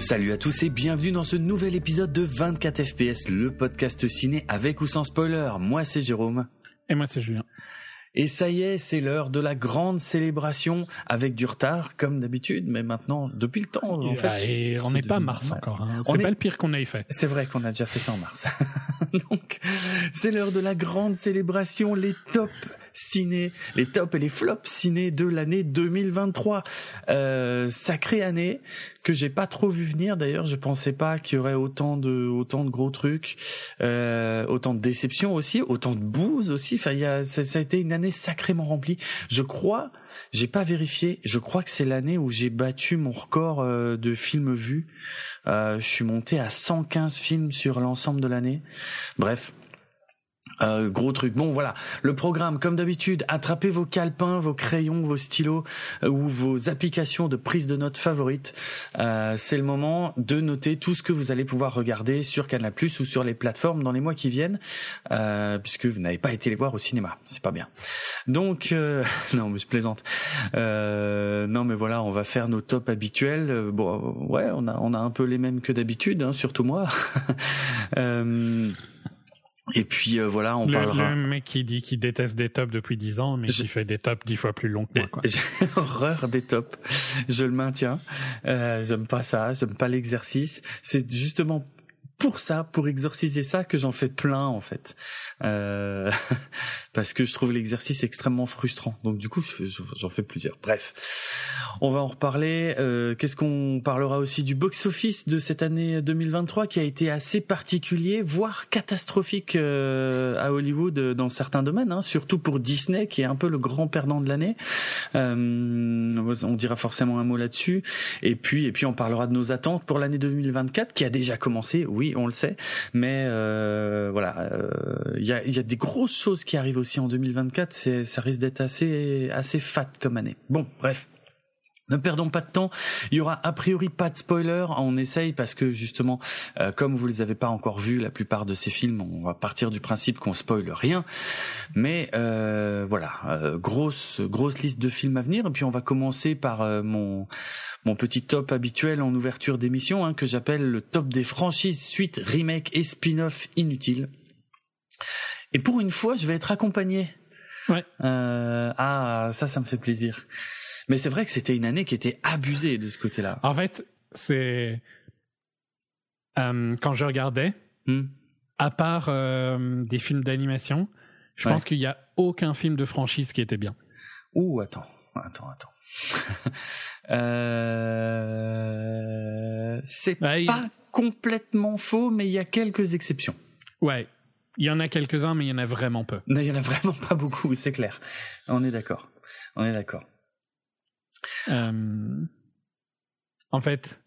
Salut à tous et bienvenue dans ce nouvel épisode de 24 FPS, le podcast ciné avec ou sans spoiler. Moi c'est Jérôme. Et moi c'est Julien. Et ça y est, c'est l'heure de la grande célébration avec du retard comme d'habitude, mais maintenant depuis le temps en fait. Et on n'est pas mars encore, hein. C'est pas le pire qu'on ait fait. C'est vrai qu'on a déjà fait ça en mars. Donc c'est l'heure de la grande célébration, les tops ciné, les tops et les flops ciné de l'année 2023. Sacrée année que j'ai pas trop vu venir. D'ailleurs, je pensais pas qu'il y aurait autant de gros trucs, autant de déceptions aussi, autant de bouse aussi. Enfin, ça a été une année sacrément remplie. Je crois, j'ai pas vérifié, je crois que c'est l'année où j'ai battu mon record de films vus. Je suis monté à 115 films sur l'ensemble de l'année. Bref. Gros truc. Bon voilà, le programme comme d'habitude, attrapez vos calepins, vos crayons, vos stylos ou vos applications de prise de notes favorites. C'est le moment de noter tout ce que vous allez pouvoir regarder sur Canal+ ou sur les plateformes dans les mois qui viennent, puisque vous n'avez pas été les voir au cinéma, c'est pas bien. Donc non mais je plaisante. Non mais voilà, on va faire nos tops habituels. Bon ouais, on a un peu les mêmes que d'habitude, hein, surtout moi. Et puis voilà, on parlera. Le mec qui dit qu'il déteste des tops depuis 10 ans, mais qui fait des tops 10 fois plus longs que moi, quoi. J'ai horreur des tops. Je le maintiens. J'aime pas ça. J'aime pas l'exercice. C'est justement pour ça, pour exorciser ça, que j'en fais plein en fait. Parce que je trouve l'exercice extrêmement frustrant. Donc du coup, j'en fais plusieurs. Bref, on va en reparler. Qu'est-ce qu'on parlera aussi du box-office de cette année 2023 qui a été assez particulier, voire catastrophique à Hollywood dans certains domaines, hein, surtout pour Disney qui est un peu le grand perdant de l'année. On dira forcément un mot là-dessus. Et puis on parlera de nos attentes pour l'année 2024 qui a déjà commencé. Oui, on le sait, mais voilà, il y a des grosses choses qui arrivent aussi en 2024. Ça risque d'être assez fat comme année. Bon, bref. Ne perdons pas de temps, il y aura a priori pas de spoiler, on essaye parce que justement, comme vous les avez pas encore vus, la plupart de ces films, on va partir du principe qu'on spoile rien, mais voilà, grosse liste de films à venir, et puis on va commencer par mon petit top habituel en ouverture d'émission, hein, que j'appelle le top des franchises, suites, remakes et spin-off inutiles. Et pour une fois, je vais être accompagné. Ouais. Ça me fait plaisir. Mais c'est vrai que c'était une année qui était abusée de ce côté-là. En fait, c'est quand je regardais, à part des films d'animation, je pense qu'il y a aucun film de franchise qui était bien. Ouh, attends. C'est pas complètement faux, mais il y a quelques exceptions. Ouais, il y en a quelques-uns, mais il y en a vraiment peu. Non, il y en a vraiment pas beaucoup, c'est clair. On est d'accord. En fait,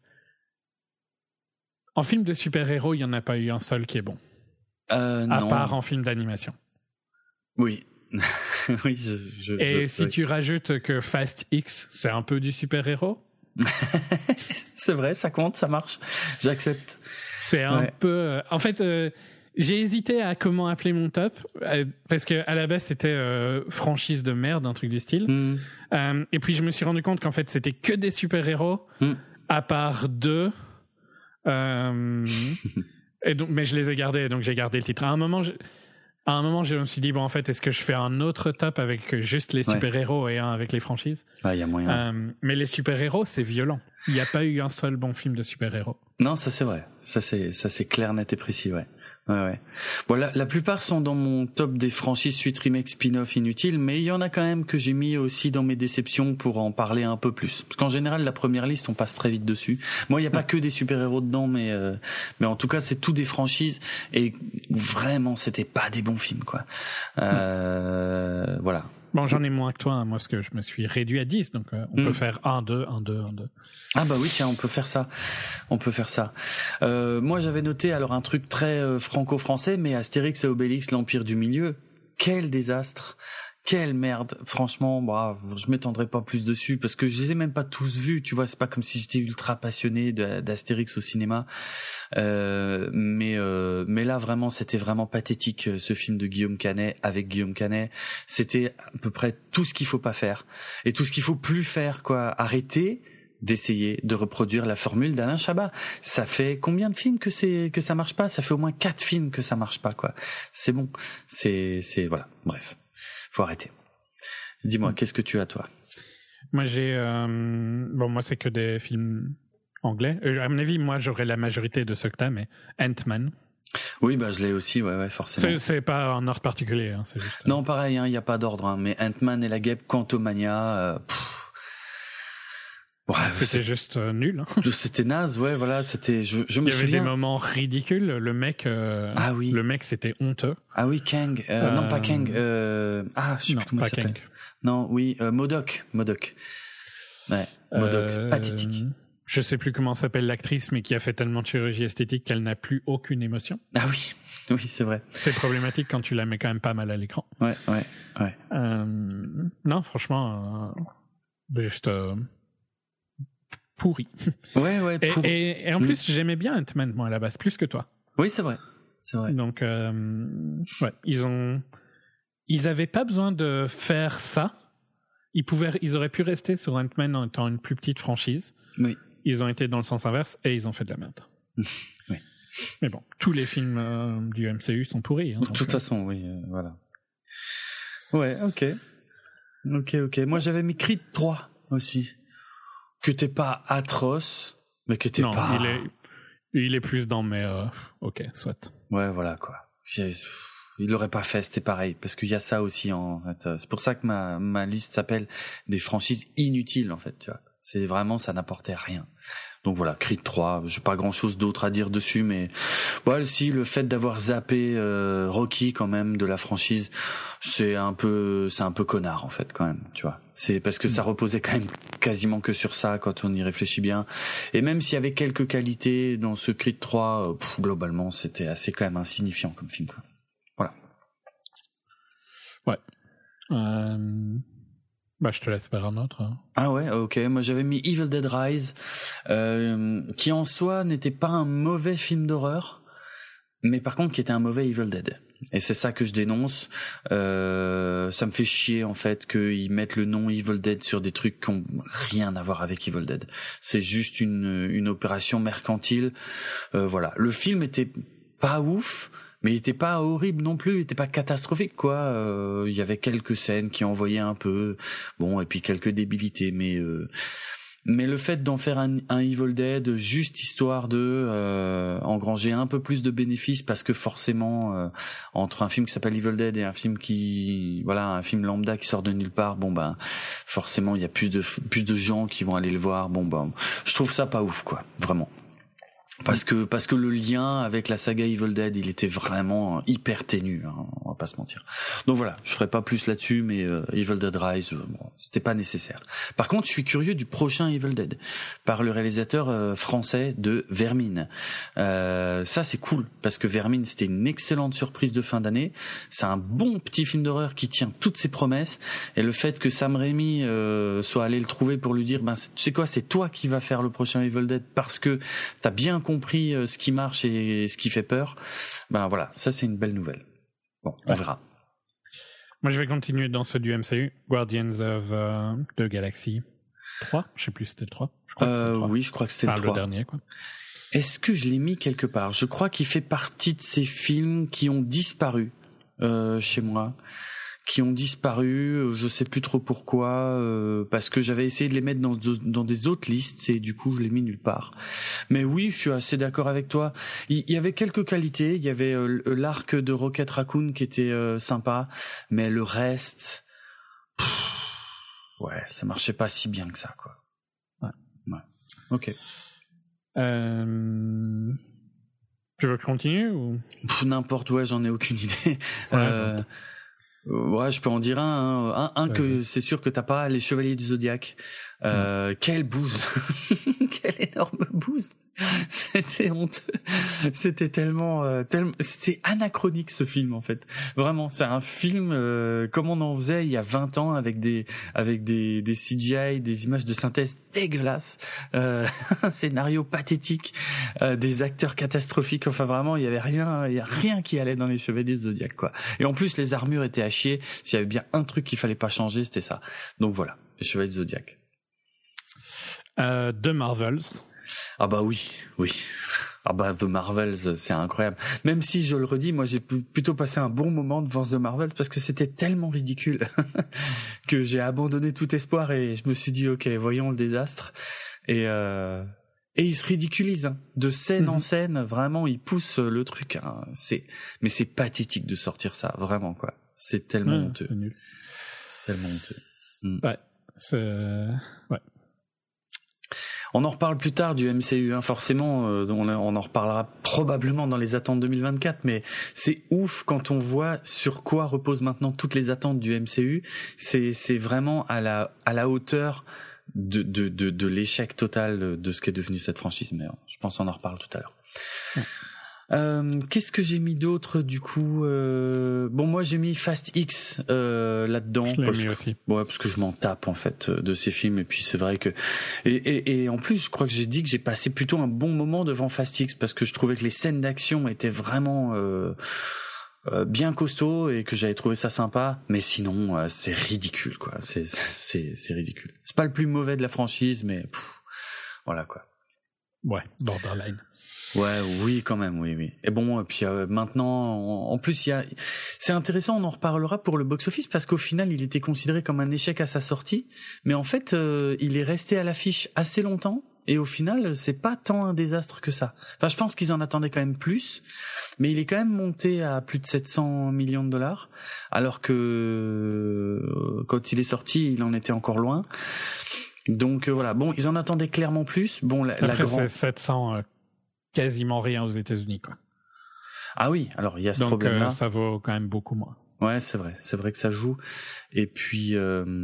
en film de super-héros, il n'y en a pas eu un seul qui est bon. À part en film d'animation. Oui. Oui, si tu rajoutes que Fast X, c'est un peu du super-héros. C'est vrai, ça compte, ça marche. J'accepte. C'est un peu... En fait... j'ai hésité à comment appeler mon top parce que à la base c'était franchise de merde, un truc du style. Et puis je me suis rendu compte qu'en fait c'était que des super-héros à part deux. Et donc, mais je les ai gardés, donc j'ai gardé le titre. À un moment, je me suis dit bon en fait est-ce que je fais un autre top avec juste les super-héros et un avec les franchises? Il y a moyen. Mais les super-héros c'est violent. Il n'y a pas eu un seul bon film de super-héros. Non, ça c'est vrai. Ça c'est clair, net et précis, ouais. Ouais. Bon, la plupart sont dans mon top des franchises, suite, remake, spin-off inutiles, mais il y en a quand même que j'ai mis aussi dans mes déceptions pour en parler un peu plus. Parce qu'en général, la première liste, on passe très vite dessus. Moi, il n'y a pas que des super-héros dedans, mais en tout cas, c'est tout des franchises et vraiment, c'était pas des bons films, quoi. Voilà. Bon, j'en ai moins que toi, hein, moi, parce que je me suis réduit à 10, donc on peut faire 1, 2, 1, 2, 1, 2. Ah bah oui, tiens, on peut faire ça. Moi, j'avais noté alors un truc très franco-français, mais Astérix et Obélix, l'Empire du Milieu, quel désastre. Quelle merde, franchement, je m'étendrai pas plus dessus parce que je les ai même pas tous vus, tu vois, c'est pas comme si j'étais ultra passionné d'Astérix au cinéma, mais là vraiment c'était vraiment pathétique ce film de Guillaume Canet avec Guillaume Canet, c'était à peu près tout ce qu'il faut pas faire et tout ce qu'il faut plus faire, quoi, arrêter d'essayer de reproduire la formule d'Alain Chabat. Ça fait combien de films que ça marche pas? Ça fait au moins 4 films que ça marche pas, quoi. C'est bon. C'est voilà. Bref. Faut arrêter. Dis-moi, qu'est-ce que tu as, toi? Moi, moi, c'est que des films anglais. À mon avis, moi, j'aurais la majorité de ceux que t'as, mais Ant-Man. Oui, bah, je l'ai aussi, ouais, forcément. C'est pas un ordre particulier, hein, c'est juste. Non, pareil, il y a pas d'ordre, hein, mais Ant-Man et la guêpe, Quantumania, ouais, c'était juste nul. Hein. C'était naze, ouais, voilà, c'était. Je me souviens. Il y avait des moments ridicules. Le mec. Ah oui. Le mec, c'était honteux. Ah oui, Kang. Non, pas Kang. Je sais plus comment il s'appelle. Non, oui, MODOK. Ouais, MODOK, pathétique. Je sais plus comment s'appelle l'actrice, mais qui a fait tellement de chirurgie esthétique qu'elle n'a plus aucune émotion. Ah oui, c'est vrai. C'est problématique quand tu la mets quand même pas mal à l'écran. Ouais. Non, franchement, juste. Pourri. Ouais. Et en plus, j'aimais bien Ant-Man, moi, à la base, plus que toi. Oui, c'est vrai. Donc, ouais, ils avaient pas besoin de faire ça. Ils auraient pu rester sur Ant-Man en étant une plus petite franchise. Oui. Ils ont été dans le sens inverse et ils ont fait de la merde. Oui. Mais bon, tous les films du MCU sont pourris. Hein, de toute façon, oui, voilà. Ouais, ok. Moi, j'avais mis Creed 3 aussi. Que t'es pas atroce, mais que t'es pas... il est plus dans mes... ok, soit. Ouais, voilà, quoi. Il l'aurait pas fait, c'était pareil, parce qu'il y a ça aussi, en fait. C'est pour ça que ma liste s'appelle des franchises inutiles, en fait, tu vois. C'est vraiment, ça n'apportait rien. Donc voilà, Creed 3, j'ai pas grand chose d'autre à dire dessus, mais voilà, si le fait d'avoir zappé Rocky quand même de la franchise, c'est un peu connard en fait quand même, tu vois. C'est parce que ça reposait quand même quasiment que sur ça quand on y réfléchit bien. Et même s'il y avait quelques qualités dans ce Creed 3, globalement c'était assez quand même insignifiant comme film, quoi. Voilà. Ouais. Bah, je te laisse faire un autre. Hein. Ah ouais, ok. Moi, j'avais mis Evil Dead Rise, qui en soi n'était pas un mauvais film d'horreur, mais par contre qui était un mauvais Evil Dead. Et c'est ça que je dénonce. Ça me fait chier en fait qu'ils mettent le nom Evil Dead sur des trucs qui ont rien à voir avec Evil Dead. C'est juste une opération mercantile. Voilà. Le film était pas ouf. Mais il était pas horrible non plus, il était pas catastrophique, quoi. Il y avait quelques scènes qui envoyaient un peu, bon, et puis quelques débilités, mais le fait d'en faire un Evil Dead juste histoire de engranger un peu plus de bénéfices, parce que forcément entre un film qui s'appelle Evil Dead et un film un film lambda qui sort de nulle part, bon ben forcément il y a plus de gens qui vont aller le voir. Bon ben je trouve ça pas ouf, quoi, vraiment. Parce que le lien avec la saga Evil Dead, il était vraiment hyper ténu, hein, on va pas se mentir. Donc voilà, je ferai pas plus là-dessus, mais Evil Dead Rise, bon, c'était pas nécessaire. Par contre, je suis curieux du prochain Evil Dead, par le réalisateur français de Vermine. Ça c'est cool, parce que Vermine, c'était une excellente surprise de fin d'année. C'est un bon petit film d'horreur qui tient toutes ses promesses, et le fait que Sam Raimi soit allé le trouver pour lui dire, ben tu sais quoi, c'est toi qui vas faire le prochain Evil Dead, parce que t'as bien compris ce qui marche et ce qui fait peur, ben voilà, ça c'est une belle nouvelle. Bon, on verra. Moi je vais continuer dans ceux du MCU, Guardians of the Galaxy 3, je sais plus si c'était le 3. Je crois que c'était le 3. Oui, je crois que c'était le 3. Le dernier, quoi. Est-ce que je l'ai mis quelque part? Je crois qu'il fait partie de ces films qui ont disparu chez moi. Qui ont disparu, je sais plus trop pourquoi, parce que j'avais essayé de les mettre dans des autres listes et du coup je les mis nulle part. Mais oui, je suis assez d'accord avec toi. Il y avait quelques qualités, il y avait l'arc de Rocket Raccoon qui était sympa, mais le reste, ouais, ça marchait pas si bien que ça, quoi. Ouais. Ok. Tu veux que je continue ou n'importe, ouais, j'en ai aucune idée. Ouais, je peux en dire un que c'est sûr que t'as pas, les Chevaliers du Zodiaque. Quelle bouse. Quelle énorme bouse. C'était honteux. C'était tellement c'était anachronique ce film en fait. Vraiment, c'est un film comme on en faisait il y a 20 ans avec des CGI, des images de synthèse dégueulasses, un scénario pathétique, des acteurs catastrophiques. Enfin vraiment, il y a rien qui allait dans les Chevaliers du Zodiaque, quoi. Et en plus les armures étaient à chier. S'il y avait bien un truc qu'il fallait pas changer, c'était ça. Donc voilà, les Chevaliers du Zodiaque. The Marvels. Ah bah oui. Ah bah The Marvels, c'est incroyable. Même si, je le redis, moi j'ai plutôt passé un bon moment devant The Marvels parce que c'était tellement ridicule que j'ai abandonné tout espoir et je me suis dit ok, voyons le désastre. Et il se ridiculise, hein. De scène en scène, vraiment, il pousse le truc. Hein. Mais c'est pathétique de sortir ça, vraiment quoi. C'est tellement honteux. C'est nul. Tellement honteux. Ouais. On en reparle plus tard du MCU, hein, forcément. On en reparlera probablement dans les attentes 2024, mais c'est ouf quand on voit sur quoi reposent maintenant toutes les attentes du MCU. C'est vraiment à la hauteur de l'échec total de ce qu'est devenu cette franchise. Mais je pense qu'on en reparle tout à l'heure. Qu'est-ce que j'ai mis d'autre du coup Bon, moi j'ai mis Fast X là-dedans. Je l'ai mis aussi. Ouais, parce que je m'en tape en fait de ces films et puis c'est vrai que et en plus je crois que j'ai dit que j'ai passé plutôt un bon moment devant Fast X parce que je trouvais que les scènes d'action étaient vraiment bien costauds et que j'avais trouvé ça sympa, mais sinon c'est ridicule quoi. C'est ridicule. C'est pas le plus mauvais de la franchise, mais voilà quoi. Ouais, borderline. Ouais, oui, quand même, oui. Et bon, et puis maintenant, en plus, c'est intéressant, on en reparlera pour le box-office parce qu'au final, il était considéré comme un échec à sa sortie, mais en fait, il est resté à l'affiche assez longtemps et au final, c'est pas tant un désastre que ça. Enfin, je pense qu'ils en attendaient quand même plus, mais il est quand même monté à plus de 700 millions de dollars, alors que quand il est sorti, il en était encore loin. Donc voilà, bon, ils en attendaient clairement plus. Bon, Après, c'est 700. Quasiment rien aux États-Unis, quoi. Ah oui, alors il y a ce problème-là. Donc ça vaut quand même beaucoup moins. Ouais, c'est vrai que ça joue. Et puis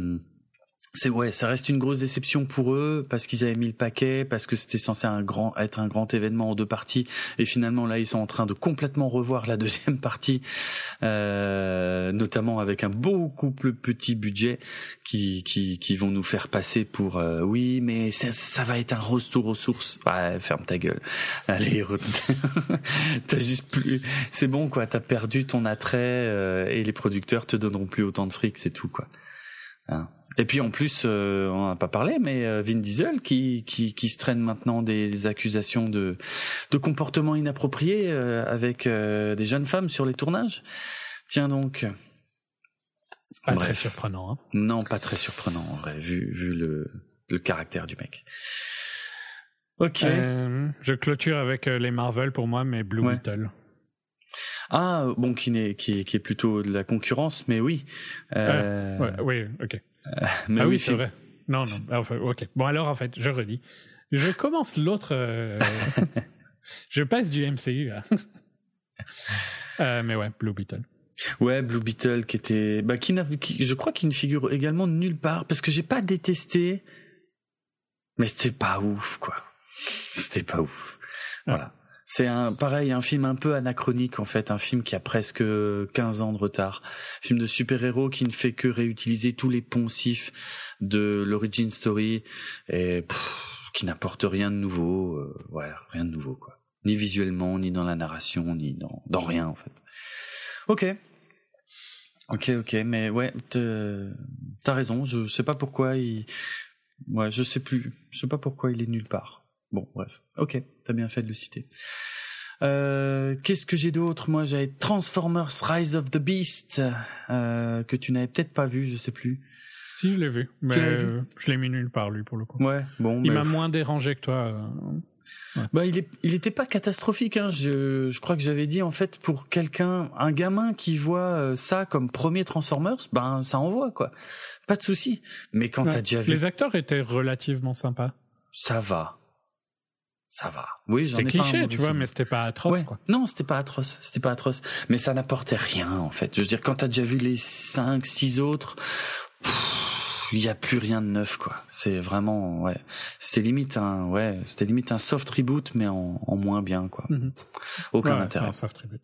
ça reste une grosse déception pour eux parce qu'ils avaient mis le paquet, parce que c'était censé être un grand événement en deux parties et finalement là ils sont en train de complètement revoir la deuxième partie, notamment avec un beaucoup plus petit budget qui vont nous faire passer pour oui mais ça va être un retour aux sources. Ouais, ferme ta gueule. Allez, t'as juste plus, c'est bon quoi, t'as perdu ton attrait et les producteurs te donneront plus autant de fric, c'est tout quoi. Hein. Et puis en plus, on n'en a pas parlé, mais Vin Diesel qui se traîne maintenant des accusations de comportement inapproprié avec des jeunes femmes sur les tournages. Tiens donc. Pas très surprenant. Hein. Non, pas très surprenant en vrai, vu le caractère du mec. Ok. Je clôture avec les Marvel pour moi, mais Blue Beetle. Ah bon, qui est plutôt de la concurrence, mais oui. Oui, ok. Mais oui, c'est vrai. Non, enfin, ok. Bon, alors, en fait, je redis. Je commence l'autre... je passe du MCU mais ouais, Blue Beetle. Ouais, Blue Beetle qui était... je crois qu'il ne figure également nulle part, parce que j'ai pas détesté, mais c'était pas ouf, quoi. C'était pas ouf. Voilà. C'est un film un peu anachronique en fait, un film qui a presque 15 ans de retard. Un film de super-héros qui ne fait que réutiliser tous les poncifs de l'origin story et qui n'apporte rien de nouveau, rien de nouveau quoi. Ni visuellement, ni dans la narration, ni dans rien en fait. Ok, mais ouais, t'as raison, je sais pas pourquoi je sais pas pourquoi il est nulle part. Bon, bref. Ok, t'as bien fait de le citer. Qu'est-ce que j'ai d'autre ? Moi, j'avais Transformers Rise of the Beast, que tu n'avais peut-être pas vu, je sais plus. Si, je l'ai vu, mais je l'ai mis nulle part, lui, pour le coup. Ouais, bon. Il m'a moins dérangé que toi. Ouais. Il était pas catastrophique, hein. Je crois que j'avais dit, en fait, pour un gamin qui voit ça comme premier Transformers, ça envoie, quoi. Pas de souci. Mais quand t'as déjà vu... Les acteurs étaient relativement sympas. Ça va. Oui, j'en ai pas. C'était cliché, tu vois, mais c'était pas atroce, quoi. Non, c'était pas atroce. Mais ça n'apportait rien, en fait. Je veux dire, quand t'as déjà vu les 5, 6 autres, il y a plus rien de neuf, quoi. C'est vraiment, c'était limite un soft reboot, mais en moins bien, quoi. Mm-hmm. Aucun intérêt. C'est un soft reboot.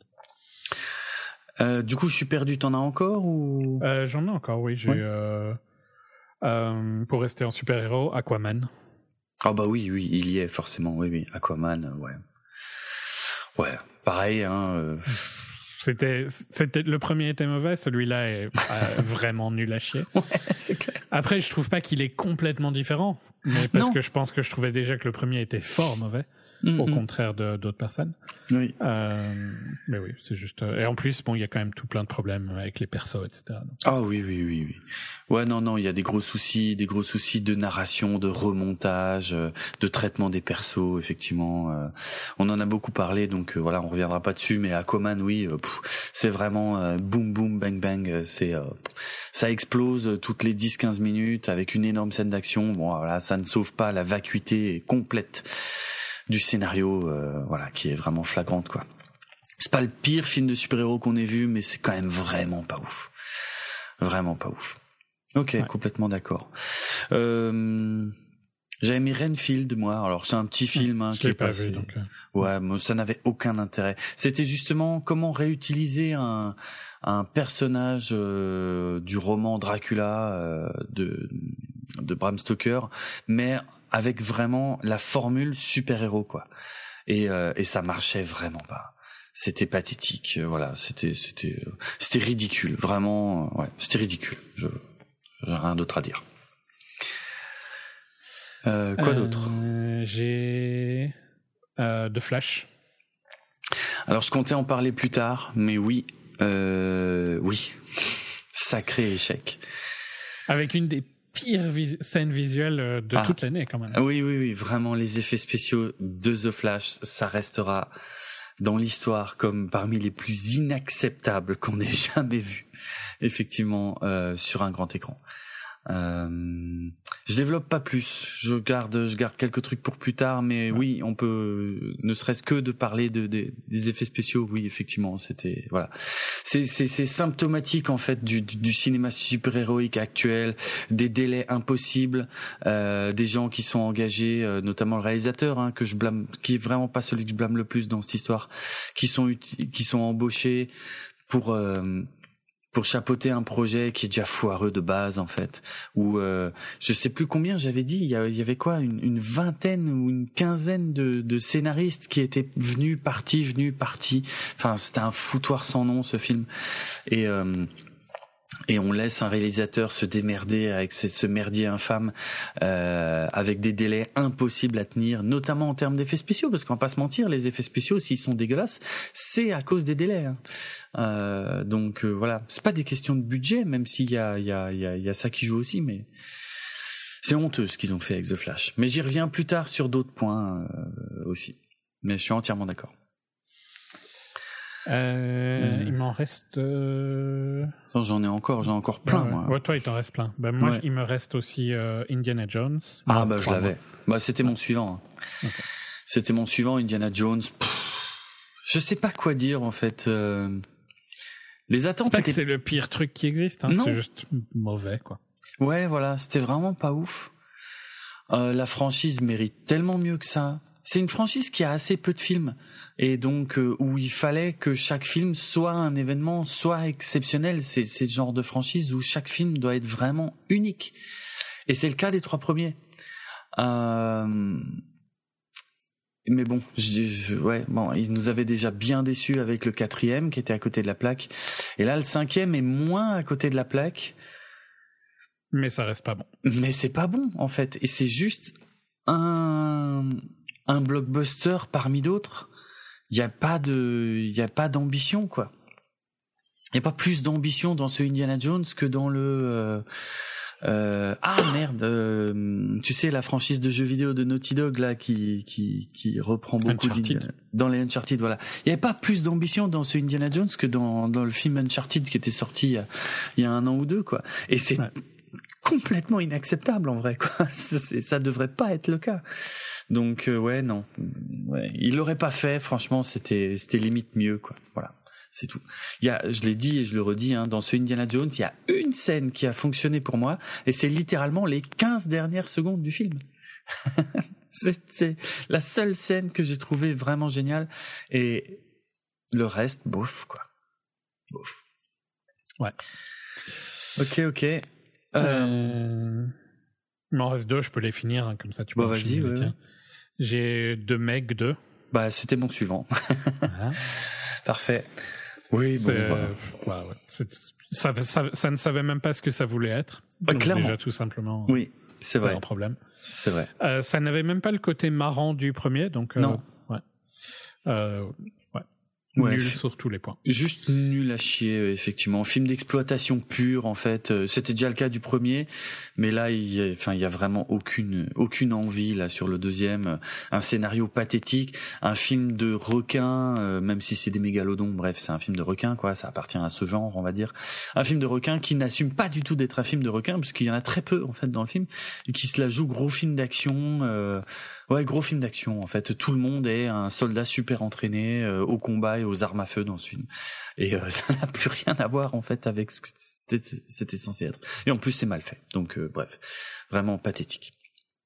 Du coup, je suis perdu. T'en as encore ou? J'en ai encore, oui. J'ai, pour rester en super-héros, Aquaman. Ah bah oui, il y est forcément, oui, Aquaman, ouais, pareil, hein. C'était le premier était mauvais, celui-là est vraiment nul à chier. Ouais, c'est clair. Après, je trouve pas qu'il est complètement différent, mais parce que je pense que je trouvais déjà que le premier était fort mauvais, au contraire d'autres personnes. Oui. Mais oui, c'est juste. Et en plus, bon, il y a quand même tout plein de problèmes avec les persos, etc. Donc. Ah oui. Ouais, non, il y a des gros soucis de narration, de remontage, de traitement des persos, effectivement. On en a beaucoup parlé, donc voilà, on reviendra pas dessus, mais Aquaman, oui, c'est vraiment boum boum bang bang, ça explose toutes les 10-15 minutes avec une énorme scène d'action. Bon, voilà, ça ne sauve pas la vacuité complète du scénario, voilà, qui est vraiment flagrante, quoi. C'est pas le pire film de super-héros qu'on ait vu, mais c'est quand même vraiment pas ouf. Vraiment pas ouf. Ok, ouais. Complètement d'accord. J'avais mis Renfield, moi. Alors c'est un petit film, hein, je l'ai pas vu, donc. Ouais, moi ça n'avait aucun intérêt. C'était justement comment réutiliser un personnage du roman Dracula de Bram Stoker, mais avec vraiment la formule super-héros, quoi. Et ça marchait vraiment pas. C'était pathétique, voilà, c'était ridicule, vraiment, ouais, c'était ridicule. J'ai rien d'autre à dire. Quoi d'autre? J'ai The Flash. Alors je comptais en parler plus tard, mais oui, sacré échec. Avec une des pires scènes visuelles de toute l'année, quand même. Oui, vraiment, les effets spéciaux de The Flash, ça restera dans l'histoire comme parmi les plus inacceptables qu'on ait jamais vus, effectivement, sur un grand écran. Je développe pas plus, je garde quelques trucs pour plus tard, mais oui, on peut, ne serait-ce que de parler des effets spéciaux, oui, effectivement, c'était, voilà. C'est symptomatique, en fait, du cinéma super-héroïque actuel, des délais impossibles, des gens qui sont engagés, notamment le réalisateur, hein, que je blâme, qui est vraiment pas celui que je blâme le plus dans cette histoire, qui sont embauchés pour chapeauter un projet qui est déjà foireux de base, en fait, où je sais plus combien j'avais dit, il y avait quoi, une vingtaine ou une quinzaine de scénaristes qui étaient venus, partis, enfin c'était un foutoir sans nom, ce film, et on laisse un réalisateur se démerder avec ce merdier infâme, avec des délais impossibles à tenir, notamment en termes d'effets spéciaux, parce qu'on va pas se mentir, les effets spéciaux, s'ils sont dégueulasses, c'est à cause des délais, hein. Donc voilà, c'est pas des questions de budget, même s'il y a ça qui joue aussi, mais c'est honteux ce qu'ils ont fait avec The Flash. Mais j'y reviens plus tard sur d'autres points aussi. Mais je suis entièrement d'accord. Il m'en reste. Attends, j'en ai encore plein. Moi. Ouais, toi, il t'en reste plein. Moi, il me reste aussi Indiana Jones. Je l'avais. C'était mon suivant. Hein. Okay. C'était mon suivant, Indiana Jones. Je sais pas quoi dire, en fait. Les attentes. C'est pas que c'est le pire truc qui existe. Hein. C'est juste mauvais, quoi. Ouais, voilà. C'était vraiment pas ouf. La franchise mérite tellement mieux que ça. C'est une franchise qui a assez peu de films. Et donc où il fallait que chaque film soit un événement, soit exceptionnel. C'est le genre de franchise où chaque film doit être vraiment unique. Et c'est le cas des 3 premiers. Mais bon, ils nous avaient déjà bien déçus avec le 4e qui était à côté de la plaque. Et là, le 5e est moins à côté de la plaque. Mais ça reste pas bon. Mais c'est pas bon, en fait. Et c'est juste un blockbuster parmi d'autres. Il y a pas d'ambition, quoi. Il y a pas plus d'ambition dans ce Indiana Jones que dans le tu sais, la franchise de jeux vidéo de Naughty Dog là qui reprend beaucoup dans les Uncharted, voilà. Il y avait pas plus d'ambition dans ce Indiana Jones que dans le film Uncharted qui était sorti il y a 1 an ou 2, quoi. Et c'est complètement inacceptable en vrai, quoi. Ça devrait pas être le cas. Donc non. Ouais, il l'aurait pas fait, franchement, c'était limite mieux, quoi. Voilà. C'est tout. Je l'ai dit et je le redis, hein, dans ce Indiana Jones, il y a une scène qui a fonctionné pour moi, et c'est littéralement les 15 dernières secondes du film. c'est la seule scène que j'ai trouvée vraiment géniale, et le reste, bof, quoi. Bof. Ouais. Ok. Il m'en reste 2, je peux les finir, hein, comme ça tu peux vas-y, ouais. J'ai The Meg 2. C'était mon suivant. Parfait. Oui, bon, ça ne savait même pas ce que ça voulait être. Donc clairement. Déjà, tout simplement. Oui, c'est vrai. Un problème. C'est vrai. Ça n'avait même pas le côté marrant du premier, donc. Non. Nul sur tous les points. Juste nul à chier, effectivement. Film d'exploitation pure, en fait. C'était déjà le cas du premier, mais là, il y a vraiment aucune envie là sur le deuxième. Un scénario pathétique, un film de requin, même si c'est des mégalodons. Bref, c'est un film de requin, quoi. Ça appartient à ce genre, on va dire. Un film de requin qui n'assume pas du tout d'être un film de requin, parce qu'il y en a très peu en fait dans le film, et qui se la joue gros film d'action. Gros film d'action, en fait. Tout le monde est un soldat super entraîné au combat et aux armes à feu dans ce film. Et ça n'a plus rien à voir, en fait, avec ce que c'était censé être. Et en plus, c'est mal fait. Donc, bref. Vraiment pathétique.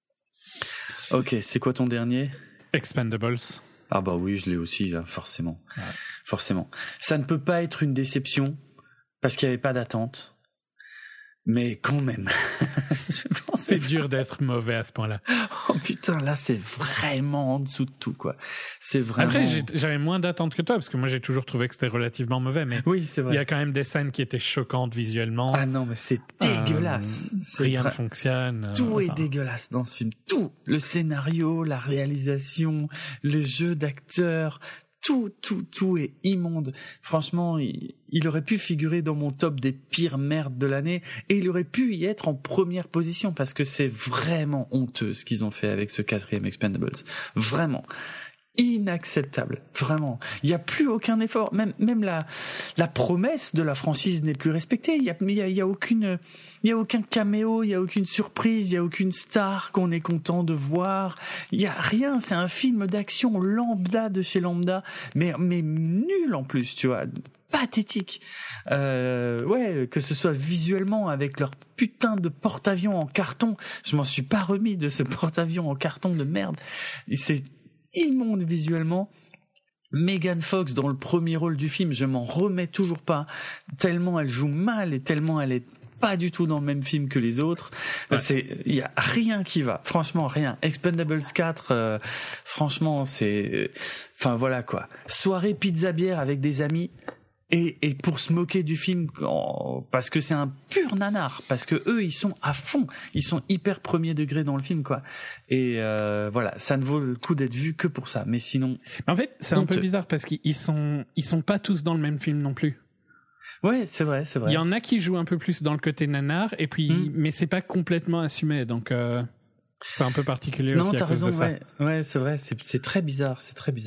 Ok, c'est quoi ton dernier ? Expendables. Ah bah oui, je l'ai aussi, là, forcément. Ouais. Forcément. Ça ne peut pas être une déception, parce qu'il n'y avait pas d'attente. Mais quand même. C'est dur d'être mauvais à ce point-là. Oh putain, là c'est vraiment en dessous de tout, quoi. C'est vraiment. Après, j'avais moins d'attentes que toi, parce que moi j'ai toujours trouvé que c'était relativement mauvais, mais oui, c'est vrai. Il y a quand même des scènes qui étaient choquantes visuellement. Ah non, mais c'est dégueulasse. Rien ne fonctionne. Tout est dégueulasse dans ce film. Tout. Le scénario, la réalisation, le jeu d'acteurs. Tout est immonde. Franchement, il aurait pu figurer dans mon top des pires merdes de l'année et il aurait pu y être en première position parce que c'est vraiment honteux ce qu'ils ont fait avec ce 4e Expendables. Vraiment. Inacceptable, vraiment. Il n'y a plus aucun effort. Même la promesse de la franchise n'est plus respectée. Il y a aucun caméo, il y a aucune surprise, il y a aucune star qu'on est content de voir. Il y a rien. C'est un film d'action lambda de chez lambda, mais nul en plus, tu vois. Pathétique. Que ce soit visuellement avec leur putain de porte-avions en carton. Je m'en suis pas remis de ce porte-avions en carton de merde. C'est immonde visuellement. Megan Fox dans le premier rôle du film, je m'en remets toujours pas, tellement elle joue mal et tellement elle est pas du tout dans le même film que les autres. Il y a rien qui va, franchement rien. Expendables 4, franchement enfin voilà quoi. Soirée pizza bière avec des amis. Et pour se moquer du film, parce que c'est un pur nanar, parce que eux ils sont à fond, ils sont hyper premier degré dans le film, quoi. Et voilà, ça ne vaut le coup d'être vu que pour ça. Mais sinon, en fait, c'est un peu bizarre parce qu'ils sont pas tous dans le même film non plus. Ouais, c'est vrai. Il y en a qui jouent un peu plus dans le côté nanar, et puis mais c'est pas complètement assumé, donc c'est un peu particulier aussi à cause de ça. Ouais, c'est vrai, c'est très bizarre,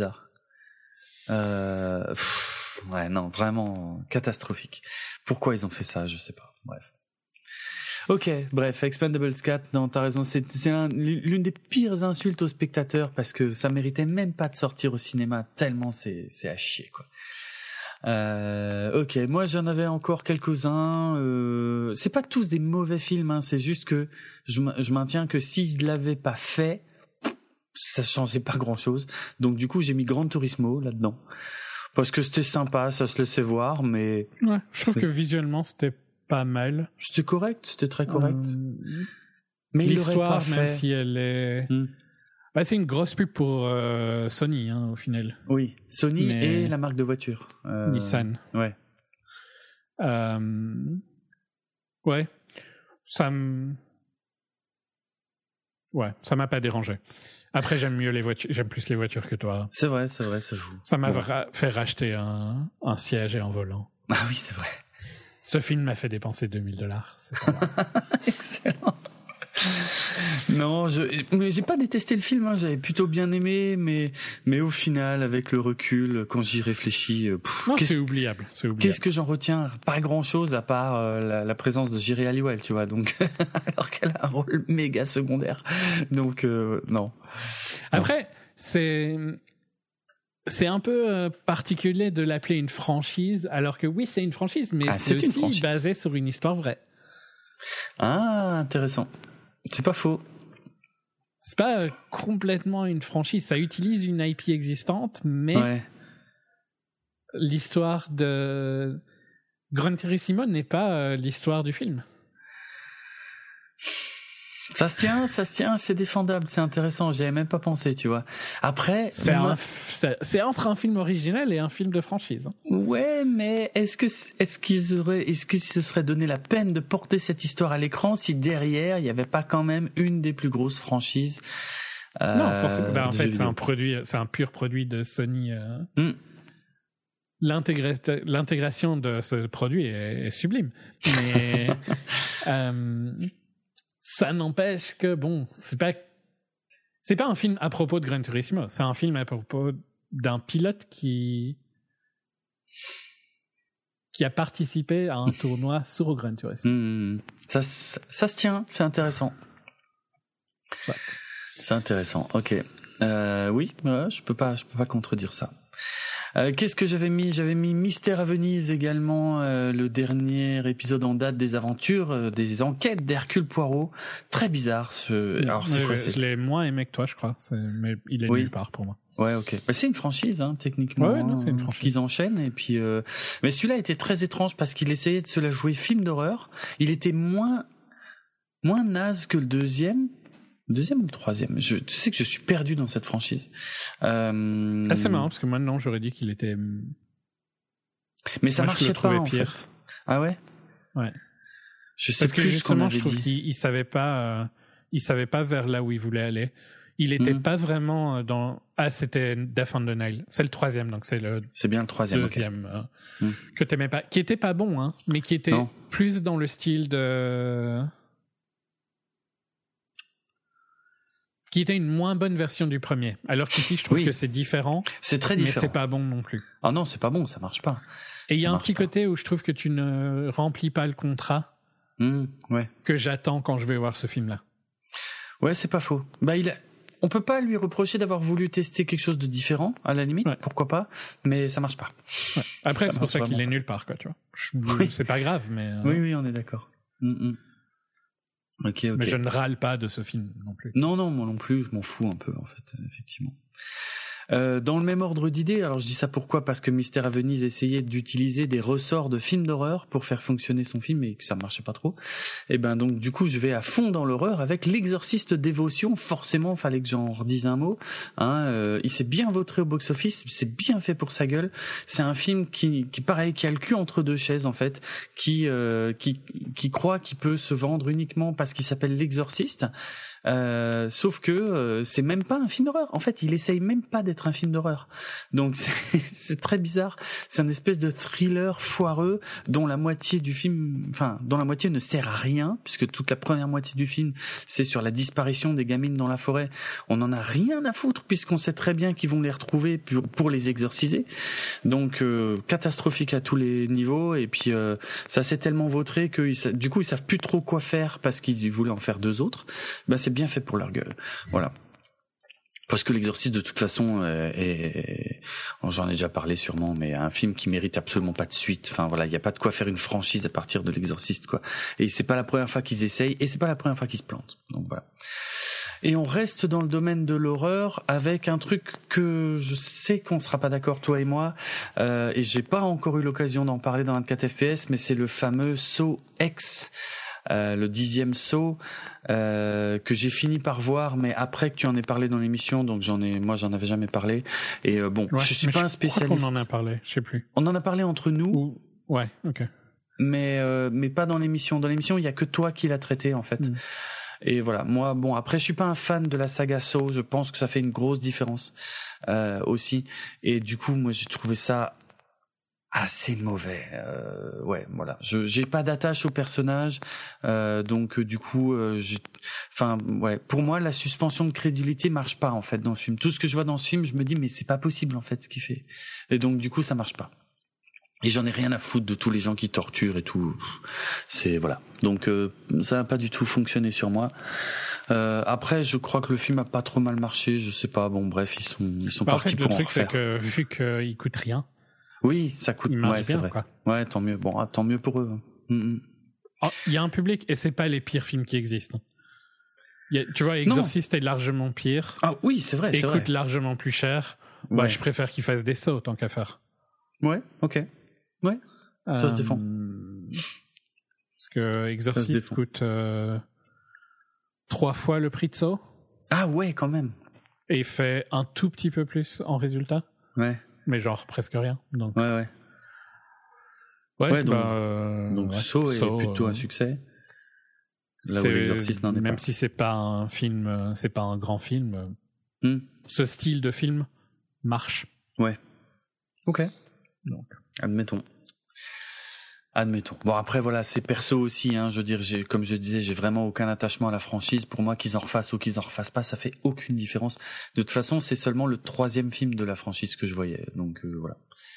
Ouais, non, vraiment catastrophique. Pourquoi ils ont fait ça, je sais pas. Bref. Ok, bref, Expendables 4, non, t'as raison, c'est l'une des pires insultes aux spectateurs parce que ça méritait même pas de sortir au cinéma tellement c'est à chier, quoi. Ok, moi j'en avais encore quelques-uns. C'est pas tous des mauvais films, hein, c'est juste que je maintiens que s'ils l'avaient pas fait, ça changeait pas grand-chose. Donc du coup, j'ai mis Gran Turismo là-dedans. Parce que c'était sympa, ça se laissait voir, mais... Ouais, je trouve que visuellement, c'était pas mal. C'était correct, c'était très correct. Mais l'histoire, il même si elle est... c'est une grosse pub pour Sony, hein, au final. Oui, Sony et la marque de voiture. Nissan. Ouais. Ouais, ça m'a pas dérangé. Après, j'aime plus les voitures que toi. C'est vrai, ça joue. Ça m'a fait racheter un siège et un volant. Ah oui, c'est vrai. Ce film m'a fait dépenser $2000. Excellent. Non, mais j'ai pas détesté le film, hein. J'avais plutôt bien aimé, mais au final, avec le recul, quand j'y réfléchis, c'est oubliable. Qu'est-ce que j'en retiens? Pas grand-chose à part la présence de Jeri Halliwell, tu vois. Donc, alors qu'elle a un rôle méga secondaire. Donc, non. Après, c'est un peu particulier de l'appeler une franchise, alors que oui, c'est une franchise, mais c'est aussi basé sur une histoire vraie. Ah, intéressant. C'est pas faux. C'est pas complètement une franchise. Ça utilise une IP existante, mais l'histoire de Gran Turismo n'est pas l'histoire du film. Ça se tient, c'est défendable, c'est intéressant. J'y avais même pas pensé, tu vois. Après, c'est entre un film original et un film de franchise. Ouais, mais est-ce qu'ils se seraient donné la peine de porter cette histoire à l'écran si derrière il y avait pas quand même une des plus grosses franchises? Non, forcément. En fait, c'est un pur produit de Sony. L'intégration de ce produit est sublime, mais ça n'empêche que bon, c'est pas un film à propos de Gran Turismo, c'est un film à propos d'un pilote qui a participé à un tournoi sur Gran Turismo. Ça se tient, c'est intéressant. Ouais. C'est intéressant. Ok. Oui, je peux pas contredire ça. Qu'est-ce que j'avais mis? J'avais mis Mystère à Venise également, le dernier épisode en date des aventures, des enquêtes d'Hercule Poirot. Très bizarre Alors c'est quoi? Je l'ai moins aimé que toi, je crois. Mais il est nulle part pour moi. Ouais, ok. Bah, c'est une franchise, techniquement. Ouais, non, c'est une franchise. Ce qu'ils enchaînent. Et puis, mais celui-là était très étrange parce qu'il essayait de se la jouer film d'horreur. Il était moins naze que le deuxième. Le deuxième ou le troisième? Tu sais que je suis perdu dans cette franchise. C'est marrant parce que moi, non, j'aurais dit qu'il était. Mais ça marchait pas, en pire. fait. Ah ouais? Ouais. Je sais parce plus que justement, je trouve dit. qu'il savait pas vers là où il voulait aller. Il était pas vraiment dans. Ah, c'était Death on the Nile. C'est le troisième, donc c'est bien le troisième. Deuxième. Okay. Que t'aimais pas. Qui était pas bon, mais qui était plus dans le style de. Qui était une moins bonne version du premier. Alors qu'ici, je trouve que c'est différent. C'est très différent. Mais c'est pas bon non plus. Ah non, c'est pas bon, ça marche pas. Et il y a un petit côté où je trouve que tu ne remplis pas le contrat que j'attends quand je vais voir ce film-là. Ouais, c'est pas faux. Bah, on peut pas lui reprocher d'avoir voulu tester quelque chose de différent, à la limite. Ouais. Pourquoi pas? Mais ça marche pas. Ouais. Après, c'est pour ça qu'il est nulle part, quoi, tu vois. C'est pas grave, mais. Oui, on est d'accord. Ok. Mais je ne râle pas de ce film non plus. Non, moi non plus, je m'en fous un peu, en fait, effectivement. Dans le même ordre d'idées, alors je dis ça pourquoi? Parce que Mystère à Venise essayait d'utiliser des ressorts de films d'horreur pour faire fonctionner son film et que ça marchait pas trop. Et ben donc du coup je vais à fond dans l'horreur avec L'Exorciste Dévotion. Forcément, fallait que j'en redise un mot. Il s'est bien vautré au box-office, c'est bien fait pour sa gueule. C'est un film qui pareil, qui a le cul entre deux chaises en fait, qui croit qu'il peut se vendre uniquement parce qu'il s'appelle L'Exorciste. Sauf que c'est même pas un film d'horreur. En fait, il essaye même pas d'être un film d'horreur. Donc c'est très bizarre. C'est une espèce de thriller foireux dont la moitié ne sert à rien, puisque toute la première moitié du film c'est sur la disparition des gamines dans la forêt. On en a rien à foutre puisqu'on sait très bien qu'ils vont les retrouver pour les exorciser. Donc catastrophique à tous les niveaux. Et puis ça s'est tellement vautré que du coup ils savent plus trop quoi faire parce qu'ils voulaient en faire deux autres. Bah c'est bien fait pour leur gueule. Voilà. Parce que L'Exorciste, de toute façon, j'en ai déjà parlé sûrement, mais un film qui mérite absolument pas de suite. Enfin voilà, il y a pas de quoi faire une franchise à partir de L'Exorciste, quoi. Et c'est pas la première fois qu'ils essayent, et c'est pas la première fois qu'ils se plantent. Donc voilà. Et on reste dans le domaine de l'horreur avec un truc que je sais qu'on sera pas d'accord, toi et moi, et j'ai pas encore eu l'occasion d'en parler dans 24 FPS, mais c'est le fameux Saw X. Le 10e Saw que j'ai fini par voir, mais après que tu en aies parlé dans l'émission, donc j'en avais jamais parlé. Et je suis pas un spécialiste. On en a parlé, je sais plus. On en a parlé entre nous. Ouais, ok. Mais pas dans l'émission. Dans l'émission, il y a que toi qui l'as traité en fait. Et voilà, moi, après, je suis pas un fan de la saga Saw. Je pense que ça fait une grosse différence aussi. Et du coup, moi, j'ai trouvé ça assez mauvais. Ouais, voilà. J'ai pas d'attache au personnage, donc du coup, pour moi, la suspension de crédulité marche pas en fait dans ce film. Tout ce que je vois dans ce film, je me dis mais c'est pas possible en fait ce qu'il fait. Et donc du coup, ça marche pas. Et j'en ai rien à foutre de tous les gens qui torturent et tout. C'est voilà. Donc ça n'a pas du tout fonctionné sur moi. Après, je crois que le film a pas trop mal marché. Je sais pas. Bon, bref, ils sont partis pour en refaire. Le truc, c'est que vu qu'il coûte rien. Oui, ça coûte. Ouais, c'est vrai. Quoi. Ouais, tant mieux. Bon, tant mieux pour eux. Il y a un public et c'est pas les pires films qui existent. Tu vois, Exorcist est largement pire. Ah oui, c'est vrai. Et coûte largement plus cher. Ouais. Bah, je préfère qu'ils fassent des sauts tant qu'à faire. Ouais, ok. Ouais. Ça se défend. Parce que Exorcist coûte 3 fois le prix de Saw. Ah ouais, quand même. Et il fait un tout petit peu plus en résultat. Ouais. Mais genre presque rien. Donc... Ouais. Ouais, donc Saw est plutôt un succès. Là où l'Exorciste n'en est pas. Même si c'est pas un film, c'est pas un grand film, ce style de film marche. Ouais. Ok. Donc. Admettons. Bon, après, voilà, c'est perso aussi, hein. Je veux dire, comme je disais, j'ai vraiment aucun attachement à la franchise. Pour moi, qu'ils en refassent ou qu'ils en refassent pas, ça fait aucune différence. De toute façon, c'est seulement le 3e film de la franchise que je voyais. Donc, voilà.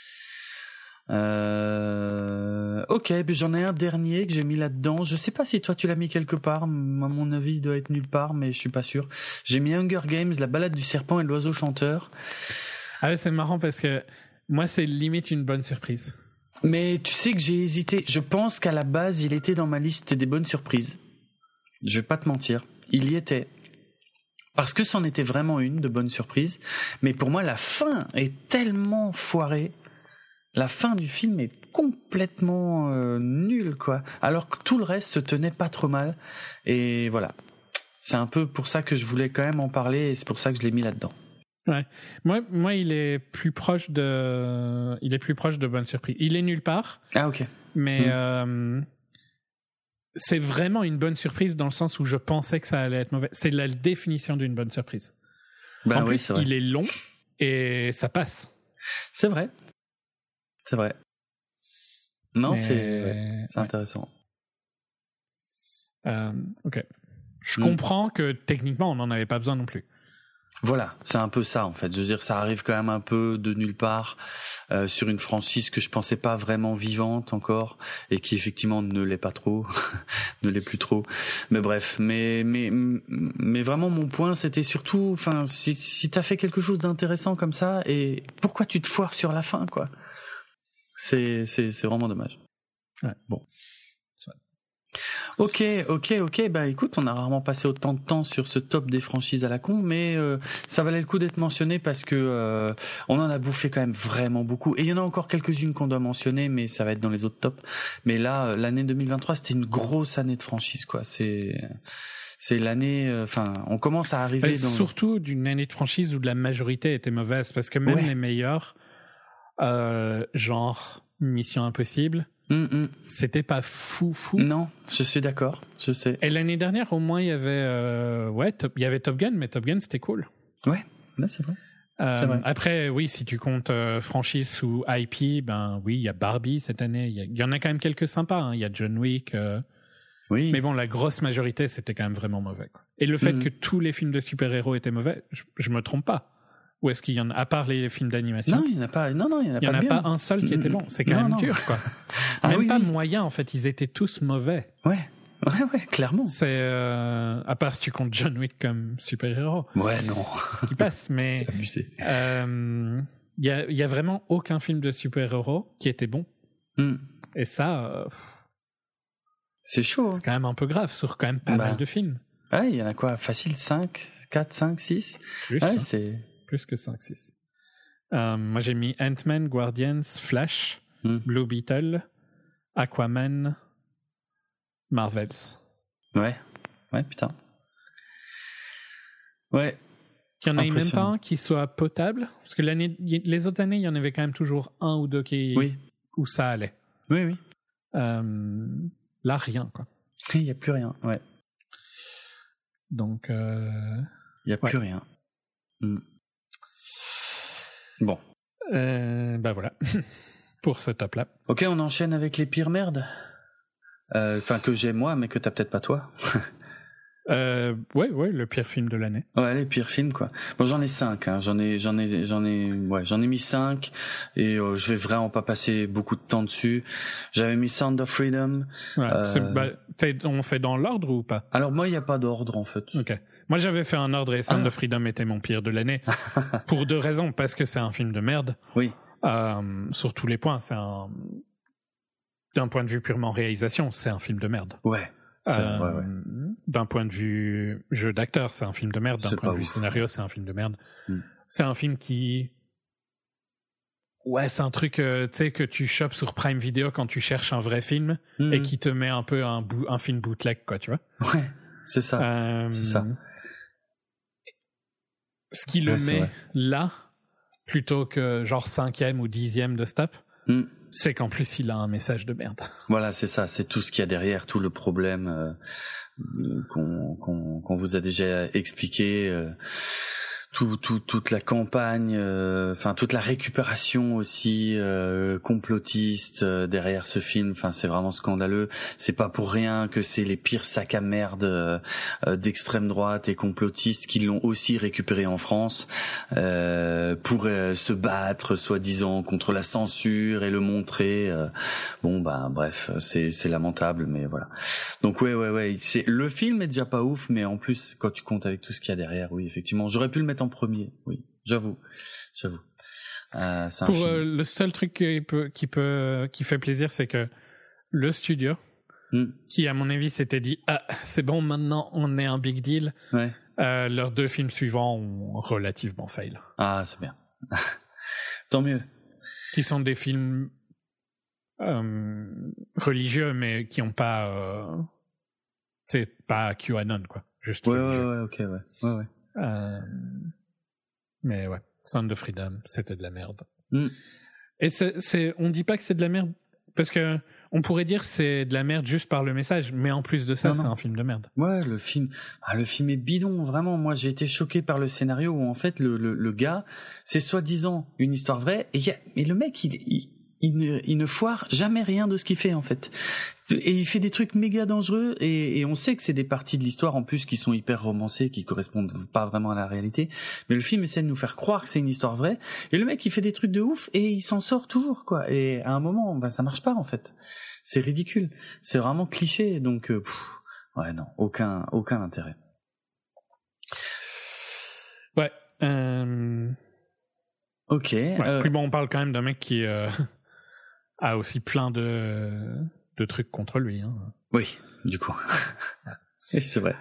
Ok, ben j'en ai un dernier que j'ai mis là-dedans. Je sais pas si toi tu l'as mis quelque part. À mon avis, il doit être nulle part, mais je suis pas sûr. J'ai mis Hunger Games, la balade du serpent et de l'oiseau chanteur. Ah ouais, c'est marrant parce que moi, c'est limite une bonne surprise. Mais tu sais que j'ai hésité. Je pense qu'à la base, il était dans ma liste des bonnes surprises. Je vais pas te mentir. Il y était. Parce que c'en était vraiment une de bonnes surprises. Mais pour moi, la fin est tellement foirée. La fin du film est complètement nulle, quoi. Alors que tout le reste se tenait pas trop mal. Et voilà. C'est un peu pour ça que je voulais quand même en parler. Et c'est pour ça que je l'ai mis là-dedans. Ouais. Moi, il est plus proche de bonne surprise. Il est nulle part. Ah, ok. Mais c'est vraiment une bonne surprise dans le sens où je pensais que ça allait être mauvais. C'est la définition d'une bonne surprise. Ben en oui, plus, il est long et ça passe. C'est vrai. Non, mais... c'est intéressant. Ok. Je comprends que techniquement, on n'en avait pas besoin non plus. Voilà, c'est un peu ça en fait. Je veux dire, ça arrive quand même un peu de nulle part sur une franchise que je pensais pas vraiment vivante encore et qui effectivement ne l'est pas trop, ne l'est plus trop. Mais bref, mais vraiment mon point c'était surtout, enfin, si t'as fait quelque chose d'intéressant comme ça, et pourquoi tu te foires sur la fin, quoi. C'est vraiment dommage. Ouais, bon. Ok. Bah écoute, on a rarement passé autant de temps sur ce top des franchises à la con, mais ça valait le coup d'être mentionné parce que on en a bouffé quand même vraiment beaucoup. Et il y en a encore quelques-unes qu'on doit mentionner, mais ça va être dans les autres tops. Mais là, l'année 2023, c'était une grosse année de franchise, quoi. C'est l'année. Enfin, on commence à arriver dans. Surtout d'une année de franchise où la majorité était mauvaise, parce que même les meilleurs, genre Mission Impossible. C'était pas fou. Non, je suis d'accord, je sais. Et l'année dernière, au moins, il y avait, il y avait Top Gun, mais Top Gun, c'était cool. Ouais, là, c'est vrai. Après, oui, si tu comptes franchise ou IP, ben oui, il y a Barbie cette année. Il y en a quand même quelques sympas. Hein. Il y a John Wick. Oui. Mais bon, la grosse majorité, c'était quand même vraiment mauvais, quoi. Et le fait que tous les films de super-héros étaient mauvais, je me trompe pas. Ou est-ce qu'il y en a, à part les films d'animation? Non, il n'y en a pas. Non, il y en a pas un seul qui était bon. C'est quand même dur, quoi. Même pas moyen, en fait. Ils étaient tous mauvais. Ouais, clairement. C'est à part si tu comptes John Wick comme super-héros. Ouais, non. Ce qui passe, mais c'est abusé. Il y a vraiment aucun film de super-héros qui était bon. Et ça, c'est chaud. C'est quand même un peu grave sur quand même pas mal de films. Ouais, il y en a quoi? Facile 4, 5, 6? Plus, ouais, c'est plus que 5, 6. Moi, j'ai mis Ant-Man, Guardians, Flash, Blue Beetle, Aquaman, Marvels. Ouais, putain. Ouais. Il n'y en a même pas un qui soit potable. Parce que les autres années, il y en avait quand même toujours un ou deux où ça allait. Oui. Là, rien, quoi. Il n'y a plus rien, ouais. Donc... Il n'y a plus rien. Bon. Bah voilà. Pour ce top-là. Ok, on enchaîne avec les pires merdes. Enfin, que j'ai moi, mais que t'as peut-être pas toi. Ouais, le pire film de l'année. Ouais, les pires films, quoi. Bon, j'en ai 5, hein. J'en ai mis 5, et je vais vraiment pas passer beaucoup de temps dessus. J'avais mis Sound of Freedom. Ouais, on fait dans l'ordre ou pas? Alors, moi, il n'y a pas d'ordre, en fait. Ok. Moi, j'avais fait un ordre et Sound of Freedom était mon pire de l'année. Pour 2 raisons. Parce que c'est un film de merde. Oui. Sur tous les points, d'un point de vue purement réalisation, c'est un film de merde. Ouais. D'un point de vue jeu d'acteur, c'est un film de merde. D'un point de vue scénario, c'est un film de merde. C'est un film qui... Ouais, c'est un truc tu sais, que tu chopes sur Prime Video quand tu cherches un vrai film et qui te met un peu un film bootleg, quoi, tu vois. Ouais. c'est ça. C'est ça. Ce qui le met là, plutôt que genre 5e ou 10e de Stop, c'est qu'en plus il a un message de merde. Voilà, c'est ça, c'est tout ce qu'il y a derrière, tout le problème qu'on vous a déjà expliqué, toute la campagne, enfin toute la récupération aussi complotiste derrière ce film. Enfin, c'est vraiment scandaleux. C'est pas pour rien que c'est les pires sacs à merde d'extrême droite et complotistes qui l'ont aussi récupéré en France pour se battre, soi-disant, contre la censure et le montrer. Bon, bah bref, c'est lamentable, mais voilà. Donc ouais, c'est le film est déjà pas ouf, mais en plus quand tu comptes avec tout ce qu'il y a derrière, oui, effectivement, j'aurais pu le mettre en premier, oui, j'avoue. Pour le seul truc qui fait plaisir, c'est que le studio, qui à mon avis s'était dit c'est bon, maintenant on est un big deal. Ouais. Leurs 2 films suivants ont relativement fail. Ah, c'est bien. Tant mieux. Qui sont des films religieux, mais qui n'ont pas, c'est pas QAnon quoi. Juste. Ouais, ok, ouais. Mais ouais, Sound of Freedom, c'était de la merde. Et on dit pas que c'est de la merde parce que on pourrait dire c'est de la merde juste par le message, mais en plus de ça, c'est un film de merde. Ouais, le film est bidon, vraiment. Moi, j'ai été choqué par le scénario où en fait le gars, c'est soi-disant une histoire vraie et le mec il ne foire jamais rien de ce qu'il fait en fait. Et il fait des trucs méga dangereux et on sait que c'est des parties de l'histoire en plus qui sont hyper romancées, qui correspondent pas vraiment à la réalité. Mais le film essaie de nous faire croire que c'est une histoire vraie. Et le mec il fait des trucs de ouf et il s'en sort toujours quoi. Et à un moment, ça marche pas en fait. C'est ridicule. C'est vraiment cliché. Donc ouais non, aucun intérêt. Ouais. Ok. Ouais, puis bon, on parle quand même d'un mec qui a aussi plein de trucs contre lui. Hein. Oui, du coup. Oui, c'est vrai.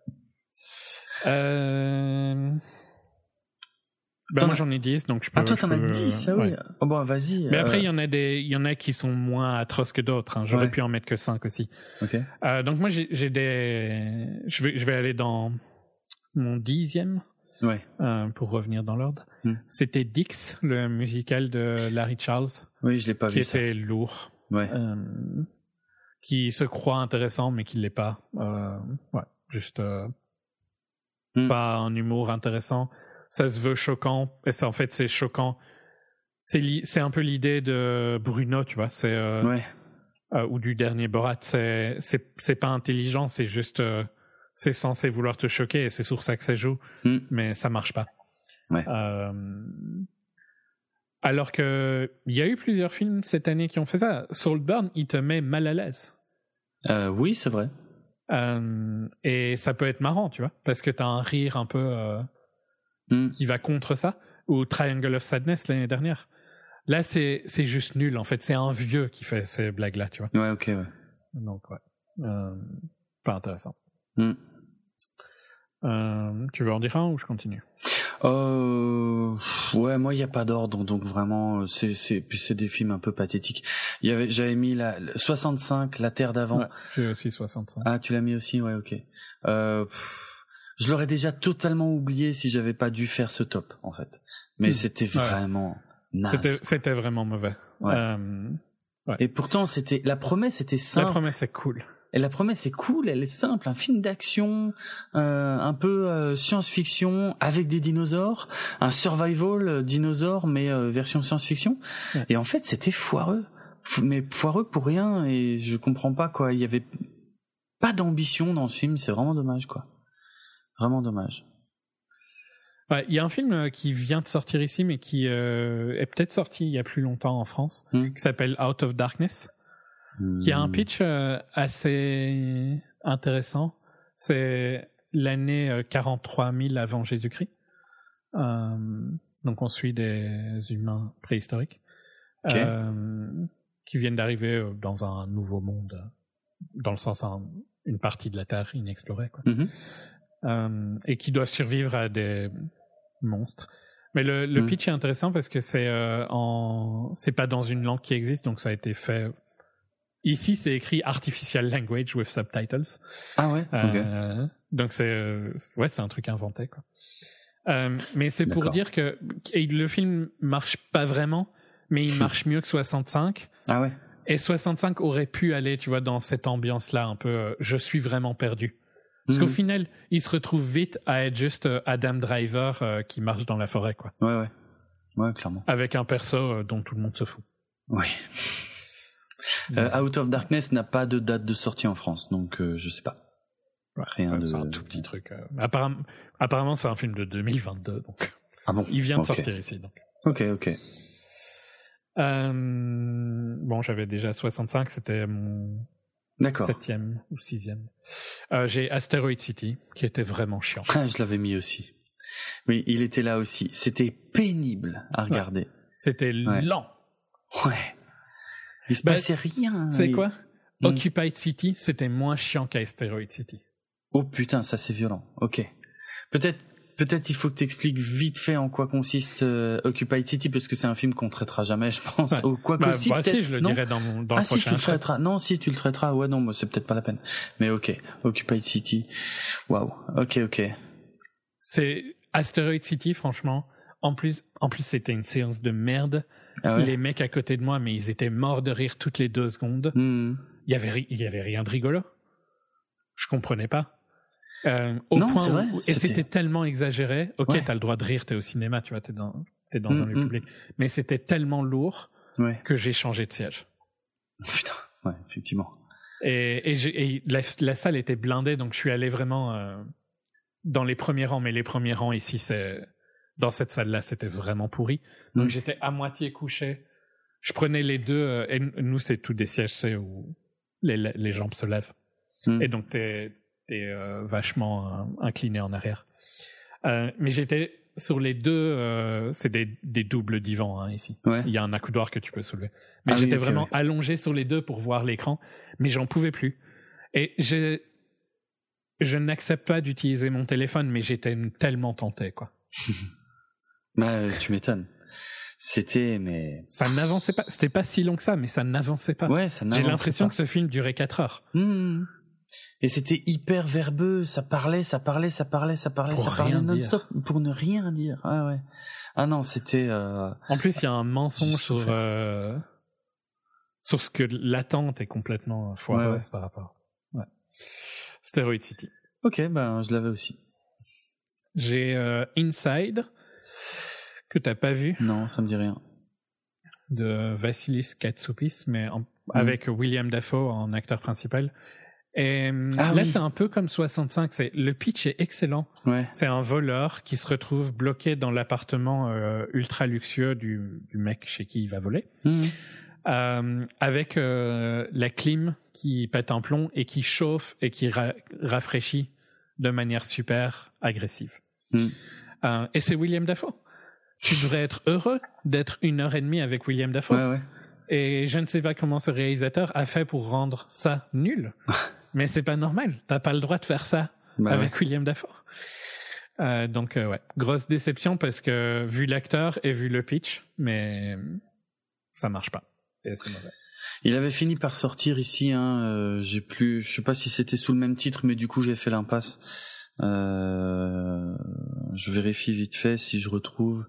Moi j'en ai 10, donc je peux... Ah, toi t'en as 10, ah oui. Ouais. Oh, bon, vas-y. Mais après, il y en a qui sont moins atroces que d'autres. Hein. J'aurais pu en mettre que 5 aussi. Ok. Donc moi, j'ai des... Je vais aller dans mon 10e. Ouais. Pour revenir dans l'ordre. C'était Dix, le musical de Larry Charles. Oui, je l'ai pas vu. Qui était lourd. Ouais. Qui se croit intéressant, mais qui l'est pas. Ouais, juste pas un humour intéressant. Ça se veut choquant. Et ça, en fait, c'est choquant. C'est un peu l'idée de Bruno, tu vois. C'est ou du dernier Borat. C'est pas intelligent, c'est juste. C'est censé vouloir te choquer et c'est sur ça que ça joue, mais ça marche pas. Ouais. Alors que il y a eu plusieurs films cette année qui ont fait ça. Saltburn, il te met mal à l'aise. Oui, c'est vrai. Et ça peut être marrant, tu vois, parce que t'as un rire un peu qui va contre ça. Ou Triangle of Sadness l'année dernière. Là, c'est juste nul en fait. C'est un vieux qui fait ces blagues-là, tu vois. Ouais, ok, ouais. Donc ouais, pas intéressant. Tu veux en dire un ou je continue? Ouais, moi il y a pas d'ordre, donc vraiment c'est des films un peu pathétiques. J'avais mis la 65, La Terre d'avant. Ouais, j'ai aussi 65. Ah, tu l'as mis aussi, ouais, ok. Je l'aurais déjà totalement oublié si j'avais pas dû faire ce top en fait. Mais c'était vraiment naze. C'était vraiment mauvais. Ouais. Et pourtant la promesse était simple. La promesse est cool. Et la promesse est cool, elle est simple, un film d'action, un peu science-fiction avec des dinosaures, un survival dinosaure mais version science-fiction. Ouais. Et en fait, c'était foireux, mais foireux pour rien. Et je comprends pas quoi. Il y avait pas d'ambition dans ce film. C'est vraiment dommage quoi. Vraiment dommage. Ouais, il y a un film qui vient de sortir ici, mais qui est peut-être sorti il y a plus longtemps en France, qui s'appelle Out of Darkness. Qui a un pitch assez intéressant. C'est l'année 43 000 avant Jésus-Christ. Donc on suit des humains préhistoriques qui viennent d'arriver dans un nouveau monde, dans le sens une partie de la Terre inexplorée, quoi. Et qui doivent survivre à des monstres. Mais le pitch est intéressant parce que c'est pas dans une langue qui existe, donc ça a été fait Ici, c'est écrit Artificial Language with Subtitles. Ah ouais. Okay. Donc c'est un truc inventé, quoi. Mais c'est pour dire que le film marche pas vraiment, mais il marche mieux que 65. Ah ouais. Et 65 aurait pu aller, tu vois, dans cette ambiance-là, un peu. Je suis vraiment perdu. Parce qu'au final, il se retrouve vite à être juste Adam Driver qui marche dans la forêt, quoi. Ouais, clairement. Avec un perso dont tout le monde se fout. Oui. Out of Darkness n'a pas de date de sortie en France, donc je sais pas. Rien de. C'est un tout petit truc. Apparemment, c'est un film de 2022, donc. Ah bon. Il vient de sortir ici, donc. Ok. Bon, j'avais déjà 65, c'était mon 7e ou 6e. J'ai Asteroid City, qui était vraiment chiant. Ah, je l'avais mis aussi. Oui, il était là aussi. C'était pénible à regarder. Ouais. C'était lent. Ouais. Il se passait rien. Tu sais quoi? Occupied City, c'était moins chiant qu'Asteroid City. Oh putain, ça c'est violent. Ok. Peut-être il faut que tu expliques vite fait en quoi consiste Occupied City, parce que c'est un film qu'on traitera jamais, je pense. Ouais. Ou quoi que si, peut-être. Si, je le dirai dans le prochain. Si tu le traiteras. Non, si tu le traiteras. Ouais, non, c'est peut-être pas la peine. Mais ok. Occupied City. Waouh. Ok. C'est Asteroid City, franchement. En plus, c'était une séance de merde. Ah ouais. Les mecs à côté de moi, mais ils étaient morts de rire toutes les 2 secondes. Il y avait rien de rigolo. Je comprenais pas. Non, point c'est vrai. Et c'était tellement exagéré. Ok, t'as le droit de rire, t'es au cinéma, tu vois, t'es dans un lieu public. Mais c'était tellement lourd que j'ai changé de siège. Putain, ouais, effectivement. Et la salle était blindée, donc je suis allé vraiment dans les premiers rangs. Mais les premiers rangs ici, dans cette salle-là, c'était vraiment pourri. Donc j'étais à moitié couché. Je prenais les deux. Et nous, c'est tous des sièges, c'est où les jambes se lèvent. Et donc t'es vachement incliné en arrière. Mais j'étais sur les deux, c'est des doubles divans hein, ici. Ouais. Il y a un accoudoir que tu peux soulever. Mais j'étais vraiment allongé sur les deux pour voir l'écran, mais j'en pouvais plus. Et je n'accepte pas d'utiliser mon téléphone, mais j'étais tellement tenté, quoi. Tu m'étonnes. Mais ça n'avançait pas. C'était pas si long que ça, mais ça n'avançait pas. Ouais, ça n'avançait J'ai l'impression pas. que ce film durait 4 heures. Et c'était hyper verbeux, ça parlait non-stop pour ne rien dire. Ah ouais. Ah non, c'était. En plus, il y a un mensonge sur ce que l'attente est complètement foireuse par rapport. Ouais. Asteroid City. Ok, je l'avais aussi. J'ai Inside que t'as pas vu. Non, ça me dit rien. De Vassilis Katsoupis, mais avec William Dafoe en acteur principal. Et c'est un peu comme 65. Le pitch est excellent. Ouais. C'est un voleur qui se retrouve bloqué dans l'appartement ultra luxueux du mec chez qui il va voler, avec la clim qui pète un plomb et qui chauffe et qui rafraîchit de manière super agressive. Et c'est William Dafoe. Tu devrais être heureux d'être 1h30 avec William Dafoe. Ouais. Et je ne sais pas comment ce réalisateur a fait pour rendre ça nul. Mais c'est pas normal. T'as pas le droit de faire ça avec William Dafoe. Donc, grosse déception parce que vu l'acteur et vu le pitch, mais ça marche pas. Et c'est mauvais. Il avait fini par sortir ici, je sais pas si c'était sous le même titre, mais du coup j'ai fait l'impasse. Je vérifie vite fait si je retrouve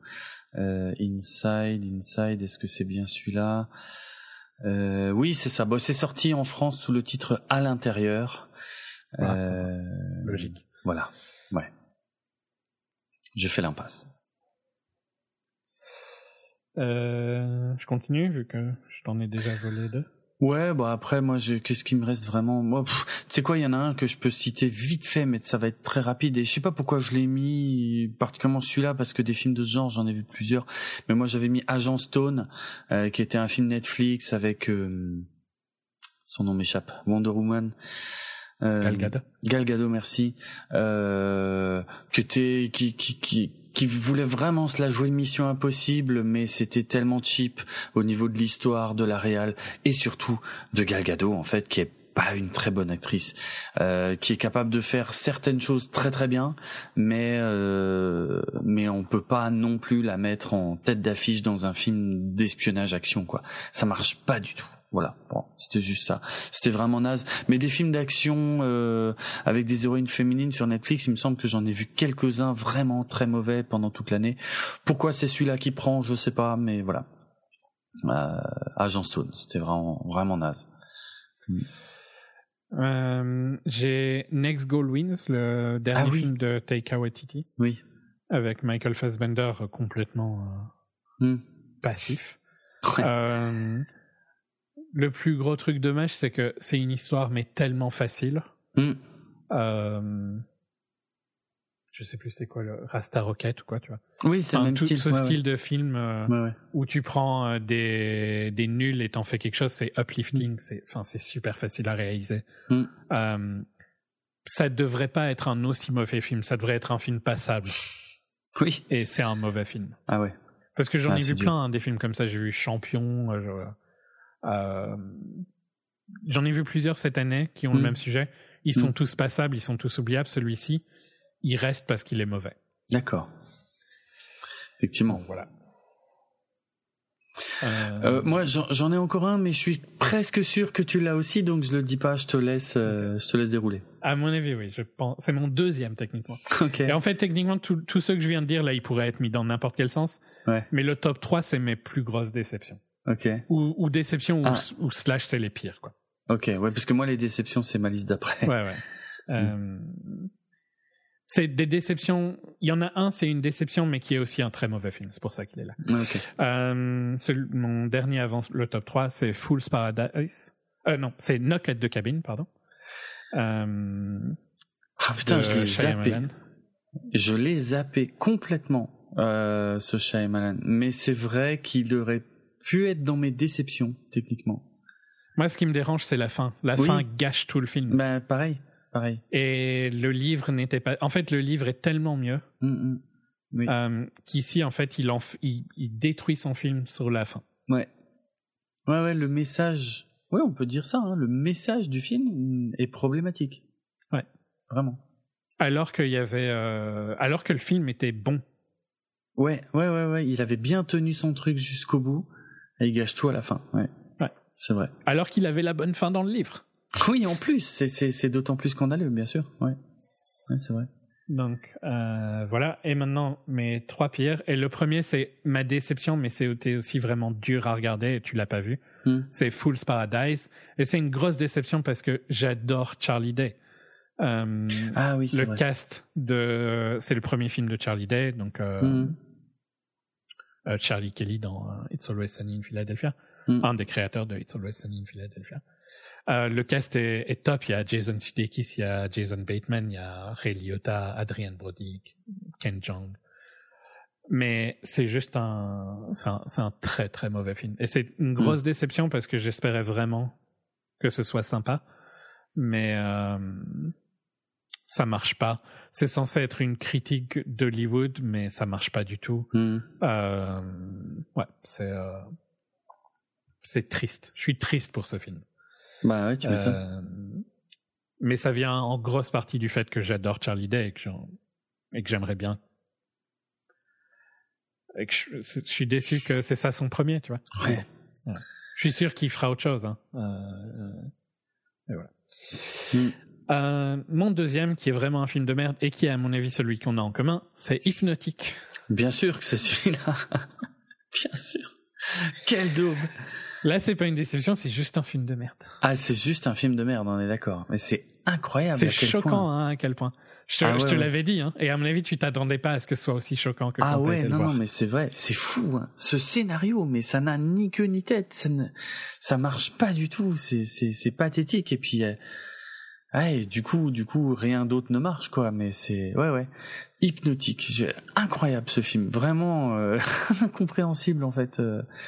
Inside, est-ce que c'est bien celui-là? Oui, c'est ça. C'est sorti en France sous le titre À l'intérieur. Logique. Voilà. Ouais. J'ai fait l'impasse. Je continue vu que je t'en ai déjà volé 2. Ouais, après moi qu'est-ce qui me reste vraiment? Moi, tu sais quoi, il y en a un que je peux citer vite fait, mais ça va être très rapide. Et je sais pas pourquoi je l'ai mis particulièrement celui-là, parce que des films de ce genre j'en ai vu plusieurs. Mais moi j'avais mis Agent Stone, qui était un film Netflix avec son nom m'échappe, Wonder Woman. Gal Gadot. Gal Gadot, merci. Qui voulait vraiment se la jouer Mission Impossible, mais c'était tellement cheap au niveau de l'histoire, de la réal, et surtout de Gal Gadot, en fait, qui est pas une très bonne actrice, qui est capable de faire certaines choses très très bien, mais on peut pas non plus la mettre en tête d'affiche dans un film d'espionnage action, quoi. Ça marche pas du tout. Voilà, bon, c'était juste ça. C'était vraiment naze. Mais des films d'action avec des héroïnes féminines sur Netflix, il me semble que j'en ai vu quelques-uns vraiment très mauvais pendant toute l'année. Pourquoi c'est celui-là qui prend, je sais pas, mais voilà. Agent Stone, c'était vraiment naze. J'ai Next Goal Wins, le dernier film de Taika Waititi. Oui. Avec Michael Fassbender complètement passif. Ouais. Le plus gros truc dommage, c'est que c'est une histoire mais tellement facile. Je sais plus c'est quoi, le Rasta Rocket ou quoi, tu vois. Oui, c'est le même style. Ce style de film où tu prends des nuls et t'en fais quelque chose, c'est uplifting, c'est super facile à réaliser. Ça devrait pas être un aussi mauvais film, ça devrait être un film passable. Oui. Et c'est un mauvais film. Ah ouais. Parce que j'en ai vu plein, des films comme ça. J'ai vu Champion. J'en ai vu plusieurs cette année qui ont le même sujet. Ils sont tous passables, ils sont tous oubliables. Celui-ci, il reste parce qu'il est mauvais. D'accord. Effectivement. Bon, voilà. Moi, j'en ai encore un, mais je suis presque sûr que tu l'as aussi, donc je le dis pas. Je te laisse dérouler. À mon avis, oui. Je pense. C'est mon deuxième techniquement. Ok. Et en fait, techniquement, tous ceux que je viens de dire là, ils pourraient être mis dans n'importe quel sens. Ouais. Mais le top 3, c'est mes plus grosses déceptions. Ok. Ou déceptions ou slash, c'est les pires, quoi. Ok, ouais, parce que moi, les déceptions, c'est ma liste d'après. Ouais. C'est des déceptions. Il y en a un, c'est une déception, mais qui est aussi un très mauvais film. C'est pour ça qu'il est là. Ok. Mon dernier avant le top 3, c'est Fool's Paradise. Non, c'est Knock at the Cabin, pardon. Putain, je l'ai zappé. Je l'ai zappé complètement, ce Shyamalan. Mais c'est vrai qu'il aurait pu être dans mes déceptions, techniquement. Moi, ce qui me dérange, c'est la fin. La fin gâche tout le film. Bah, pareil. Et le livre n'était pas... En fait, le livre est tellement mieux oui. qu'ici, en fait, il détruit son film sur la fin. Ouais, le message... Ouais, on peut dire ça, hein. Le message du film est problématique. Ouais. Vraiment. Alors que le film était bon. Ouais. Il avait bien tenu son truc jusqu'au bout et il gâche tout à la fin. Ouais. C'est vrai. Alors qu'il avait la bonne fin dans le livre. Oui, en plus, c'est d'autant plus scandaleux, bien sûr. Ouais, c'est vrai. Donc, voilà. Et maintenant, mes 3 pires. Et le premier, c'est ma déception, mais c'était aussi vraiment dur à regarder et tu l'as pas vu. C'est Fool's Paradise. Et c'est une grosse déception parce que j'adore Charlie Day. Oui, c'est le vrai. Cast c'est le premier film de Charlie Day, donc Charlie Kelly dans It's Always Sunny in Philadelphia, un des créateurs de It's Always Sunny in Philadelphia. Le cast est top. Il y a Jason Sudeikis, il y a Jason Bateman, il y a Ray Liotta, Adrian Brody, Ken Jeong. Mais c'est juste c'est un très très mauvais film. Et c'est une grosse déception parce que j'espérais vraiment que ce soit sympa. Mais ça marche pas. C'est censé être une critique d'Hollywood, mais ça marche pas du tout. C'est triste. Je suis triste pour ce film. Bah ouais, tu m'étonnes. Mais ça vient en grosse partie du fait que j'adore Charlie Day et que j'aimerais bien. Et que je suis déçu que c'est ça son premier, tu vois. Ouais. Je suis sûr qu'il fera autre chose. Et voilà. Mon deuxième, qui est vraiment un film de merde et qui est à mon avis celui qu'on a en commun, c'est Hypnotique. Bien sûr que c'est celui-là. Bien sûr. Quel daube. Là, c'est pas une déception, c'est juste un film de merde. Ah, c'est juste un film de merde, on est d'accord. Mais c'est incroyable. C'est choquant, à quel point. Je te l'avais dit, hein. Et à mon avis, tu t'attendais pas à ce que ce soit aussi choquant que quand t'as été le voir. Non, mais c'est vrai, c'est fou, hein. Ce scénario, mais ça n'a ni queue ni tête. Ça marche pas du tout. C'est pathétique. Et puis, du coup, rien d'autre ne marche, quoi. Mais c'est, Hypnotique. Incroyable, ce film. Vraiment, incompréhensible, en fait.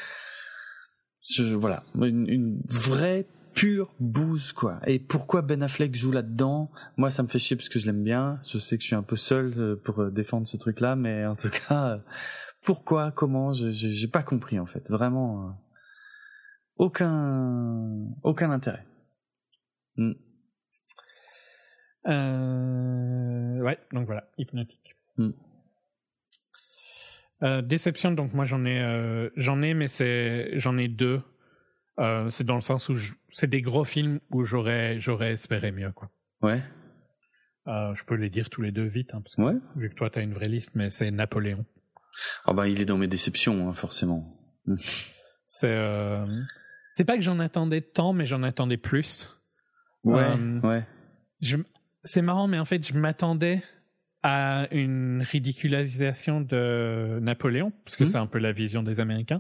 Voilà. Une vraie, pure bouse, quoi. Et pourquoi Ben Affleck joue là-dedans? Moi, ça me fait chier parce que je l'aime bien. Je sais que je suis un peu seul pour défendre ce truc-là, mais en tout cas, pourquoi, comment, j'ai pas compris, en fait. Vraiment, aucun intérêt. Donc voilà, Hypnotique. Déception, donc moi j'en ai mais j'en ai 2. C'est dans le sens où c'est des gros films où j'aurais espéré mieux, quoi. Ouais. Je peux les dire tous les deux vite, hein, parce que vu que toi t'as une vraie liste, mais c'est Napoléon. Ah bah il est dans mes déceptions, hein, forcément. C'est pas que j'en attendais tant, mais j'en attendais plus. Ouais. C'est marrant, mais en fait, je m'attendais à une ridiculisation de Napoléon, parce que c'est un peu la vision des Américains.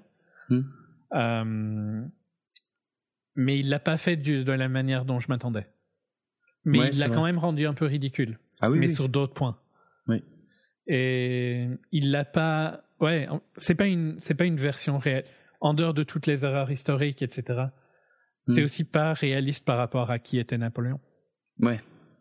Mais il l'a pas fait de la manière dont je m'attendais. Mais il l'a quand même rendu un peu ridicule. Ah oui, mais sur d'autres points. Oui. Et il l'a pas. Ouais, c'est pas une version réelle. En dehors de toutes les erreurs historiques, etc. C'est aussi pas réaliste par rapport à qui était Napoléon. Ouais.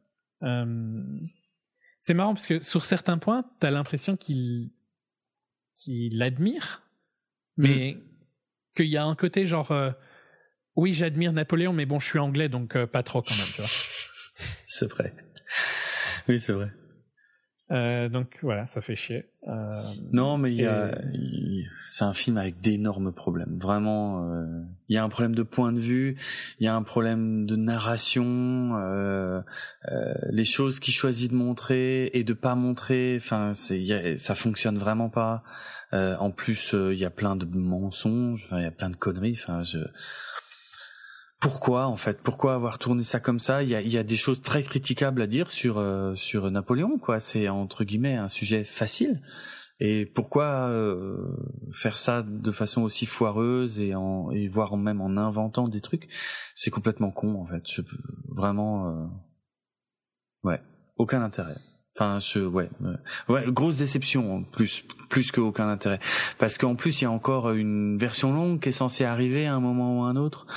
C'est marrant parce que sur certains points, t'as l'impression qu'il l'admire, mais qu'il y a un côté genre oui, j'admire Napoléon, mais bon, je suis anglais, donc pas trop quand même, tu vois. C'est vrai. Oui, c'est vrai. Donc voilà, ça fait chier. Non, mais c'est un film avec d'énormes problèmes. Vraiment, il y a un problème de point de vue, il y a un problème de narration, les choses qu'il choisit de montrer et de pas montrer. Enfin, ça fonctionne vraiment pas. En plus, il y a plein de mensonges, il y a plein de conneries. Enfin, Pourquoi avoir tourné ça comme ça? Il y a des choses très critiquables à dire sur Napoléon, quoi. C'est entre guillemets un sujet facile. Et pourquoi faire ça de façon aussi foireuse et voire même en inventant des trucs? C'est complètement con, en fait. Vraiment, aucun intérêt. Enfin, grosse déception, plus qu'aucun intérêt. Parce qu'en plus, il y a encore une version longue qui est censée arriver à un moment ou à un autre.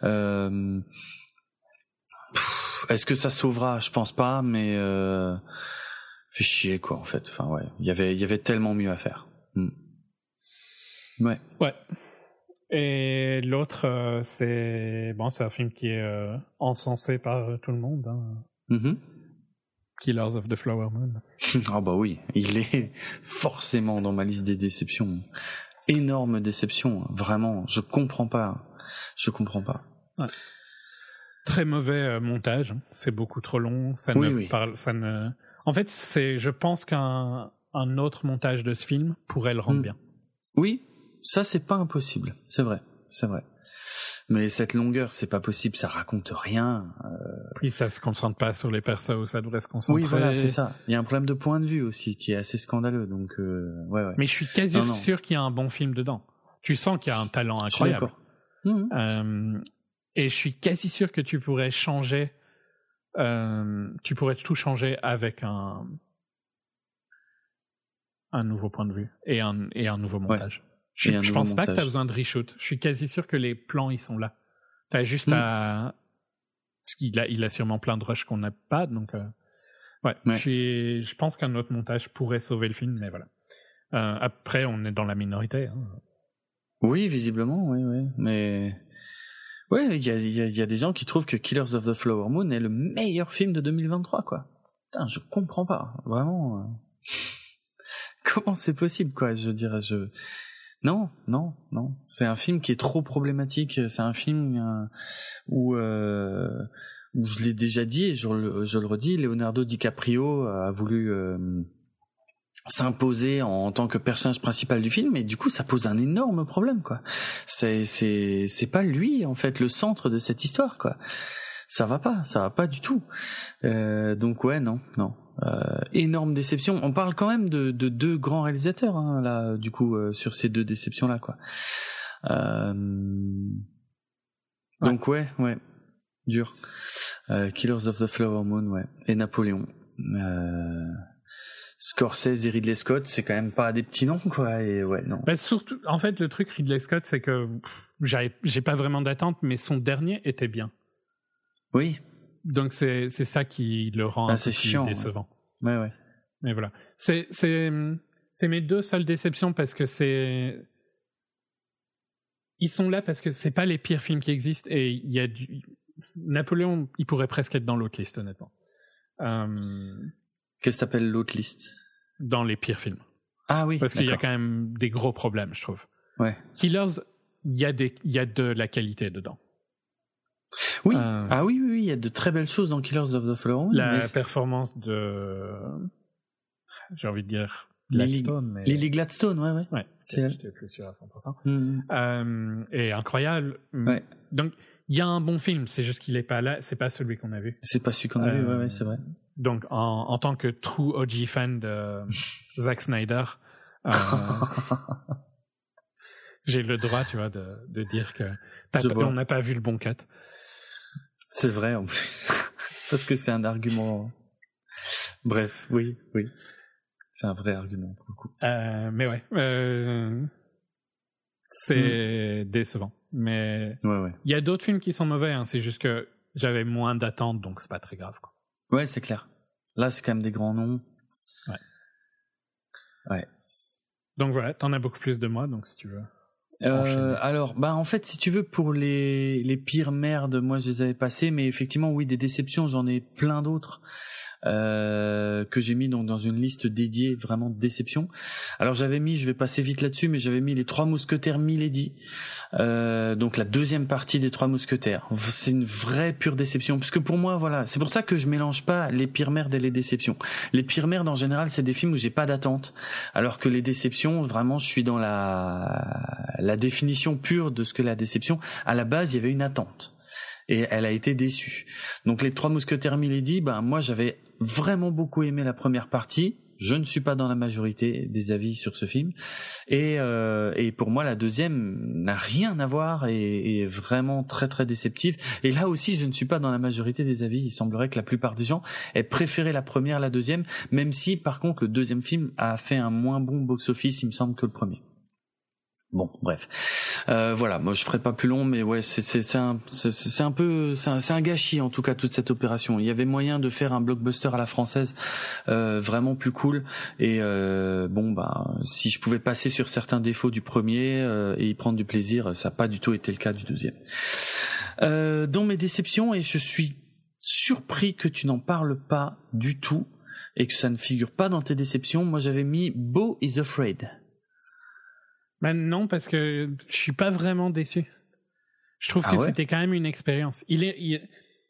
Est-ce que ça sauvera? Je pense pas, mais fait chier, quoi, en fait. Enfin, il y avait tellement mieux à faire. Ouais. Et l'autre, c'est un film qui est encensé par tout le monde. Hein. Killers of the Flower Moon. Ah bah oui, il est forcément dans ma liste des déceptions. Énorme déception, vraiment. Je comprends pas. Ouais. Très mauvais montage. C'est beaucoup trop long. En fait, je pense qu'un autre montage de ce film pourrait le rendre bien. Oui, ça c'est pas impossible. C'est vrai. Mais cette longueur, c'est pas possible, ça raconte rien. Puis ça se concentre pas sur les persos où ça devrait se concentrer. Oui, voilà, c'est ça. Il y a un problème de point de vue aussi qui est assez scandaleux, donc ouais. Mais je suis quasi sûr qu'il y a un bon film dedans. Tu sens qu'il y a un talent incroyable. Et je suis quasi sûr que tu pourrais changer. Tu pourrais tout changer avec un nouveau point de vue et un nouveau montage. Je pense pas que tu as besoin de reshoot. Je suis quasi sûr que les plans, ils sont là. Tu as juste à... Parce qu'il a sûrement plein de rushs qu'on n'a pas. Donc, je pense qu'un autre montage pourrait sauver le film, mais voilà. Après, on est dans la minorité. Hein. Oui, visiblement, oui. Mais... Ouais, il y a des gens qui trouvent que Killers of the Flower Moon est le meilleur film de 2023, quoi. Putain, je comprends pas. Vraiment... Comment c'est possible, quoi? Je dirais... Non. C'est un film qui est trop problématique. C'est un film où je l'ai déjà dit et je le redis, Leonardo DiCaprio a voulu s'imposer en tant que personnage principal du film, et du coup ça pose un énorme problème, quoi. C'est pas lui en fait le centre de cette histoire, quoi. Ça va pas du tout. Donc ouais, non. Énorme déception. On parle quand même de deux grands réalisateurs, hein, là, du coup, sur ces deux déceptions-là, quoi. Donc ouais, dur. Killers of the Flower Moon, ouais, et Napoléon. Scorsese et Ridley Scott, c'est quand même pas des petits noms, quoi. Et ouais, non. Bah, surtout, en fait, le truc Ridley Scott, c'est que j'ai pas vraiment d'attente, mais son dernier était bien. Oui. Donc c'est ça qui le rend un peu plus décevant. Ouais. Mais voilà. C'est mes deux seules déceptions parce que ils sont là parce que c'est pas les pires films qui existent, et il y a Napoléon, il pourrait presque être dans l'autre liste, honnêtement. Qu'est-ce que t'appelles l'autre liste? Dans les pires films. Ah oui. Parce qu'il y a quand même des gros problèmes, je trouve. Ouais. Killers, il y a de la qualité dedans. Oui, oui, il y a de très belles choses dans Killers of the Flower Moon. La performance de, j'ai envie de dire Gladstone, mais Lily Gladstone, ouais. C'est elle. J'étais plus sûr à 100%. Et incroyable. Ouais. Donc il y a un bon film, c'est juste qu'il est pas là, c'est pas celui qu'on a vu. C'est pas celui qu'on a vu, ouais, c'est vrai. Donc en tant que true OG fan de Zack Snyder, j'ai le droit, tu vois, de dire que on n'a pas vu le bon cut. C'est vrai en plus, parce que c'est un argument. Bref, oui, c'est un vrai argument pour le coup. Mais ouais, c'est décevant. Mais il y a d'autres films qui sont mauvais. Hein. C'est juste que j'avais moins d'attentes, donc c'est pas très grave. Quoi. Ouais, c'est clair. Là, c'est quand même des grands noms. Ouais. Donc voilà, t'en as beaucoup plus de moi, donc si tu veux. Alors, en fait, si tu veux, pour les pires merdes, moi, je les avais passées, mais effectivement, oui, des déceptions, j'en ai plein d'autres. Que j'ai mis donc dans une liste dédiée vraiment de déceptions. Alors j'avais mis, je vais passer vite là-dessus, mais j'avais mis les 3 mousquetaires Milady, donc la deuxième partie des 3 mousquetaires. C'est une vraie pure déception, parce que pour moi, voilà, c'est pour ça que je mélange pas les pires merdes et les déceptions. Les pires merdes en général, c'est des films où j'ai pas d'attente, alors que les déceptions, vraiment, je suis dans la définition pure de ce que la déception. À la base, il y avait une attente. Et elle a été déçue. Donc les 3 mousquetaires Milady, moi j'avais vraiment beaucoup aimé la première partie. Je ne suis pas dans la majorité des avis sur ce film. Et pour moi la deuxième n'a rien à voir et est vraiment très très déceptive. Et là aussi je ne suis pas dans la majorité des avis. Il semblerait que la plupart des gens aient préféré la première à la deuxième, même si par contre le deuxième film a fait un moins bon box-office, il me semble, que le premier. Bon, bref, voilà. Moi, je ferai pas plus long, mais ouais, c'est un gâchis en tout cas toute cette opération. Il y avait moyen de faire un blockbuster à la française, vraiment plus cool. Et si je pouvais passer sur certains défauts du premier et y prendre du plaisir, ça n'a pas du tout été le cas du deuxième. Dans mes déceptions, et je suis surpris que tu n'en parles pas du tout et que ça ne figure pas dans tes déceptions. Moi, j'avais mis Beau is Afraid. Non, parce que je suis pas vraiment déçu. Je trouve que c'était quand même une expérience. Il est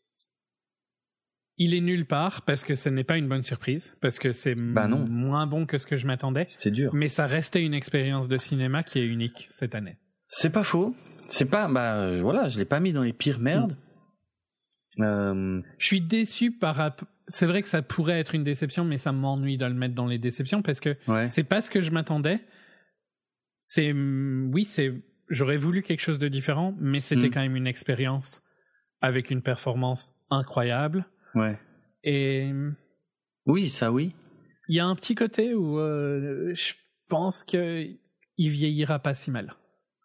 nulle part parce que ce n'est pas une bonne surprise, parce que c'est moins bon que ce que je m'attendais. C'était dur. Mais ça restait une expérience de cinéma qui est unique cette année. C'est pas faux. C'est pas, je l'ai pas mis dans les pires merdes. Je suis déçu c'est vrai que ça pourrait être une déception, mais ça m'ennuie de le mettre dans les déceptions parce que c'est pas ce que je m'attendais. J'aurais voulu quelque chose de différent, mais c'était quand même une expérience avec une performance incroyable. Ouais. Et oui, ça oui. Il y a un petit côté où je pense qu'il vieillira pas si mal.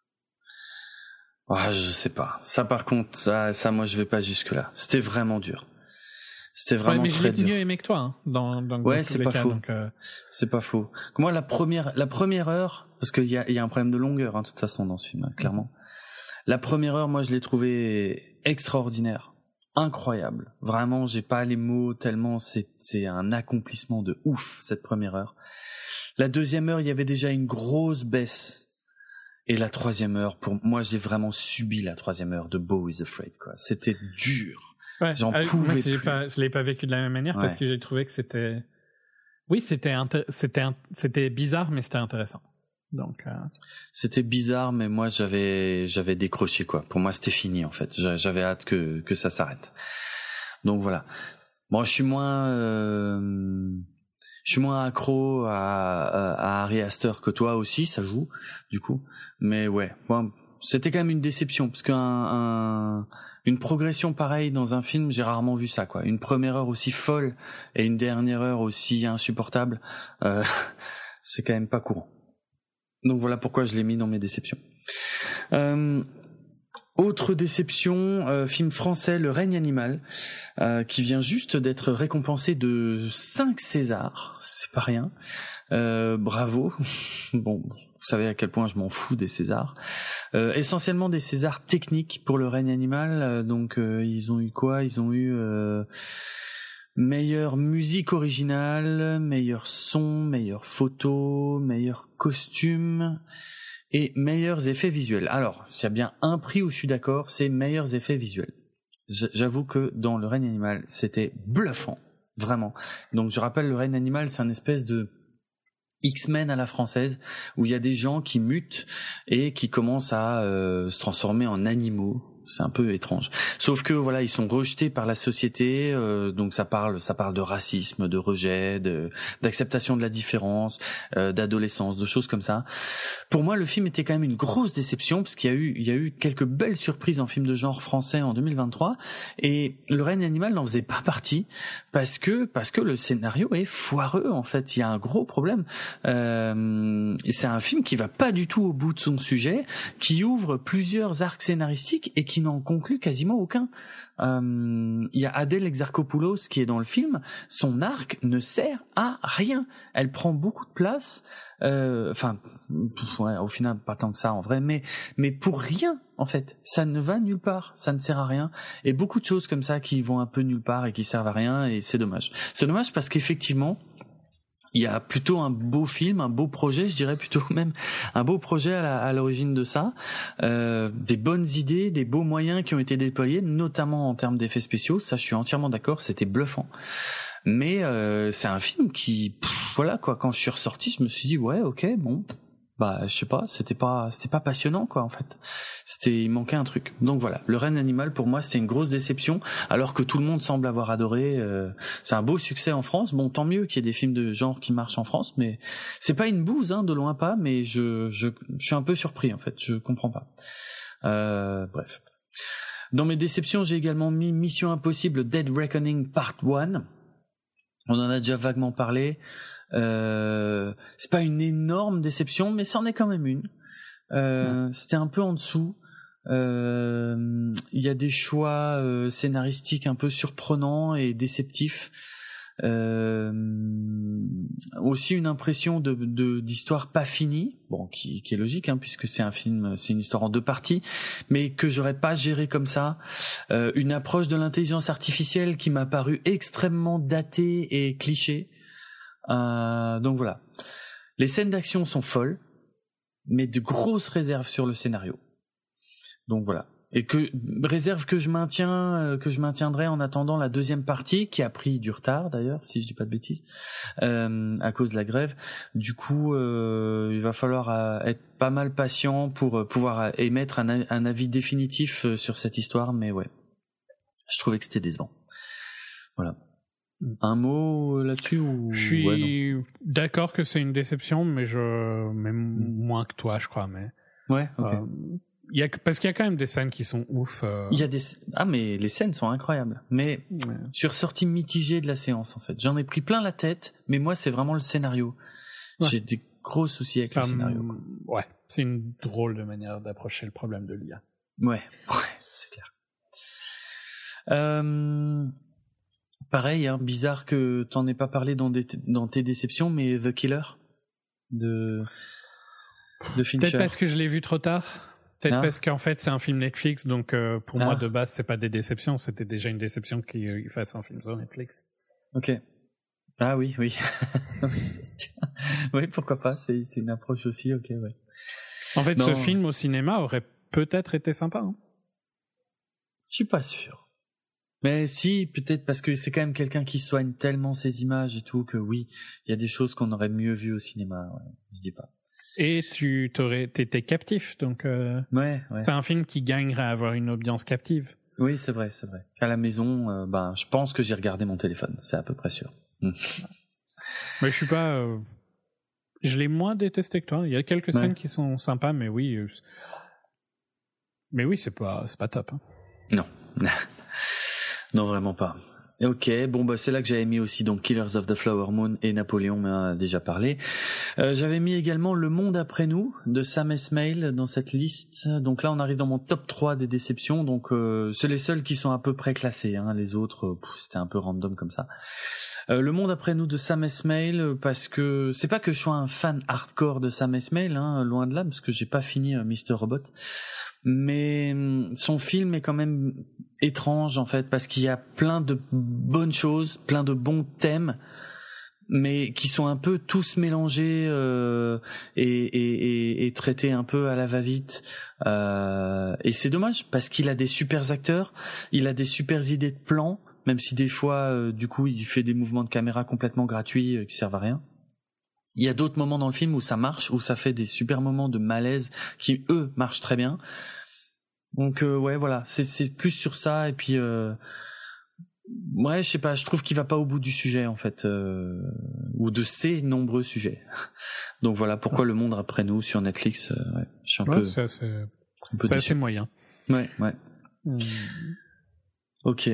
Je sais pas. Ça par contre, ça moi je vais pas jusque là. C'était vraiment dur. C'était vraiment très dur. Mais j'ai mieux aimé que toi, hein, dans c'est tous pas les cas. Faux. Donc, c'est pas faux. Moi, la première heure, parce qu'il y a un problème de longueur, de toute façon, dans ce film, clairement. La première heure, moi, je l'ai trouvée extraordinaire, incroyable. Vraiment, j'ai pas les mots tellement c'est un accomplissement de ouf cette première heure. La deuxième heure, il y avait déjà une grosse baisse. Et la troisième heure, pour moi, j'ai vraiment subi la troisième heure de Beau is Afraid, quoi. C'était dur. Ouais, moi, je l'ai pas vécu de la même manière parce que j'ai trouvé que c'était bizarre, mais c'était intéressant. Donc c'était bizarre, mais moi j'avais décroché, quoi. Pour moi c'était fini en fait. J'avais hâte que ça s'arrête. Donc voilà. Bon, je suis moins accro à Ari Aster que toi aussi, ça joue du coup. Mais ouais, bon, c'était quand même une déception parce une progression pareille dans un film, j'ai rarement vu ça, quoi. Une première heure aussi folle et une dernière heure aussi insupportable, c'est quand même pas courant. Donc voilà pourquoi je l'ai mis dans mes déceptions. Autre déception, film français, Le règne animal, qui vient juste d'être récompensé de 5 Césars, c'est pas rien. Bravo. Bon, vous savez à quel point je m'en fous des Césars. Essentiellement des Césars techniques pour Le règne animal. Donc ils ont eu quoi ? Ils ont eu meilleure musique originale, meilleur son, meilleure photo, meilleur costume et meilleurs effets visuels. Alors, s'il y a bien un prix où je suis d'accord, c'est meilleurs effets visuels. J'avoue que dans Le règne animal, c'était bluffant, vraiment. Donc je rappelle, Le règne animal, c'est un espèce de X-Men à la française, où il y a des gens qui mutent et qui commencent à se transformer en animaux. C'est un peu étrange. Sauf que voilà, ils sont rejetés par la société, donc ça parle de racisme, de rejet, d'acceptation de la différence, d'adolescence, de choses comme ça. Pour moi, le film était quand même une grosse déception parce qu'il y a eu quelques belles surprises en film de genre français en 2023 et Le règne animal n'en faisait pas partie parce que le scénario est foireux en fait. Il y a un gros problème. Et c'est un film qui va pas du tout au bout de son sujet, qui ouvre plusieurs arcs scénaristiques et qui n'en conclut quasiment aucun. Il y a Adèle Exarchopoulos qui est dans le film. Son arc ne sert à rien. Elle prend beaucoup de place. Au final pas tant que ça en vrai, mais pour rien en fait. Ça ne va nulle part. Ça ne sert à rien. Et beaucoup de choses comme ça qui vont un peu nulle part et qui servent à rien. Et c'est dommage. C'est dommage parce qu'effectivement, il y a plutôt un beau film, un beau projet, je dirais plutôt même un beau projet à l'origine de ça. Des bonnes idées, des beaux moyens qui ont été déployés, notamment en termes d'effets spéciaux. Ça, je suis entièrement d'accord, c'était bluffant. Mais c'est un film qui, voilà quoi. Quand je suis ressorti, je me suis dit ouais, ok, bon, bah je sais pas, c'était pas passionnant quoi en fait. Il manquait un truc. Donc voilà, Le règne animal pour moi c'était une grosse déception, alors que tout le monde semble avoir adoré. C'est un beau succès en France. Bon, tant mieux qu'il y ait des films de genre qui marchent en France, mais c'est pas une bouse, de loin pas. Mais je suis un peu surpris en fait. Je comprends pas. Bref. Dans mes déceptions, j'ai également mis Mission Impossible Dead Reckoning Part 1. On en a déjà vaguement parlé. C'est pas une énorme déception, mais c'en est quand même une. C'était un peu en dessous. Il y a des choix scénaristiques un peu surprenants et déceptifs. Aussi une impression d'histoire pas finie, bon, qui est logique, puisque c'est un film, c'est une histoire en 2 parties, mais que j'aurais pas géré comme ça. Une approche de l'intelligence artificielle qui m'a paru extrêmement datée et cliché. Donc voilà. Les scènes d'action sont folles, mais de grosses réserves sur le scénario. Donc voilà. Et réserve que je maintiendrai en attendant la deuxième partie, qui a pris du retard d'ailleurs, si je dis pas de bêtises, à cause de la grève. Du coup, il va falloir être pas mal patient pour pouvoir émettre un avis définitif sur cette histoire, mais ouais. Je trouvais que c'était décevant. Voilà. Un mot là-dessus ou... Je suis d'accord que c'est une déception, mais moins que toi, je crois. Mais ouais, ok. Parce qu'il y a quand même des scènes qui sont ouf. Mais les scènes sont incroyables. Mais je suis ressorti mitigé de la séance en fait. J'en ai pris plein la tête, mais moi c'est vraiment le scénario. Ouais. J'ai des gros soucis avec le scénario. Quoi. Ouais, c'est une drôle de manière d'approcher le problème de l'IA. Ouais, c'est clair. Pareil, bizarre que t'en aies pas parlé dans tes déceptions, mais The Killer de Fincher. Peut-être parce que je l'ai vu trop tard. Peut-être parce qu'en fait c'est un film Netflix, donc pour moi de base c'est pas des déceptions, c'était déjà une déception qu'il fasse un film sur Netflix. Ok. Ah oui. Oui, pourquoi pas, c'est une approche aussi, ok, ouais. En fait, ce film au cinéma aurait peut-être été sympa. Je suis pas sûr. Mais si, peut-être parce que c'est quand même quelqu'un qui soigne tellement ses images et tout que oui, il y a des choses qu'on aurait mieux vues au cinéma, ouais, je dis pas. Et t'étais captif, donc ouais. C'est un film qui gagnerait à avoir une audience captive. Oui, c'est vrai. À la maison, je pense que j'ai regardé mon téléphone, c'est à peu près sûr. Mais je suis pas... Je l'ai moins détesté que toi. Il y a quelques scènes qui sont sympas, mais oui... Mais oui, c'est pas top. Non. Non, vraiment pas. Ok, bon c'est là que j'avais mis aussi donc Killers of the Flower Moon et Napoléon, mais on en a déjà parlé. J'avais mis également Le Monde après nous de Sam Esmail dans cette liste. Donc là on arrive dans mon top 3 des déceptions, donc c'est les seuls qui sont à peu près classés, les autres c'était un peu random comme ça. Le Monde après nous de Sam Esmail, parce que c'est pas que je sois un fan hardcore de Sam Esmail, loin de là, parce que j'ai pas fini Mr. Robot. Mais son film est quand même étrange en fait, parce qu'il y a plein de bonnes choses, plein de bons thèmes, mais qui sont un peu tous mélangés et traités un peu à la va-vite. Et c'est dommage parce qu'il a des super acteurs, il a des super idées de plans, même si des fois, du coup, il fait des mouvements de caméra complètement gratuits qui servent à rien. Il y a d'autres moments dans le film où ça marche, où ça fait des super moments de malaise qui, eux, marchent très bien. Donc, ouais, voilà, c'est plus sur ça. Et puis, ouais, je sais pas, je trouve qu'il va pas au bout du sujet, en fait, ou de ces nombreux sujets. Donc voilà pourquoi Le Monde après nous sur Netflix, ouais, je suis un peu... C'est assez moyen. Ouais. Ok.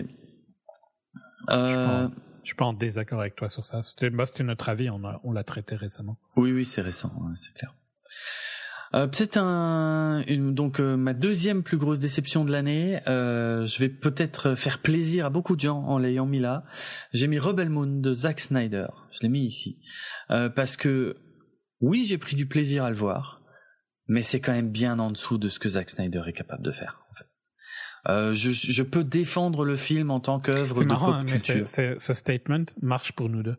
Je suis pas en désaccord avec toi sur ça. C'était notre avis, on l'a traité récemment. Oui, c'est récent, ouais, c'est clair. Peut-être ma deuxième plus grosse déception de l'année. Je vais peut-être faire plaisir à beaucoup de gens en l'ayant mis là. J'ai mis Rebel Moon de Zack Snyder. Je l'ai mis ici parce que oui, j'ai pris du plaisir à le voir, mais c'est quand même bien en dessous de ce que Zack Snyder est capable de faire. En fait. Je peux défendre le film en tant qu'œuvre de pop culture. Mais ce statement marche pour nous deux.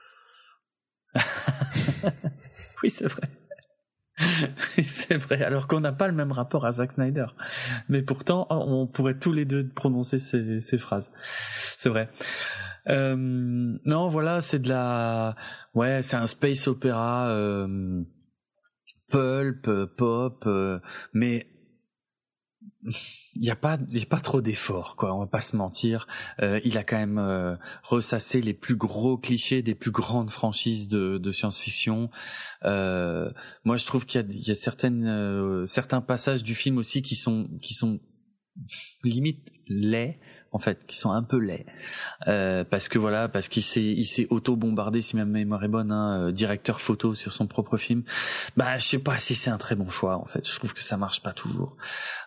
Oui, c'est vrai. C'est vrai, alors qu'on n'a pas le même rapport à Zack Snyder. Mais pourtant, on pourrait tous les deux prononcer ces phrases. C'est vrai. Non, voilà, c'est c'est un space opéra pulp, pop, mais il y a pas trop d'efforts, quoi, on va pas se mentir. Il a quand même ressassé les plus gros clichés des plus grandes franchises de science-fiction. Moi je trouve qu'il y a certains passages du film aussi qui sont limite laids, en fait, qui sont un peu laids, parce qu'il s'est auto-bombardé, si ma mémoire est bonne, directeur photo sur son propre film. Je sais pas si c'est un très bon choix, en fait. Je trouve que ça marche pas toujours.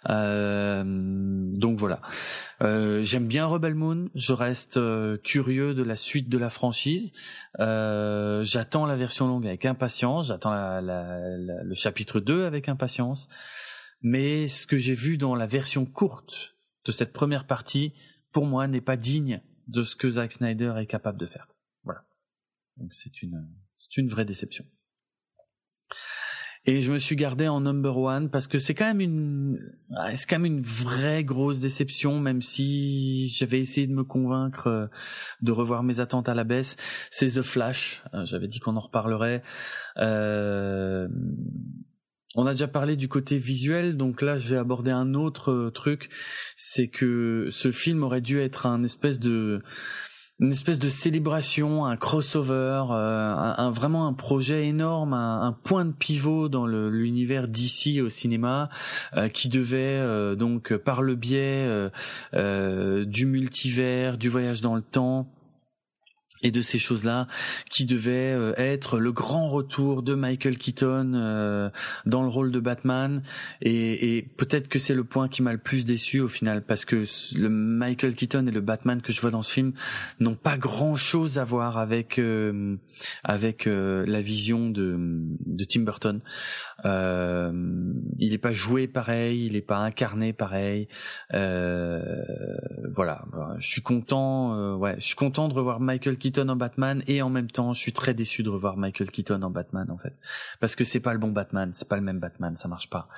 Donc voilà. J'aime bien Rebel Moon. Je reste curieux de la suite de la franchise. J'attends la version longue avec impatience. J'attends le chapitre 2 avec impatience. Mais ce que j'ai vu dans la version courte de cette première partie, pour moi, n'est pas digne de ce que Zack Snyder est capable de faire. Voilà. Donc c'est une vraie déception. Et je me suis gardé en number one parce que c'est quand même une vraie grosse déception, même si j'avais essayé de me convaincre de revoir mes attentes à la baisse. C'est The Flash. J'avais dit qu'on en reparlerait. On a déjà parlé du côté visuel, donc là je vais aborder un autre truc, c'est que ce film aurait dû être une espèce de célébration, un crossover, vraiment un projet énorme, un point de pivot dans l'univers DC au cinéma, qui devait donc par le biais du multivers, du voyage dans le temps et de ces choses-là, qui devait être le grand retour de Michael Keaton dans le rôle de Batman, et peut-être que c'est le point qui m'a le plus déçu au final, parce que le Michael Keaton et le Batman que je vois dans ce film n'ont pas grand-chose à voir avec la vision de Tim Burton. Il est pas joué pareil, il est pas incarné pareil. Voilà, je suis content de revoir Michael Keaton en Batman, et en même temps je suis très déçu de revoir Michael Keaton en Batman, en fait, parce que c'est pas le bon Batman, c'est pas le même Batman, ça marche pas.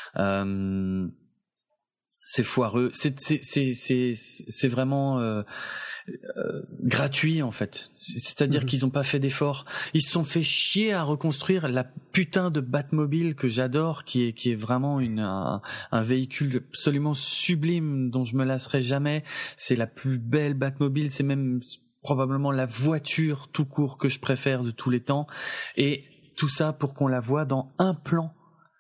C'est foireux, c'est vraiment gratuit, en fait. C'est-à-dire qu'ils ont pas fait d'effort. Ils se sont fait chier à reconstruire la putain de Batmobile que j'adore, qui est vraiment un véhicule absolument sublime dont je me lasserai jamais. C'est la plus belle Batmobile, c'est même probablement la voiture tout court que je préfère de tous les temps, et tout ça pour qu'on la voit dans un plan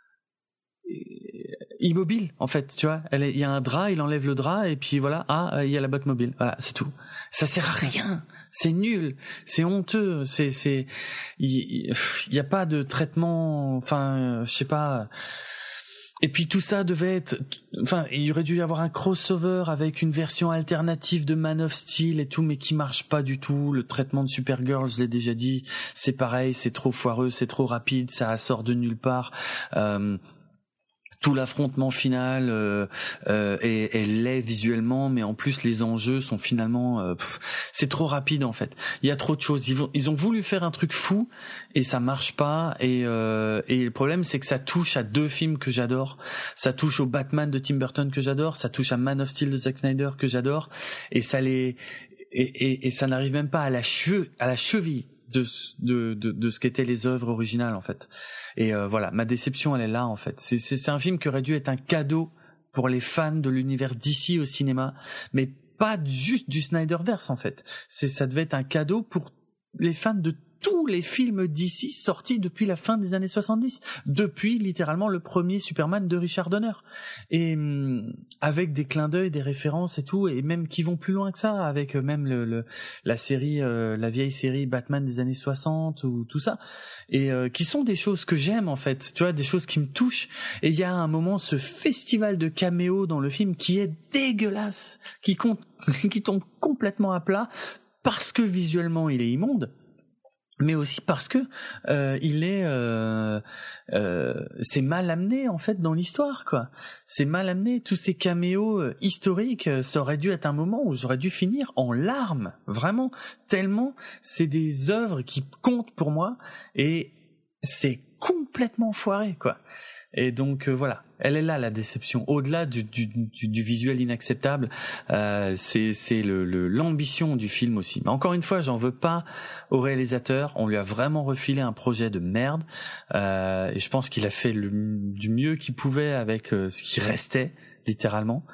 immobile, en fait, tu vois. Il y a un drap, il enlève le drap, et puis voilà, il y a la Batmobile, voilà, c'est tout. Ça sert à rien, c'est nul, c'est honteux, il y a pas de traitement, enfin, je sais pas. Et puis tout ça devait être, enfin, il y aurait dû y avoir un crossover avec une version alternative de Man of Steel et tout, mais qui marche pas du tout. Le traitement de Supergirl, je l'ai déjà dit, c'est pareil, c'est trop foireux, c'est trop rapide, ça sort de nulle part. tout l'affrontement final est laid visuellement, mais en plus les enjeux sont finalement c'est trop rapide en fait. Il y a trop de choses. Ils ont voulu faire un truc fou et ça marche pas. Et le problème c'est que ça touche à deux films que j'adore. Ça touche au Batman de Tim Burton que j'adore. Ça touche à Man of Steel de Zack Snyder que j'adore. Et ça ça n'arrive même pas à la cheville de ce qu'étaient les œuvres originales en fait. Et voilà, ma déception elle est là en fait. C'est un film qui aurait dû être un cadeau pour les fans de l'univers DC au cinéma, mais pas juste du Snyderverse en fait. Ça devait être un cadeau pour les fans de tous les films DC sortis depuis la fin des années 70, depuis littéralement le premier Superman de Richard Donner, et avec des clins d'œil, des références et tout, et même qui vont plus loin que ça, avec même la série, la vieille série Batman des années 60 ou tout ça, et qui sont des choses que j'aime en fait, tu vois, des choses qui me touchent. Et il y a un moment ce festival de caméos dans le film qui est dégueulasse, qui tombe complètement à plat parce que visuellement il est immonde, mais aussi parce que c'est mal amené en fait dans l'histoire quoi. C'est mal amené, tous ces caméos historiques, ça aurait dû être un moment où j'aurais dû finir en larmes, vraiment, tellement c'est des œuvres qui comptent pour moi et c'est complètement foiré quoi. Et donc voilà, elle est là la déception. Au-delà du visuel inacceptable, c'est l'ambition du film aussi. Mais encore une fois, j'en veux pas au réalisateur. On lui a vraiment refilé un projet de merde, et je pense qu'il a fait du mieux qu'il pouvait avec ce qui restait, littéralement.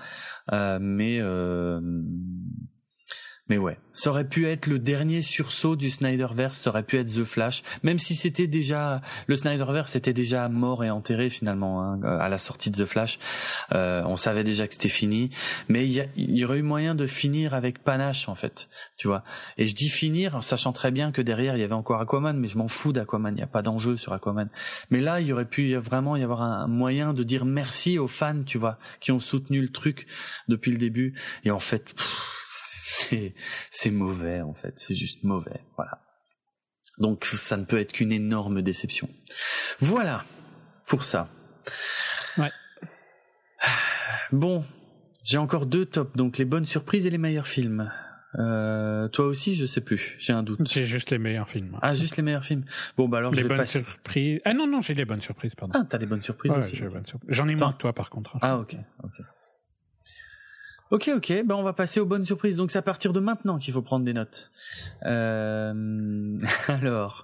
Mais ouais, ça aurait pu être le dernier sursaut du Snyderverse, ça aurait pu être The Flash, même si c'était déjà, le Snyderverse était déjà mort et enterré finalement hein, à la sortie de The Flash. On savait déjà que c'était fini, mais il y aurait eu moyen de finir avec panache en fait, tu vois. Et je dis finir, sachant très bien que derrière il y avait encore Aquaman, mais je m'en fous d'Aquaman, il n'y a pas d'enjeu sur Aquaman. Mais là, il aurait pu vraiment y avoir un moyen de dire merci aux fans, tu vois, qui ont soutenu le truc depuis le début. Et en fait... c'est mauvais en fait, c'est juste mauvais, voilà. Donc ça ne peut être qu'une énorme déception. Voilà pour ça. Ouais. Bon, j'ai encore 2 tops, donc les bonnes surprises et les meilleurs films. Toi aussi, je sais plus, j'ai un doute. J'ai juste les meilleurs films. Ah, juste les meilleurs films. Bon bah alors les je vais bonnes passer. Surprises. Ah non, j'ai les bonnes surprises, pardon. Ah, t'as les bonnes surprises aussi. J'ai les bonnes surprises. J'en ai moins que toi par contre. Ah ok. Ok, ben on va passer aux bonnes surprises. Donc c'est à partir de maintenant qu'il faut prendre des notes. Alors,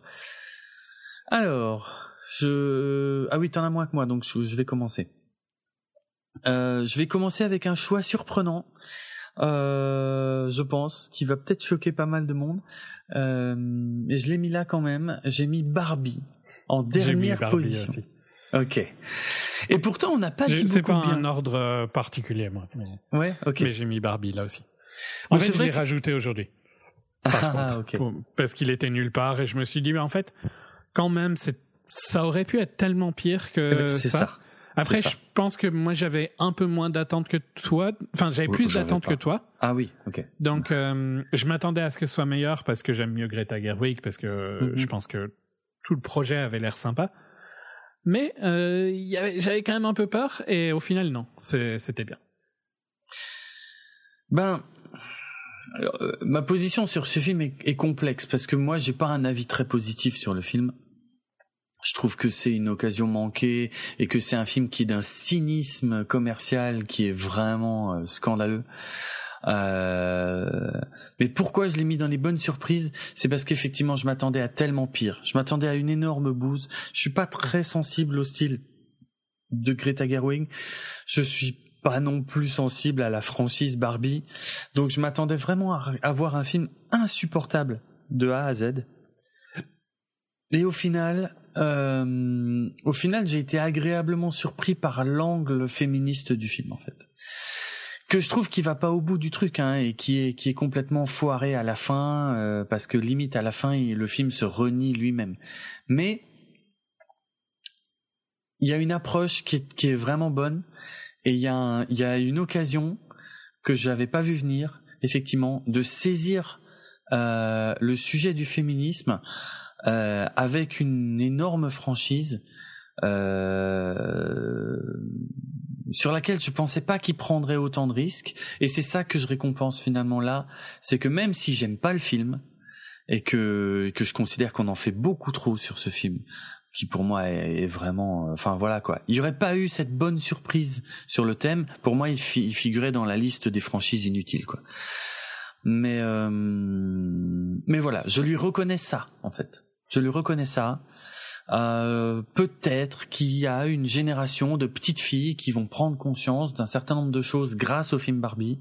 ah oui, t'en as moins que moi, donc je vais commencer. Je vais commencer avec un choix surprenant, je pense, qui va peut-être choquer pas mal de monde. Et je l'ai mis là quand même. J'ai mis Barbie en dernière position. Aussi. Ok. Et pourtant, on n'a pas dit beaucoup c'est pas bien. un ordre particulier, moi. Ouais, ok. Mais j'ai mis Barbie là aussi. En fait, je l'ai rajouté aujourd'hui. Ok. Parce qu'il était nulle part et je me suis dit, mais en fait, quand même, ça aurait pu être tellement pire que c'est ça. Après, je pense que moi, j'avais un peu moins d'attentes que toi. Enfin, j'avais plus d'attentes que toi. Ah oui, ok. Donc, je m'attendais à ce que ce soit meilleur parce que j'aime mieux Greta Gerwig, parce que je pense que tout le projet avait l'air sympa. Mais j'avais quand même un peu peur et au final, non, c'était bien. Ma position sur ce film est complexe parce que moi, j'ai pas un avis très positif sur le film. Je trouve que c'est une occasion manquée et que c'est un film qui est d'un cynisme commercial qui est vraiment scandaleux. Mais pourquoi je l'ai mis dans les bonnes surprises? C'est parce qu'effectivement je m'attendais à tellement pire. Je m'attendais à une énorme bouse. Je suis pas très sensible au style de Greta Gerwig. Je suis pas non plus sensible à la franchise Barbie. Donc je m'attendais vraiment à voir un film insupportable de A à Z. Et au final, j'ai été agréablement surpris par l'angle féministe du film en fait. Que je trouve qu'il va pas au bout du truc hein, et qui est complètement foiré à la fin parce que limite à la fin le film se renie lui-même. Mais il y a une approche qui est vraiment bonne et il y a une occasion que j'avais pas vu venir effectivement de saisir le sujet du féminisme avec une énorme franchise sur laquelle je pensais pas qu'il prendrait autant de risques, et c'est ça que je récompense finalement là, c'est que même si j'aime pas le film et que je considère qu'on en fait beaucoup trop sur ce film, qui pour moi est vraiment, enfin voilà quoi, il y aurait pas eu cette bonne surprise sur le thème, pour moi il figurait dans la liste des franchises inutiles quoi. Mais voilà, je lui reconnais ça en fait, je lui reconnais ça. Peut-être qu'il y a une génération de petites filles qui vont prendre conscience d'un certain nombre de choses grâce au film Barbie,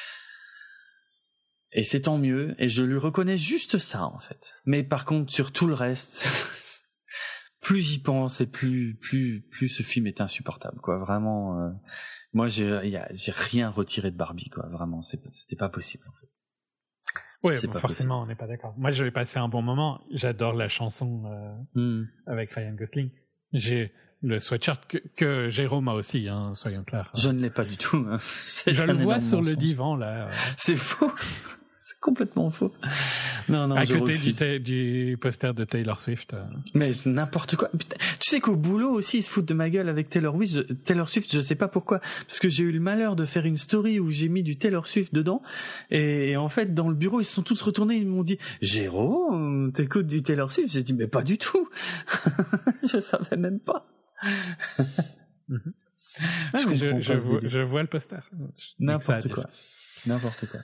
et c'est tant mieux, et je lui reconnais juste ça en fait. Mais par contre sur tout le reste plus j'y pense et plus ce film est insupportable quoi, vraiment. Moi j'ai rien retiré de Barbie quoi, vraiment c'était pas possible en fait. Oui, bon, forcément, possible. On n'est pas d'accord. Moi, je vais passer un bon moment. J'adore la chanson avec Ryan Gosling. J'ai le sweatshirt que Jérôme a aussi, hein, soyons clairs. Je ne l'ai pas du tout. Hein. Je le vois sur le divan, là. C'est faux. C'est complètement faux. Non, à côté du poster de Taylor Swift. Mais n'importe quoi. Putain, tu sais qu'au boulot aussi, ils se foutent de ma gueule avec Taylor Swift, je sais pas pourquoi. Parce que j'ai eu le malheur de faire une story où j'ai mis du Taylor Swift dedans. Et en fait, dans le bureau, ils se sont tous retournés. Ils m'ont dit, Jérôme, t'écoutes du Taylor Swift? J'ai dit, mais pas du tout. Je savais même pas. Je vois le poster. N'importe quoi.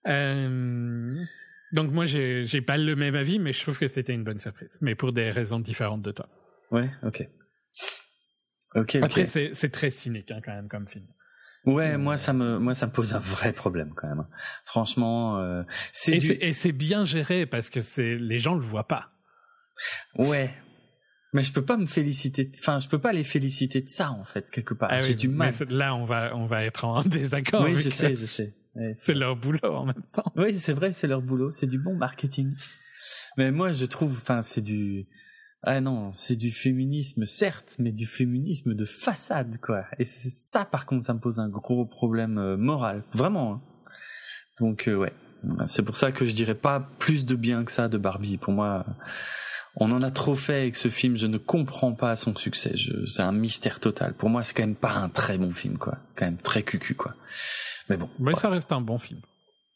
Donc moi j'ai pas le même avis, mais je trouve que c'était une bonne surprise, mais pour des raisons différentes de toi. Ouais, ok. Après c'est très cynique hein, quand même comme film. Ouais, moi ça me pose un vrai problème quand même. Franchement, et c'est bien géré parce que les gens le voient pas. Ouais. Mais je peux pas je peux pas les féliciter de ça en fait quelque part. Ah j'ai du mal. Là on va être en désaccord. Oui, je sais. Ouais, c'est leur boulot en même temps. Oui, c'est vrai, c'est leur boulot, c'est du bon marketing. Mais moi, je trouve, c'est du féminisme, certes, mais du féminisme de façade, quoi. Et c'est ça, par contre, ça me pose un gros problème moral, vraiment. Hein. Donc, ouais, c'est pour ça que je dirais pas plus de bien que ça de Barbie. Pour moi, on en a trop fait avec ce film, je ne comprends pas son succès. C'est un mystère total. Pour moi, c'est quand même pas un très bon film, quoi. Quand même très cucu, quoi. Mais bon. Mais ça reste un bon film.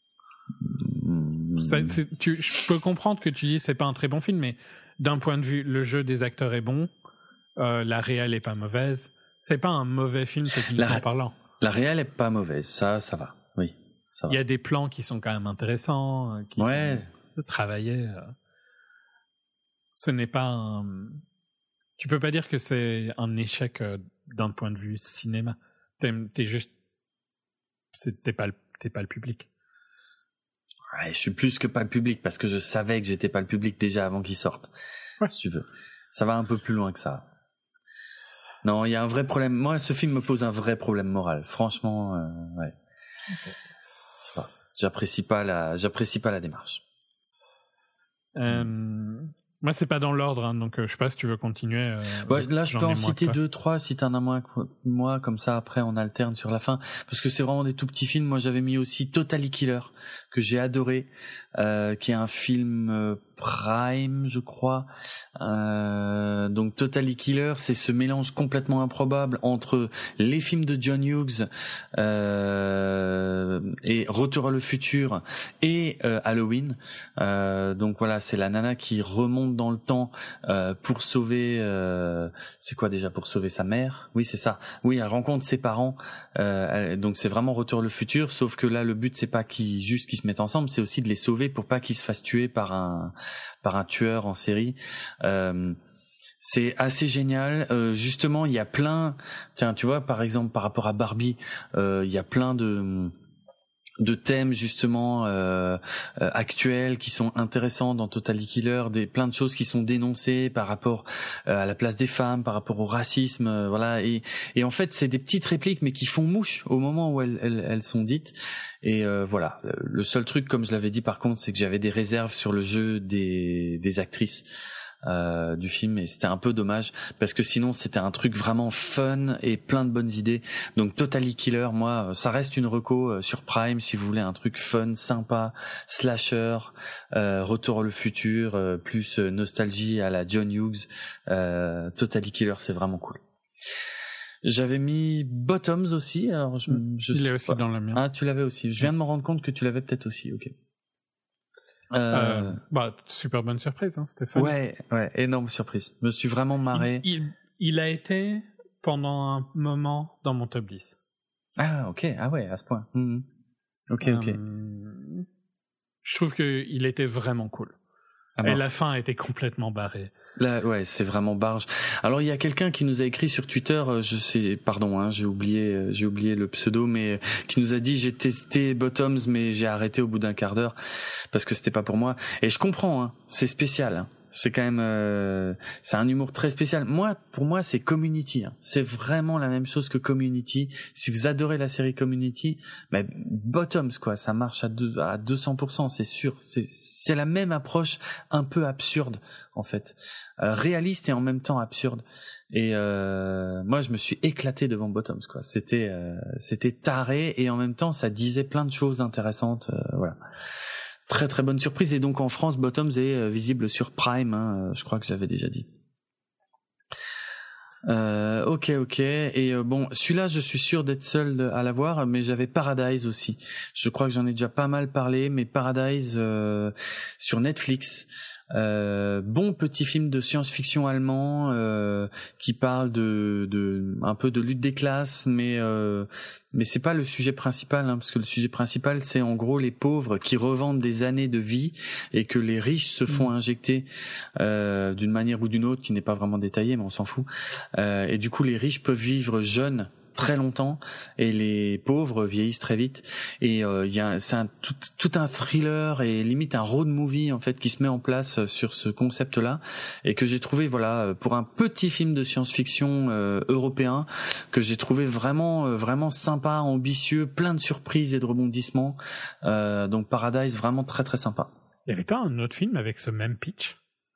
Je peux comprendre que tu dis c'est pas un très bon film, mais d'un point de vue, le jeu des acteurs est bon, la réal est pas mauvaise. C'est pas un mauvais film techniquement parlant. La réal est pas mauvaise, ça va. Oui, ça va. Il y a des plans qui sont quand même intéressants, qui sont travaillés. Ce n'est pas tu peux pas dire que c'est un échec d'un point de vue cinéma. T'es juste t'es pas le public. Ouais, je suis plus que pas le public parce que je savais que j'étais pas le public déjà avant qu'il sorte. Ouais. Si tu veux. Ça va un peu plus loin que ça. Non, il y a un vrai problème. Moi, ce film me pose un vrai problème moral. Franchement, ouais. Okay. J'apprécie pas la démarche. Moi, c'est pas dans l'ordre, hein, donc je sais pas si tu veux continuer. Là, je peux en citer 2-3 si t'en as moins que moi, comme ça après on alterne sur la fin, parce que c'est vraiment des tout petits films. Moi, j'avais mis aussi Totally Killer que j'ai adoré, qui est un film Prime, je crois. Donc Totally Killer, c'est ce mélange complètement improbable entre les films de John Hughes et Retour à le futur et Halloween. Donc voilà, c'est la nana qui remonte dans le temps pour sauver c'est quoi déjà, pour sauver sa mère? Oui, c'est ça. Oui, elle rencontre ses parents. Donc c'est vraiment Retour à le futur, sauf que là le but c'est pas qu'ils se mettent ensemble, c'est aussi de les sauver pour pas qu'ils se fassent tuer par un tueur en série. C'est assez génial. Justement, il y a plein. Tiens, tu vois, par exemple, par rapport à Barbie, il y a plein de thèmes justement actuels qui sont intéressants dans Totally Killer, plein de choses qui sont dénoncées par rapport à la place des femmes, par rapport au racisme, voilà. Et en fait, c'est des petites répliques, mais qui font mouche au moment où elles sont dites. Et voilà. Le seul truc, comme je l'avais dit par contre, c'est que j'avais des réserves sur le jeu des actrices. du film, et c'était un peu dommage parce que sinon c'était un truc vraiment fun et plein de bonnes idées. Donc Totally Killer, moi ça reste une reco sur Prime si vous voulez un truc fun, sympa, slasher, retour au futur, plus nostalgie à la John Hughes. Totally Killer, c'est vraiment cool. J'avais mis Bottoms aussi, alors il est aussi dans la mienne. Ah, tu l'avais aussi. Je viens de me rendre compte que tu l'avais peut-être aussi. Ok. Super bonne surprise, hein, Stéphane. Ouais, énorme surprise. Je me suis vraiment marré. Il a été pendant un moment dans mon top 10. Ah, ok. Ah ouais, à ce point. Ok. Je trouve qu'il était vraiment cool. Et la fin a été complètement barrée. Là, ouais, c'est vraiment barge. Alors il y a quelqu'un qui nous a écrit sur Twitter, j'ai oublié le pseudo, mais qui nous a dit j'ai testé Bottoms, mais j'ai arrêté au bout d'un quart d'heure parce que c'était pas pour moi. Et je comprends, hein, c'est spécial. Hein. C'est quand même, c'est un humour très spécial. Pour moi, c'est Community. Hein. C'est vraiment la même chose que Community. Si vous adorez la série Community, mais Bottoms, quoi, ça marche à 200%, c'est sûr. C'est la même approche, un peu absurde, en fait, réaliste et en même temps absurde. Et moi, je me suis éclaté devant Bottoms, quoi. C'était taré et en même temps, ça disait plein de choses intéressantes. Voilà. Très très bonne surprise, et donc en France Bottoms est visible sur Prime, hein, je crois que je l'avais déjà dit. Ok, et bon, celui-là je suis sûr d'être seul à l'avoir, mais j'avais Paradise aussi. Je crois que j'en ai déjà pas mal parlé, mais Paradise sur Netflix. Bon petit film de science-fiction allemand qui parle de un peu de lutte des classes, mais c'est pas le sujet principal, hein, parce que le sujet principal c'est en gros les pauvres qui revendent des années de vie et que les riches se font injecter d'une manière ou d'une autre qui n'est pas vraiment détaillée, mais on s'en fout, et du coup les riches peuvent vivre jeunes très longtemps et les pauvres vieillissent très vite, et c'est tout un thriller et limite un road movie en fait qui se met en place sur ce concept là, et que j'ai trouvé, voilà, pour un petit film de science-fiction européen, que j'ai trouvé vraiment sympa, ambitieux, plein de surprises et de rebondissements, donc Paradise vraiment très très sympa. Il n'y avait pas un autre film avec ce même pitch?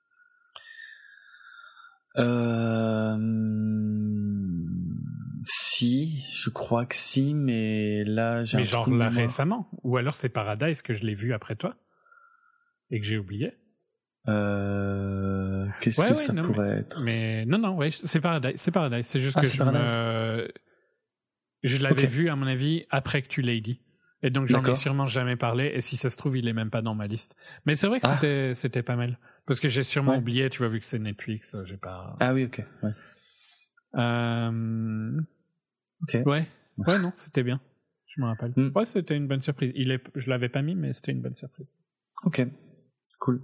Si, je crois que si, mais là j'ai. Mais genre là récemment, ou alors c'est Paradise que je l'ai vu après toi et que j'ai oublié. Qu'est-ce que ça pourrait être? Mais non, ouais, c'est Paradise. C'est juste que je l'avais vu à mon avis après que tu l'aies dit, et donc j'en ai sûrement jamais parlé. Et si ça se trouve, il est même pas dans ma liste. Mais c'est vrai que c'était pas mal, parce que j'ai sûrement oublié. Tu vois, vu que c'est Netflix, j'ai pas. Ah oui, ok. Ouais. Ok. Ouais, non, c'était bien. Je me rappelle. Ouais, c'était une bonne surprise. Je l'avais pas mis, mais c'était une bonne surprise. Ok, cool.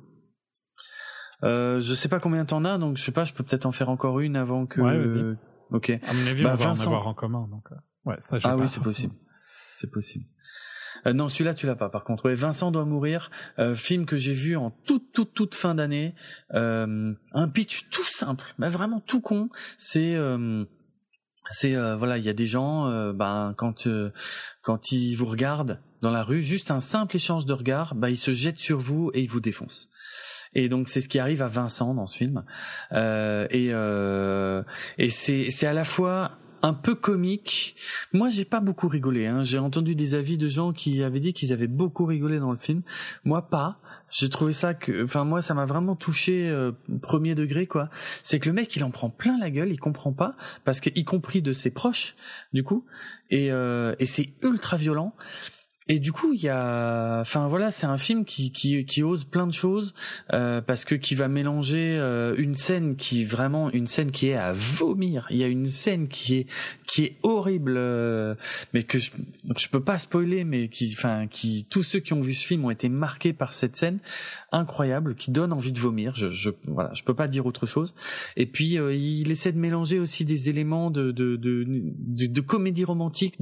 Je sais pas combien t'en as, donc je sais pas, je peux peut-être en faire encore une avant que. Ouais, vas-y. Ok. À mon avis, on va en avoir en commun, donc. Ouais, ça. Ah oui, c'est possible. C'est possible. Non, celui-là tu l'as pas. Par contre, ouais, Vincent doit mourir, film que j'ai vu en toute fin d'année. Un pitch tout simple, mais vraiment tout con. C'est voilà, il y a des gens, quand ils vous regardent dans la rue, juste un simple échange de regards, ils se jettent sur vous et ils vous défoncent. Et donc c'est ce qui arrive à Vincent dans ce film, et c'est à la fois un peu comique. Moi, j'ai pas beaucoup rigolé, hein. J'ai entendu des avis de gens qui avaient dit qu'ils avaient beaucoup rigolé dans le film. Moi, pas. J'ai trouvé ça moi, ça m'a vraiment touché, premier degré, quoi. C'est que le mec, il en prend plein la gueule, il comprend pas, parce que, y compris de ses proches, du coup, et c'est ultra violent. Et du coup, c'est un film qui ose plein de choses, parce que qui va mélanger une scène qui est à vomir. Il y a une scène qui est horrible, mais que je peux pas spoiler, mais tous ceux qui ont vu ce film ont été marqués par cette scène incroyable qui donne envie de vomir. Je peux pas dire autre chose. Et puis il essaie de mélanger aussi des éléments de comédie romantique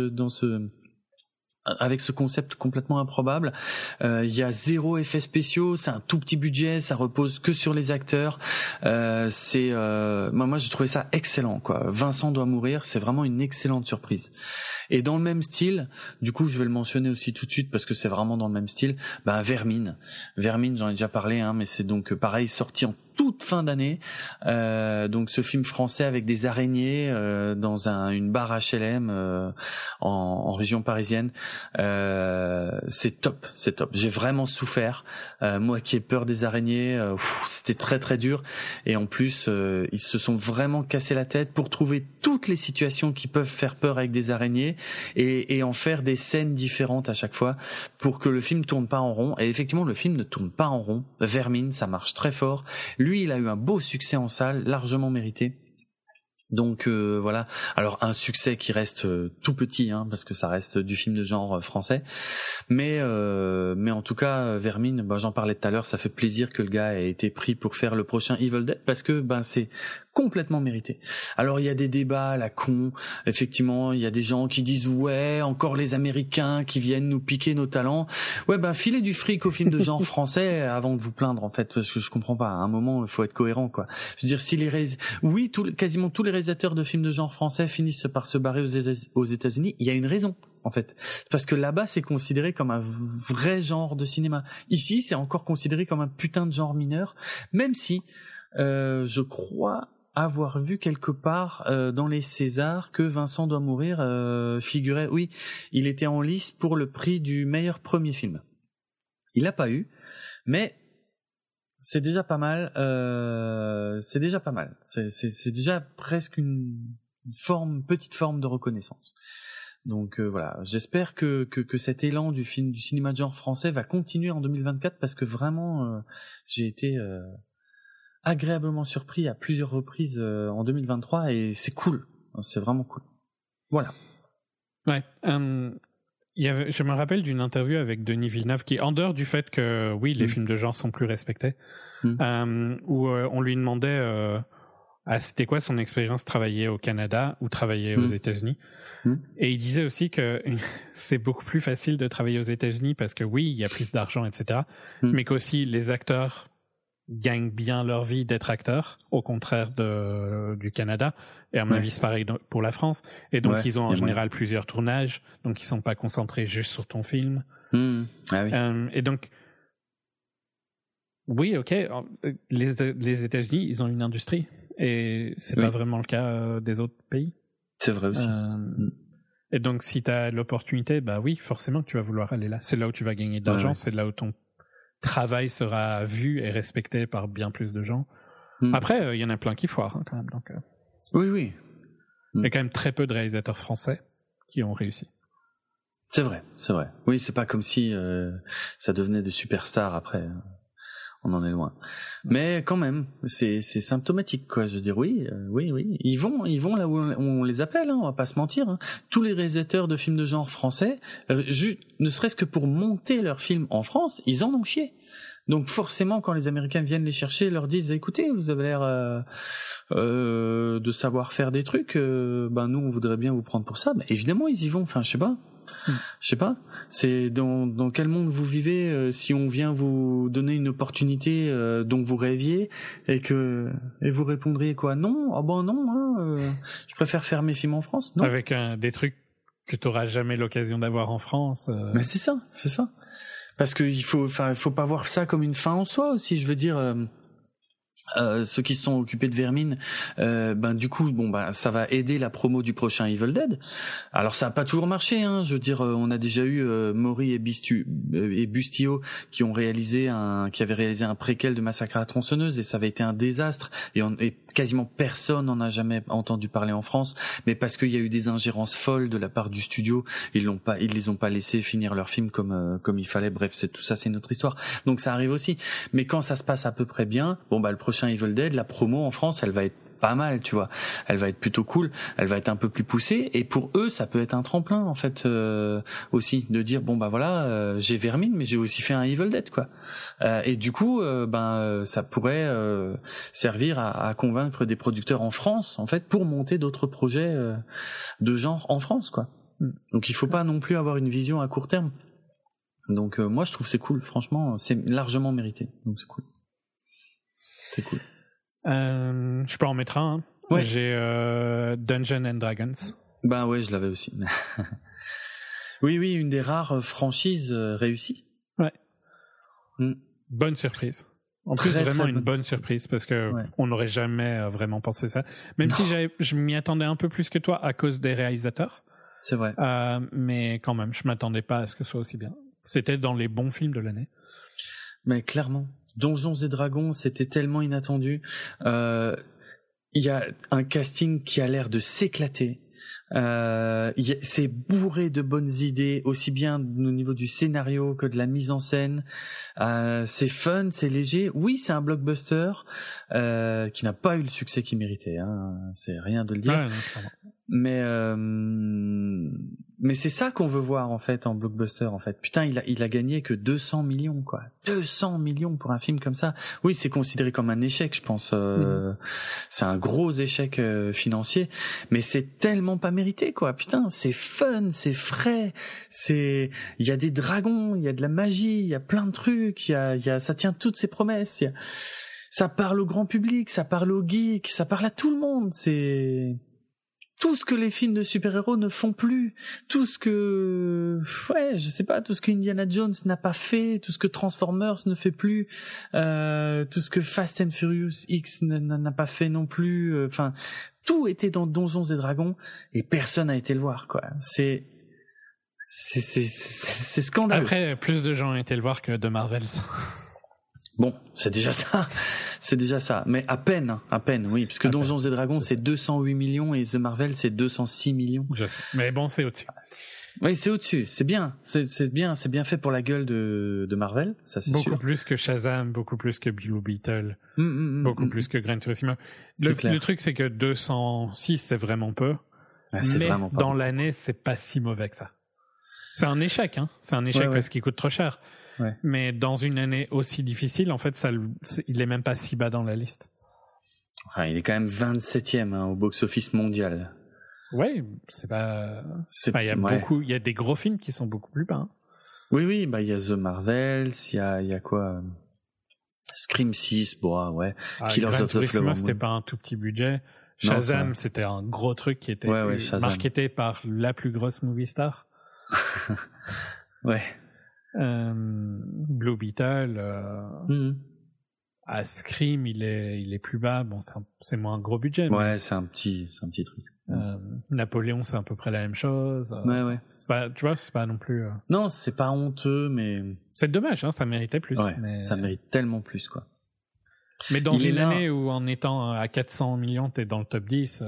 avec ce concept complètement improbable. Il y a 0 effets spéciaux, c'est un tout petit budget, ça repose que sur les acteurs. Moi j'ai trouvé ça excellent, quoi. Vincent doit mourir, c'est vraiment une excellente surprise. Et dans le même style, du coup je vais le mentionner aussi tout de suite parce que c'est vraiment dans le même style, Vermine, j'en ai déjà parlé, hein, mais c'est donc pareil, sorti en toute fin d'année. Donc ce film français avec des araignées dans une barre HLM en région parisienne. C'est top. J'ai vraiment souffert. Moi qui ai peur des araignées, c'était très très dur. Et en plus, ils se sont vraiment cassé la tête pour trouver toutes les situations qui peuvent faire peur avec des araignées et en faire des scènes différentes à chaque fois pour que le film tourne pas en rond. Et effectivement, le film ne tourne pas en rond. Vermine, ça marche très fort. Lui, il a eu un beau succès en salle, largement mérité. Donc voilà. Alors un succès qui reste tout petit, parce que ça reste du film de genre français. Mais en tout cas, Vermine, j'en parlais tout à l'heure, ça fait plaisir que le gars ait été pris pour faire le prochain Evil Dead parce que c'est complètement mérité. Alors il y a des débats à la con. Effectivement, il y a des gens qui disent ouais, encore les Américains qui viennent nous piquer nos talents. Ouais, filez du fric aux films de genre français avant de vous plaindre en fait, parce que je comprends pas. À un moment, il faut être cohérent quoi. Je veux dire, si quasiment tous les réalisateurs de films de genre français finissent par se barrer aux États-Unis, il y a une raison. En fait, parce que là-bas c'est considéré comme un vrai genre de cinéma. Ici, c'est encore considéré comme un putain de genre mineur, même si je crois avoir vu quelque part dans les Césars que Vincent doit mourir figurait. Oui, il était en lice pour le prix du meilleur premier film. Il l'a pas eu, mais c'est déjà pas mal. C'est déjà pas mal. C'est déjà presque une petite forme de reconnaissance. Donc voilà, j'espère que cet élan du cinéma de genre français va continuer en 2024 parce que vraiment j'ai été agréablement surpris à plusieurs reprises en 2023 et c'est cool, c'est vraiment cool. Voilà. Ouais. Je me rappelle d'une interview avec Denis Villeneuve qui, en dehors du fait que oui, les films de genre sont plus respectés, où on lui demandait c'était quoi son expérience travailler au Canada ou travailler aux États-Unis. Et il disait aussi que c'est beaucoup plus facile de travailler aux États-Unis parce que oui, il y a plus d'argent, etc. Mais qu'aussi les acteurs gagnent bien leur vie d'être acteurs, au contraire du Canada. Et à mon avis, c'est pareil pour la France. Et donc, ils ont en général plusieurs tournages, donc ils sont pas concentrés juste sur ton film. Ah oui. Et donc, oui, ok, les États-Unis, ils ont une industrie. Et c'est pas vraiment le cas des autres pays. C'est vrai aussi. Et donc, si tu as l'opportunité, oui, forcément que tu vas vouloir aller là. C'est là où tu vas gagner de l'argent, c'est là où ton travail sera vu et respecté par bien plus de gens. Après, il y en a plein qui foirent quand même. Donc, oui. Il y a quand même très peu de réalisateurs français qui ont réussi. C'est vrai. Oui, c'est pas comme si ça devenait des superstars après. On en est loin. Mais quand même, c'est symptomatique, quoi. Je veux dire, oui. Ils vont là où on les appelle, on va pas se mentir. Tous les réalisateurs de films de genre français, ne serait-ce que pour monter leurs films en France, ils en ont chié. Donc forcément, quand les Américains viennent les chercher, ils leur disent, écoutez, vous avez l'air de savoir faire des trucs, nous on voudrait bien vous prendre pour ça. Évidemment, ils y vont. Enfin, je sais pas. C'est dans quel monde vous vivez si on vient vous donner une opportunité dont vous rêviez et vous répondriez quoi? Non, non. Je préfère faire mes films en France. Non. Avec des trucs que tu n'auras jamais l'occasion d'avoir en France. Mais c'est ça. Parce que faut pas voir ça comme une fin en soi aussi. Je veux dire. Ceux qui se sont occupés de Vermine, du coup, ça va aider la promo du prochain Evil Dead. Alors ça a pas toujours marché, Je veux dire, on a déjà eu Maury et Bustillo qui avaient réalisé un préquel de Massacre à la tronçonneuse et ça avait été un désastre et quasiment personne n'en a jamais entendu parler en France, mais parce qu'il y a eu des ingérences folles de la part du studio, ils les ont pas laissé finir leur film comme il fallait. Bref, tout ça, c'est notre histoire. Donc ça arrive aussi. Mais quand ça se passe à peu près bien, le prochain Evil Dead, la promo en France, elle va être pas mal, tu vois. Elle va être plutôt cool, elle va être un peu plus poussée et pour eux, ça peut être un tremplin en fait aussi de dire j'ai Vermine mais j'ai aussi fait un Evil Dead quoi. Et du coup ça pourrait servir à convaincre des producteurs en France en fait pour monter d'autres projets de genre en France quoi. Donc il faut pas non plus avoir une vision à court terme. Donc moi je trouve c'est cool, franchement, c'est largement mérité. Donc c'est cool. C'est cool. Je peux en mettre un. Ouais. J'ai Dungeons and Dragons. Ouais, je l'avais aussi. Oui, une des rares franchises réussies. Ouais. Bonne surprise. En plus, vraiment une bonne surprise parce que on n'aurait jamais vraiment pensé ça. Même si je m'y attendais un peu plus que toi à cause des réalisateurs. C'est vrai. Mais quand même, je m'attendais pas à ce que ce soit aussi bien. C'était dans les bons films de l'année. Mais clairement, Donjons et Dragons, c'était tellement inattendu. Il y a un casting qui a l'air de s'éclater. C'est bourré de bonnes idées, aussi bien au niveau du scénario que de la mise en scène. C'est fun, c'est léger. Oui, c'est un blockbuster qui n'a pas eu le succès qu'il méritait. C'est rien de le dire. Ouais, non, mais c'est ça qu'on veut voir en fait en blockbuster en fait. Putain, il a gagné que 200 millions quoi. 200 millions pour un film comme ça. Oui, c'est considéré comme un échec, je pense. C'est un gros échec financier, mais c'est tellement pas mérité quoi. Putain, c'est fun, c'est frais, il y a des dragons, il y a de la magie, il y a plein de trucs, ça tient toutes ses promesses. Ça parle au grand public, ça parle aux geeks, ça parle à tout le monde. C'est tout ce que les films de super-héros ne font plus, tout ce que Indiana Jones n'a pas fait, tout ce que Transformers ne fait plus, tout ce que Fast and Furious X n'a pas fait non plus, enfin, tout était dans Donjons et Dragons et personne n'a été le voir, quoi. C'est scandaleux. Après, plus de gens ont été le voir que de Marvels. Bon, c'est déjà ça. Mais à peine, oui, puisque Donjons et Dragons, c'est 208 millions et The Marvel, c'est 206 millions. Je sais. Mais bon, c'est au-dessus. Oui, c'est au-dessus. C'est bien. C'est bien fait pour la gueule de Marvel, ça c'est sûr. Beaucoup plus que Shazam, beaucoup plus que Blue Beetle, beaucoup plus que Gran Turismo. Le truc, c'est que 206, c'est vraiment peu. Ouais, mais vraiment pas dans beaucoup. l'année, c'est pas si mauvais que ça. C'est un échec, hein. C'est un échec parce qu'il coûte trop cher. Ouais. Mais dans une année aussi difficile, en fait, il est même pas si bas dans la liste. Enfin, il est quand même 27e au box-office mondial. Ouais, c'est pas. Enfin, il y a des gros films qui sont beaucoup plus bas. Hein. Oui, bah il y a The Marvels, il y a quoi Scream 6, ouais. Killers of the Flower Moon. C'était pas un tout petit budget. Shazam, c'était un gros truc qui était marketé par la plus grosse movie star. Ouais. Blue Beetle, à Scream, il est plus bas. Bon, c'est moins un gros budget. Ouais, mais c'est un petit truc. Napoléon, c'est à peu près la même chose. Ouais. C'est pas, tu vois, c'est pas non plus. Non, c'est pas honteux, mais c'est dommage, hein, ça méritait plus. Ouais, mais ça mérite tellement plus, quoi. Mais dans une année où, en étant à 400 millions, t'es dans le top 10,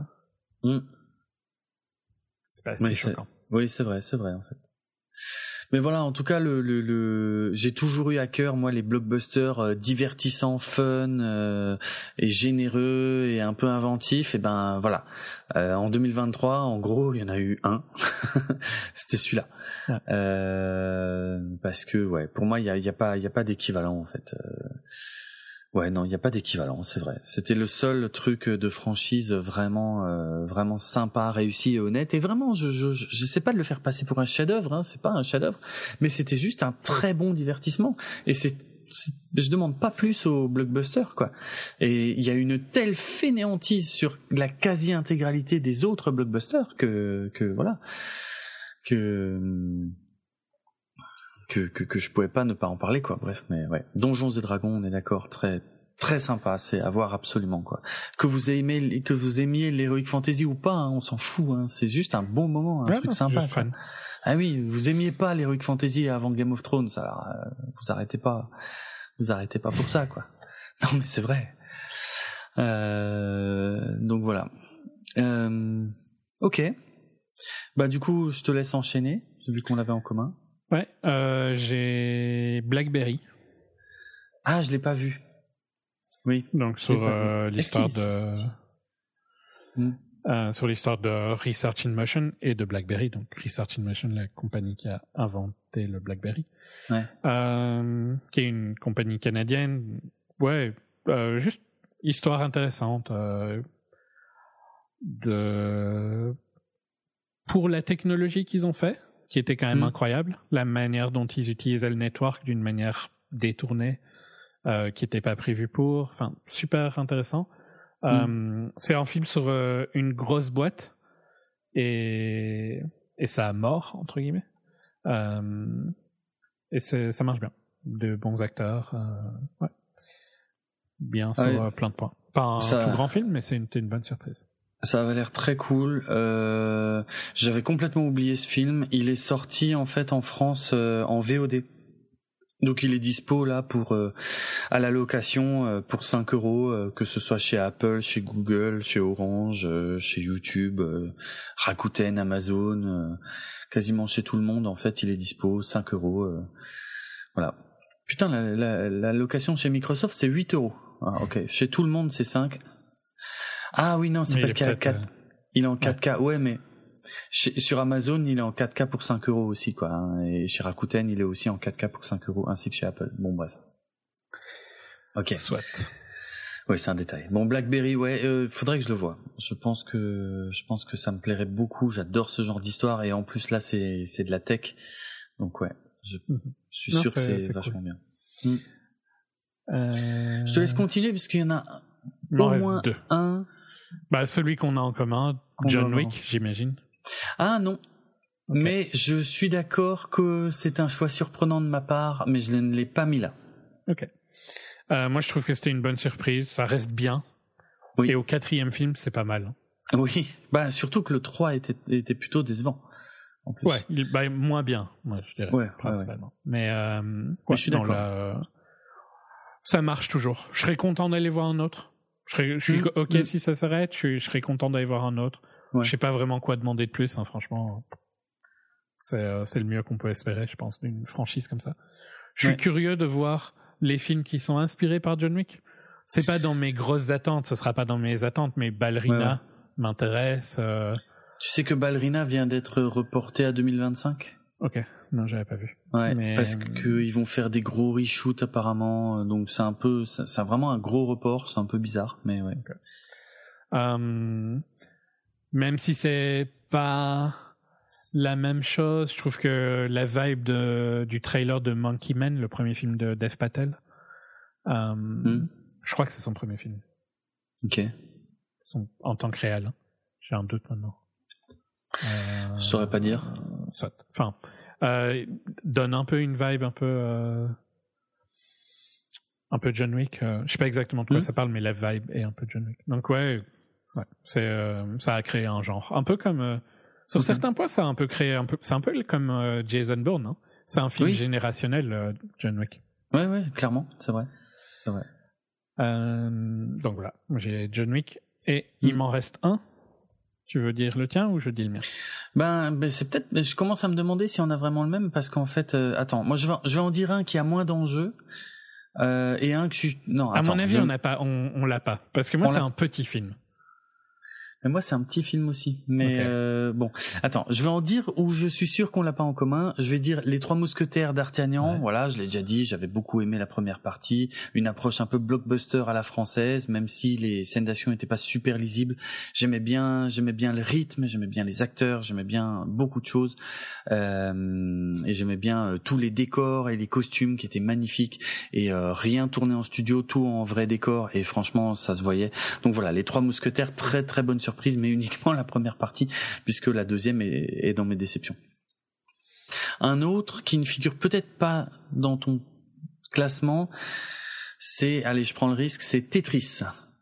c'est pas si choquant. Oui, c'est vrai, en fait. Mais voilà, en tout cas, j'ai toujours eu à cœur, moi, les blockbusters divertissants, fun et généreux et un peu inventifs. Et ben voilà, en 2023, en gros, il y en a eu un. C'était celui-là. Parce que pour moi, il y a pas d'équivalent en fait. Ouais, non, il n'y a pas d'équivalent, c'est vrai. C'était le seul truc de franchise vraiment sympa, réussi et honnête. Et vraiment, je sais pas de le faire passer pour un chef-d'œuvre, hein, c'est pas un chef-d'œuvre, mais c'était juste un très bon divertissement. Et je demande pas plus au blockbuster, quoi. Et il y a une telle fainéantise sur la quasi-intégralité des autres blockbusters que je pouvais pas ne pas en parler, quoi. Bref, mais ouais. Donjons et Dragons, on est d'accord, très très sympa, c'est à voir absolument, quoi. Que vous aimiez l'heroic fantasy ou pas, hein, on s'en fout, hein. C'est juste un bon moment, truc sympa. Ça. Ah oui, vous aimiez pas l'heroic fantasy avant Game of Thrones, alors vous arrêtez pas pour ça, quoi. Non mais c'est vrai. Donc voilà. Ok. Bah du coup, je te laisse enchaîner, vu qu'on l'avait en commun. Ouais, j'ai Blackberry. Ah, je l'ai pas vu. Oui. Donc sur l'histoire sur l'histoire de Research in Motion et de BlackBerry. Donc Research in Motion, la compagnie qui a inventé le BlackBerry, qui est une compagnie canadienne. Ouais, juste histoire intéressante pour la technologie qu'ils ont fait, qui était quand même incroyable, la manière dont ils utilisaient le network d'une manière détournée, qui n'était pas prévue pour, enfin, super intéressant. C'est un film sur une grosse boîte et ça a mort, entre guillemets. Et ça marche bien. De bons acteurs. Ouais. bien sur plein de points. Pas un tout grand film, mais c'était une bonne surprise. Ça avait l'air très cool. J'avais complètement oublié ce film. Il est sorti en fait en France en VOD. Donc il est dispo là pour à la location pour 5 €, que ce soit chez Apple, chez Google, chez Orange, chez YouTube, Rakuten, Amazon, quasiment chez tout le monde en fait il est dispo, 5 €. Voilà. Putain, la location chez Microsoft c'est 8 €. Ah, ok. Chez tout le monde c'est 5. Ah oui non c'est parce qu'il y a 4. Il est en 4K. Ouais mais sur Amazon, il est en 4K pour 5 € aussi, quoi. Et chez Rakuten, il est aussi en 4K pour 5 €, ainsi que chez Apple. Bon, bref. Ok. Soit. Oui, c'est un détail. Bon, BlackBerry, faudrait que je le voie. Je pense que ça me plairait beaucoup. J'adore ce genre d'histoire. Et en plus, là, c'est de la tech. Donc, ouais. Je suis sûr que c'est vachement cool. Bien. Je te laisse continuer, parce qu'il y en a au moins 2. Bah, celui qu'on a en commun, John Wick, j'imagine. Ah non, okay. Mais je suis d'accord que c'est un choix surprenant de ma part, mais je ne l'ai pas mis là. Ok. Moi, je trouve que c'était une bonne surprise, ça reste bien. Oui. Et au 4e film, c'est pas mal. Oui, bah surtout que le 3 était plutôt décevant. En plus. Ouais, moins bien, moi je dirais, principalement. Ouais. Mais je suis d'accord. Ça marche toujours. Je serais content d'aller voir un autre. Je suis ok si ça s'arrête, je serais content d'aller voir un autre. Ouais. Je sais pas vraiment quoi demander de plus, hein, franchement. C'est le mieux qu'on peut espérer, je pense, d'une franchise comme ça. Je suis curieux de voir les films qui sont inspirés par John Wick. C'est pas dans mes grosses attentes, ce sera pas dans mes attentes, mais Ballerina m'intéresse. Tu sais que Ballerina vient d'être reporté à 2025 ? Ok, non, j'avais pas vu. Ouais, mais parce qu'ils vont faire des gros reshoots apparemment, donc c'est vraiment un gros report, c'est un peu bizarre, mais ouais. Okay. Même si c'est pas la même chose, je trouve que la vibe du trailer de Monkey Man, le premier film de Dev Patel, je crois que c'est son premier film. Ok. En tant que réel. J'ai un doute maintenant. Je saurais pas dire. Enfin, donne un peu une vibe un peu John Wick. Je sais pas exactement de quoi ça parle, mais la vibe est un peu John Wick. Donc ouais, ça a créé un genre. Un peu comme sur certains points, ça a un peu créé c'est un peu comme Jason Bourne, hein. C'est un film générationnel, John Wick. Ouais, clairement, c'est vrai. Donc voilà, j'ai John Wick et il m'en reste un. Tu veux dire le tien ou je dis le mien ? Ben c'est peut-être. Je commence à me demander si on a vraiment le même parce qu'en fait, attends, moi je vais en dire un qui a moins d'enjeux et un que je suis. Non, attends, à mon avis, on l'a pas parce que moi c'est un petit film. Mais moi, c'est un petit film aussi. Mais bon, attends, je vais en dire où je suis sûr qu'on l'a pas en commun. Je vais dire Les Trois Mousquetaires d'Artagnan. Ouais. Voilà, je l'ai déjà dit, j'avais beaucoup aimé la première partie. Une approche un peu blockbuster à la française, même si les scènes d'action n'étaient pas super lisibles. J'aimais bien le rythme, j'aimais bien les acteurs, j'aimais bien beaucoup de choses. Et j'aimais bien tous les décors et les costumes qui étaient magnifiques. Et rien tourné en studio, tout en vrai décor. Et franchement, ça se voyait. Donc voilà, Les Trois Mousquetaires, très très bonne surprise, mais uniquement la première partie, puisque la deuxième est dans mes déceptions. Un autre qui ne figure peut-être pas dans ton classement, c'est, allez, je prends le risque, c'est Tetris.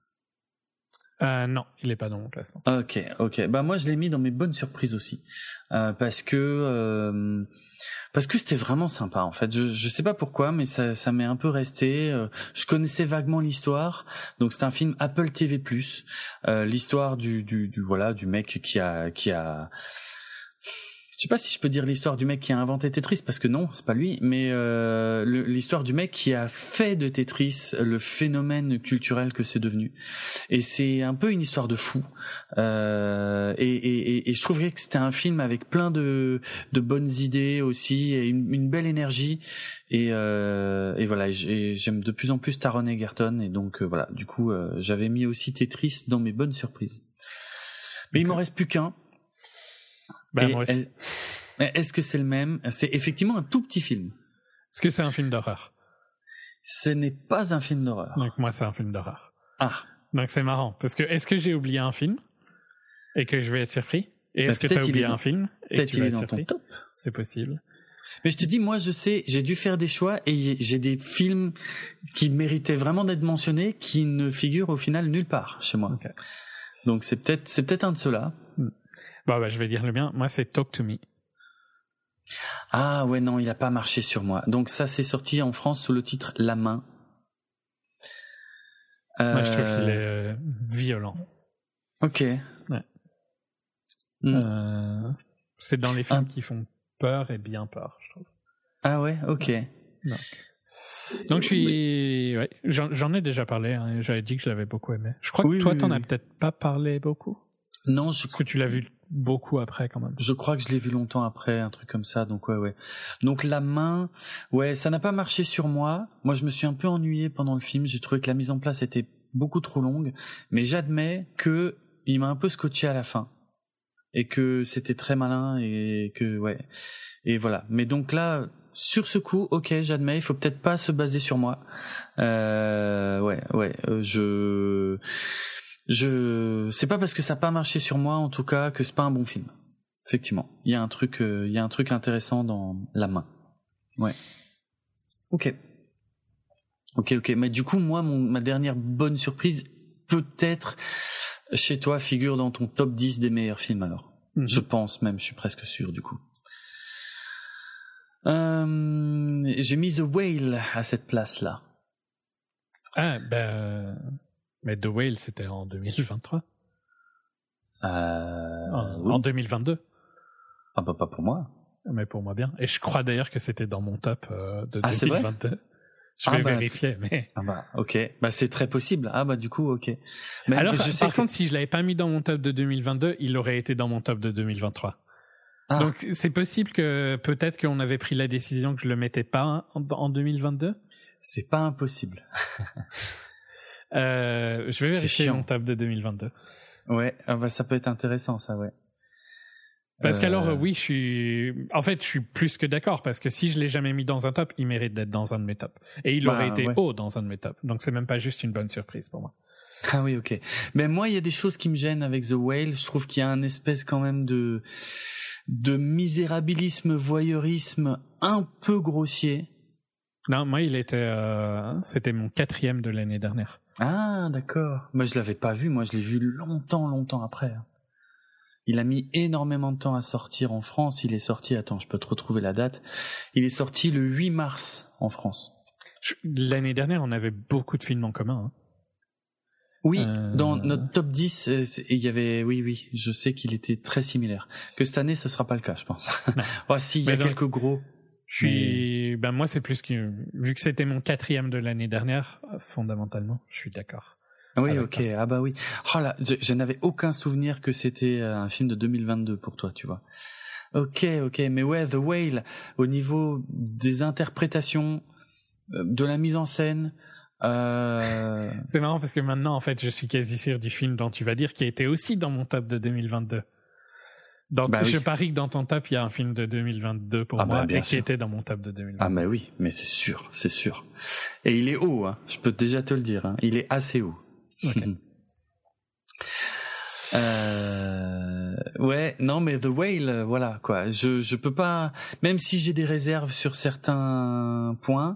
Non, il est pas dans mon classement. Ok. Bah moi je l'ai mis dans mes bonnes surprises aussi, parce que c'était vraiment sympa en fait. Je sais pas pourquoi, mais ça m'est un peu resté. Je connaissais vaguement l'histoire, donc c'est un film Apple TV+. L'histoire du mec qui a je sais pas si je peux dire l'histoire du mec qui a inventé Tetris, parce que non, c'est pas lui, mais l'histoire du mec qui a fait de Tetris le phénomène culturel que c'est devenu. Et c'est un peu une histoire de fou. Et je trouverais que c'était un film avec plein de bonnes idées aussi, et une belle énergie. Et voilà, j'aime de plus en plus Taron Egerton, et donc voilà, du coup, j'avais mis aussi Tetris dans mes bonnes surprises. Mais il m'en reste plus qu'un. Moi aussi. Est-ce que c'est le même ? C'est effectivement un tout petit film. Est-ce que c'est un film d'horreur ? Ce n'est pas un film d'horreur. Donc moi, c'est un film d'horreur. Ah. Donc c'est marrant, parce que est-ce que j'ai oublié un film et que je vais être surpris ? Et est-ce que tu as oublié un film et que tu vas être surpris ? Ton top. C'est possible. Mais je te dis, moi, je sais, j'ai dû faire des choix et j'ai des films qui méritaient vraiment d'être mentionnés qui ne figurent au final nulle part chez moi. Okay. Donc c'est peut-être un de ceux-là. Bah, je vais dire le mien. Moi, c'est Talk to Me. Ah ouais, non, il a pas marché sur moi. Donc ça, c'est sorti en France sous le titre La Main. Moi, je trouve qu'il est violent. Ok. Ouais. C'est dans les films qui font peur et bien peur, je trouve. Ah ouais, ok. Donc je suis, ouais, j'en ai déjà parlé. Hein, j'avais dit que je l'avais beaucoup aimé. Je crois que toi, t'en as peut-être pas parlé beaucoup. Non, parce que tu l'as vu beaucoup après quand même. Je crois que je l'ai vu longtemps après, un truc comme ça. Donc ouais. Donc La Main, ouais, ça n'a pas marché sur moi. Moi, je me suis un peu ennuyé pendant le film. J'ai trouvé que la mise en place était beaucoup trop longue, mais j'admets que il m'a un peu scotché à la fin et que c'était très malin et que ouais. Et voilà. Mais donc là, sur ce coup, ok, j'admets, il faut peut-être pas se baser sur moi. C'est pas parce que ça n'a pas marché sur moi, en tout cas, que c'est pas un bon film. Effectivement, il y a un truc intéressant dans La Main. Ouais. Ok. Mais du coup, moi, ma dernière bonne surprise, peut-être chez toi, figure dans ton top 10 des meilleurs films alors. Je pense même, je suis presque sûr du coup. J'ai mis The Whale à cette place-là. Ah, mais The Whale, c'était en 2023. En 2022. Ah bah pas pour moi. Mais pour moi bien. Et je crois d'ailleurs que c'était dans mon top de 2022. Je vais vérifier, mais... Ah bah ok. Bah c'est très possible. Ah bah du coup ok. Mais alors, par contre, si je l'avais pas mis dans mon top de 2022, il aurait été dans mon top de 2023. Ah. Donc c'est possible que peut-être qu'on avait pris la décision que je le mettais pas en 2022. C'est pas impossible. Je vais vérifier mon top de 2022. Ouais, bah ça peut être intéressant ça, ouais. Parce qu'alors oui, je suis plus que d'accord parce que si je l'ai jamais mis dans un top, il mérite d'être dans un de mes tops et il aurait été haut dans un de mes tops. Donc c'est même pas juste une bonne surprise pour moi. Ah oui, ok. Mais moi, il y a des choses qui me gênent avec The Whale. Je trouve qu'il y a un espèce quand même de misérabilisme, voyeurisme un peu grossier. Non, moi, c'était mon 4e de l'année dernière. Ah, d'accord. Moi, je l'avais pas vu. Moi, je l'ai vu longtemps après. Il a mis énormément de temps à sortir en France. Il est sorti, attends, je peux te retrouver la date. Il est sorti le 8 mars en France. L'année dernière, on avait beaucoup de films en commun. Hein. Oui, dans notre top 10, il y avait, oui, je sais qu'il était très similaire. Que cette année, ce sera pas le cas, je pense. Si, il y a quelques gros. Moi, c'est plus que, vu que c'était mon 4e de l'année dernière, fondamentalement, je suis d'accord. Oui, ok. Ah bah oui. Oh là, je n'avais aucun souvenir que c'était un film de 2022 pour toi, tu vois. Ok. Mais ouais, The Whale, au niveau des interprétations, de la mise en scène, C'est marrant parce que maintenant, en fait, je suis quasi sûr du film dont tu vas dire qui a été aussi dans mon top de 2022. Je parie que dans ton top, il y a un film de 2022 pour moi et qui était dans mon top de 2022. Ah bah oui, mais c'est sûr. Et il est haut, hein. Je peux déjà te le dire. Hein. Il est assez haut. Okay. Ouais, non, mais The Whale, voilà quoi. Je peux pas, même si j'ai des réserves sur certains points.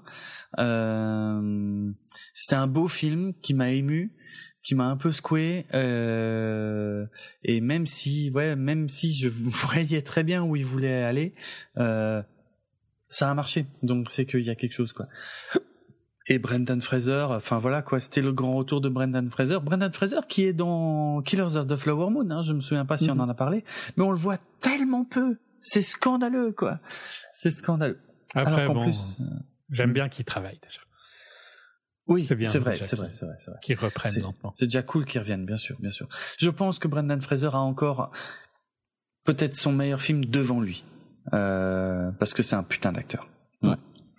C'était un beau film qui m'a ému, qui m'a un peu secoué. Et même si je voyais très bien où il voulait aller, ça a marché. Donc c'est qu'il y a quelque chose quoi. Et Brendan Fraser, enfin voilà quoi, c'était le grand retour de Brendan Fraser. Brendan Fraser qui est dans Killers of the Flower Moon, hein, je me souviens pas si on en a parlé, mais on le voit tellement peu. C'est scandaleux quoi. C'est scandaleux. Après j'aime bien qu'il travaille déjà. Oui, c'est vrai. Qu'il reprenne lentement. C'est déjà cool qu'il revienne, bien sûr. Je pense que Brendan Fraser a encore peut-être son meilleur film devant lui, parce que c'est un putain d'acteur. Ouais.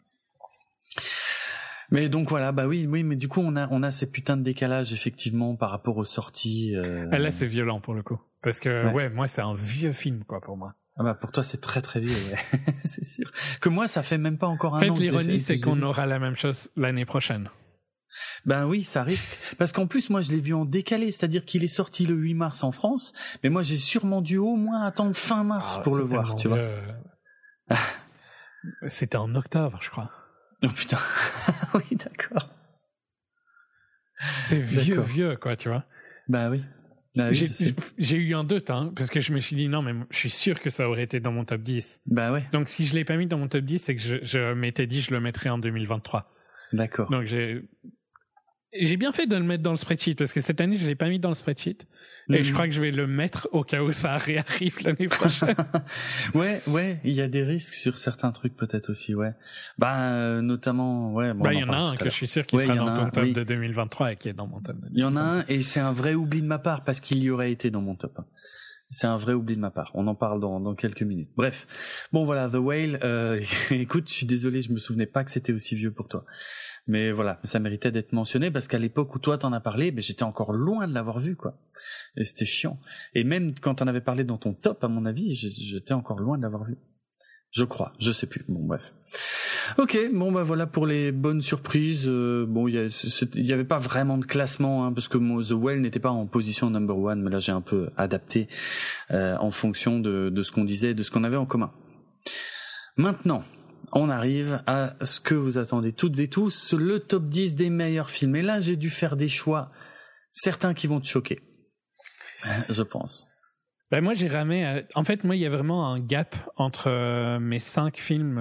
Mais donc voilà, bah oui, mais du coup on a ces putains de décalages effectivement par rapport aux sorties. Là c'est violent pour le coup, parce que moi c'est un vieux film quoi pour moi. Ah bah pour toi c'est très très vieux, ouais. C'est sûr. Que moi ça fait même pas encore un an. En fait l'ironie c'est qu'on aura la même chose l'année prochaine. Ben oui, ça risque. Parce qu'en plus, moi, je l'ai vu en décalé, c'est-à-dire qu'il est sorti le 8 mars en France, mais moi, j'ai sûrement dû au moins attendre fin mars pour le voir, tu vois. C'était en octobre, je crois. Oh putain. Oui, d'accord. C'est vieux, quoi, tu vois. Bah oui. Ah oui, j'ai eu un doute, hein, parce que je me suis dit non, mais je suis sûr que ça aurait été dans mon top 10. Bah ouais. Donc si je l'ai pas mis dans mon top 10, c'est que je m'étais dit je le mettrais en 2023. D'accord. Donc j'ai bien fait de le mettre dans le spreadsheet, parce que cette année je l'ai pas mis dans le spreadsheet. Et je crois que je vais le mettre au cas où ça réarrive l'année prochaine. ouais, il y a des risques sur certains trucs peut-être aussi, ouais. Bah notamment, ouais. Bon, il y en a un que je suis sûr qui sera dans ton top de 2023 et qui est dans mon top. Il y en a un, et c'est un vrai oubli de ma part parce qu'il y aurait été dans mon top. C'est un vrai oubli de ma part. On en parle dans quelques minutes. Bref. Bon voilà, The Whale. Écoute, je suis désolé, je me souvenais pas que c'était aussi vieux pour toi. Mais voilà, ça méritait d'être mentionné parce qu'à l'époque où toi t'en as parlé, j'étais encore loin de l'avoir vu, quoi. Et c'était chiant. Et même quand t'en avais parlé dans ton top, à mon avis, j'étais encore loin de l'avoir vu. Je crois, je sais plus. Bon, bref. Ok, bon voilà pour les bonnes surprises. Bon, il y avait pas vraiment de classement, hein, parce que The Whale n'était pas en position number one, mais là j'ai un peu adapté en fonction de ce qu'on disait, de ce qu'on avait en commun. Maintenant, on arrive à ce que vous attendez toutes et tous, le top 10 des meilleurs films. Et là, j'ai dû faire des choix, certains qui vont te choquer, je pense. Ben moi, j'ai ramé... En fait, moi, il y a vraiment un gap entre mes 5 films,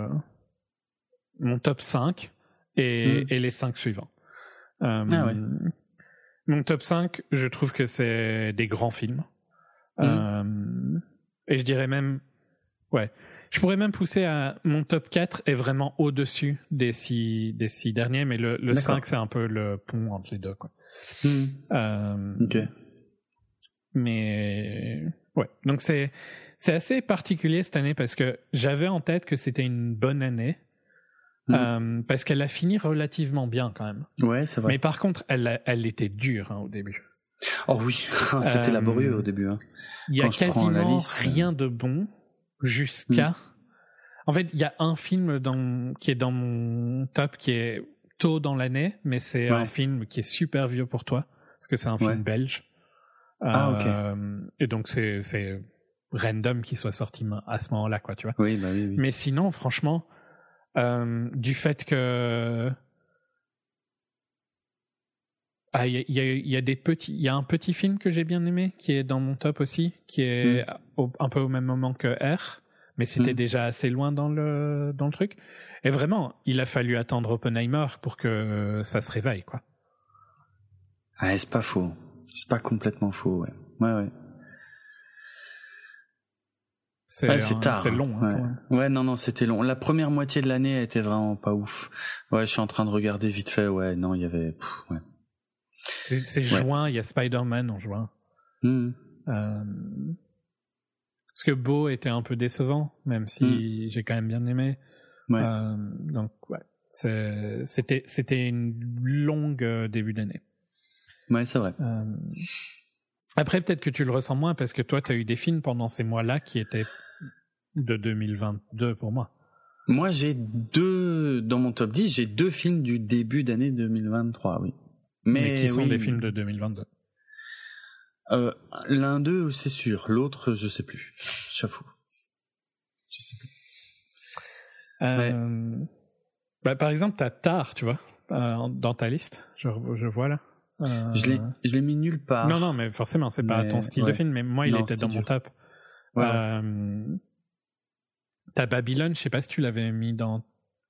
mon top 5, et les 5 suivants. Ouais. Mon top 5, je trouve que c'est des grands films. Et je dirais même... Ouais. Je pourrais même pousser à mon top 4 est vraiment au-dessus des 6 derniers, mais le 5 c'est un peu le pont entre les deux, quoi. Ok. Mais ouais, donc c'est assez particulier cette année parce que j'avais en tête que c'était une bonne année parce qu'elle a fini relativement bien quand même. Ouais, c'est vrai. Mais par contre, elle était dure au début. Oh oui, c'était laborieux au début. Il y a quasiment rien de bon. Jusqu'à... En fait, il y a un film qui est dans mon top qui est tôt dans l'année, mais c'est un film qui est super vieux pour toi, parce que c'est un film belge. Ok. Et donc, c'est random qu'il soit sorti à ce moment-là, quoi, tu vois. Oui, bah oui. Mais sinon, franchement, du fait que... il y a un petit film que j'ai bien aimé qui est dans mon top aussi, qui est un peu au même moment que R, mais c'était déjà assez loin dans le truc. Et vraiment, il a fallu attendre Oppenheimer pour que ça se réveille, quoi. Ah, c'est pas faux. C'est pas complètement faux, ouais. C'est tard. C'est long. Ouais, non, c'était long. La première moitié de l'année a été vraiment pas ouf. Ouais, je suis en train de regarder vite fait. Ouais, non, il y avait... ouais. C'est juin, il y a Spider-Man en juin. Parce que Beau était un peu décevant, même si j'ai quand même bien aimé. Ouais. Donc, ouais. C'était une longue début d'année. Ouais, c'est vrai. Après, peut-être que tu le ressens moins parce que toi, tu as eu des films pendant ces mois-là qui étaient de 2022 pour moi. Moi, dans mon top 10, j'ai 2 films du début d'année 2023, oui. Mais qui sont des films de 2022. L'un d'eux, c'est sûr. L'autre, je sais plus. J'avoue. Je sais plus. Par exemple, t'as Tar, tu vois, dans ta liste. Je vois là. Je l'ai mis nulle part. Non, mais forcément, c'est pas ton style de film. Mais moi, il était dans mon top. T'as Babylone. Je sais pas si tu l'avais mis dans.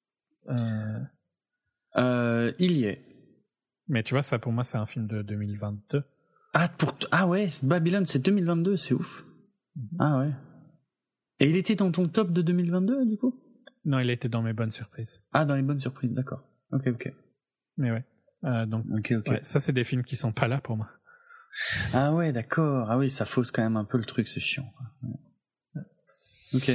Il y est. Mais tu vois, ça pour moi, c'est un film de 2022. Ah ouais, Babylone, c'est 2022, c'est ouf. Ah ouais. Et il était dans ton top de 2022, du coup ? Non, il était dans mes bonnes surprises. Ah, dans les bonnes surprises, d'accord. Ok. Mais ouais. Donc, ok. Ouais, ça, c'est des films qui sont pas là pour moi. Ah ouais, d'accord. Ah oui, ça fausse quand même un peu le truc, c'est chiant. Ouais. Ok.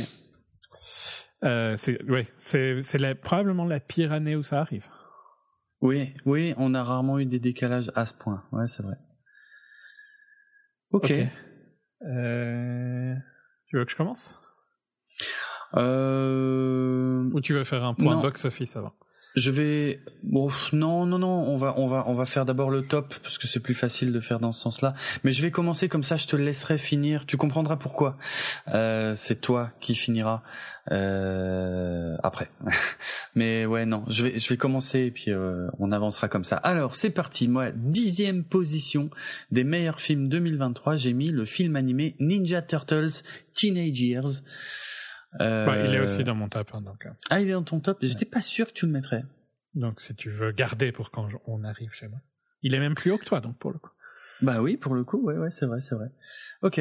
C'est probablement la pire année où ça arrive. Oui, on a rarement eu des décalages à ce point. Ouais, c'est vrai. Ok. Tu veux que je commence ? Ou tu veux faire un point box-office avant ? Non, on va faire d'abord le top parce que c'est plus facile de faire dans ce sens-là. Mais je vais commencer comme ça, je te laisserai finir. Tu comprendras pourquoi. C'est toi qui finiras après. Mais ouais, non, je vais commencer et puis on avancera comme ça. Alors c'est parti. Moi, 10e position des meilleurs films 2023. J'ai mis le film animé Ninja Turtles Teenage Years. Il est aussi dans mon top. Hein, donc. Ah, il est dans ton top. J'étais pas sûr que tu le mettrais. Donc, si tu veux garder pour quand on arrive chez moi. Il est même plus haut que toi, donc, pour le coup. Bah oui, pour le coup, ouais, c'est vrai. Ok.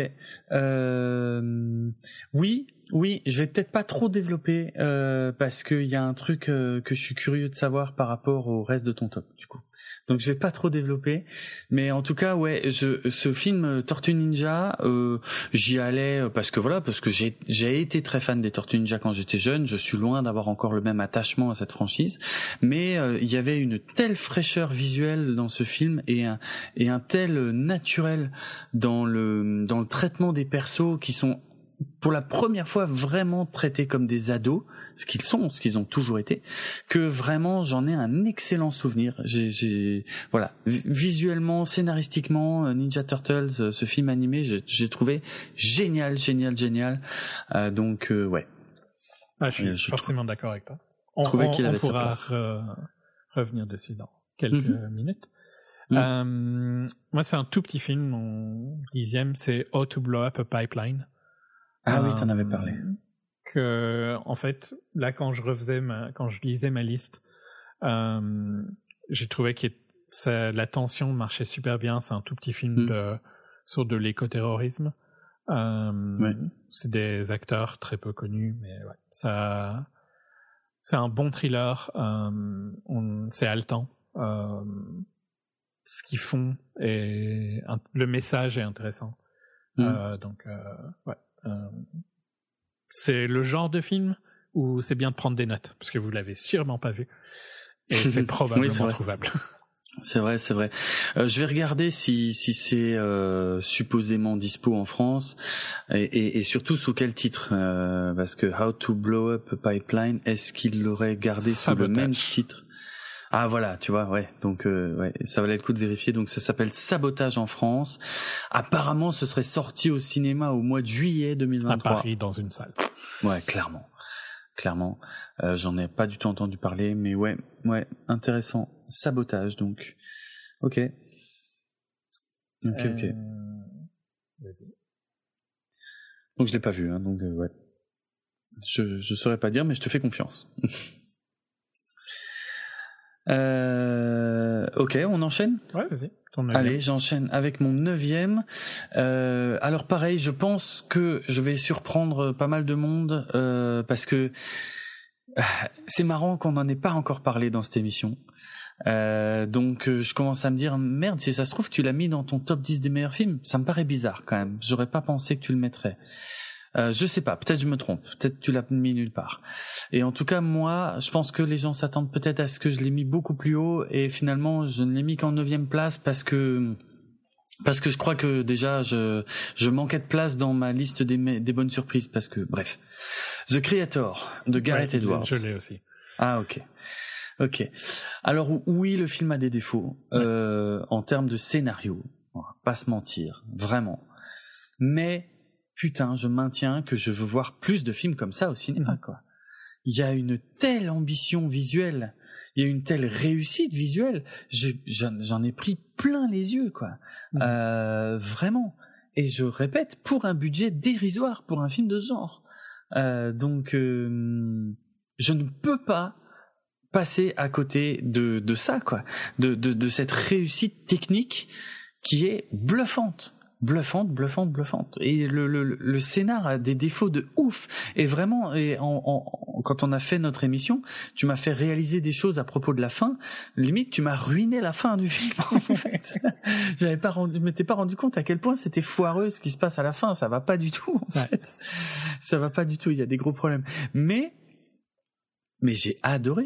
Oui, je vais peut-être pas trop développer parce qu'il y a un truc que je suis curieux de savoir par rapport au reste de ton top, du coup. Donc je vais pas trop développer, mais en tout cas, ouais, ce film Tortue Ninja, j'y allais parce que j'ai été très fan des Tortues Ninja quand j'étais jeune. Je suis loin d'avoir encore le même attachement à cette franchise, mais il y avait une telle fraîcheur visuelle dans ce film et un tel naturel dans le traitement des persos qui sont pour la première fois vraiment traités comme des ados, ce qu'ils ont toujours été, que vraiment j'en ai un excellent souvenir. Voilà, visuellement, scénaristiquement, Ninja Turtles, ce film animé, j'ai trouvé génial. Donc ouais. Ah, je suis forcément d'accord avec toi. On pourra revenir dessus dans quelques minutes. Moi, c'est un tout petit film, mon 10e, c'est How to Blow Up a Pipeline. Ah oui, t'en avais parlé. En fait, là, quand je lisais ma liste, j'ai trouvé que la tension marchait super bien. C'est un tout petit film sur de l'écoterrorisme. C'est des acteurs très peu connus, mais ouais, c'est un bon thriller. C'est haletant. Ce qu'ils font et le message est intéressant. Donc, ouais. C'est le genre de film où c'est bien de prendre des notes parce que vous l'avez sûrement pas vu et c'est probablement trouvable. C'est vrai. Je vais regarder si c'est supposément dispo en France et surtout sous quel titre parce que How to Blow Up a Pipeline, est-ce qu'il l'aurait gardé sous le même titre? Ah voilà, tu vois, ouais. Donc ouais, ça valait le coup de vérifier. Donc ça s'appelle Sabotage en France. Apparemment, ce serait sorti au cinéma au mois de juillet 2023. À Paris, dans une salle. Ouais, clairement. J'en ai pas du tout entendu parler, mais ouais, intéressant. Sabotage, donc. Ok. Vas-y. Donc je l'ai pas vu, hein, donc ouais. Je saurais pas dire, mais je te fais confiance. Ok, on enchaîne ? Ouais, vas-y. Allez, j'enchaîne avec mon 9e. Alors pareil, je pense que je vais surprendre pas mal de monde parce que c'est marrant qu'on n'en ait pas encore parlé dans cette émission. Donc je commence à me dire merde, si ça se trouve tu l'as mis dans ton top 10 des meilleurs films. Ça me paraît bizarre quand même. J'aurais pas pensé que tu le mettrais. Je sais pas, peut-être je me trompe, peut-être tu l'as mis nulle part. Et en tout cas, moi, je pense que les gens s'attendent peut-être à ce que je l'ai mis beaucoup plus haut et finalement, je ne l'ai mis qu'en 9e place parce que je crois que déjà, je manquais de place dans ma liste des bonnes surprises parce que, bref. The Creator, de Gareth Edwards. Je l'ai aussi. Ah, ok. Alors, oui, le film a des défauts, en termes de scénario. On va pas se mentir, vraiment. Mais, putain, je maintiens que je veux voir plus de films comme ça au cinéma, quoi. Il y a une telle ambition visuelle, il y a une telle réussite visuelle, j'en ai pris plein les yeux, quoi. Vraiment. Et je répète, pour un budget dérisoire pour un film de ce genre. Donc, je ne peux pas passer à côté de ça, quoi. De cette réussite technique qui est bluffante. Bluffante. Et le scénar a des défauts de ouf. Et vraiment, quand on a fait notre émission, tu m'as fait réaliser des choses à propos de la fin. Limite, tu m'as ruiné la fin du film, en fait. Je m'étais pas rendu compte à quel point c'était foireux ce qui se passe à la fin. Ça va pas du tout, en fait. Ça va pas du tout. Il y a des gros problèmes. Mais j'ai adoré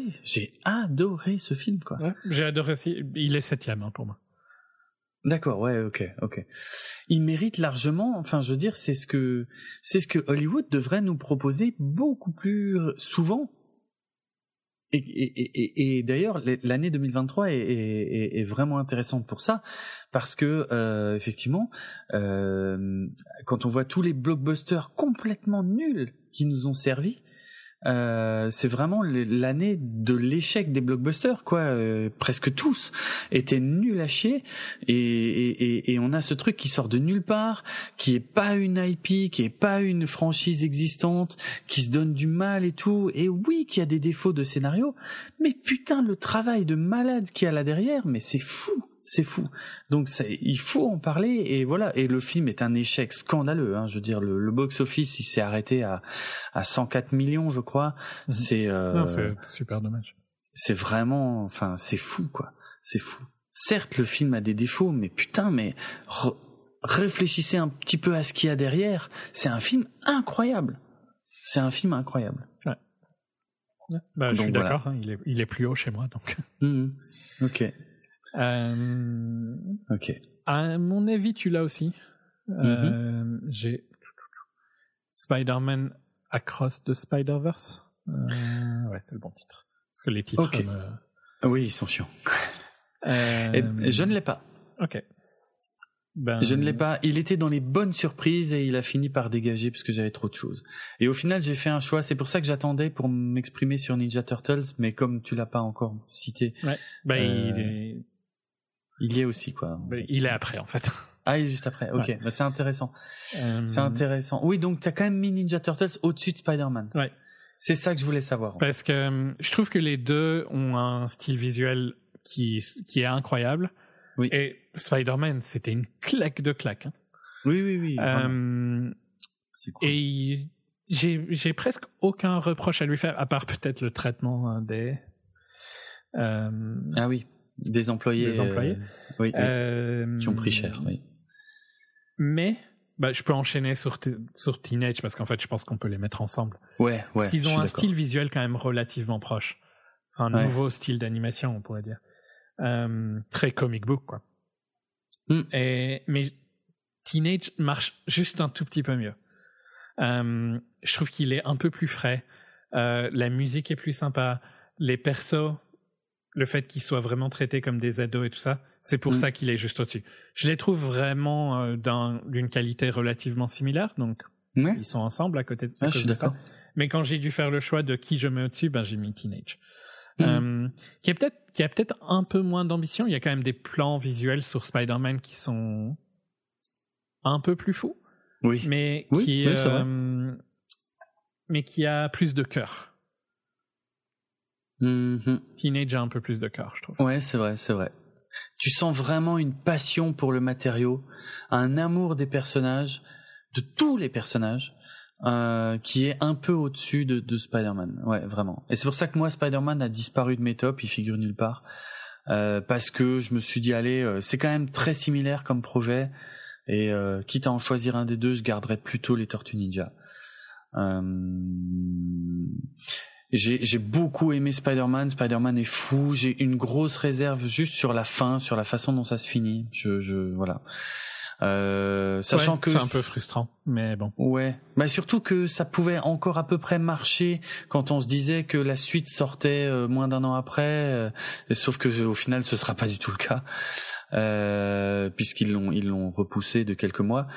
ce film, quoi. Ouais, j'ai adoré aussi. Il est 7e, pour moi. D'accord, ouais, ok. Il mérite largement, enfin, je veux dire, c'est ce que Hollywood devrait nous proposer beaucoup plus souvent. Et d'ailleurs, l'année 2023 est vraiment intéressante pour ça, parce que effectivement, quand on voit tous les blockbusters complètement nuls qui nous ont servi, c'est vraiment l'année de l'échec des blockbusters, quoi. Presque tous étaient nuls à chier, et on a ce truc qui sort de nulle part, qui est pas une IP, qui est pas une franchise existante, qui se donne du mal et tout. Et oui, qu'il y a des défauts de scénario, mais putain, le travail de malade qu'il y a là derrière, mais c'est fou. C'est fou. Donc il faut en parler, et voilà. Et le film est un échec scandaleux, hein. Je veux dire, le box-office, il s'est arrêté à 104 millions, je crois. C'est super dommage. C'est vraiment, enfin, c'est fou, quoi. C'est fou. Certes, le film a des défauts, mais putain, réfléchissez un petit peu à ce qu'il y a derrière. C'est un film incroyable. C'est un film incroyable. Ouais. Bah, je suis d'accord. Hein, il est plus haut chez moi, donc. Ok. Ok. À mon avis, tu l'as aussi. J'ai Spider-Man Across the Spider-Verse. Ouais, c'est le bon titre. Parce que les titres. Ok. Oui, ils sont chiants. Je ne l'ai pas. Ok. Je ne l'ai pas. Il était dans les bonnes surprises et il a fini par dégager parce que j'avais trop de choses. Et au final, j'ai fait un choix. C'est pour ça que j'attendais pour m'exprimer sur Ninja Turtles, mais comme tu l'as pas encore cité. Ouais. Il y est aussi, quoi. Il est après, en fait. Ah, il est juste après. Ok, ouais. C'est intéressant. C'est intéressant. Oui, donc tu as quand même mis Ninja Turtles au-dessus de Spider-Man. Ouais. C'est ça que je voulais savoir. Parce que je trouve que les deux ont un style visuel qui est incroyable. Oui. Et Spider-Man, c'était une claque de claque. Hein. Oui. C'est cool. Et j'ai presque aucun reproche à lui faire, à part peut-être le traitement des... Ah oui. Des employés, oui, qui ont pris cher, oui. Mais je peux enchaîner sur Teenage parce qu'en fait, je pense qu'on peut les mettre ensemble. Ouais. Parce qu'ils ont un style visuel quand même relativement proche. Un nouveau style d'animation, on pourrait dire. Très comic book, quoi. Mais Teenage marche juste un tout petit peu mieux. Je trouve qu'il est un peu plus frais. La musique est plus sympa. Les persos... Le fait qu'ils soient vraiment traités comme des ados et tout ça, c'est pour ça qu'il est juste au-dessus. Je les trouve vraiment d'une qualité relativement similaire, donc ils sont ensemble à côté de je suis d'accord. Ça. Mais quand j'ai dû faire le choix de qui je mets au-dessus, j'ai mis Teenage. Qui a peut-être un peu moins d'ambition. Il y a quand même des plans visuels sur Spider-Man qui sont un peu plus fous. Oui. Mais qui a plus de cœur. Teenage a un peu plus de cœur, je trouve. Ouais, c'est vrai. Tu sens vraiment une passion pour le matériau, un amour des personnages, de tous les personnages, qui est un peu au-dessus de Spider-Man. Ouais, vraiment. Et c'est pour ça que moi, Spider-Man a disparu de mes tops, il figure nulle part. Parce que je me suis dit, allez, c'est quand même très similaire comme projet, et quitte à en choisir un des deux, je garderais plutôt les Tortues Ninja. J'ai beaucoup aimé Spider-Man. Spider-Man est fou. J'ai une grosse réserve juste sur la fin, sur la façon dont ça se finit. Voilà. Sachant que c'est un peu frustrant, mais bon. Ouais. Surtout que ça pouvait encore à peu près marcher quand on se disait que la suite sortait moins d'un an après. Sauf que au final, ce sera pas du tout le cas. Puisqu'ils l'ont repoussé de quelques mois.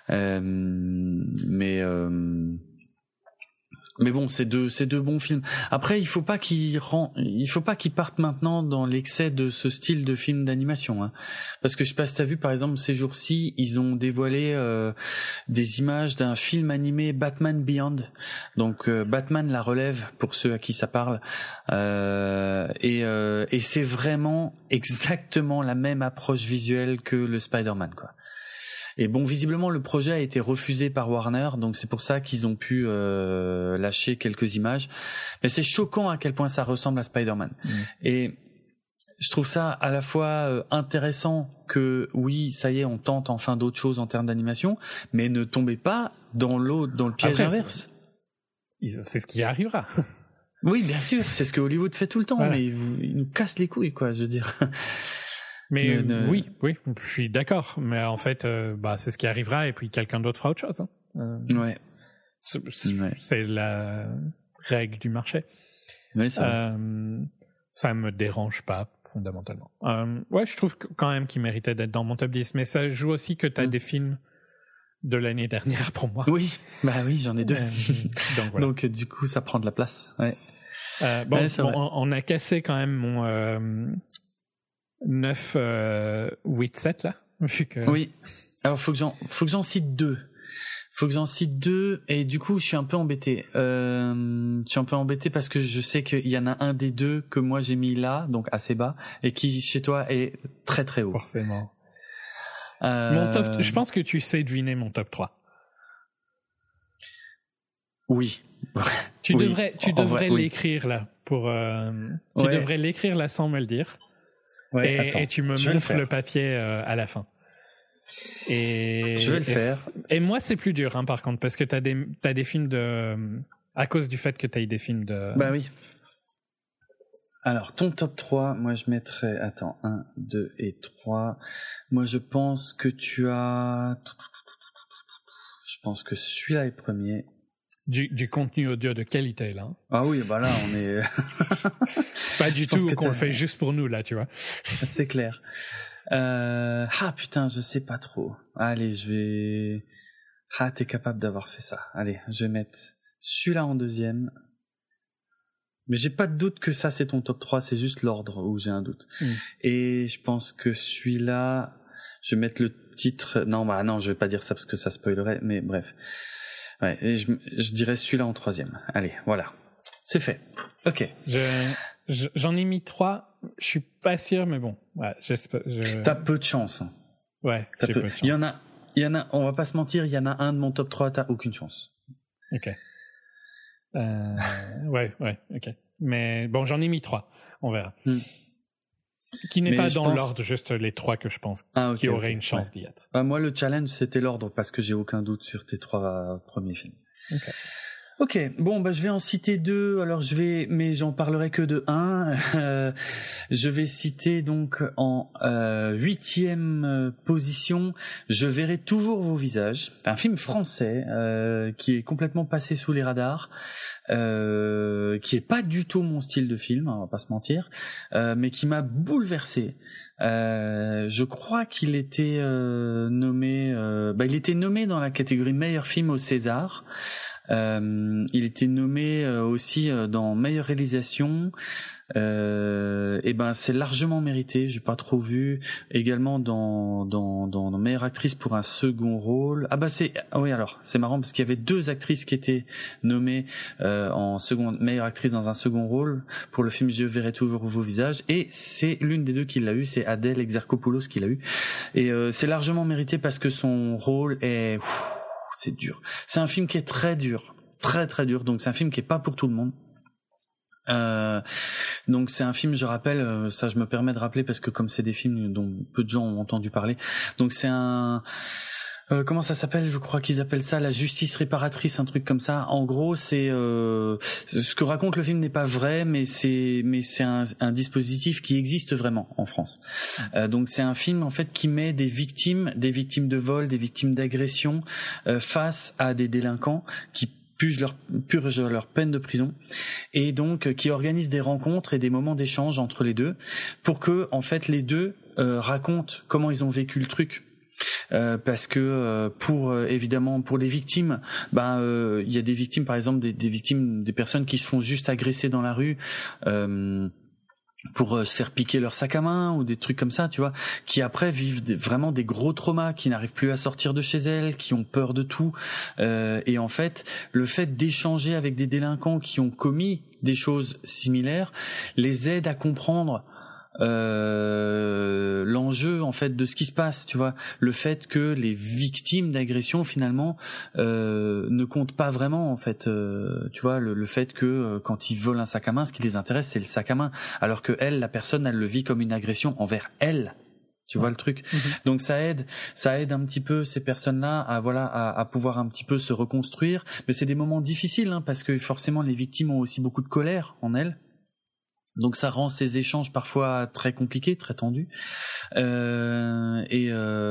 Mais bon, c'est deux bons films. Après, il faut pas qu'ils partent maintenant dans l'excès de ce style de film d'animation, hein. Parce que je sais pas si t'as vu, par exemple, ces jours-ci, ils ont dévoilé des images d'un film animé Batman Beyond. Donc Batman la relève pour ceux à qui ça parle. Et c'est vraiment exactement la même approche visuelle que le Spider-Man, quoi. Et bon, visiblement, le projet a été refusé par Warner, donc c'est pour ça qu'ils ont pu lâcher quelques images. Mais c'est choquant à quel point ça ressemble à Spider-Man. Et je trouve ça à la fois intéressant que, oui, ça y est, on tente enfin d'autres choses en termes d'animation, mais ne tombez pas dans le piège inverse. C'est ce qui arrivera. Oui, bien sûr, c'est ce que Hollywood fait tout le temps, voilà. Mais ils nous cassent les couilles, quoi, je veux dire. Mais oui, je suis d'accord. Mais en fait, c'est ce qui arrivera et puis quelqu'un d'autre fera autre chose. Hein. Ouais. C'est la règle du marché. Oui, c'est vrai. Ça me dérange pas fondamentalement. Ouais, je trouve quand même qu'il méritait d'être dans mon top 10, mais ça joue aussi que t'as des films de l'année dernière pour moi. Oui, bah oui, j'en ai 2. Donc, voilà. Donc du coup, ça prend de la place. Ouais. On a cassé quand même mon 9, 8, 7 là. Vu que... Oui. Alors faut que j'en cite 2. Et du coup je suis un peu embêté. Parce que je sais qu'il y en a un des 2 que moi j'ai mis là, donc assez bas, et qui chez toi est très très haut. Forcément. Mon top, je pense que tu sais deviner mon top 3. Oui. Tu devrais l'écrire là tu devrais l'écrire là sans me le dire. Ouais, et tu me montres le papier à la fin. Et je vais le faire. Et moi c'est plus dur par contre parce que t'as des films à cause du fait que t'as eu des films de. Bah oui. Alors ton top 3, moi je mettrais 1, 2 et 3. Moi je pense que celui-là est premier. Du contenu audio de qualité là. Ah oui, bah là on est. C'est pas du tout qu'on le fait juste pour nous là, tu vois. C'est clair. Putain, je sais pas trop. Allez, je vais. T'es capable d'avoir fait ça. Allez, je vais mettre celui-là en deuxième. Mais j'ai pas de doute que ça c'est ton top 3, c'est juste l'ordre où j'ai un doute. Et je pense que celui-là, je vais mettre le titre. Non, je vais pas dire ça parce que ça spoilerait, mais bref. Ouais, et je dirais celui-là en troisième. Allez, voilà. C'est fait. Ok. J'en ai mis 3. Je suis pas sûr, mais bon. Ouais, T'as peu de chance. Hein. Ouais, j'ai peu de chance. Il y en a, on va pas se mentir, il y en a un de mon top 3, t'as aucune chance. Ok. Ouais, ok. Mais bon, j'en ai mis 3. On verra. Qui n'est pas dans l'ordre, juste les 3 que je pense qui auraient une chance d'y être. Moi, le challenge, c'était l'ordre parce que j'ai aucun doute sur tes 3 premiers films. Ok, bon, je vais en citer 2. Alors, mais j'en parlerai que de 1. Je vais citer donc en 8e position, Je verrai toujours vos visages. Un film français qui est complètement passé sous les radars, qui est pas du tout mon style de film, on va pas se mentir, mais qui m'a bouleversé. Je crois qu'il était nommé, il était nommé dans la catégorie meilleur film au César. Il était nommé aussi dans meilleure réalisation. C'est largement mérité. J'ai pas trop vu. Également dans meilleure actrice pour un second rôle. Alors c'est marrant parce qu'il y avait 2 actrices qui étaient nommées en meilleure actrice dans un second rôle pour le film Je verrai toujours vos visages, et c'est l'une des 2 qui l'a eu. C'est Adèle Exarchopoulos qui l'a eu, et c'est largement mérité parce que son rôle est c'est dur. C'est un film qui est très dur, très très dur. Donc c'est un film qui est pas pour tout le monde. Donc c'est un film, je rappelle, ça je me permets de rappeler parce que comme c'est des films dont peu de gens ont entendu parler. Donc c'est un comment ça s'appelle ? Je crois qu'ils appellent ça la justice réparatrice, un truc comme ça. En gros, c'est ce que raconte le film n'est pas vrai, mais c'est un dispositif qui existe vraiment en France. Donc c'est un film en fait qui met des victimes de vol, des victimes d'agression face à des délinquants qui purgent leur peine de prison, et donc qui organise des rencontres et des moments d'échange entre les deux pour que en fait les deux racontent comment ils ont vécu le truc. Parce que évidemment pour les victimes, il y a des victimes, par exemple des victimes, des personnes qui se font juste agresser dans la rue pour se faire piquer leur sac à main ou des trucs comme ça, tu vois, qui après vivent vraiment des gros traumas, qui n'arrivent plus à sortir de chez elles, qui ont peur de tout, et en fait le fait d'échanger avec des délinquants qui ont commis des choses similaires les aide à comprendre l'enjeu en fait de ce qui se passe, tu vois, le fait que les victimes d'agression finalement ne comptent pas vraiment en fait, tu vois, le fait que quand ils volent un sac à main, ce qui les intéresse c'est le sac à main, alors que la personne elle le vit comme une agression envers elle. Tu vois le truc. Donc ça aide un petit peu ces personnes-là à pouvoir un petit peu se reconstruire, mais c'est des moments difficiles parce que forcément les victimes ont aussi beaucoup de colère en elles. Donc ça rend ces échanges parfois très compliqués, très tendus. Et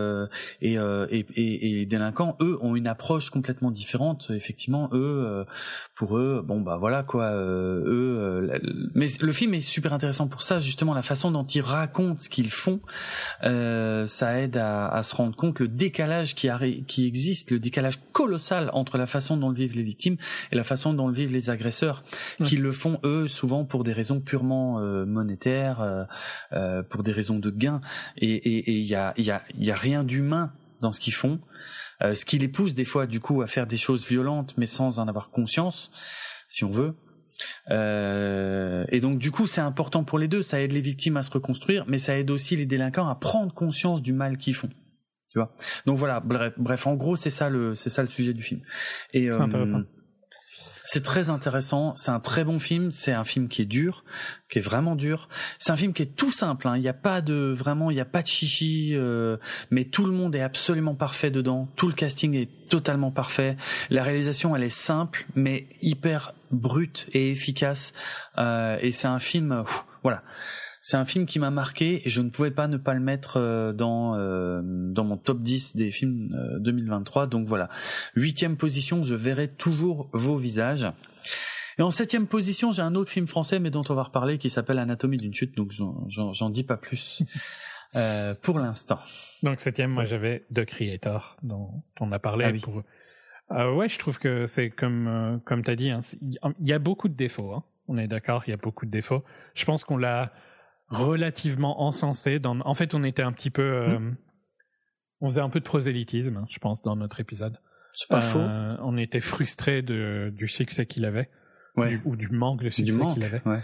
les délinquants, eux, ont une approche complètement différente. Effectivement, eux, pour eux, bon bah voilà quoi. Mais le film est super intéressant pour ça, justement, la façon dont ils racontent ce qu'ils font. Ça aide à se rendre compte le décalage qui existe, le décalage colossal entre la façon dont le vivent les victimes et la façon dont le vivent les agresseurs, qui le font eux souvent pour des raisons purement monétaires, pour des raisons de gain, et il y a rien d'humain dans ce qu'ils font, ce qui les pousse des fois du coup à faire des choses violentes mais sans en avoir conscience, si on veut. Et donc du coup c'est important pour les deux, ça aide les victimes à se reconstruire, mais ça aide aussi les délinquants à prendre conscience du mal qu'ils font, tu vois. Donc voilà, bref, en gros c'est ça le sujet du film. Et c'est intéressant. C'est très intéressant, c'est un très bon film, c'est un film qui est dur, qui est vraiment dur. C'est un film qui est tout simple, hein. Il n'y a pas de chichi, mais tout le monde est absolument parfait dedans. Tout le casting est totalement parfait. La réalisation, elle est simple, mais hyper brute et efficace. Et c'est un film, voilà. C'est un film qui m'a marqué et je ne pouvais pas ne pas le mettre dans mon top 10 des films 2023. Donc voilà, 8e position, je verrai toujours vos visages. Et en 7e position, j'ai un autre film français, mais dont on va reparler, qui s'appelle Anatomie d'une chute. Donc j'en dis pas plus pour l'instant. Donc 7e, moi j'avais The Creator, dont on a parlé. Ah oui. Ouais, je trouve que c'est comme tu as dit, hein, il y a beaucoup de défauts. Hein. On est d'accord, il y a beaucoup de défauts. Je pense qu'on l'a relativement encensé. En fait, on était un petit peu... on faisait un peu de prosélytisme, hein, je pense, dans notre épisode. C'est pas faux. On était frustrés du succès qu'il avait, ou du manque de succès qu'il avait. Ouais.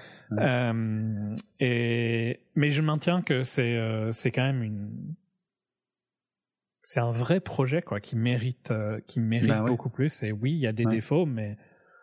Mais je maintiens que c'est quand même c'est un vrai projet quoi, qui mérite beaucoup plus. Et oui, il y a des défauts, mais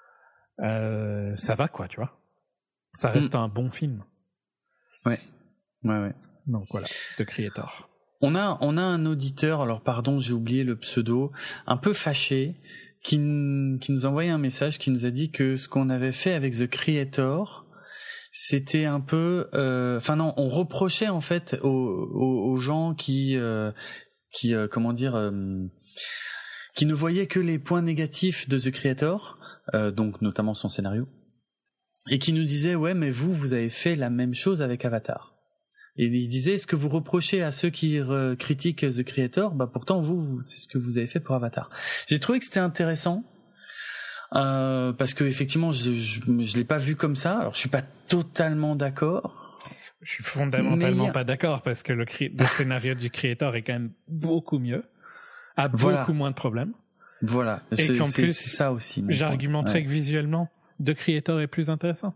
ça va, quoi, tu vois. Ça reste un bon film. Ouais. Donc voilà, The Creator. On a un auditeur, alors pardon, j'ai oublié le pseudo, un peu fâché, qui nous a envoyé un message, qui nous a dit que ce qu'on avait fait avec The Creator, c'était un peu, on reprochait en fait aux gens qui comment dire, qui ne voyaient que les points négatifs de The Creator, donc notamment son scénario, et qui nous disaient ouais, mais vous avez fait la même chose avec Avatar. Et il disait, ce que vous reprochez à ceux qui critiquent The Creator, bah pourtant vous c'est ce que vous avez fait pour Avatar. J'ai trouvé que c'était intéressant parce que effectivement je l'ai pas vu comme ça. Alors je suis pas totalement d'accord. Je suis fondamentalement pas d'accord parce que le scénario du Creator est quand même beaucoup mieux, a beaucoup moins de problèmes. Voilà. Et qu'en plus, c'est ça aussi. J'argumenterais que visuellement, The Creator est plus intéressant.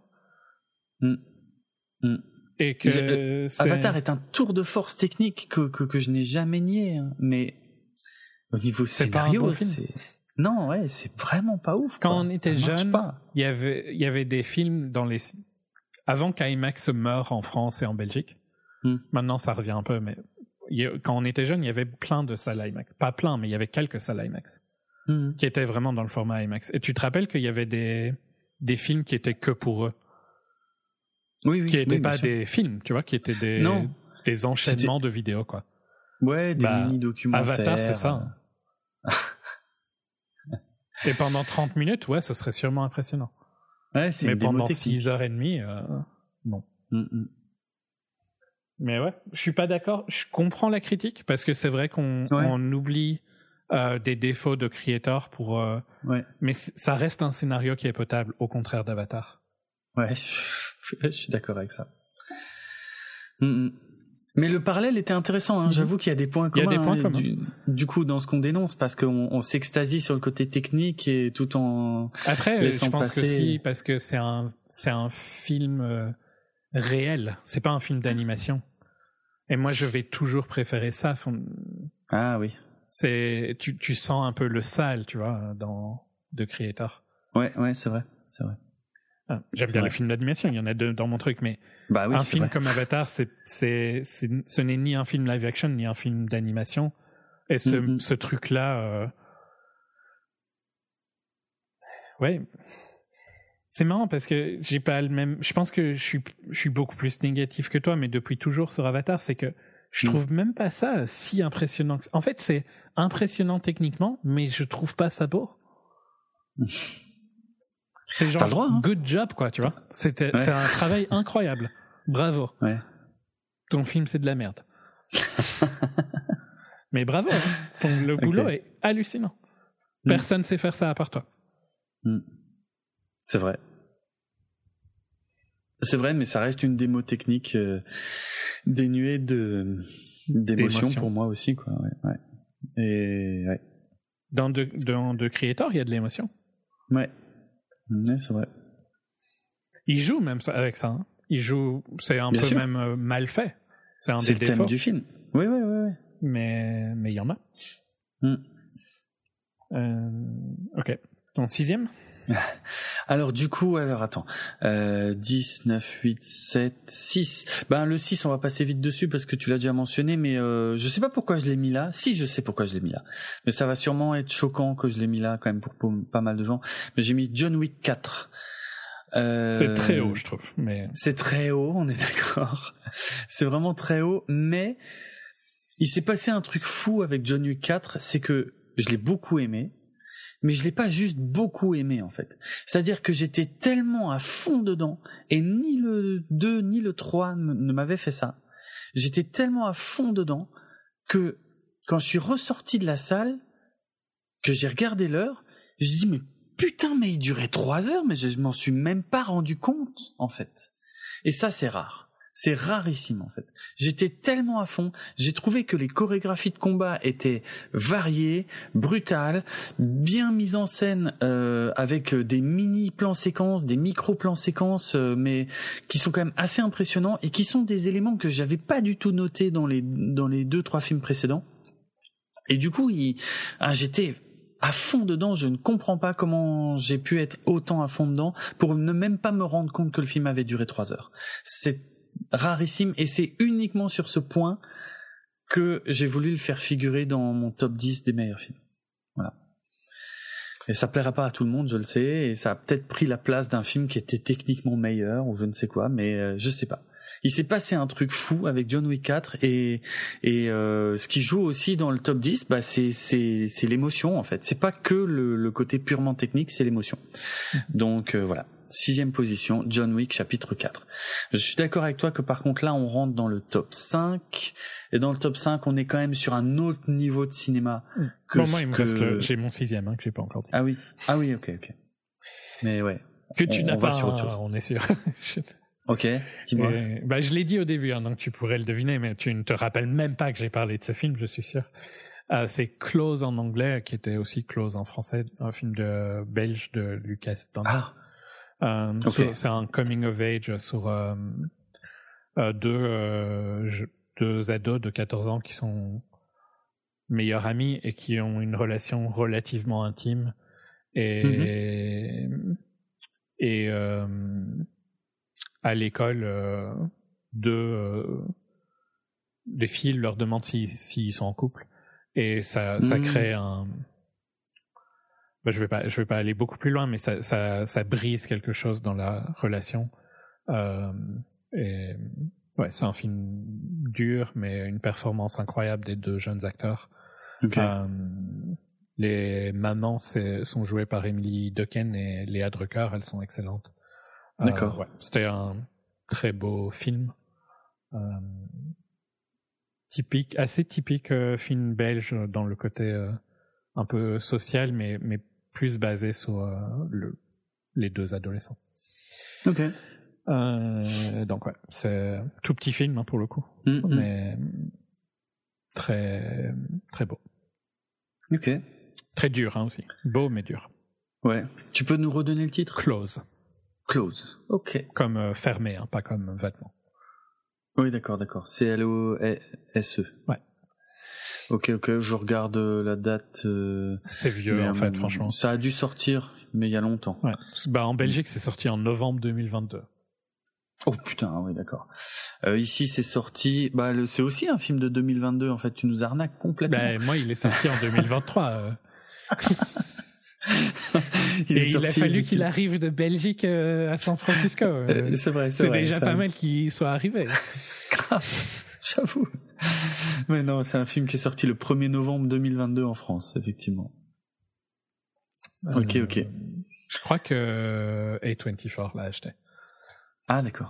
Et que Avatar est un tour de force technique que je n'ai jamais nié, hein. Mais au niveau scénario, c'est vraiment pas ouf. Quand on était jeune, il y avait des films avant qu'IMAX meure en France et en Belgique. Maintenant, ça revient un peu, mais quand on était jeune, il y avait plein de salles IMAX. Pas plein, mais il y avait quelques salles IMAX qui étaient vraiment dans le format IMAX. Et tu te rappelles qu'il y avait des films qui étaient que pour eux. Oui, qui n'étaient pas des films, tu vois, qui étaient des enchaînements de vidéos, quoi. Ouais, des mini-documentaires. Avatar, c'est ça. Et pendant 30 minutes, ouais, ce serait sûrement impressionnant. Ouais, c'est mais pendant 6h30, non. Mais ouais, je suis pas d'accord. Je comprends la critique, parce que c'est vrai qu'on oublie des défauts de Creator mais ça reste un scénario qui est potable, au contraire d'Avatar. Ouais, je suis d'accord avec ça. Mais le parallèle était intéressant, hein. J'avoue qu'il y a des points communs. Il y a des points communs. Du coup, dans ce qu'on dénonce, parce qu'on s'extasie sur le côté technique et tout en Après, je pense que si, parce que c'est un film réel. C'est pas un film d'animation. Et moi, je vais toujours préférer ça. Ah oui. Tu sens un peu le sale, tu vois, dans The Creator. Ouais, c'est vrai. J'aime bien les films d'animation, il y en a deux dans mon truc, mais un film comme Avatar, ce n'est ni un film live action ni un film d'animation. Et ce truc-là, C'est marrant parce que j'ai pas le même. Je pense que je suis beaucoup plus négatif que toi, mais depuis toujours sur Avatar, c'est que je trouve même pas ça si impressionnant. En fait, c'est impressionnant techniquement, mais je trouve pas ça beau. C'est genre droit, hein. Good job, quoi, tu vois. C'est un travail incroyable. Bravo. Ouais. Ton film, c'est de la merde. Mais bravo. Le boulot est hallucinant. Personne sait faire ça à part toi. C'est vrai. C'est vrai, mais ça reste une démo technique dénuée d'émotion pour moi aussi, quoi. Ouais. Et ouais. Dans The Creator, il y a de l'émotion. Ouais, c'est vrai. Il joue même avec ça. Hein. Il joue, c'est un peu même mal fait. C'est un des défauts. C'est le thème du film. Oui. Mais il y en a. Ok. Ton 6e? Alors du coup, attends. 10, 9, 8, 7, 6. Ben le 6, on va passer vite dessus parce que tu l'as déjà mentionné, mais je sais pas pourquoi je l'ai mis là. Si, je sais pourquoi je l'ai mis là. Mais ça va sûrement être choquant que je l'ai mis là quand même pour pas mal de gens. Mais j'ai mis John Wick 4. C'est très haut, je trouve. Mais c'est très haut, on est d'accord. C'est vraiment très haut, mais il s'est passé un truc fou avec John Wick 4, c'est que je l'ai beaucoup aimé, mais je l'ai pas juste beaucoup aimé en fait. C'est-à-dire que j'étais tellement à fond dedans, et ni le 2 ni le 3 ne m'avaient fait ça. J'étais tellement à fond dedans que quand je suis ressorti de la salle, que j'ai regardé l'heure, je dis mais putain, mais il durait 3 heures, mais je m'en suis même pas rendu compte, en fait. Et ça, c'est rare. C'est rarissime, en fait. J'étais tellement à fond, j'ai trouvé que les chorégraphies de combat étaient variées, brutales, bien mises en scène, avec des mini-plans séquences, des micro-plans séquences, mais qui sont quand même assez impressionnants et qui sont des éléments que j'avais pas du tout notés dans les 2-3 films précédents. Et du coup, j'étais à fond dedans, je ne comprends pas comment j'ai pu être autant à fond dedans pour ne même pas me rendre compte que le film avait duré 3 heures. C'est rarissime et c'est uniquement sur ce point que j'ai voulu le faire figurer dans mon top 10 des meilleurs films. Voilà. Et ça plaira pas à tout le monde, je le sais, et ça a peut-être pris la place d'un film qui était techniquement meilleur ou je ne sais quoi, mais je sais pas. Il s'est passé un truc fou avec John Wick 4 et ce qui joue aussi dans le top 10, bah c'est l'émotion en fait. C'est pas que le côté purement technique, c'est l'émotion. Donc voilà. 6e position, John Wick chapitre 4. Je suis d'accord avec toi que par contre là on rentre dans le top 5 et dans le top 5 on est quand même sur un autre niveau de cinéma que moi il me reste j'ai mon 6e que j'ai pas encore dit. Ah oui, ok. Mais ouais. Que tu n'as pas sur autre chose. On est sûr. Ok, dis-moi. Je l'ai dit au début, hein, donc tu pourrais le deviner, mais tu ne te rappelles même pas que j'ai parlé de ce film, je suis sûr. C'est Close en anglais, qui était aussi Close en français, un film belge de Lucas Donner. Okay. C'est un coming of age sur deux ados de 14 ans qui sont meilleurs amis et qui ont une relation relativement intime. Et à l'école, des filles leur demandent s'ils sont en couple. Et ça crée un... je vais pas aller beaucoup plus loin, mais ça brise quelque chose dans la relation. Et ouais, c'est un film dur, mais une performance incroyable des deux jeunes acteurs. Okay. Les mamans sont jouées par Emily Dequesne et Léa Drucker, elles sont excellentes. D'accord. Ouais, c'était un très beau film. Assez typique film belge dans le côté un peu social, mais plus basé sur les deux adolescents. Ok. Donc ouais, c'est un tout petit film pour le coup, mais très très beau. Ok. Très dur aussi, beau mais dur. Ouais. Tu peux nous redonner le titre? Close. Ok. Comme fermé, hein, pas comme vêtement. Oui, d'accord. C'est L-O-S-E. Ouais. Ok, je regarde la date. C'est vieux en fait, franchement. Ça a dû sortir, mais il y a longtemps. Ouais. En Belgique, c'est sorti en novembre 2022. Oh putain, oui, d'accord. Ici, c'est sorti. C'est aussi un film de 2022. En fait, tu nous arnaques complètement. Moi, il est sorti en 2023. il a fallu qu'il arrive de Belgique à San Francisco. C'est vrai. C'est déjà pas mal qu'il soit arrivé. Grave, j'avoue. Mais non, c'est un film qui est sorti le 1er novembre 2022 en France, effectivement. Ok. Je crois que A24 l'a acheté. Ah, d'accord.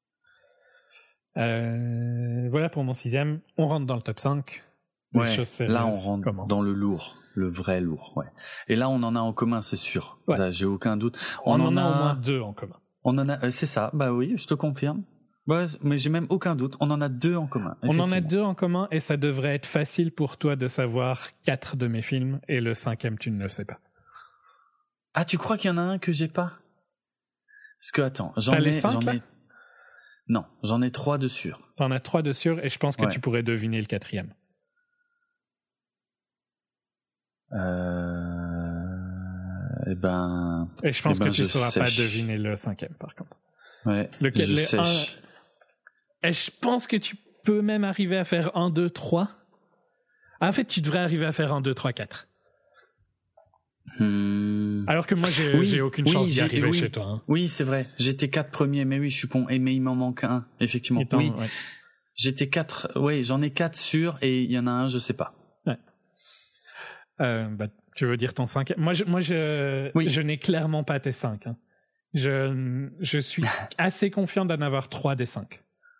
Voilà pour mon 6e. On rentre dans le top 5. Ouais, là, on rentre dans le lourd. Le vrai lourd, ouais. Et là, on en a en commun, c'est sûr. Ouais. Là, j'ai aucun doute. On en a au moins 2 en commun. On en a, c'est ça. Bah oui, je te confirme. Ouais, mais j'ai même aucun doute. On en a 2 en commun. On en a 2 en commun et ça devrait être facile pour toi de savoir 4 de mes films et le 5e, tu ne le sais pas. Ah, tu crois qu'il y en a un que j'ai pas? Parce que, attends, j'en ai... Non, j'en ai 3 de sûr. T'en as 3 de sûr et je pense que tu pourrais deviner le 4e. Et je pense que tu ne sauras pas deviner le 5e, par contre. Ouais, Et je pense que tu peux même arriver à faire 1, 2, 3. En fait, tu devrais arriver à faire 1, 2, 3, 4. Alors que moi, j'ai aucune chance d'y arriver chez toi. Hein. Oui, c'est vrai. J'étais 4 premiers, mais oui, je suis con. Mais il m'en manque un, effectivement. Oui. Ouais. J'étais 4. Oui, j'en ai 4 sûrs et il y en a un, je sais pas. Ouais. Tu veux dire ton 5e? Moi, je n'ai clairement pas tes 5. Hein. Je suis assez confiant d'en avoir 3 des 5.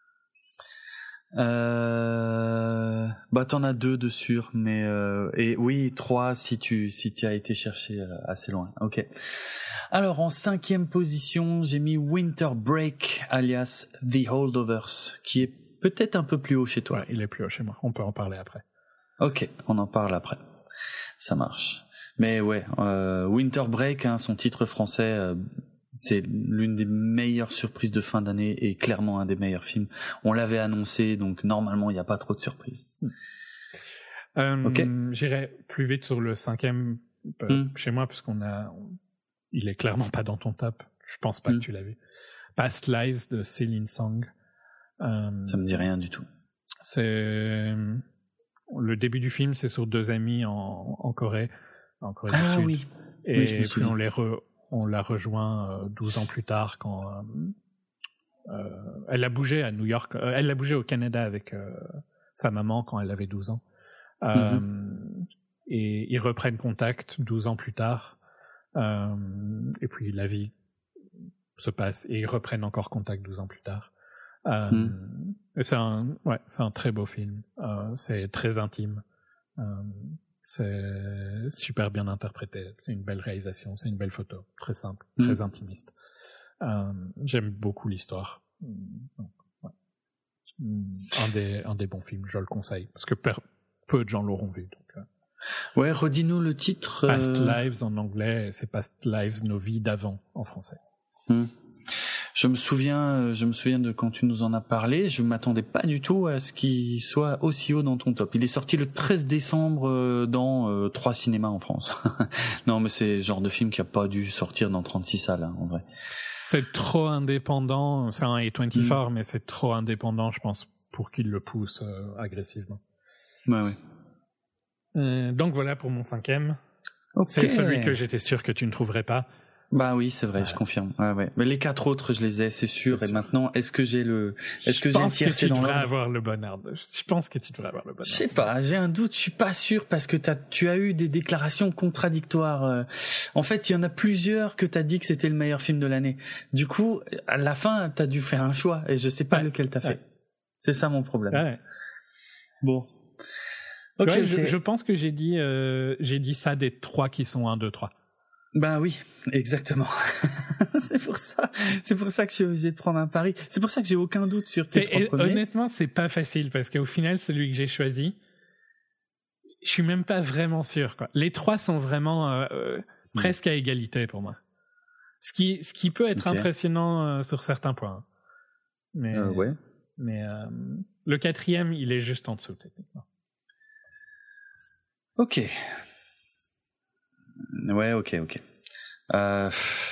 T'en as 2 de sûr, mais et oui 3 si tu as été chercher assez loin. Ok. Alors en 5e position, j'ai mis Winter Break alias The Holdovers, qui est peut-être un peu plus haut chez toi. Ouais, il est plus haut chez moi. On peut en parler après. Ok, on en parle après. Ça marche. Mais ouais, Winter Break, hein, son titre français. C'est l'une des meilleures surprises de fin d'année et clairement un des meilleurs films. On l'avait annoncé, donc normalement il n'y a pas trop de surprises. Okay. J'irai plus vite sur le 5e chez moi parce il est clairement pas dans ton top. Je pense pas que tu l'as vu. Past Lives de Céline Song. Ça me dit rien du tout. C'est le début du film, c'est sur 2 amis en Corée du Sud. Oui. Et oui, je me puis on l'a rejoint 12 ans plus tard quand elle a bougé à New York. Elle a bougé au Canada avec sa maman quand elle avait 12 ans. Et ils reprennent contact 12 ans plus tard. Et puis la vie se passe et ils reprennent encore contact 12 ans plus tard. Et c'est un très beau film. C'est très intime. C'est super bien interprété. C'est une belle réalisation. C'est une belle photo. Très simple, très intimiste. J'aime beaucoup l'histoire. Donc, ouais. Un des bons films, je le conseille. Parce que peu de gens l'auront vu. Donc, ouais, redis-nous le titre. Past Lives en anglais, c'est Past Lives, nos vies d'avant en français. Je me souviens de quand tu nous en as parlé, je m'attendais pas du tout à ce qu'il soit aussi haut dans ton top. Il est sorti le 13 décembre dans 3 cinémas en France. Non, mais c'est le genre de film qui a pas dû sortir dans 36 salles, hein, en vrai. C'est trop indépendant, c'est un A24, mais c'est trop indépendant, je pense, pour qu'il le pousse agressivement. Ouais. Donc voilà pour mon 5e. Okay. C'est celui que j'étais sûr que tu ne trouverais pas. Bah oui, c'est vrai, je confirme. Ouais. Mais les 4 autres, je les ai, c'est sûr. Et maintenant, est-ce que j'ai le tiercé dans l'ordre? Je pense que tu devrais avoir le bon ordre. Je sais pas, j'ai un doute, je suis pas sûr parce que tu as eu des déclarations contradictoires. En fait, il y en a plusieurs que t'as dit que c'était le meilleur film de l'année. Du coup, à la fin, t'as dû faire un choix et je sais pas lequel t'as fait. C'est ça mon problème. Ouais. Bon. Okay. Je pense que j'ai dit ça des 3 qui sont 1, 2, 3. Ben oui, exactement. C'est pour ça que je suis obligé de prendre un pari. C'est pour ça que j'ai aucun doute sur tes 3 premiers. Honnêtement, c'est pas facile parce qu'au final, celui que j'ai choisi, je suis même pas vraiment sûr, quoi. Les 3 sont vraiment presque à égalité pour moi. Ce qui peut être impressionnant sur certains points. Mais ouais. Mais le 4e, il est juste en dessous techniquement. Ok. Ouais, ok. Ah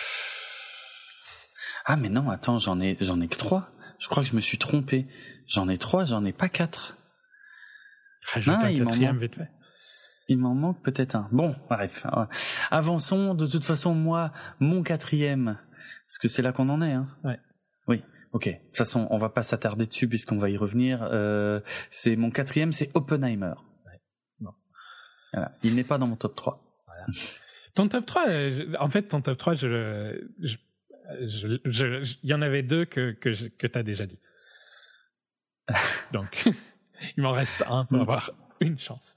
mais non, attends, j'en ai que 3. Je crois que je me suis trompé. J'en ai 3, j'en ai pas 4. Rajoute un 4e vite fait. Il m'en manque peut-être un. Bon, bref. Avançons. De toute façon, moi, mon 4e, parce que c'est là qu'on en est, hein. Ouais. Oui. Ok. De toute façon, on va pas s'attarder dessus puisqu'on va y revenir. C'est mon 4e, c'est Oppenheimer. Ouais. Bon. Voilà. Il n'est pas dans mon top 3. Voilà. Ton top 3, en fait, ton top 3, il y en avait 2 que t'as déjà dit. Donc, il m'en reste un pour avoir une chance.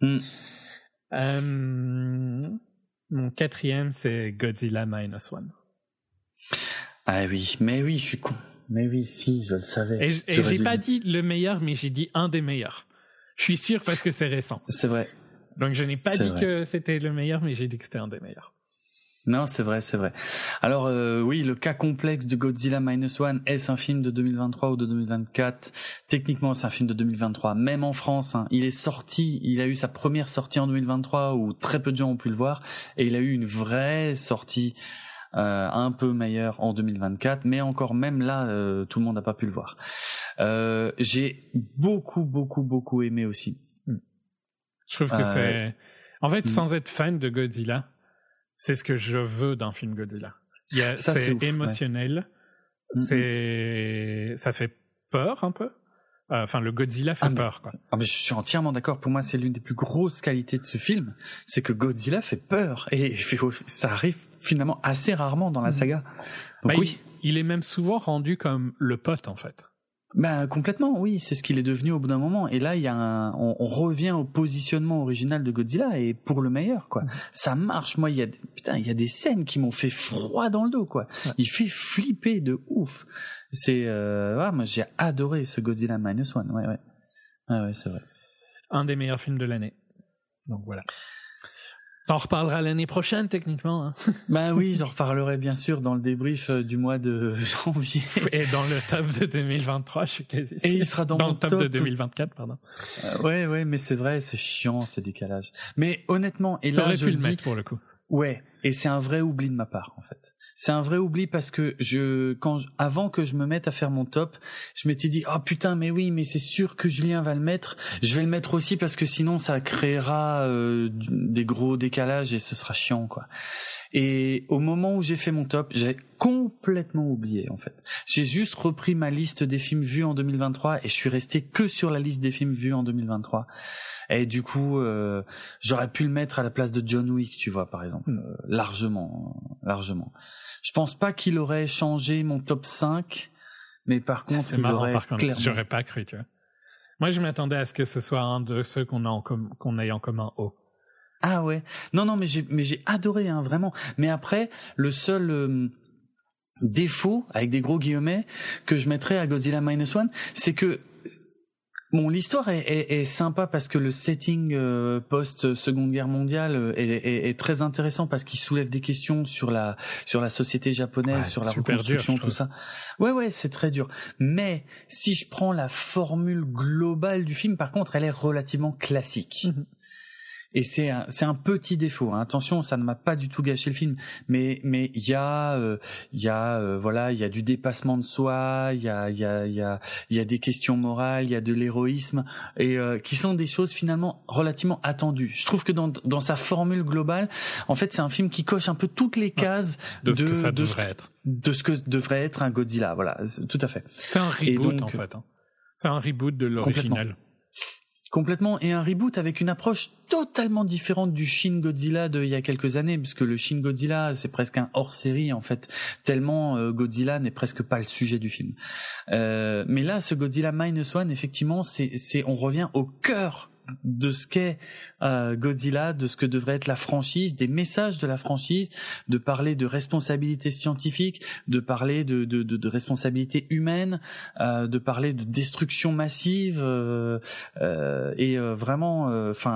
Mon 4e, c'est Godzilla -1. Ah oui, mais oui, je suis con. Mais oui, si, je le savais. Et j'ai pas dit le meilleur, mais j'ai dit un des meilleurs. Je suis sûr parce que c'est récent. C'est vrai. Donc je n'ai pas dit que c'était le meilleur, mais j'ai dit que c'était un des meilleurs. Non, c'est vrai. Alors oui, le cas complexe de Godzilla -1, est-ce un film de 2023 ou de 2024 ? Techniquement, c'est un film de 2023. Même en France, hein, il a eu sa première sortie en 2023 où très peu de gens ont pu le voir, et il a eu une vraie sortie un peu meilleure en 2024, mais encore même là, tout le monde n'a pas pu le voir. J'ai beaucoup aimé aussi. Je trouve que c'est... En fait, sans être fan de Godzilla, c'est ce que je veux d'un film Godzilla. C'est ouf, émotionnel, ça fait peur un peu. Enfin, le Godzilla fait peur, quoi. Mais je suis entièrement d'accord. Pour moi, c'est l'une des plus grosses qualités de ce film, c'est que Godzilla fait peur, et ça arrive finalement assez rarement dans la saga. Donc, oui. Il est même souvent rendu comme le pote, en fait. Complètement, oui, c'est ce qu'il est devenu au bout d'un moment. Et là, on revient au positionnement original de Godzilla, et pour le meilleur, quoi. Ça marche. Moi, il y a des scènes qui m'ont fait froid dans le dos, quoi. Ouais. Il fait flipper de ouf. Moi, j'ai adoré ce Godzilla -1. Ouais, c'est vrai. Un des meilleurs films de l'année. Donc voilà. T'en reparleras l'année prochaine, techniquement. Hein. Oui, j'en reparlerai bien sûr dans le débrief du mois de janvier. Et dans le top de 2023, je suis quasi sûr. Et il sera dans le top de 2024, pardon. Ouais, mais c'est vrai, c'est chiant ces décalages. Mais honnêtement, et là, t'aurais pu le mettre pour le coup. Ouais, et c'est un vrai oubli de ma part, en fait. C'est un vrai oubli parce que avant que je me mette à faire mon top, je m'étais dit, oh putain, mais oui, mais c'est sûr que Julien va le mettre. Je vais le mettre aussi parce que sinon ça créera des gros décalages et ce sera chiant, quoi. Et au moment où j'ai fait mon top, j'ai complètement oublié, en fait. J'ai juste repris ma liste des films vus en 2023 et je suis resté que sur la liste des films vus en 2023. Et du coup, j'aurais pu le mettre à la place de John Wick, tu vois, par exemple. Largement. Je pense pas qu'il aurait changé mon top 5, mais par contre, c'est marrant, par contre, j'aurais pas cru, tu vois. Moi, je m'attendais à ce que ce soit un de ceux qu'on ait en commun haut. Ah ouais. Non, mais j'ai adoré, hein, vraiment. Mais après, le seul défaut, avec des gros guillemets, que je mettrais à Godzilla -1, c'est que l'histoire est sympa parce que le setting post-Seconde Guerre mondiale est très intéressant parce qu'il soulève des questions sur la société japonaise, sur la reconstruction, tout ça. Ouais, c'est très dur. Mais si je prends la formule globale du film, par contre, elle est relativement classique. Et c'est un petit défaut, hein. Attention, ça ne m'a pas du tout gâché le film, mais il y a du dépassement de soi, il y a des questions morales, il y a de l'héroïsme, et qui sont des choses finalement relativement attendues. Je trouve que dans sa formule globale, en fait, c'est un film qui coche un peu toutes les cases de ce que ça devrait être. De ce que devrait être un Godzilla, voilà, tout à fait. C'est un reboot, en fait, hein. C'est un reboot de l'original. Complètement, et un reboot avec une approche totalement différente du Shin Godzilla d'il y a quelques années, puisque le Shin Godzilla, c'est presque un hors-série, en fait, tellement Godzilla n'est presque pas le sujet du film. Mais là, ce Godzilla -1, effectivement, on revient au cœur de ce qu'est Godzilla, de ce que devrait être la franchise, des messages de la franchise, de parler de responsabilité scientifique, de parler de responsabilité humaine, de parler de destruction massive, et vraiment,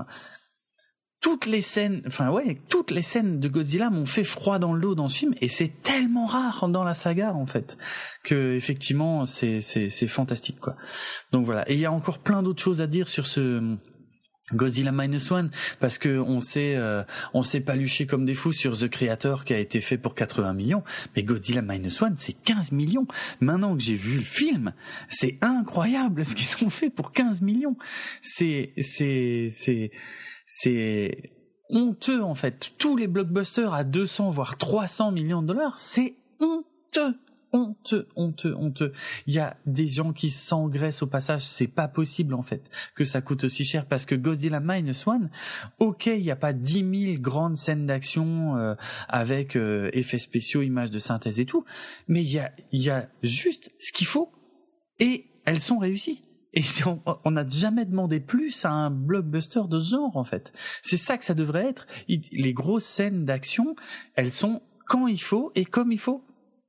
toutes les scènes de Godzilla m'ont fait froid dans le dos dans ce film, et c'est tellement rare dans la saga, en fait, que effectivement c'est fantastique, quoi. Donc voilà, et il y a encore plein d'autres choses à dire sur ce Godzilla -1, parce que on s'est paluché comme des fous sur The Creator qui a été fait pour 80 millions, mais Godzilla -1, c'est 15 millions. Maintenant que j'ai vu le film, c'est incroyable ce qu'ils ont fait pour 15 millions. C'est honteux en fait. Tous les blockbusters à 200 voire 300 millions de dollars, c'est honteux. Honteux. Il y a des gens qui s'engraissent au passage, c'est pas possible en fait que ça coûte aussi cher parce que Godzilla Minus One, ok, il n'y a pas 10 000 grandes scènes d'action avec effets spéciaux, images de synthèse et tout, mais il y a juste ce qu'il faut et elles sont réussies. Et on n'a jamais demandé plus à un blockbuster de ce genre en fait. C'est ça que ça devrait être. Les grosses scènes d'action, elles sont quand il faut et comme il faut.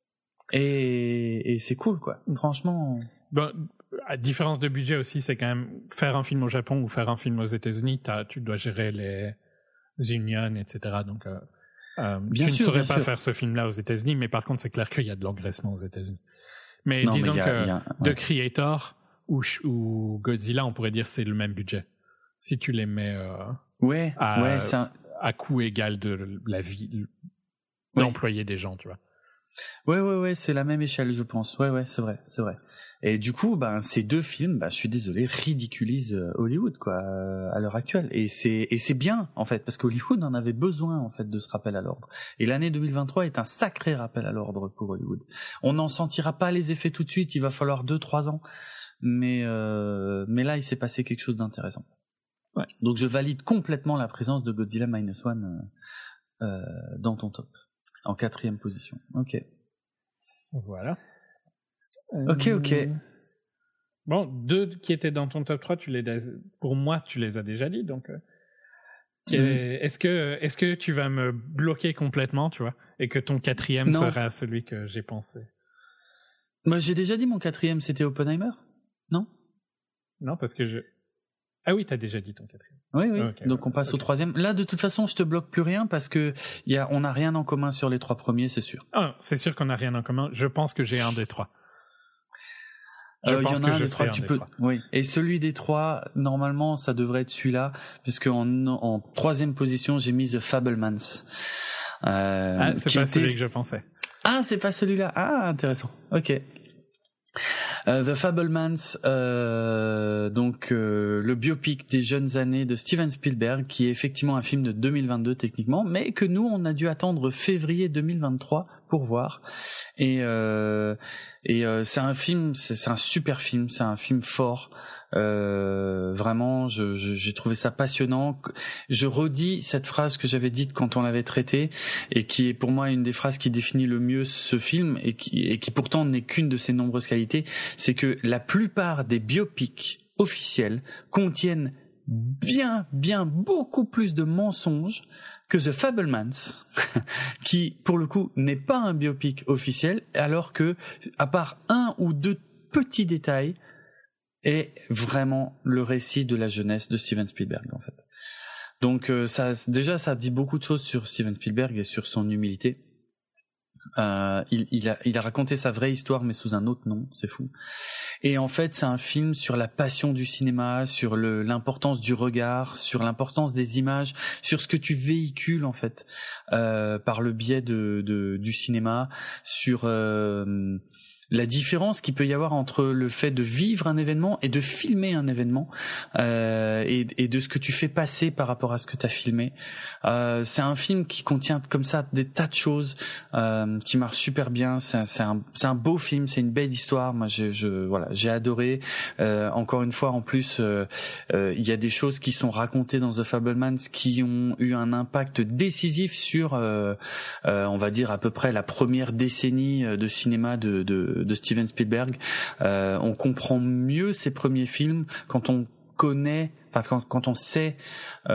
Et c'est cool, quoi. Franchement. Bon, à différence de budget aussi, c'est quand même faire un film au Japon ou faire un film aux États-Unis, tu dois gérer les unions, etc. Donc, tu ne saurais pas faire ce film-là aux États-Unis, mais par contre, c'est clair qu'il y a de l'engraissement aux États-Unis. Mais non, disons que The Creator ou Godzilla, on pourrait dire c'est le même budget. Si tu les mets à coût égal de la vie, d'employer des gens, tu vois. Ouais, c'est la même échelle, je pense. Ouais, c'est vrai. Et du coup, ces deux films, je suis désolé, ridiculisent Hollywood, quoi, à l'heure actuelle. Et c'est bien, en fait, parce qu'Hollywood en avait besoin, en fait, de ce rappel à l'ordre. Et l'année 2023 est un sacré rappel à l'ordre pour Hollywood. On n'en sentira pas les effets tout de suite, il va falloir 2-3 ans. Mais là, il s'est passé quelque chose d'intéressant. Ouais. Donc, je valide complètement la présence de Godzilla Minus One dans ton top. En 4e position. Ok. Voilà. Ok. Bon, 2 qui étaient dans ton top 3, pour moi, tu les as déjà dit. Donc, est-ce que tu vas me bloquer complètement, tu vois, et que ton 4e sera celui que j'ai pensé? Moi, j'ai déjà dit mon 4e, c'était Oppenheimer, non? Non, parce que Ah oui, t'as déjà dit ton 4e. Oui. Okay, donc on passe au 3e. Là, de toute façon, je te bloque plus rien parce que on n'a rien en commun sur les 3 premiers, c'est sûr. Ah, c'est sûr qu'on n'a rien en commun. Je pense que j'ai un des 3. Je pense que je sais un des 3. Oui. Et celui des 3, normalement, ça devrait être celui-là, puisque en 3e position, j'ai mis The Fabelmans. C'est pas celui que je pensais. Ah, c'est pas celui-là. Ah, intéressant. Ok. The Fabelmans, donc le biopic des jeunes années de Steven Spielberg, qui est effectivement un film de 2022 techniquement, mais que nous on a dû attendre février 2023 pour voir. Et c'est un film, c'est un super film, c'est un film fort. Vraiment, j'ai trouvé ça passionnant. Je redis cette phrase que j'avais dite quand on l'avait traité et qui est pour moi une des phrases qui définit le mieux ce film et qui pourtant n'est qu'une de ses nombreuses qualités, c'est que la plupart des biopics officiels contiennent bien beaucoup plus de mensonges que The Fabelmans, qui pour le coup n'est pas un biopic officiel, alors que à part 1 ou 2 petits détails, est vraiment le récit de la jeunesse de Steven Spielberg en fait. Donc ça dit beaucoup de choses sur Steven Spielberg et sur son humilité. Il a raconté sa vraie histoire mais sous un autre nom, c'est fou. Et en fait, c'est un film sur la passion du cinéma, sur l'importance du regard, sur l'importance des images, sur ce que tu véhicules en fait par le biais du cinéma, sur la différence qu'il peut y avoir entre le fait de vivre un événement et de filmer un événement et de ce que tu fais passer par rapport à ce que tu as filmé. C'est un film qui contient comme ça des tas de choses qui marchent super bien. C'est un beau film, c'est une belle histoire. Moi, j'ai adoré. Encore une fois, en plus, il y a des choses qui sont racontées dans The Fabelmans qui ont eu un impact décisif sur, on va dire à peu près la première décennie de cinéma de Steven Spielberg. On comprend mieux ses premiers films quand on sait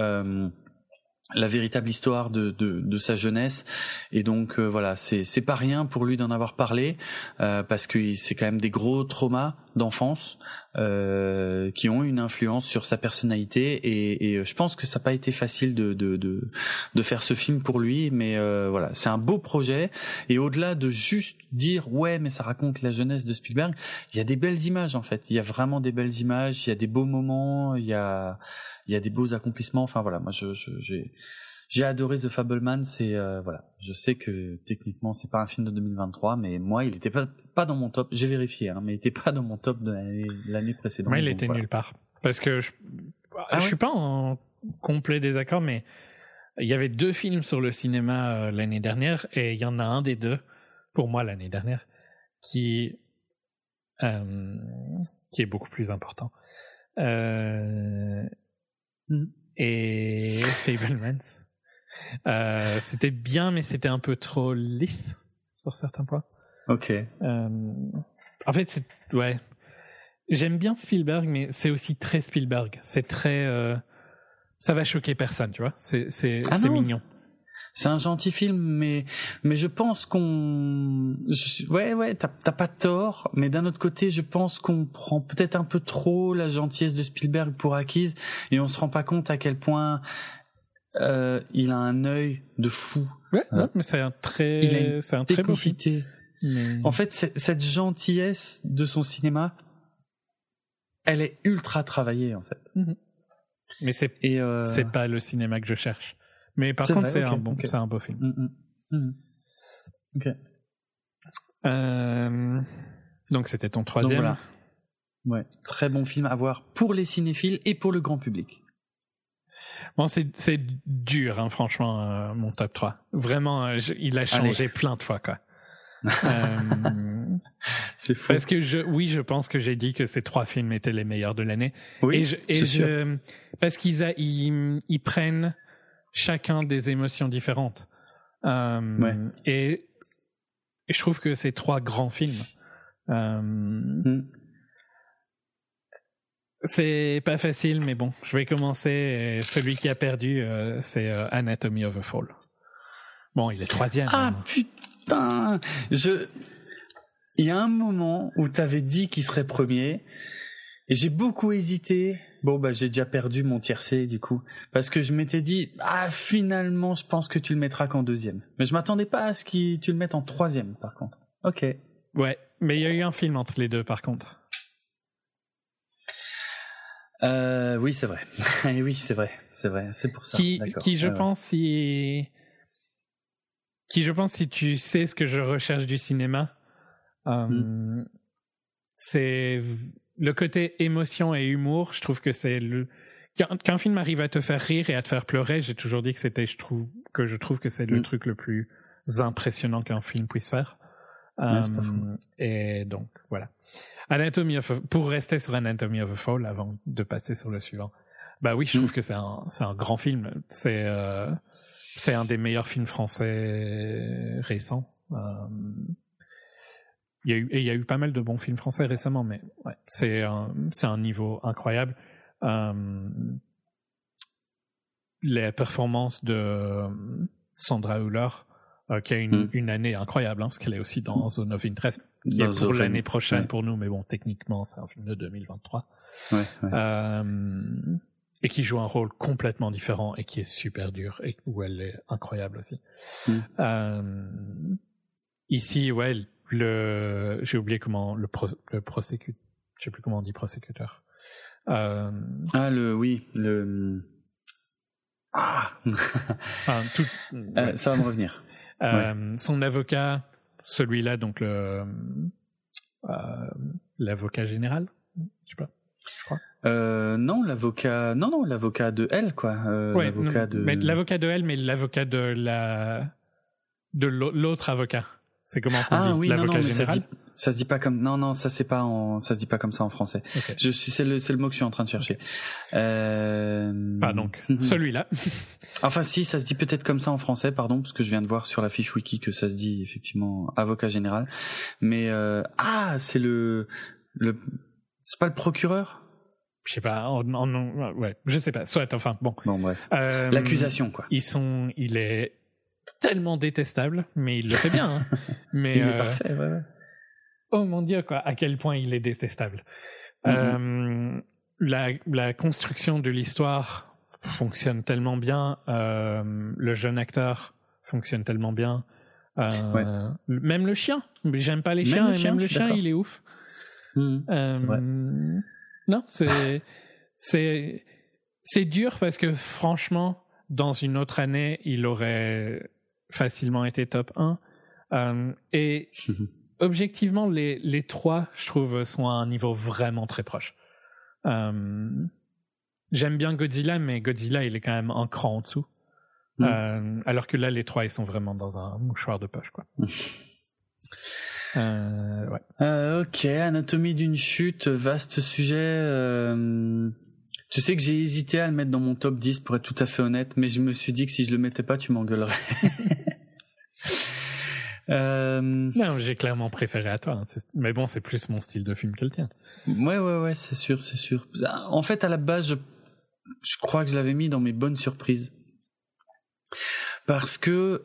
la véritable histoire de sa jeunesse. Et donc voilà, c'est pas rien pour lui d'en avoir parlé parce que c'est quand même des gros traumas d'enfance qui ont une influence sur sa personnalité et je pense que ça n'a pas été facile de faire ce film pour lui, mais voilà, c'est un beau projet et au-delà de juste dire ouais mais ça raconte la jeunesse de Spielberg, il y a des belles images en fait, il y a vraiment des belles images, il y a des beaux moments, il y a des beaux accomplissements. Enfin voilà, moi j'ai adoré The Fabelmans. C'est voilà, je sais que techniquement c'est pas un film de 2023, mais moi il était pas dans mon top. J'ai vérifié, mais il était pas dans mon top de l'année précédente. Moi il était nulle part parce que je suis pas en complet désaccord, mais Il y avait 2 films sur le cinéma l'année dernière, et il y en a un des 2, pour moi l'année dernière, qui est beaucoup plus important. Et Fabelmans. C'était bien, mais c'était un peu trop lisse sur certains points. Ok. En fait, ouais. J'aime bien Spielberg, mais c'est aussi très Spielberg. C'est très... ça va choquer personne, tu vois. C'est mignon. C'est un gentil film, mais je pense ouais, t'as pas tort, mais d'un autre côté, je pense qu'on prend peut-être un peu trop la gentillesse de Spielberg pour acquise, et on se rend pas compte à quel point il a un œil de fou. Ouais, mais c'est un très beau film. Mais... En fait, cette gentillesse de son cinéma, elle est ultra travaillée, en fait. Mais c'est pas le cinéma que je cherche. Mais par contre, c'est un beau film. Ok. Donc c'était ton 3e. Donc, voilà. Ouais, très bon film à voir pour les cinéphiles et pour le grand public. Bon, c'est dur, hein, franchement, mon top 3. Vraiment, il a changé plein de fois, quoi. C'est fou. Parce que je pense que j'ai dit que ces 3 films étaient les meilleurs de l'année. Oui, parce qu'ils prennent chacun des émotions différentes. Et je trouve que c'est 3 grands films. C'est pas facile, mais bon, je vais commencer. Celui qui a perdu, c'est Anatomy of a Fall. Bon, il est 3e. Ah, putain! Il y a un moment où t'avais dit qu'il serait premier, et j'ai beaucoup hésité. Bon, j'ai déjà perdu mon tiercé, du coup. Parce que je m'étais dit, finalement, je pense que tu le mettras qu'en 2e. Mais je m'attendais pas à ce que tu le mettes en 3e, par contre. Ok. Ouais, mais il y a eu un film entre les deux, par contre. Oui, c'est vrai. Oui, c'est vrai. C'est pour ça. Qui je pense, si tu sais ce que je recherche du cinéma, c'est le côté émotion et humour. Je trouve que c'est qu'un film arrive à te faire rire et à te faire pleurer. J'ai toujours dit que je trouve que c'est le truc le plus impressionnant qu'un film puisse faire. C'est pas fou. Et donc voilà. Pour rester sur Anatomy of a Fall avant de passer sur le suivant. Oui, je trouve que c'est un grand film. C'est un des meilleurs films français récents. Il y a eu pas mal de bons films français récemment, mais ouais, c'est un niveau incroyable. Les performances de Sandra Hüller, qui a une année incroyable, parce qu'elle est aussi dans Zone of Interest, qui est pour l'année prochaine pour nous, mais bon, techniquement, c'est un film de 2023. Ouais. Et qui joue un rôle complètement différent et qui est super dur, et où elle est incroyable aussi. Ici, ouais, j'ai oublié comment le prosécuteur, je sais plus comment on dit prosécuteur. Ça va me revenir. Son avocat, celui-là, donc l'avocat général, je sais pas, je crois. Non, l'avocat de elle, quoi. Mais l'avocat de elle, mais l'avocat de l'autre avocat. C'est comment on dit l'avocat général. Ça se dit pas comme ça se dit pas comme ça en français. Okay. C'est le mot que je suis en train de chercher. Donc celui-là. Enfin si, ça se dit peut-être comme ça en français, pardon, parce que je viens de voir sur la fiche wiki que ça se dit effectivement avocat général. Mais c'est c'est pas le procureur. Je sais pas. Ouais, je sais pas. Soit bon. Bon bref. L'accusation quoi. Il est tellement détestable, mais il le fait bien. Hein. Mais il est parfait, ouais. Oh mon Dieu, quoi, à quel point il est détestable. La construction de l'histoire fonctionne tellement bien. Le jeune acteur fonctionne tellement bien. Même le chien. J'aime pas les chiens, et même le chien, il est ouf. Non, c'est dur parce que franchement, dans une autre année, il aurait facilement été top 1. Et objectivement, les 3, je trouve, sont à un niveau vraiment très proche. J'aime bien Godzilla, mais Godzilla, il est quand même un cran en dessous. Alors que là, les 3, ils sont vraiment dans un mouchoir de poche, quoi. Ouais. Ok, Anatomie d'une chute, vaste sujet. Tu sais que j'ai hésité à le mettre dans mon top 10 pour être tout à fait honnête, mais je me suis dit que si je le mettais pas, tu m'engueulerais. Non, j'ai clairement préféré à toi. Hein. Mais bon, c'est plus mon style de film que le tien. Ouais, c'est sûr. En fait, à la base, je crois que je l'avais mis dans mes bonnes surprises. Parce que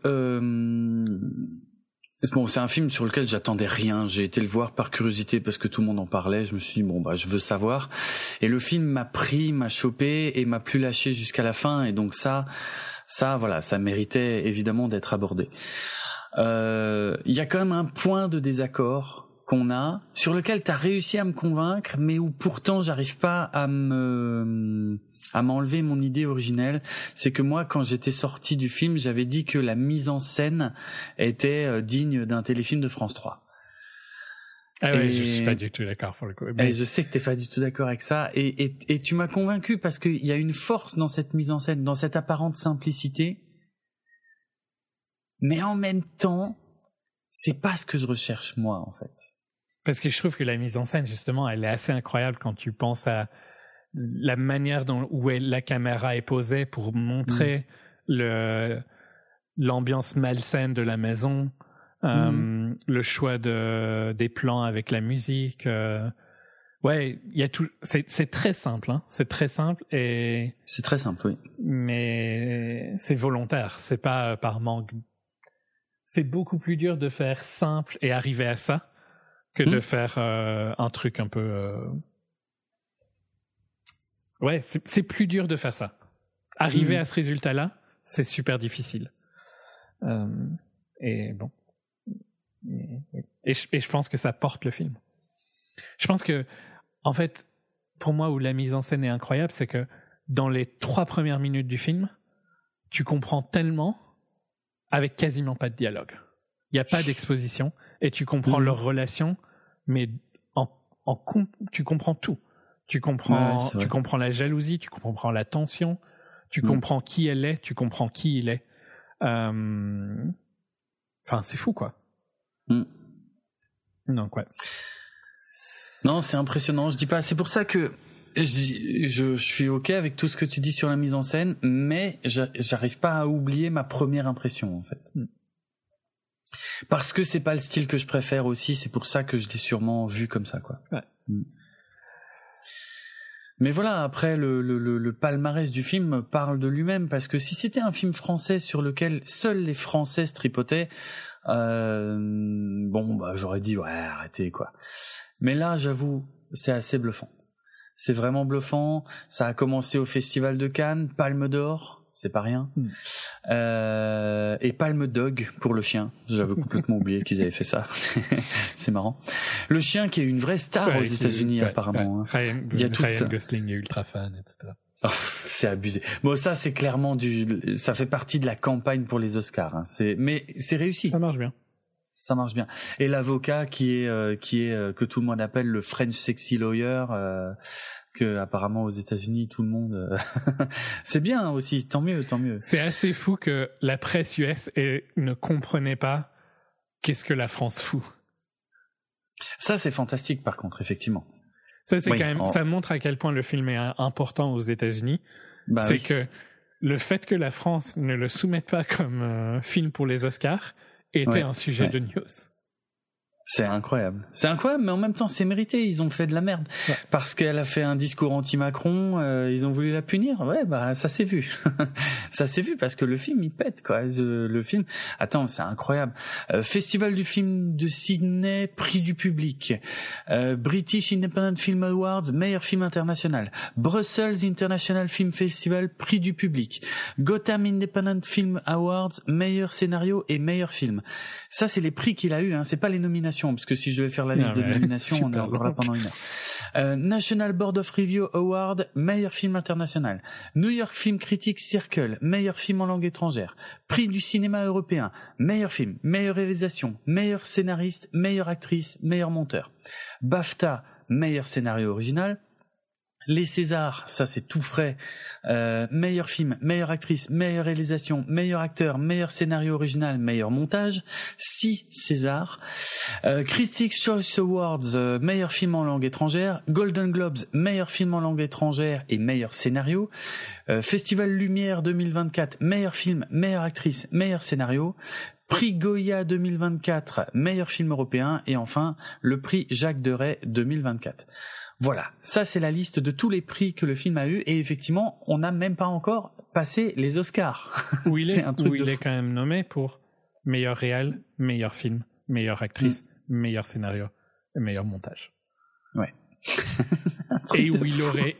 bon, c'est un film sur lequel j'attendais rien. J'ai été le voir par curiosité parce que tout le monde en parlait. Je me suis dit je veux savoir. Et le film m'a chopé et m'a plus lâché jusqu'à la fin. Et donc ça méritait évidemment d'être abordé. Il y a quand même un point de désaccord qu'on a, sur lequel t'as réussi à me convaincre, mais où pourtant j'arrive pas à m'enlever mon idée originelle. C'est que moi, quand j'étais sorti du film, j'avais dit que la mise en scène était digne d'un téléfilm de France 3. Ah ouais, je suis pas du tout d'accord pour le coup. Mais... Et je sais que t'es pas du tout d'accord avec ça, et tu m'as convaincu parce qu'il y a une force dans cette mise en scène, dans cette apparente simplicité. Mais en même temps, c'est pas ce que je recherche moi, en fait. Parce que je trouve que la mise en scène, justement, elle est assez incroyable quand tu penses à la manière où la caméra est posée pour montrer l'ambiance malsaine de la maison, le choix des plans avec la musique. Ouais, il y a tout. C'est très simple, hein. C'est très simple et. C'est très simple, oui. Mais c'est volontaire. C'est pas par manque. C'est beaucoup plus dur de faire simple et arriver à ça que de faire un truc un peu... Ouais, c'est plus dur de faire ça. Arriver à ce résultat-là, c'est super difficile. Et bon. Et je pense que ça porte le film. Je pense que, en fait, pour moi, où la mise en scène est incroyable, c'est que dans les 3 premières minutes du film, tu comprends tellement avec quasiment pas de dialogue. Il n'y a pas d'exposition et tu comprends leur relation, mais tu comprends tout. Tu comprends la jalousie, tu comprends la tension, tu comprends qui elle est, tu comprends qui il est. Enfin, c'est fou, quoi. Donc, ouais. Non, c'est impressionnant. Je dis pas. C'est pour ça que je suis ok avec tout ce que tu dis sur la mise en scène, mais j'arrive pas à oublier ma première impression, en fait. Parce que c'est pas le style que je préfère aussi, c'est pour ça que je l'ai sûrement vu comme ça, quoi. Ouais. Mais voilà, après le palmarès du film parle de lui-même, parce que si c'était un film français sur lequel seuls les Français se tripotaient, j'aurais dit arrêtez, quoi. Mais là, j'avoue, c'est assez bluffant. C'est vraiment bluffant. Ça a commencé au Festival de Cannes, Palme d'Or. C'est pas rien. Et Palme Dog pour le chien. J'avais complètement oublié qu'ils avaient fait ça. C'est marrant. Le chien qui est une vraie star aux États-Unis apparemment. Ryan Gosling est ultra fan, etc. Oh, c'est abusé. Bon, ça c'est clairement ça fait partie de la campagne pour les Oscars. Hein. Mais c'est réussi. Ça marche bien. Ça marche bien. Et l'avocat qui est que tout le monde appelle le French Sexy Lawyer. Que apparemment aux États-Unis tout le monde c'est bien aussi, tant mieux. C'est assez fou que la presse US ne comprenait pas qu'est-ce que la France fout. Ça c'est fantastique par contre, effectivement. Ça c'est quand même ça montre à quel point le film est important aux États-Unis. Que le fait que la France ne le soumette pas comme film pour les Oscars était un sujet de news. C'est incroyable, mais en même temps c'est mérité, ils ont fait de la merde parce qu'elle a fait un discours anti-Macron, ils ont voulu la punir. Ça s'est vu. Ça s'est vu parce que le film il pète, quoi. Le film, attends, c'est incroyable. Festival du film de Sydney, prix du public. British Independent Film Awards, meilleur film international. Brussels International Film Festival, prix du public. Gotham Independent Film Awards, meilleur scénario et meilleur film. Ça c'est les prix qu'il a eu, hein, c'est pas les nominations. Parce que si je devais faire la liste de nominations, on est encore là pendant une heure. National Board of Review Award, meilleur film international. New York Film Critics Circle, meilleur film en langue étrangère. Prix du cinéma européen, meilleur film, meilleure réalisation, meilleur scénariste, meilleure actrice, meilleur monteur. BAFTA, meilleur scénario original. Les Césars, ça c'est tout frais. Meilleur film, meilleure actrice, meilleure réalisation, meilleur acteur, meilleur scénario original, meilleur montage. 6 Césars. Critics' Choice Awards, meilleur film en langue étrangère. Golden Globes, meilleur film en langue étrangère et meilleur scénario. Festival Lumière 2024, meilleur film, meilleure actrice, meilleur scénario. Prix Goya 2024, meilleur film européen. Et enfin, le prix Jacques Deray 2024. Voilà, ça c'est la liste de tous les prix que le film a eu et effectivement, on n'a même pas encore passé les Oscars. Où il est, c'est un truc il est quand même nommé pour meilleur réal, meilleur film, meilleure actrice, meilleur scénario et meilleur montage. Ouais. Et où il aurait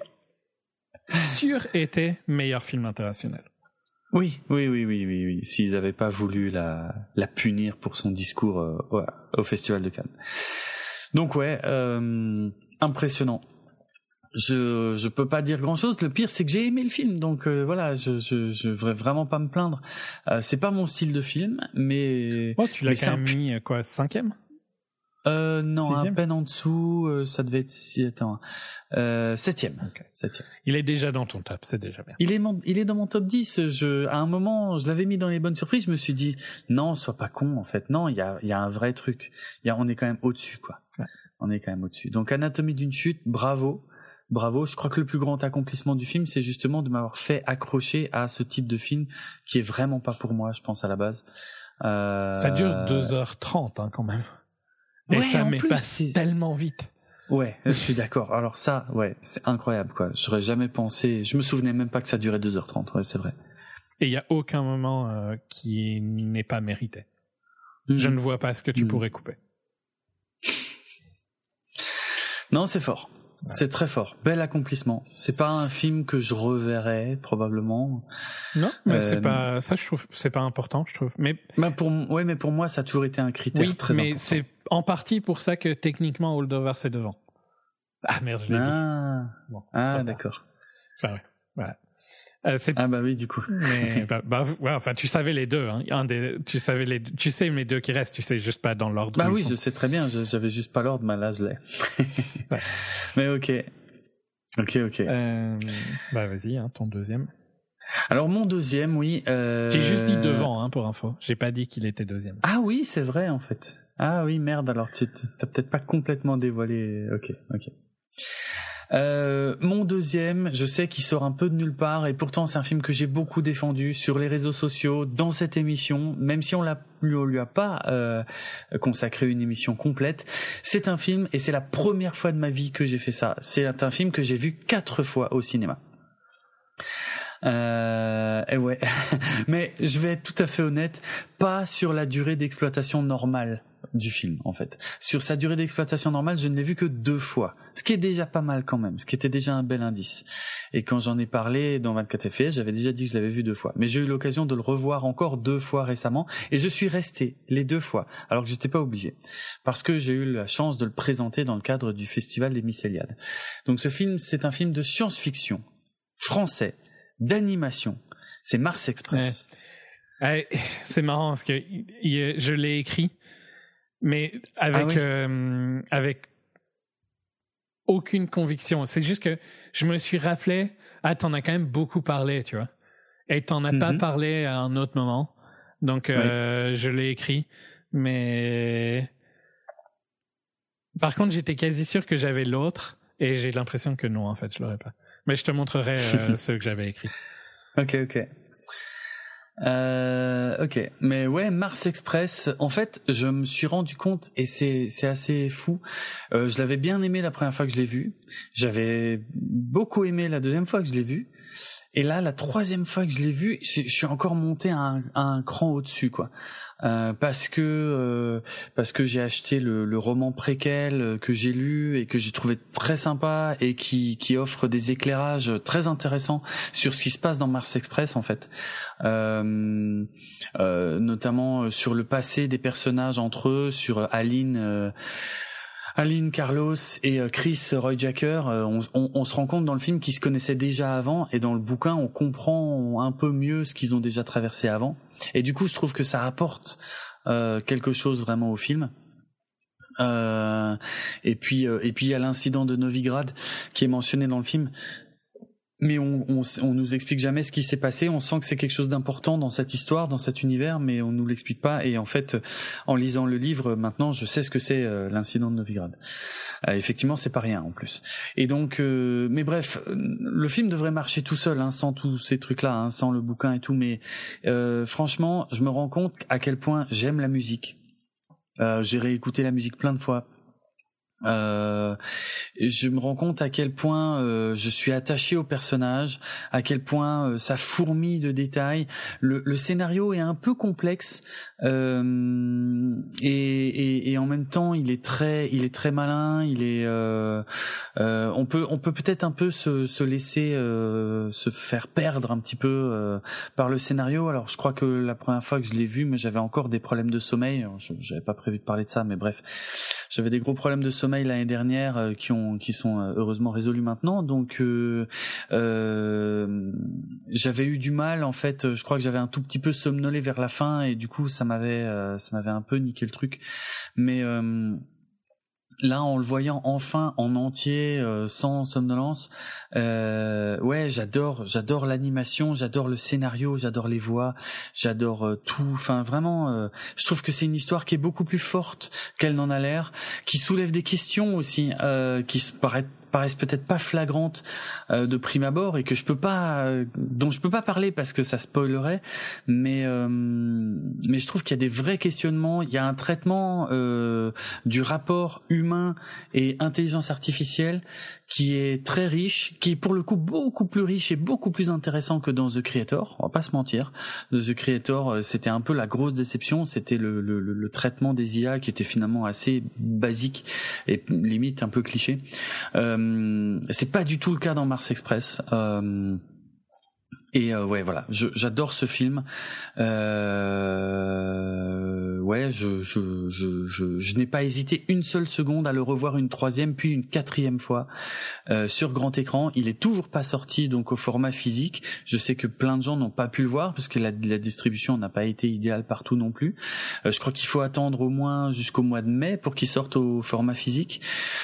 été meilleur film international. Oui. S'ils n'avaient pas voulu la punir pour son discours au Festival de Cannes. Donc ouais, impressionnant. Je peux pas dire grand chose. Le pire, c'est que j'ai aimé le film, donc voilà, je devrais vraiment pas me plaindre. C'est pas mon style de film, mais tu l'as quand même mis quoi, 5e? Non, 6e? à peine en dessous. Ça devait être 7e. Okay. 7e. Il est déjà dans ton top, c'est déjà bien. Il est dans mon top 10. À un moment, je l'avais mis dans les bonnes surprises. Je me suis dit non, sois pas con. En fait, non, il y a un vrai truc. On est quand même au-dessus, quoi. Ouais. On est quand même au-dessus. Donc, Anatomie d'une chute, bravo. Je crois que le plus grand accomplissement du film, c'est justement de m'avoir fait accrocher à ce type de film qui est vraiment pas pour moi, je pense, à la base. Ça dure 2h30, hein, quand même. Et ouais, ça passe tellement vite. Ouais, je suis d'accord. Alors ça, ouais, c'est incroyable, quoi. J'aurais jamais pensé, je me souvenais même pas que ça durait 2h30, ouais, c'est vrai. Et il y a aucun moment qui n'est pas mérité. Je ne vois pas ce que tu pourrais couper. Non, c'est fort. Ouais. C'est très fort. Bel accomplissement. C'est pas un film que je reverrai, probablement. Non, mais c'est pas, ça, je trouve, c'est pas important, je trouve. Mais pour moi, ça a toujours été un critère très important. Mais c'est en partie pour ça que techniquement, Holdover, c'est devant. Ah merde, je l'ai dit. Bon, d'accord. Ça, ouais. Voilà. Ah bah oui, du coup. Mais ouais, enfin, tu savais les deux. Hein. Tu sais mes deux qui restent. Tu sais juste pas dans l'ordre. Bah oui, je sais très bien. J'avais juste pas l'ordre, mais là je l'ai. Ouais. Mais ok. Bah vas-y, hein, ton deuxième. Alors mon deuxième, oui. J'ai juste dit devant, hein, pour info. J'ai pas dit qu'il était deuxième. Ah oui, c'est vrai en fait. Ah oui, merde. Alors tu t'as peut-être pas complètement dévoilé. Ok. Mon deuxième, je sais qu'il sort un peu de nulle part et pourtant c'est un film que j'ai beaucoup défendu sur les réseaux sociaux, dans cette émission, même si on lui a pas consacré une émission complète. C'est un film et c'est la première fois de ma vie que j'ai fait ça. C'est un film que j'ai vu 4 fois au cinéma. Et ouais, mais je vais être tout à fait honnête, pas sur la durée d'exploitation normale du film, en fait. Sur sa durée d'exploitation normale, je ne l'ai vu que 2 fois. Ce qui est déjà pas mal quand même, ce qui était déjà un bel indice. Et quand j'en ai parlé dans 24 FPS, j'avais déjà dit que je l'avais vu 2 fois. Mais j'ai eu l'occasion de le revoir encore 2 fois récemment, et je suis resté les 2 fois, alors que j'étais pas obligé. Parce que j'ai eu la chance de le présenter dans le cadre du Festival des Mycéliades. Donc ce film, c'est un film de science-fiction, français, d'animation. C'est Mars Express. Ouais. C'est marrant, parce que je l'ai écrit, mais avec aucune conviction. C'est juste que je me suis rappelé, t'en as quand même beaucoup parlé, tu vois. Et t'en as pas parlé à un autre moment. Donc, je l'ai écrit. Mais par contre, j'étais quasi sûr que j'avais l'autre. Et j'ai l'impression que non, en fait, je l'aurais pas. Mais je te montrerai ceux que j'avais écrits. Ok. Mais ouais, Mars Express, en fait, je me suis rendu compte, et c'est assez fou, je l'avais bien aimé la première fois que je l'ai vu, j'avais beaucoup aimé la deuxième fois que je l'ai vu, et là, la troisième fois que je l'ai vu, je suis encore monté à un cran au-dessus, quoi. Parce que j'ai acheté le roman préquel que j'ai lu et que j'ai trouvé très sympa et qui offre des éclairages très intéressants sur ce qui se passe dans Mars Express, en fait, notamment sur le passé des personnages entre eux, sur Aline, Carlos et Chris Roy-Jacker. On se rend compte dans le film qu'ils se connaissaient déjà avant, et dans le bouquin on comprend un peu mieux ce qu'ils ont déjà traversé avant, et du coup je trouve que ça apporte quelque chose vraiment au film. Et puis il y a l'incident de Novigrad qui est mentionné dans le film. Mais on nous explique jamais ce qui s'est passé. On sent que c'est quelque chose d'important dans cette histoire, dans cet univers, mais on nous l'explique pas. Et en fait, en lisant le livre, maintenant, je sais ce que c'est l'incident de Novigrad. Effectivement, c'est pas rien en plus. Et donc, mais bref, le film devrait marcher tout seul, sans tous ces trucs-là, sans le bouquin et tout. Mais franchement, je me rends compte à quel point j'aime la musique. J'ai réécouté la musique plein de fois. Je me rends compte à quel point je suis attaché au personnage, à quel point ça fourmille de détails. Le scénario est un peu complexe et en même temps il est très malin. On peut peut-être un peu se laisser se faire perdre un petit peu par le scénario. Alors je crois que la première fois que je l'ai vu, mais j'avais encore des problèmes de sommeil. J'avais pas prévu de parler de ça, mais bref, j'avais des gros problèmes de sommeil l'année dernière qui sont heureusement résolus maintenant. Donc j'avais eu du mal en fait. Je crois que j'avais un tout petit peu somnolé vers la fin et du coup ça m'avait un peu niqué le truc. Mais là, en le voyant enfin en entier, sans somnolence, j'adore l'animation, j'adore le scénario, j'adore les voix, j'adore tout. Enfin, vraiment, je trouve que c'est une histoire qui est beaucoup plus forte qu'elle n'en a l'air, qui soulève des questions aussi, qui paraissent peut-être pas flagrantes de prime abord et que dont je peux pas parler parce que ça spoilerait, mais je trouve qu'il y a des vrais questionnements. Il y a un traitement du rapport humain et intelligence artificielle qui est très riche, qui est pour le coup beaucoup plus riche et beaucoup plus intéressant que dans The Creator. On va pas se mentir. The Creator, c'était un peu la grosse déception. C'était le traitement des IA qui était finalement assez basique et limite un peu cliché. C'est pas du tout le cas dans Mars Express. Voilà, j'adore ce film. Je n'ai pas hésité une seule seconde à le revoir une troisième puis une quatrième fois sur grand écran. Il est toujours pas sorti donc au format physique. Je sais que plein de gens n'ont pas pu le voir parce que la distribution n'a pas été idéale partout non plus. Je crois qu'il faut attendre au moins jusqu'au mois de mai pour qu'il sorte au format physique.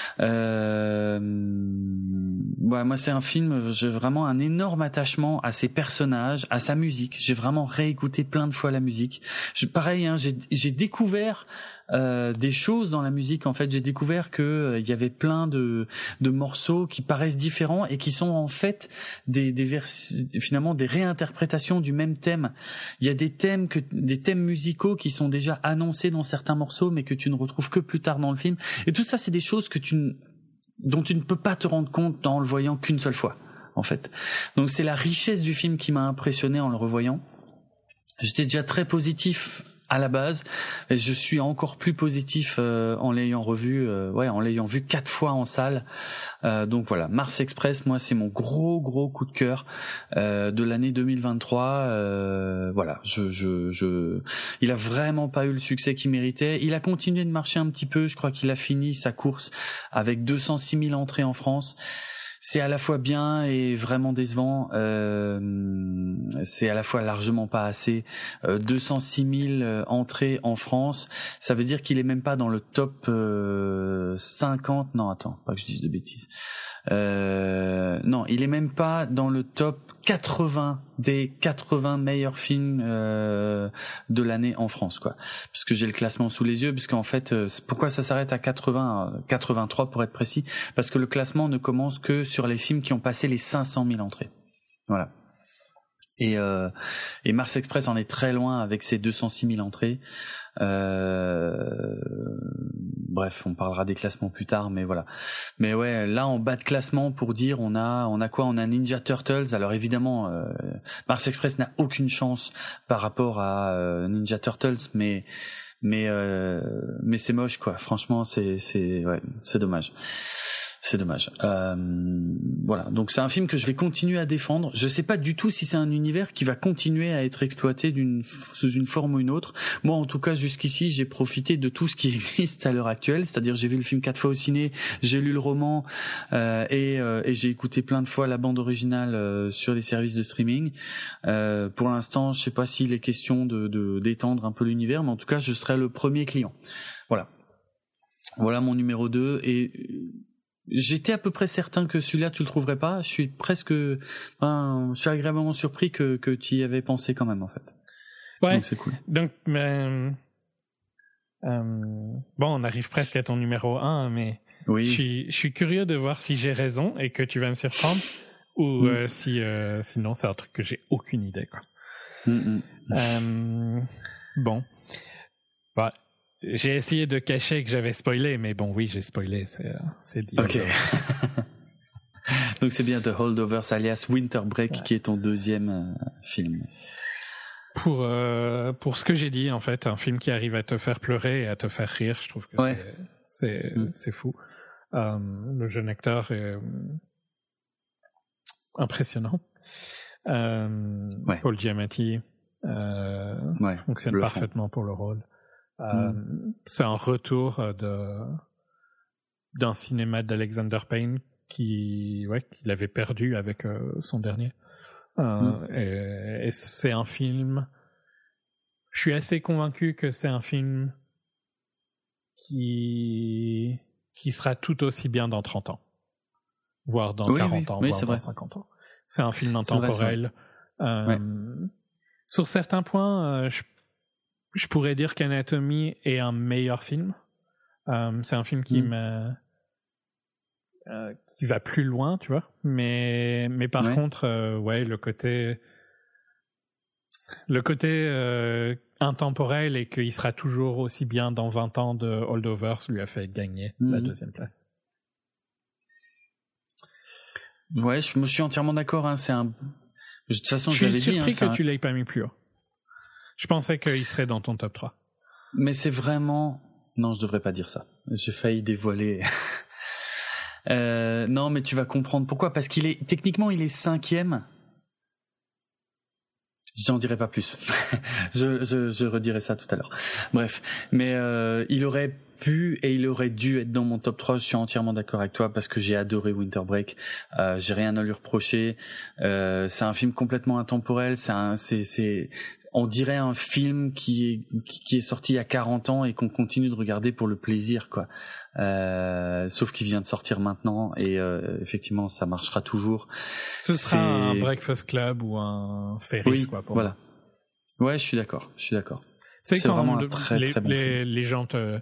Moi c'est un film, j'ai vraiment un énorme attachement à ses personnages, à sa musique. J'ai vraiment réécouté plein de fois la musique. Pareil, j'ai découvert des choses dans la musique. En fait, j'ai découvert que il y avait plein de morceaux qui paraissent différents et qui sont en fait finalement des réinterprétations du même thème. Il y a des thèmes musicaux qui sont déjà annoncés dans certains morceaux, mais que tu ne retrouves que plus tard dans le film. Et tout ça, c'est des choses dont tu ne peux pas te rendre compte en le voyant qu'une seule fois, en fait. Donc c'est la richesse du film qui m'a impressionné en le revoyant. J'étais déjà très positif à la base, et je suis encore plus positif en l'ayant revu, en l'ayant vu 4 fois en salle. Donc voilà, Mars Express, moi c'est mon gros coup de cœur de l'année 2023. Voilà, il a vraiment pas eu le succès qu'il méritait. Il a continué de marcher un petit peu. Je crois qu'il a fini sa course avec 206 000 entrées en France. C'est à la fois bien et vraiment décevant. C'est à la fois largement pas assez. 206 000 entrées en France, ça veut dire qu'il est même pas dans le top 50. Non, attends, pas que je dise de bêtises. Non, il est même pas dans le top 80 des 80 meilleurs films de l'année en France, quoi. Parce que j'ai le classement sous les yeux, parce qu'en fait, pourquoi ça s'arrête à 83 pour être précis? Parce que le classement ne commence que sur les films qui ont passé les 500 000 entrées. Voilà. Et Mars Express en est très loin avec ses 206 000 entrées. Bref, on parlera des classements plus tard, mais voilà. Mais ouais, là en bas de classement, pour dire, on a quoi? On a Ninja Turtles. Alors évidemment, Mars Express n'a aucune chance par rapport à Ninja Turtles, mais c'est moche, quoi. Franchement, c'est dommage. C'est dommage. Voilà. Donc c'est un film que je vais continuer à défendre. Je sais pas du tout si c'est un univers qui va continuer à être exploité sous une forme ou une autre. Moi, en tout cas, jusqu'ici, j'ai profité de tout ce qui existe à l'heure actuelle. C'est-à-dire, j'ai vu le film 4 fois au ciné, j'ai lu le roman et j'ai écouté plein de fois la bande originale sur les services de streaming. Pour l'instant, je sais pas s'il est question d'étendre un peu l'univers, mais en tout cas, je serai le premier client. Voilà. Voilà mon numéro 2 et j'étais à peu près certain que celui-là tu le trouverais pas. Je suis agréablement surpris que tu y avais pensé quand même en fait. Ouais. Donc c'est cool. Donc on arrive presque à ton numéro 1, mais oui. Je suis curieux de voir si j'ai raison et que tu vas me surprendre ou sinon c'est un truc que j'ai aucune idée, quoi. Bon. Bah, j'ai essayé de cacher que j'avais spoilé, mais bon, oui, j'ai spoilé. C'est dit. Ok. Donc c'est bien The Holdovers alias Winter Break qui est ton deuxième film. Pour ce que j'ai dit, en fait, un film qui arrive à te faire pleurer et à te faire rire, je trouve que c'est fou. Le jeune acteur est impressionnant. Paul Giamatti fonctionne parfaitement pour le rôle. C'est un retour d'un cinéma d'Alexander Payne qu'il avait perdu avec son dernier. Et c'est un film. Je suis assez convaincu que c'est un film qui sera tout aussi bien dans 30 ans, voire dans 40 ans, voire dans 50 ans. C'est un film intemporel. Sur certains points, je pourrais dire qu'Anatomy est un meilleur film. C'est un film qui va plus loin, tu vois. Mais par contre, le côté intemporel et qu'il sera toujours aussi bien dans 20 ans de Holdovers lui a fait gagner la deuxième place. Ouais, je suis entièrement d'accord. Hein. De toute façon, je suis surpris que tu l'aies pas mis plus haut. Je pensais qu'il serait dans ton top 3. Mais c'est vraiment... Non, je devrais pas dire ça. J'ai failli dévoiler... non, mais tu vas comprendre pourquoi. Parce techniquement, il est 5e. J'en dirai pas plus. je redirai ça tout à l'heure. Bref. Mais il aurait pu et il aurait dû être dans mon top 3. Je suis entièrement d'accord avec toi parce que j'ai adoré Winter Break. J'ai rien à lui reprocher. C'est un film complètement intemporel. On dirait un film qui est sorti il y a 40 ans et qu'on continue de regarder pour le plaisir, quoi. Sauf qu'il vient de sortir maintenant et effectivement ça marchera toujours. Ce sera un Breakfast Club ou un Ferris, quoi. Pour voilà. Moi. Ouais, je suis d'accord. C'est vraiment un très très bon film. Les gens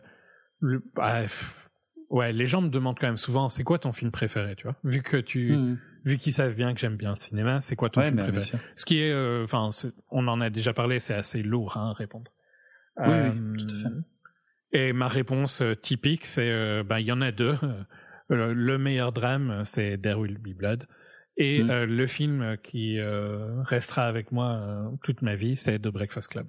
les gens me demandent quand même souvent c'est quoi ton film préféré, tu vois, vu qu'ils savent bien que j'aime bien le cinéma, c'est quoi ton film préféré. Ce qui est on en a déjà parlé, c'est assez lourd à répondre. Oui, tout à fait. Et ma réponse typique, c'est il y en a deux. Le meilleur drame, c'est There Will Be Blood, et le film qui restera avec moi toute ma vie, c'est The Breakfast Club.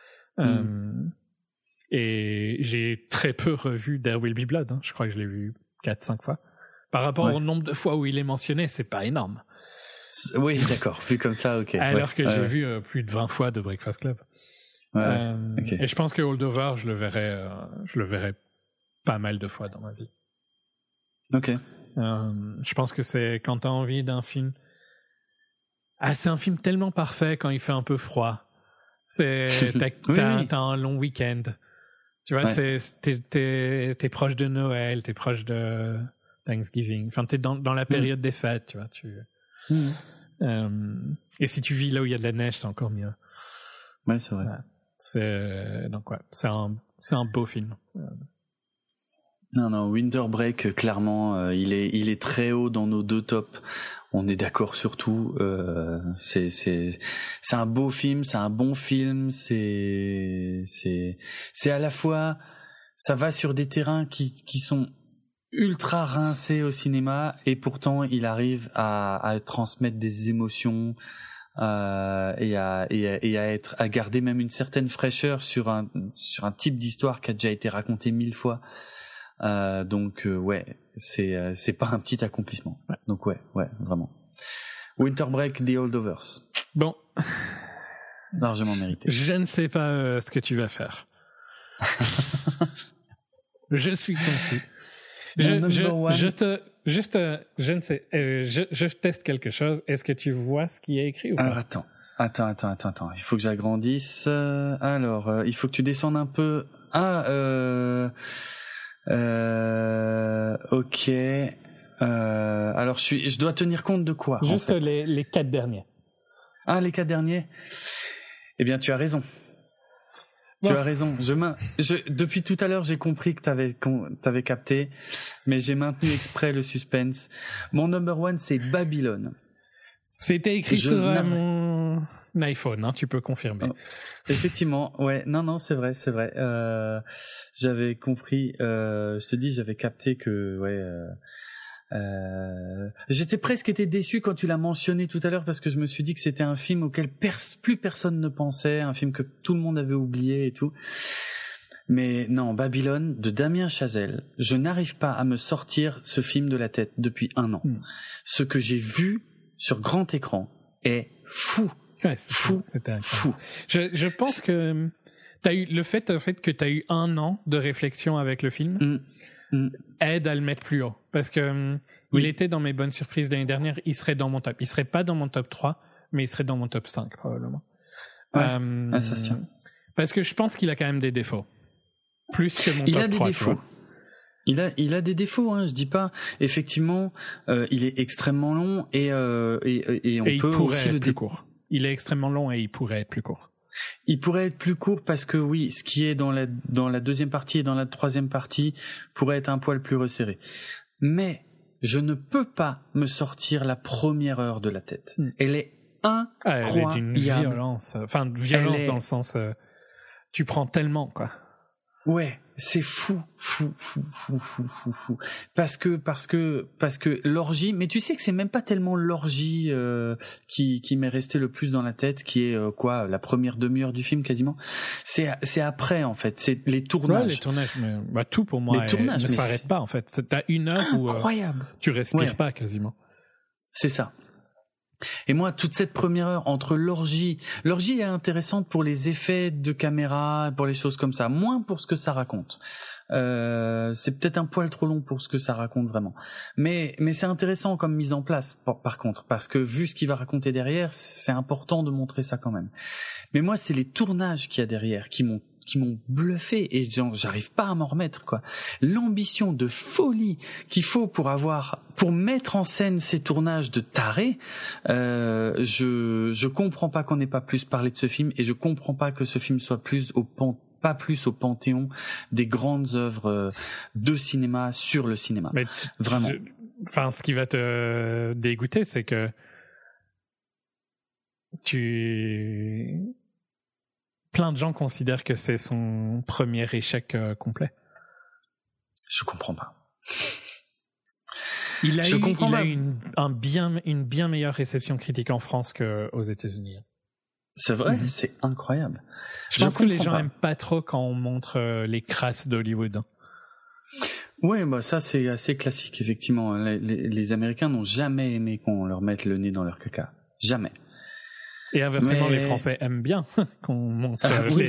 Et j'ai très peu revu There Will Be Blood. Je crois que je l'ai vu 4-5 fois. Par rapport au nombre de fois où il est mentionné, c'est pas énorme. Oui, d'accord. Vu comme ça, ok. Alors que j'ai vu plus de 20 fois The Breakfast Club. Okay. Et je pense que Holdover, je le verrai pas mal de fois dans ma vie. Ok. Je pense que c'est quand t'as envie d'un film. C'est un film tellement parfait quand il fait un peu froid. T'as un long week-end. Tu vois, t'es proche de Noël, t'es proche de Thanksgiving. Enfin, t'es dans la période des fêtes, tu vois. Et si tu vis là où il y a de la neige, c'est encore mieux. Ouais, c'est vrai. C'est un beau film. Non, Winter Break, clairement, il est très haut dans nos deux tops. On est d'accord sur tout. C'est un beau film, c'est un bon film. C'est à la fois, ça va sur des terrains qui sont ultra rincés au cinéma et pourtant il arrive à transmettre des émotions. Et à garder même une certaine fraîcheur sur un type d'histoire qui a déjà été raconté 1000 fois. Donc c'est pas un petit accomplissement. Donc ouais, vraiment. Winter Break, The Holdovers. Bon, largement mérité. Je ne sais pas ce que tu vas faire. Je suis confus. Je ne sais. Je teste quelque chose. Est-ce que tu vois ce qui est écrit ou pas? Alors, attends. Il faut que j'agrandisse. Alors, il faut que tu descendes un peu. Ok. Alors je dois tenir compte de quoi? Juste en fait. Les 4 derniers. Ah, les 4 derniers. Eh bien, tu as raison. Tu as raison. Depuis tout à l'heure, j'ai compris que t'avais capté, mais j'ai maintenu exprès le suspense. Mon number one, c'est Babylone. C'était écrit sur mon iPhone, hein, tu peux confirmer. Effectivement, ouais. Non, c'est vrai. J'avais compris. Je te dis, j'avais capté que, ouais. J'étais presque été déçu quand tu l'as mentionné tout à l'heure parce que je me suis dit que c'était un film auquel plus personne ne pensait, un film que tout le monde avait oublié et tout. Mais non, Babylone de Damien Chazelle, je n'arrive pas à me sortir ce film de la tête depuis 1 an. Ce que j'ai vu sur grand écran est fou. Ouais, c'était fou. Je pense que t'as eu le fait que tu as eu 1 an de réflexion avec le film. Aide à le mettre plus haut parce que il était dans mes bonnes surprises l'année dernière, il serait dans mon top. Il serait pas dans mon top 3, mais il serait dans mon top 5 probablement. Ouais, ça tient. Parce que je pense qu'il a quand même des défauts. Plus que mon top 3. Il a des défauts. Il a des défauts, hein, je dis pas. Effectivement, il est extrêmement long et on peut aussi le plus court. Il est extrêmement long et il pourrait être plus court. Il pourrait être plus court parce que oui, ce qui est dans la deuxième partie et dans la troisième partie pourrait être un poil plus resserré. Mais je ne peux pas me sortir la première heure de la tête. Elle est incroyable. Elle est d'une violence. Enfin, violence dans le sens... tu prends tellement, quoi. Ouais, c'est fou. Parce que l'orgie, mais tu sais que c'est même pas tellement l'orgie qui m'est resté le plus dans la tête, qui est la première demi-heure du film quasiment. C'est après en fait, c'est les tournages. Ouais, les tournages, mais tout pour moi ne s'arrête pas en fait. T'as 1 heure où tu respires pas quasiment. C'est ça. Et moi, toute cette première heure entre l'orgie est intéressante pour les effets de caméra, pour les choses comme ça, moins pour ce que ça raconte. C'est peut-être un poil trop long pour ce que ça raconte vraiment. Mais c'est intéressant comme mise en place, par contre, parce que vu ce qu'il va raconter derrière, c'est important de montrer ça quand même. Mais moi, c'est les tournages qu'il y a derrière qui m'ont bluffé et j'arrive pas à m'en remettre, quoi. L'ambition de folie qu'il faut pour mettre en scène ces tournages de tarés, je comprends pas qu'on n'ait pas plus parlé de ce film et je comprends pas que ce film soit pas plus au panthéon des grandes œuvres de cinéma sur le cinéma. Mais vraiment. Ce qui va te dégoûter, c'est que plein de gens considèrent que c'est son premier échec complet. Je comprends pas. Il a eu une bien meilleure réception critique en France qu'aux États-Unis. C'est vrai, c'est incroyable. Je pense que les gens aiment pas trop quand on montre les crasses d'Hollywood. Ouais, ça c'est assez classique effectivement. Les Américains n'ont jamais aimé qu'on leur mette le nez dans leur caca. Jamais. Et inversement, les Français aiment bien qu'on montre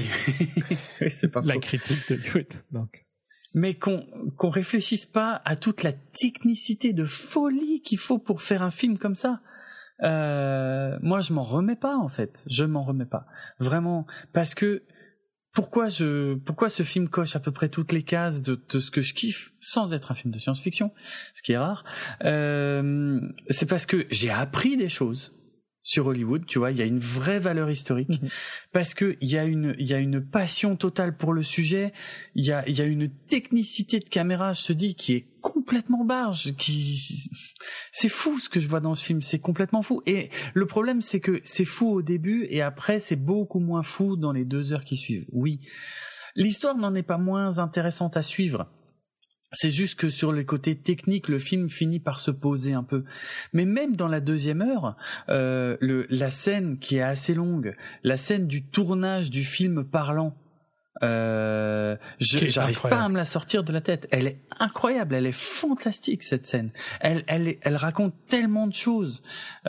la critique d'Hollywood. Donc. Mais qu'on réfléchisse pas à toute la technicité de folie qu'il faut pour faire un film comme ça. Moi, je m'en remets pas en fait. Je m'en remets pas vraiment parce que pourquoi ce film coche à peu près toutes les cases de ce que je kiffe sans être un film de science-fiction, ce qui est rare. C'est parce que j'ai appris des choses. Sur Hollywood, tu vois, il y a une vraie valeur historique parce que il y a une passion totale pour le sujet, il y a une technicité de caméra, je te dis, qui est complètement barge, c'est fou ce que je vois dans ce film, c'est complètement fou. Et le problème, c'est que c'est fou au début et après c'est beaucoup moins fou dans les 2 heures qui suivent. Oui, l'histoire n'en est pas moins intéressante à suivre. C'est juste que sur les côtés techniques, le film finit par se poser un peu. Mais même dans la 2e heure, la scène qui est assez longue, la scène du tournage du film parlant, j'arrive pas à me la sortir de la tête. Elle est incroyable, elle est fantastique cette scène. Elle raconte tellement de choses.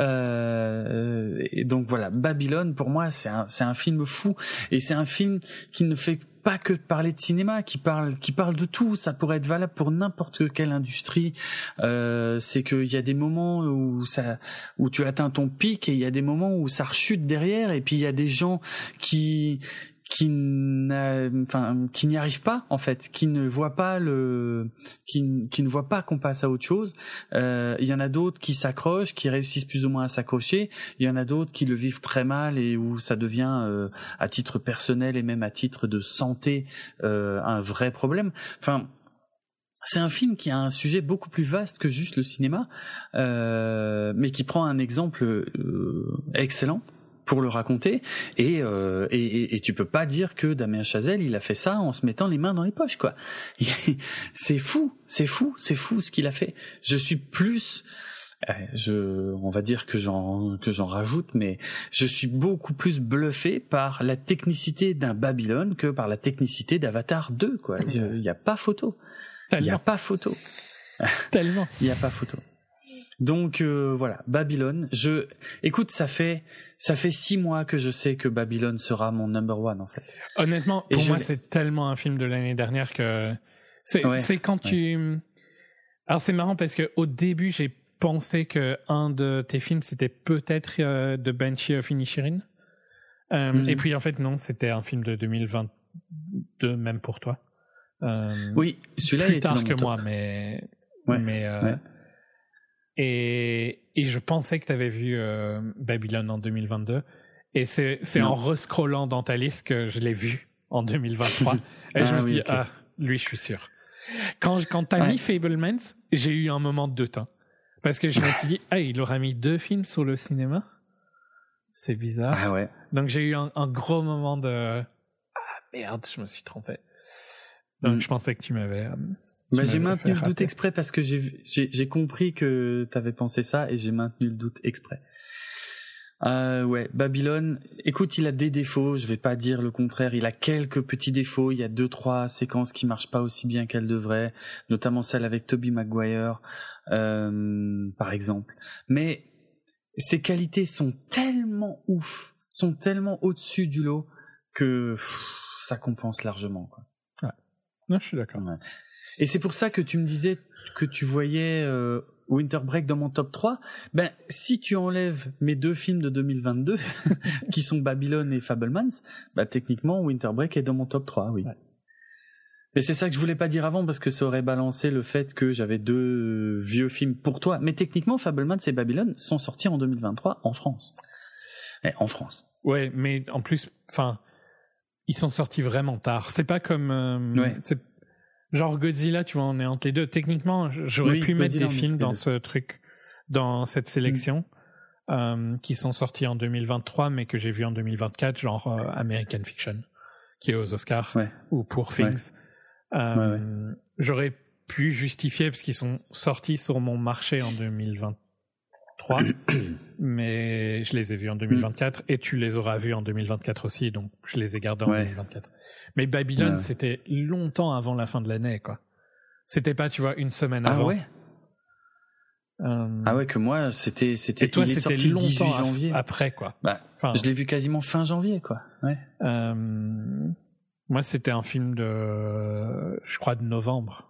Et donc voilà, Babylone pour moi c'est un film fou et c'est un film qui ne fait pas que de parler de cinéma, qui parle de tout. Ça pourrait être valable pour n'importe quelle industrie. C'est qu'il y a des moments où tu atteins ton pic et il y a des moments où ça rechute derrière et puis il y a des gens qui qui n'y arrivent pas en fait, qui ne voient pas qui ne voient pas qu'on passe à autre chose. Il y en a d'autres qui s'accrochent, qui réussissent plus ou moins à s'accrocher. Il y en a d'autres qui le vivent très mal et où ça devient à titre personnel et même à titre de santé un vrai problème. Enfin, c'est un film qui a un sujet beaucoup plus vaste que juste le cinéma, mais qui prend un exemple excellent pour le raconter, et tu peux pas dire que Damien Chazelle il a fait ça en se mettant les mains dans les poches, quoi. C'est fou ce qu'il a fait. Je suis plus, on va dire que j'en rajoute, mais je suis beaucoup plus bluffé par la technicité d'un Babylone que par la technicité d'Avatar 2, quoi. Il y a pas photo. Il y a pas photo. Tellement. Il y a pas photo. Donc voilà, Babylone. Écoute, ça fait 6 mois que je sais que Babylone sera mon number one en fait. Honnêtement, pour moi, c'est tellement un film de l'année dernière que c'est quand tu. Alors c'est marrant parce que au début, j'ai pensé que un de tes films c'était peut-être The Banshee of Inisherin, et puis en fait non, c'était un film de 2022 même pour toi. Oui, celui-là plus il tard était que moi, mais. Et je pensais que tu avais vu Babylone en 2022. Et c'est en rescrollant dans ta liste que je l'ai vu en 2023. Et je me suis dit, lui, je suis sûr. Quand tu as mis Fablemans, j'ai eu un moment de doute. Parce que je me suis dit, il aura mis 2 films sur le cinéma. C'est bizarre. Ah ouais. Donc j'ai eu un gros moment de merde, je me suis trompé. Donc je pensais que tu m'avais. J'ai maintenu le doute exprès parce que j'ai compris que t'avais pensé ça et j'ai maintenu le doute exprès. Babylone, écoute, il a des défauts, je vais pas dire le contraire, il a quelques petits défauts, il y a 2-3 séquences qui marchent pas aussi bien qu'elles devraient, notamment celle avec Tobey Maguire, par exemple. Mais ses qualités sont tellement ouf, sont tellement au-dessus du lot que ça compense largement, quoi. Ouais. Non, je suis d'accord. Ouais. Et c'est pour ça que tu me disais que tu voyais Winter Break dans mon top 3. Ben, si tu enlèves mes 2 films de 2022, qui sont Babylone et Fabelmans, techniquement, Winter Break est dans mon top 3, oui. Ouais. Et c'est ça que je voulais pas dire avant, parce que ça aurait balancé le fait que j'avais 2 vieux films pour toi. Mais techniquement, Fabelmans et Babylone sont sortis en 2023 en France. En France. Ouais, mais en plus, ils sont sortis vraiment tard. C'est pas comme... Genre Godzilla, tu vois, on est entre les deux. Techniquement, j'aurais pu mettre des films dans ce truc, dans cette sélection, qui sont sortis en 2023, mais que j'ai vu en 2024, genre American Fiction, qui est aux Oscars, ou Poor Things. J'aurais pu justifier, parce qu'ils sont sortis sur mon marché en 2023, mais je les ai vus en 2024, et tu les auras vus en 2024 aussi, donc je les ai gardés en 2024. Mais Babylone, c'était longtemps avant la fin de l'année, quoi. C'était pas, tu vois, une semaine avant. Que moi, c'était. Et toi, c'était longtemps 18 janvier. Après, quoi. Je l'ai vu quasiment fin janvier, quoi. Ouais. Moi, c'était un film je crois, de novembre.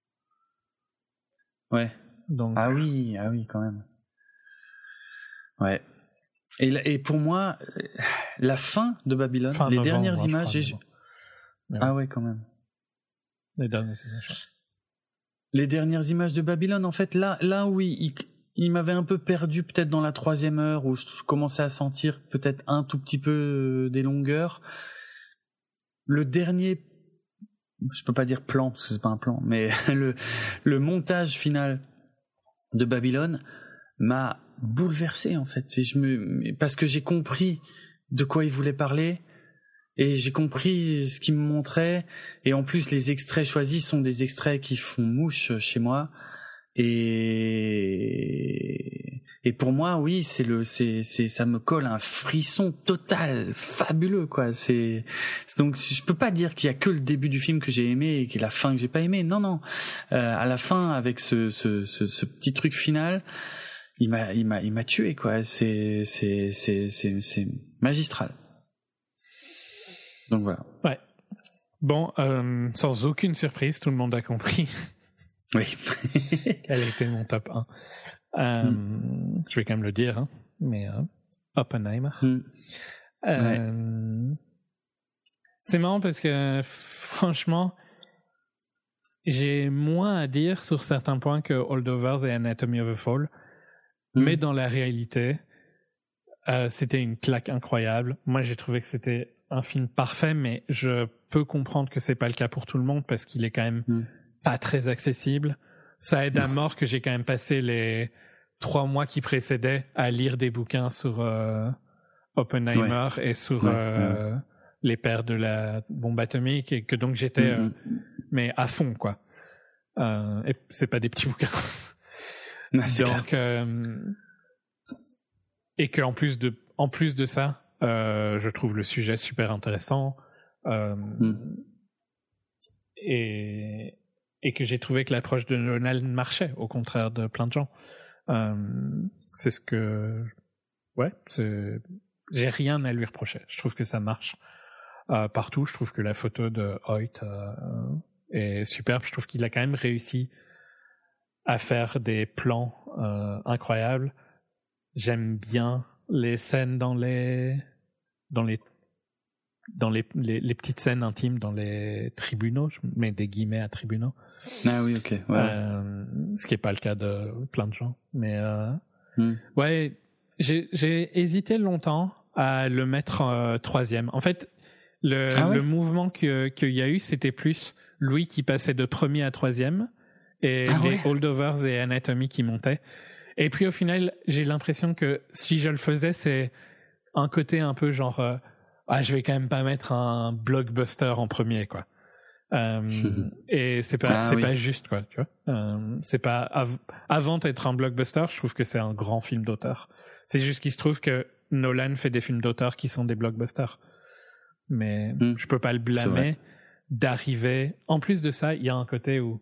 Ouais. Donc. Ah oui, quand même. Ouais. Et pour moi, la fin de Babylone, les dernières images. Quand même. Les dernières images. Les dernières images de Babylone, en fait, là où il m'avait un peu perdu, peut-être dans la 3e heure, où je commençais à sentir peut-être un tout petit peu des longueurs. Le dernier, je peux pas dire plan, parce que c'est pas un plan, mais le montage final de Babylone m'a bouleversé, en fait. Parce que j'ai compris de quoi il voulait parler. Et j'ai compris ce qu'il me montrait, et en plus les extraits choisis sont des extraits qui font mouche chez moi, et pour moi oui, ça me colle un frisson total, fabuleux, quoi. Donc je peux pas dire qu'il y a que le début du film que j'ai aimé et que la fin que j'ai pas aimé. Non. À la fin, avec ce petit truc final, il m'a tué, quoi. C'est magistral. Donc voilà. Ouais. Bon, sans aucune surprise, tout le monde a compris. Oui. Quel était mon top 1. Je vais quand même le dire, mais Oppenheimer. C'est marrant parce que franchement, j'ai moins à dire sur certains points que Holdovers et Anatomy of a Fall, mais dans la réalité, c'était une claque incroyable. Moi, j'ai trouvé que c'était un film parfait, mais je peux comprendre que c'est pas le cas pour tout le monde parce qu'il est quand même pas très accessible. Ça aide à mort que j'ai quand même passé les 3 mois qui précédaient à lire des bouquins sur Oppenheimer et sur les pères de la bombe atomique, et que donc j'étais mais à fond, quoi. Et c'est pas des petits bouquins. Donc et que en plus de ça, je trouve le sujet super intéressant, et que j'ai trouvé que l'approche de Nolan marchait, au contraire de plein de gens. C'est ce que j'ai rien à lui reprocher. Je trouve que ça marche partout. Je trouve que la photo de Hoyt est superbe. Je trouve qu'il a quand même réussi à faire des plans incroyables. J'aime bien les scènes dans les petites scènes intimes dans les tribunaux. Je mets des guillemets à tribunaux. Ah oui, ok. Ouais. Ce qui n'est pas le cas de plein de gens. Mais ouais, j'ai hésité longtemps à le mettre troisième. En fait, le mouvement qu'il y a eu, c'était plus Louis qui passait de premier à troisième et les Holdovers et Anatomy qui montaient. Et puis au final, j'ai l'impression que si je le faisais, c'est un côté un peu genre je vais quand même pas mettre un blockbuster en premier, quoi. Et c'est pas juste, quoi, tu vois. C'est pas avant d'être un blockbuster, je trouve que c'est un grand film d'auteur. C'est juste qu'il se trouve que Nolan fait des films d'auteur qui sont des blockbusters. Mais je peux pas le blâmer d'arriver. En plus de ça, il y a un côté où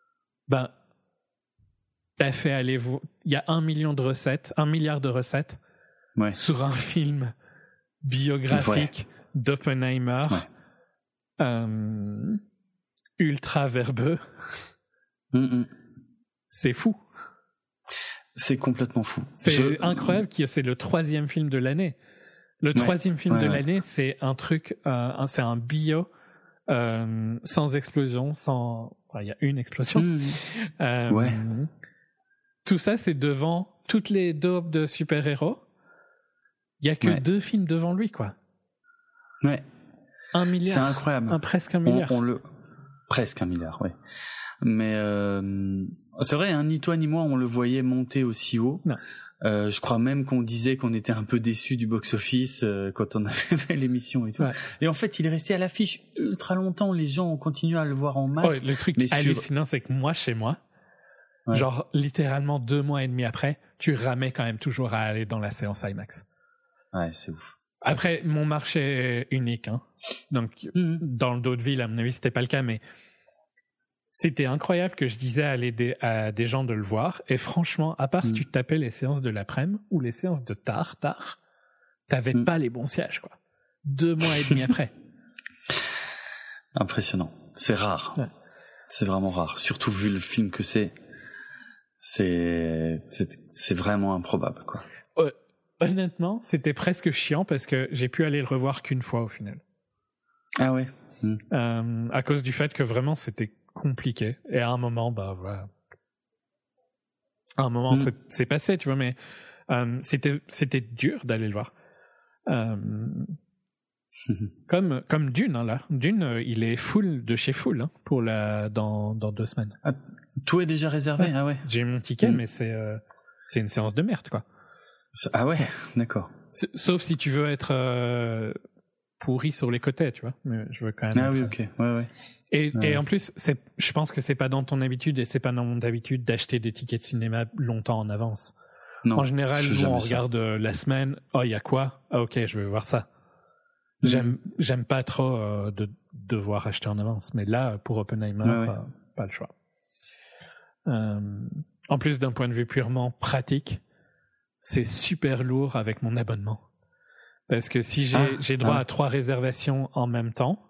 t'as fait aller il y a 1 milliard de recettes sur un film biographique d'Oppenheimer, ultra verbeux. C'est fou. C'est complètement fou. C'est incroyable que c'est le 3e film de l'année. Le 3e film de l'année, c'est un truc, c'est un bio sans explosion, il y a une explosion. Tout ça, c'est devant toutes les daubes de super-héros. Il y a que 2 films devant lui, quoi. Ouais. 1 milliard. C'est incroyable. Presque 1 milliard. Presque 1 milliard, ouais. Mais c'est vrai, ni toi ni moi, on le voyait monter aussi haut. Non. Je crois même qu'on disait qu'on était un peu déçus du box-office quand on avait fait l'émission et tout. Ouais. Et en fait, il est resté à l'affiche ultra longtemps. Les gens ont continué à le voir en masse. Le truc hallucinant, c'est que moi, chez moi, genre littéralement 2 mois et demi après, tu ramais quand même toujours à aller dans la séance IMAX. Ouais, c'est ouf. Après, mon marché est unique, hein. Donc, dans d'autres villes, à mon avis, c'était pas le cas, mais c'était incroyable que je disais à des gens de le voir. Et franchement, à part si tu te tapais les séances de l'après-midi ou les séances de tard, t'avais pas les bons sièges, quoi. 2 mois et demi après. Impressionnant. C'est rare. Ouais. C'est vraiment rare. Surtout vu le film que c'est. C'est vraiment improbable, quoi. Honnêtement, c'était presque chiant parce que j'ai pu aller le revoir qu'une fois au final. Ah ouais. À cause du fait que vraiment c'était compliqué. Et à un moment, voilà. À un moment, c'est passé, tu vois, mais c'était dur d'aller le voir. Comme Dune, hein, là. Dune, il est full de chez full, hein, dans 2 semaines. Ah, tout est déjà réservé, ah ouais. J'ai mon ticket, mais c'est une séance de merde, quoi. Ah ouais, d'accord. Sauf si tu veux être pourri sur les côtés, tu vois. Mais je veux quand même. Ah oui, ok, ouais. Et en plus, je pense que c'est pas dans ton habitude et c'est pas dans mon habitude d'acheter des tickets de cinéma longtemps en avance. Non. En général, nous on regarde la semaine. Oh, il y a quoi ? Ah ok, je vais voir ça. J'aime pas trop de devoir acheter en avance, mais là pour Oppenheimer, pas le choix. En plus, d'un point de vue purement pratique, c'est super lourd avec mon abonnement. Parce que si j'ai droit à 3 réservations en même temps,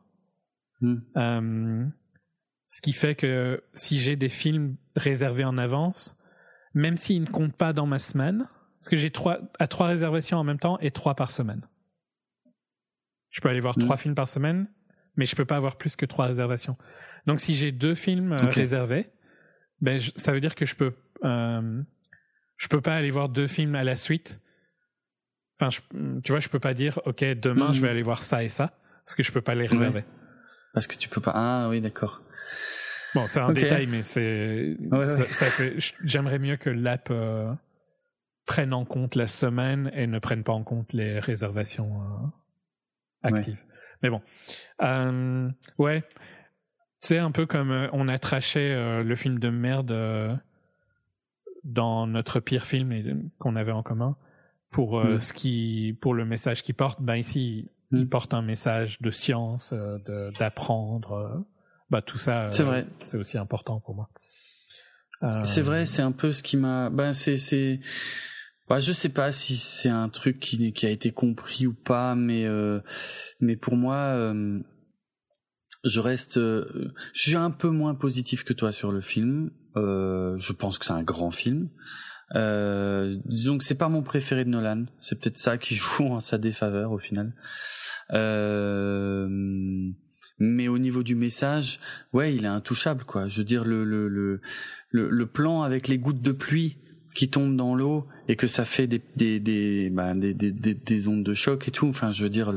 ce qui fait que si j'ai des films réservés en avance, même s'ils ne comptent pas dans ma semaine, parce que j'ai 3 réservations en même temps et 3 par semaine. Je peux aller voir 3 films par semaine, mais je peux pas avoir plus que 3 réservations. Donc si j'ai 2 films réservés, ça veut dire que je peux pas aller voir 2 films à la suite. Enfin, tu vois, je peux pas dire, ok, demain je vais aller voir ça et ça, parce que je peux pas les réserver. Ouais. Parce que tu peux pas. Ah oui, d'accord. Bon, c'est un détail, mais ça fait. J'aimerais mieux que l'app prenne en compte la semaine et ne prenne pas en compte les réservations actives. Ouais. Mais bon, ouais, c'est un peu comme on a trashé le film de merde dans notre pire film qu'on avait en commun pour pour le message qu'il porte. Ben ici, il porte un message de science, d'apprendre. Tout ça, c'est vrai. C'est aussi important pour moi. C'est vrai, c'est un peu ce qui m'a. Je sais pas si c'est un truc qui a été compris ou pas, mais pour moi, je suis un peu moins positif que toi sur le film. Je pense que c'est un grand film. Disons que c'est pas mon préféré de Nolan. C'est peut-être ça qui joue en sa défaveur au final. Mais au niveau du message, ouais, il est intouchable, quoi. Je veux dire, le plan avec les gouttes de pluie qui tombent dans l'eau et que ça fait des ondes de choc et tout. Enfin, je veux dire,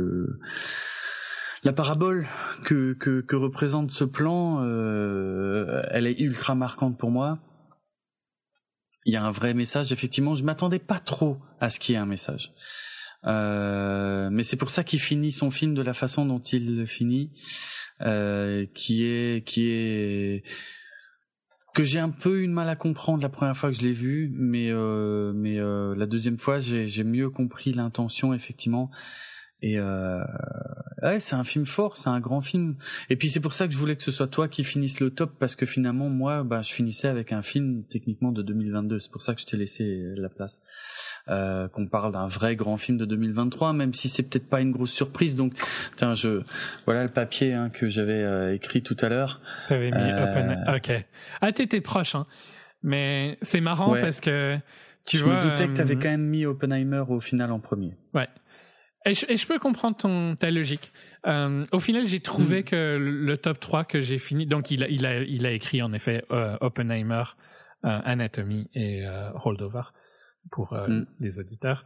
la parabole que représente ce plan, elle est ultra marquante pour moi. Il y a un vrai message, effectivement. Je m'attendais pas trop à ce qu'il y ait un message. Mais c'est pour ça qu'il finit son film de la façon dont il le finit, qui est que j'ai un peu eu de mal à comprendre la première fois que je l'ai vu, mais la deuxième fois j'ai mieux compris l'intention, effectivement. Et ouais, c'est un film fort, c'est un grand film. Et puis c'est pour ça que je voulais que ce soit toi qui finisse le top, parce que finalement moi, je finissais avec un film techniquement de 2022. C'est pour ça que je t'ai laissé la place. Qu'on parle d'un vrai grand film de 2023, même si c'est peut-être pas une grosse surprise. Donc, tiens, voilà le papier que j'avais écrit tout à l'heure. T'avais mis Ok. Ah, t'étais proche, hein. Mais c'est marrant parce que je me doutais que t'avais quand même mis Oppenheimer au final en premier. Ouais. Et je peux comprendre ta logique. Au final, j'ai trouvé que le top 3 que j'ai fini, donc il a écrit en effet Oppenheimer, Anatomy et Holdover pour les auditeurs.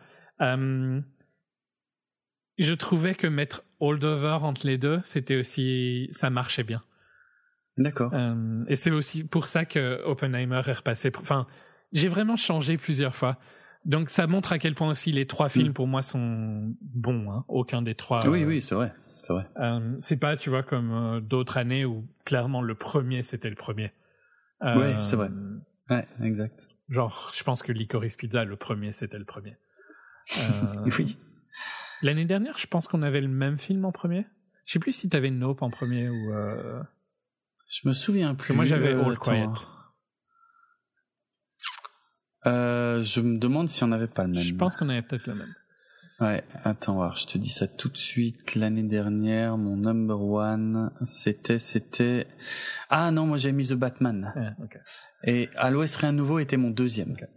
Je trouvais que mettre Holdover entre les deux, c'était aussi, ça marchait bien. D'accord. Et c'est aussi pour ça que Oppenheimer est repassé. Enfin, j'ai vraiment changé plusieurs fois. Donc ça montre à quel point aussi les 3 films pour moi sont bons. Hein. Aucun des 3. Oui, c'est vrai. C'est vrai. C'est pas, tu vois, comme d'autres années où clairement le premier c'était le premier. Oui, c'est vrai. Ouais, exact. Genre, je pense que Licorice Pizza, le premier c'était le premier. Oui. L'année dernière, je pense qu'on avait le même film en premier. Je sais plus si t'avais Nope en premier ou. Je me souviens plus. Parce que moi j'avais All Quiet. Je me demande si on n'avait pas le même. Je pense qu'on avait peut-être le même. Ouais, attends voir, je te dis ça tout de suite. L'année dernière, mon number one, c'était. Ah non, moi j'avais mis The Batman. Yeah, okay. Et À l'Ouest rien de nouveau était mon deuxième. Okay.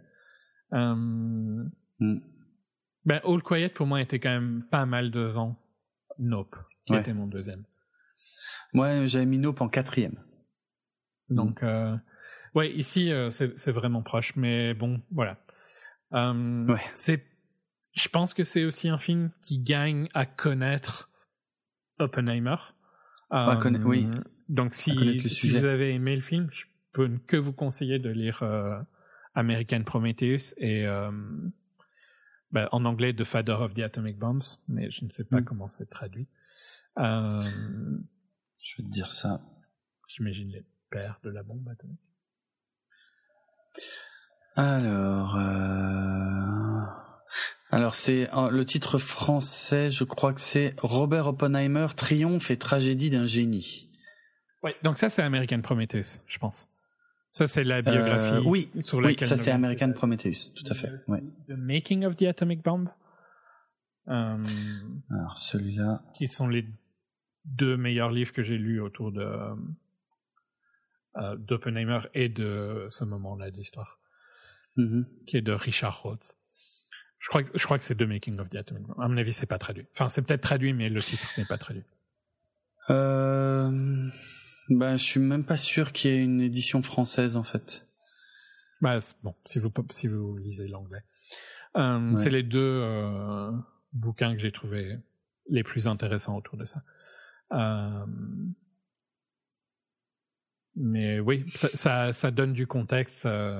All Quiet pour moi était quand même pas mal devant Nope, qui était mon deuxième. Moi j'avais mis Nope en 4e. Donc ouais, ici c'est vraiment proche, mais bon, voilà. Je pense que c'est aussi un film qui gagne à connaître Oppenheimer. Oui. Donc si vous avez aimé le film, je peux que vous conseiller de lire American Prometheus et en anglais The Father of the Atomic Bombs, mais je ne sais pas comment c'est traduit. Je vais te dire ça. J'imagine les pères de la bombe atomique. Alors c'est le titre français, je crois que c'est Robert Oppenheimer, triomphe et tragédie d'un génie. Ouais, donc ça c'est American Prometheus, je pense. Ça c'est la biographie sur laquelle. Oui, ça c'est American Prometheus, tout à fait. Ouais. The Making of the Atomic Bomb. Alors celui-là. Qui sont les 2 meilleurs livres que j'ai lus autour d'Oppenheimer et de ce moment-là de l'histoire, qui est de Richard Rhodes. Je crois que c'est The Making of the Atomic Bomb. À mon avis, c'est pas traduit. Enfin, c'est peut-être traduit, mais le titre n'est pas traduit. Je suis même pas sûr qu'il y ait une édition française en fait. Bon, si vous lisez l'anglais, c'est les deux bouquins que j'ai trouvé les plus intéressants autour de ça. Mais oui, ça donne du contexte. Ça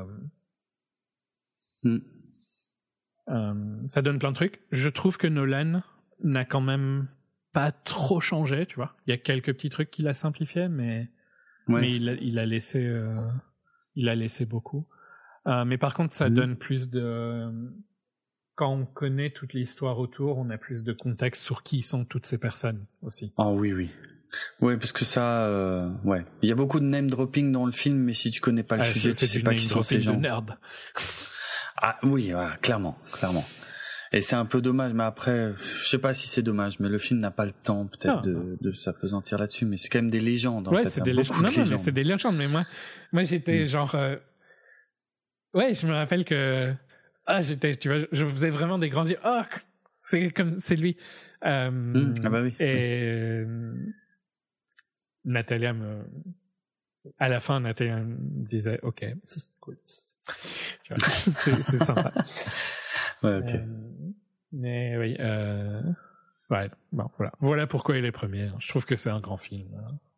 donne plein de trucs. Je trouve que Nolan n'a quand même pas trop changé, tu vois. Il y a quelques petits trucs qu'il a simplifiés, mais il a laissé beaucoup. Mais par contre, ça donne plus de... Quand on connaît toute l'histoire autour, on a plus de contexte sur qui sont toutes ces personnes aussi. Ah oui. Oui, parce que ça, il y a beaucoup de name dropping dans le film, mais si tu connais pas le sujet, tu sais pas qui sont ces gens. C'est du nerd. Ah oui, voilà, clairement. Et c'est un peu dommage, mais après, je sais pas si c'est dommage, mais le film n'a pas le temps peut-être de s'appesantir là-dessus, mais c'est quand même des légendes. Ouais, c'est des légendes. Non, mais c'est des légendes. Mais moi j'étais genre, je me rappelle que tu vois, je faisais vraiment des grands yeux. C'est lui. Ah bah oui. Et Natalia à la fin, Natalia me disait, ok, cool. Tu vois, c'est sympa. Ouais, ok. Mais oui, bon, voilà pourquoi il est premier. Je trouve que c'est un grand film.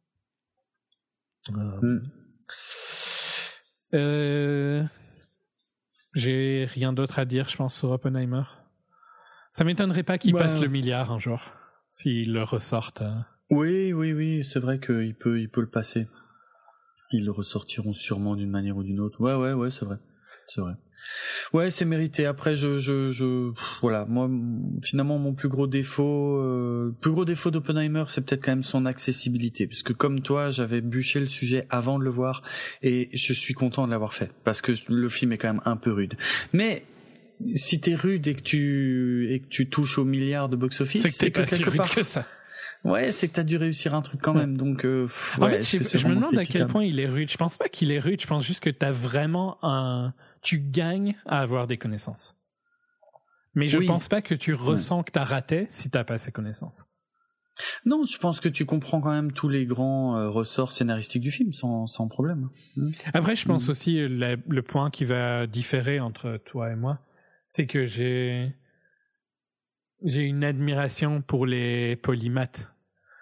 J'ai rien d'autre à dire, je pense, sur Oppenheimer. Ça m'étonnerait pas qu'il passe le milliard un jour, s'il le ressorte. Oui, c'est vrai qu'il peut le passer. Ils le ressortiront sûrement d'une manière ou d'une autre. Ouais, c'est vrai. Ouais, c'est mérité. Après, voilà. Moi, finalement, mon plus gros défaut d'Oppenheimer, c'est peut-être quand même son accessibilité. Parce que comme toi, j'avais bûché le sujet avant de le voir et je suis content de l'avoir fait. Parce que le film est quand même un peu rude. Mais, si t'es rude et que tu touches au milliard de box-office, c'est que t'es pas si rude que ça. Ouais, c'est que t'as dû réussir un truc quand même, donc... en fait, je me demande à quel point il est rude. Je pense pas qu'il est rude, je pense juste que t'as vraiment tu gagnes à avoir des connaissances. Mais je pense pas que tu ressens que t'as raté si t'as pas ces connaissances. Non, je pense que tu comprends quand même tous les grands ressorts scénaristiques du film, sans problème. Après, je pense aussi, le point qui va différer entre toi et moi, c'est que j'ai une admiration pour les polymathes.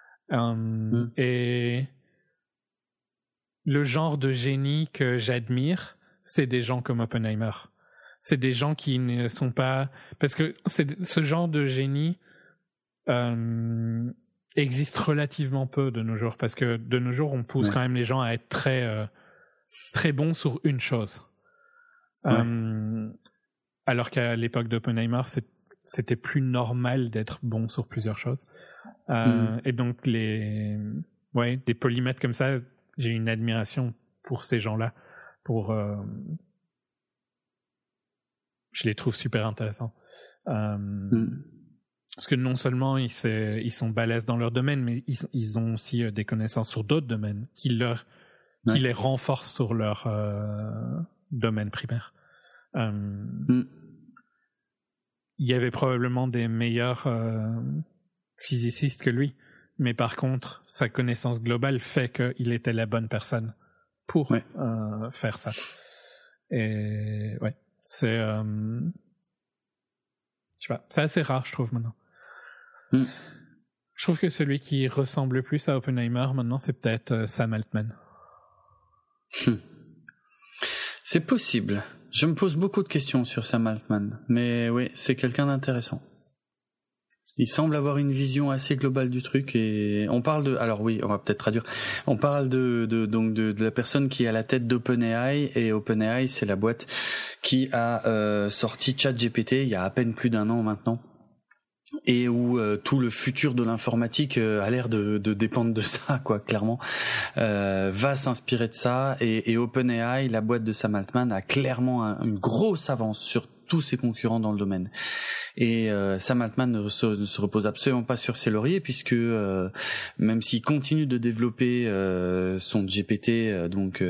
Et le genre de génie que j'admire, c'est des gens comme Oppenheimer. C'est des gens qui ne sont pas... Parce que ce genre de génie existe relativement peu de nos jours. Parce que de nos jours, on pousse quand même les gens à être très, très bons sur une chose. Alors qu'à l'époque d'Oppenheimer, c'était plus normal d'être bon sur plusieurs choses. Et donc, des polymathes comme ça, j'ai une admiration pour ces gens-là. Je les trouve super intéressants. Parce que non seulement ils sont balèzes dans leur domaine, mais ils ont aussi des connaissances sur d'autres domaines qui les renforcent sur leur domaine primaire. Il y avait probablement des meilleurs physiciste que lui, mais par contre sa connaissance globale fait qu'il était la bonne personne pour faire ça. Et c'est je sais pas, c'est assez rare, je trouve, maintenant. Je trouve que celui qui ressemble le plus à Oppenheimer maintenant, c'est peut-être Sam Altman. C'est possible. Je me pose beaucoup de questions sur Sam Altman, mais oui, c'est quelqu'un d'intéressant. Il semble avoir une vision assez globale du truc, et on parle alors oui, on va peut-être traduire. On parle de la personne qui est à la tête d'OpenAI, et OpenAI, c'est la boîte qui a sorti ChatGPT il y a à peine plus d'un an maintenant, et où tout le futur de l'informatique a l'air de dépendre de ça, quoi, clairement. Va s'inspirer de ça, et OpenAI, la boîte de Sam Altman, a clairement une grosse avance sur tous ses concurrents dans le domaine. Et Sam Altman ne se repose absolument pas sur ses lauriers, puisque même s'il continue de développer son GPT, donc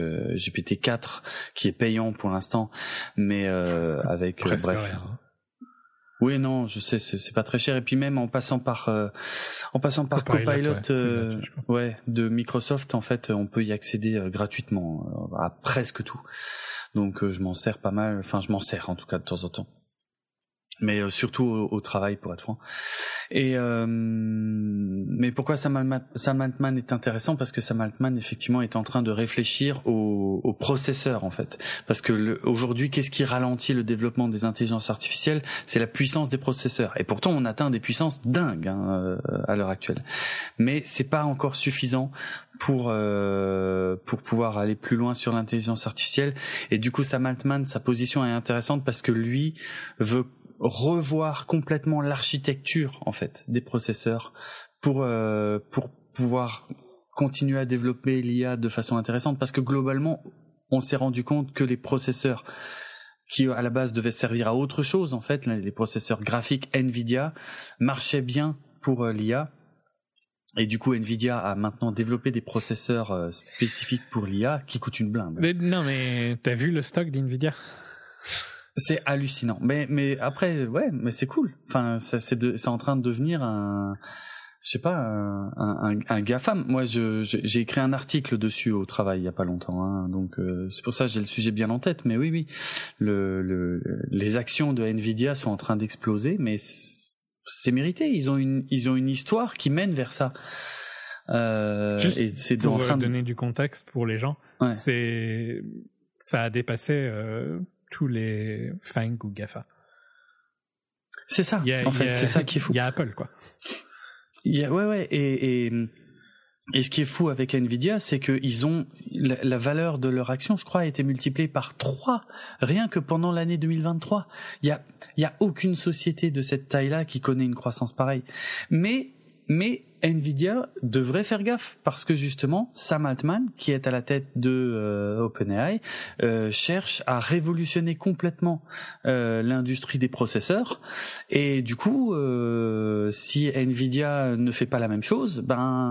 GPT-4, qui est payant pour l'instant, mais avec presque rien. Oui, non, je sais, c'est pas très cher. Et puis même en passant par Copilot, de Microsoft, en fait, on peut y accéder gratuitement à presque tout. Donc je m'en sers pas mal. Enfin, je m'en sers en tout cas de temps en temps. Mais surtout au travail, pour être franc. Et mais pourquoi Sam Altman est intéressant? Parce que Sam Altman effectivement est en train de réfléchir au processeur, en fait. Parce que aujourd'hui, qu'est-ce qui ralentit le développement des intelligences artificielles? C'est la puissance des processeurs. Et pourtant, on atteint des puissances dingues à l'heure actuelle. Mais c'est pas encore suffisant pour pouvoir aller plus loin sur l'intelligence artificielle. Et du coup, Sam Altman, sa position est intéressante parce que lui veut revoir complètement l'architecture, en fait, des processeurs pour pouvoir continuer à développer l'IA de façon intéressante, parce que globalement on s'est rendu compte que les processeurs qui à la base devaient servir à autre chose, en fait, les processeurs graphiques Nvidia marchaient bien pour l'IA. Et du coup, Nvidia a maintenant développé des processeurs spécifiques pour l'IA qui coûtent une blinde. Mais t'as vu le stock d'Nvidia? C'est hallucinant. Mais après, ouais, mais c'est cool. Enfin, c'est en train de devenir un GAFAM. Moi, j'ai écrit un article dessus au travail il y a pas longtemps, hein, donc c'est pour ça que j'ai le sujet bien en tête. Mais oui, les actions de Nvidia sont en train d'exploser, mais c'est mérité. Ils ont une histoire qui mène vers ça. Et c'est pour donner du contexte pour les gens. Ouais. Ça a dépassé tous les FANG ou GAFA. C'est ça. C'est ça qui est fou. Il y a Apple, quoi. Ouais. Et ce qui est fou avec Nvidia, c'est que ils ont la valeur de leur action, je crois, a été multipliée par 3 rien que pendant l'année 2023. Il y a aucune société de cette taille-là qui connaît une croissance pareille. Mais Nvidia devrait faire gaffe parce que justement Sam Altman, qui est à la tête de OpenAI, cherche à révolutionner complètement l'industrie des processeurs. Et du coup, si Nvidia ne fait pas la même chose,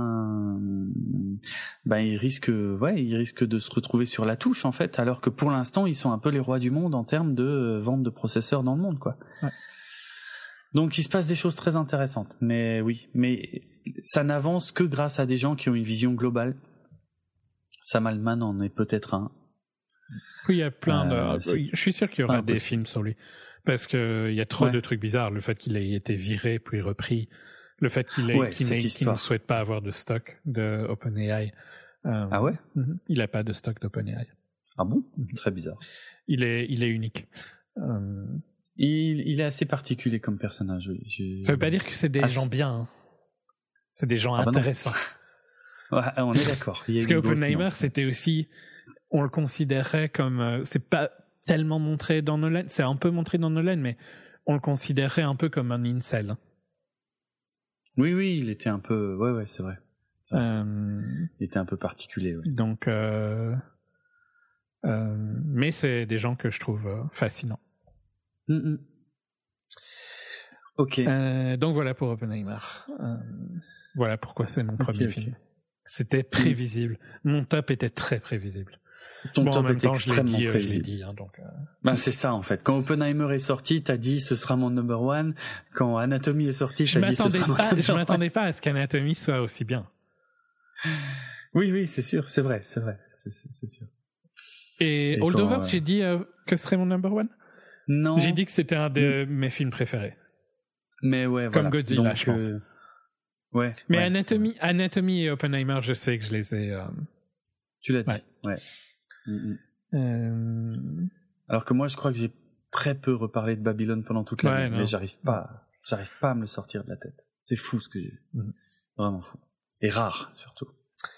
il risque de se retrouver sur la touche, en fait, alors que pour l'instant ils sont un peu les rois du monde en termes de vente de processeurs dans le monde, quoi. Ouais. Donc il se passe des choses très intéressantes, mais ça n'avance que grâce à des gens qui ont une vision globale. Sam Altman en est peut-être un. Oui, il y a plein de. Je suis sûr qu'il y aura des films sur lui, parce que il y a trop de trucs bizarres. Le fait qu'il ait été viré puis repris, le fait qu'il ne souhaite pas avoir de stock de OpenAI. Ah ouais. Il n'a pas de stock d'OpenAI. Ah bon? Très bizarre. Il est unique. Il est assez particulier comme personnage. Oui. Ça veut pas dire que c'est des gens bien. Hein. C'est des gens intéressants. Ouais, on est d'accord. Parce qu'Oppenheimer, c'était aussi, on le considérait comme, c'est pas tellement montré dans Nolan, c'est un peu montré dans Nolan, mais on le considérait un peu comme un incel. Oui, il était un peu, ouais, c'est vrai. Il était un peu particulier. Ouais. Donc, mais c'est des gens que je trouve fascinants. Ok. Donc voilà pour Oppenheimer. Voilà pourquoi c'est mon premier film. C'était prévisible. Mon top était très prévisible. Ton top était extrêmement prévisible. Je l'ai dit, hein, donc. C'est ça en fait. Quand Oppenheimer est sorti, t'as dit ce sera mon number one. Quand Anatomy est sorti, t'as dit ce sera mon number one. Je m'attendais pas à ce qu'Anatomy soit aussi bien. Oui, c'est sûr, c'est vrai, c'est sûr. Et Holdovers, j'ai dit que ce serait mon number one. Non. J'ai dit que c'était un de mes films préférés. Mais ouais, comme Godzilla, je pense. Ouais. Mais Anatomy et Oppenheimer, je sais que je les ai. Tu l'as dit. Ouais. Alors que moi, je crois que j'ai très peu reparlé de Babylone pendant toute l'année, mais j'arrive pas à me le sortir de la tête. C'est fou ce que j'ai vu. Vraiment fou. Et rare, surtout.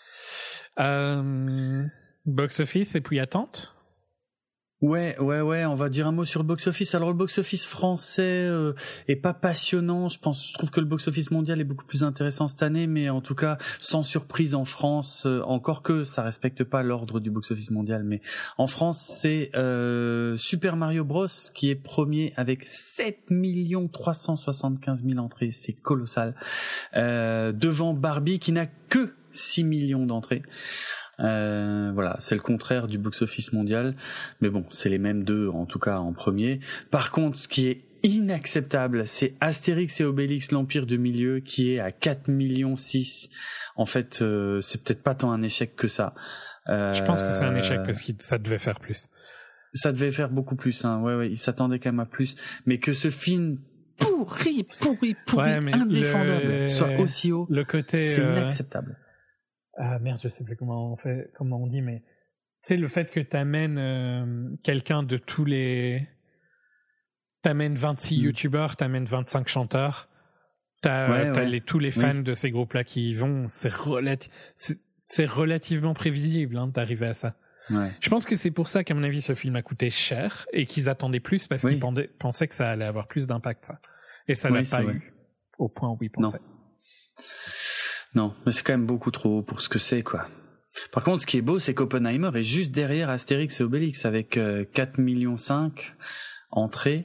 Box-office et puis attente. Ouais, on va dire un mot sur le box-office. Alors le box-office français est pas passionnant, je trouve que le box-office mondial est beaucoup plus intéressant cette année, mais en tout cas, sans surprise en France, encore que ça respecte pas l'ordre du box-office mondial, mais en France, c'est Super Mario Bros qui est premier avec 7 375 000 entrées, c'est colossal. Devant Barbie qui n'a que 6 millions d'entrées. Voilà, c'est le contraire du box-office mondial, mais bon, c'est les mêmes deux, en tout cas en premier. Par contre, ce qui est inacceptable. C'est Astérix et Obélix, l'Empire du Milieu, qui est à 4,6 millions. En fait, c'est peut-être pas tant un échec que ça. Je pense que c'est un échec parce que ça devait faire plus. Ça devait faire beaucoup plus, hein. Ouais, il s'attendait quand même à plus. Mais que ce film pourri, indéfendable, soit aussi haut, le côté, c'est inacceptable. Ah merde, je sais plus comment on dit, mais tu sais, le fait que t'amènes quelqu'un de tous les... T'amènes 26 youtubeurs, t'amènes 25 chanteurs, t'as tous les fans de ces groupes-là qui y vont, c'est relativement prévisible d'arriver à ça. Ouais. Je pense que c'est pour ça qu'à mon avis ce film a coûté cher et qu'ils attendaient plus parce qu'ils pensaient que ça allait avoir plus d'impact, ça. Et ça l'a pas eu au point où ils pensaient. Non, mais c'est quand même beaucoup trop haut pour ce que c'est, quoi. Par contre, ce qui est beau, c'est qu'Oppenheimer est juste derrière Astérix et Obélix avec 4,5 millions entrées.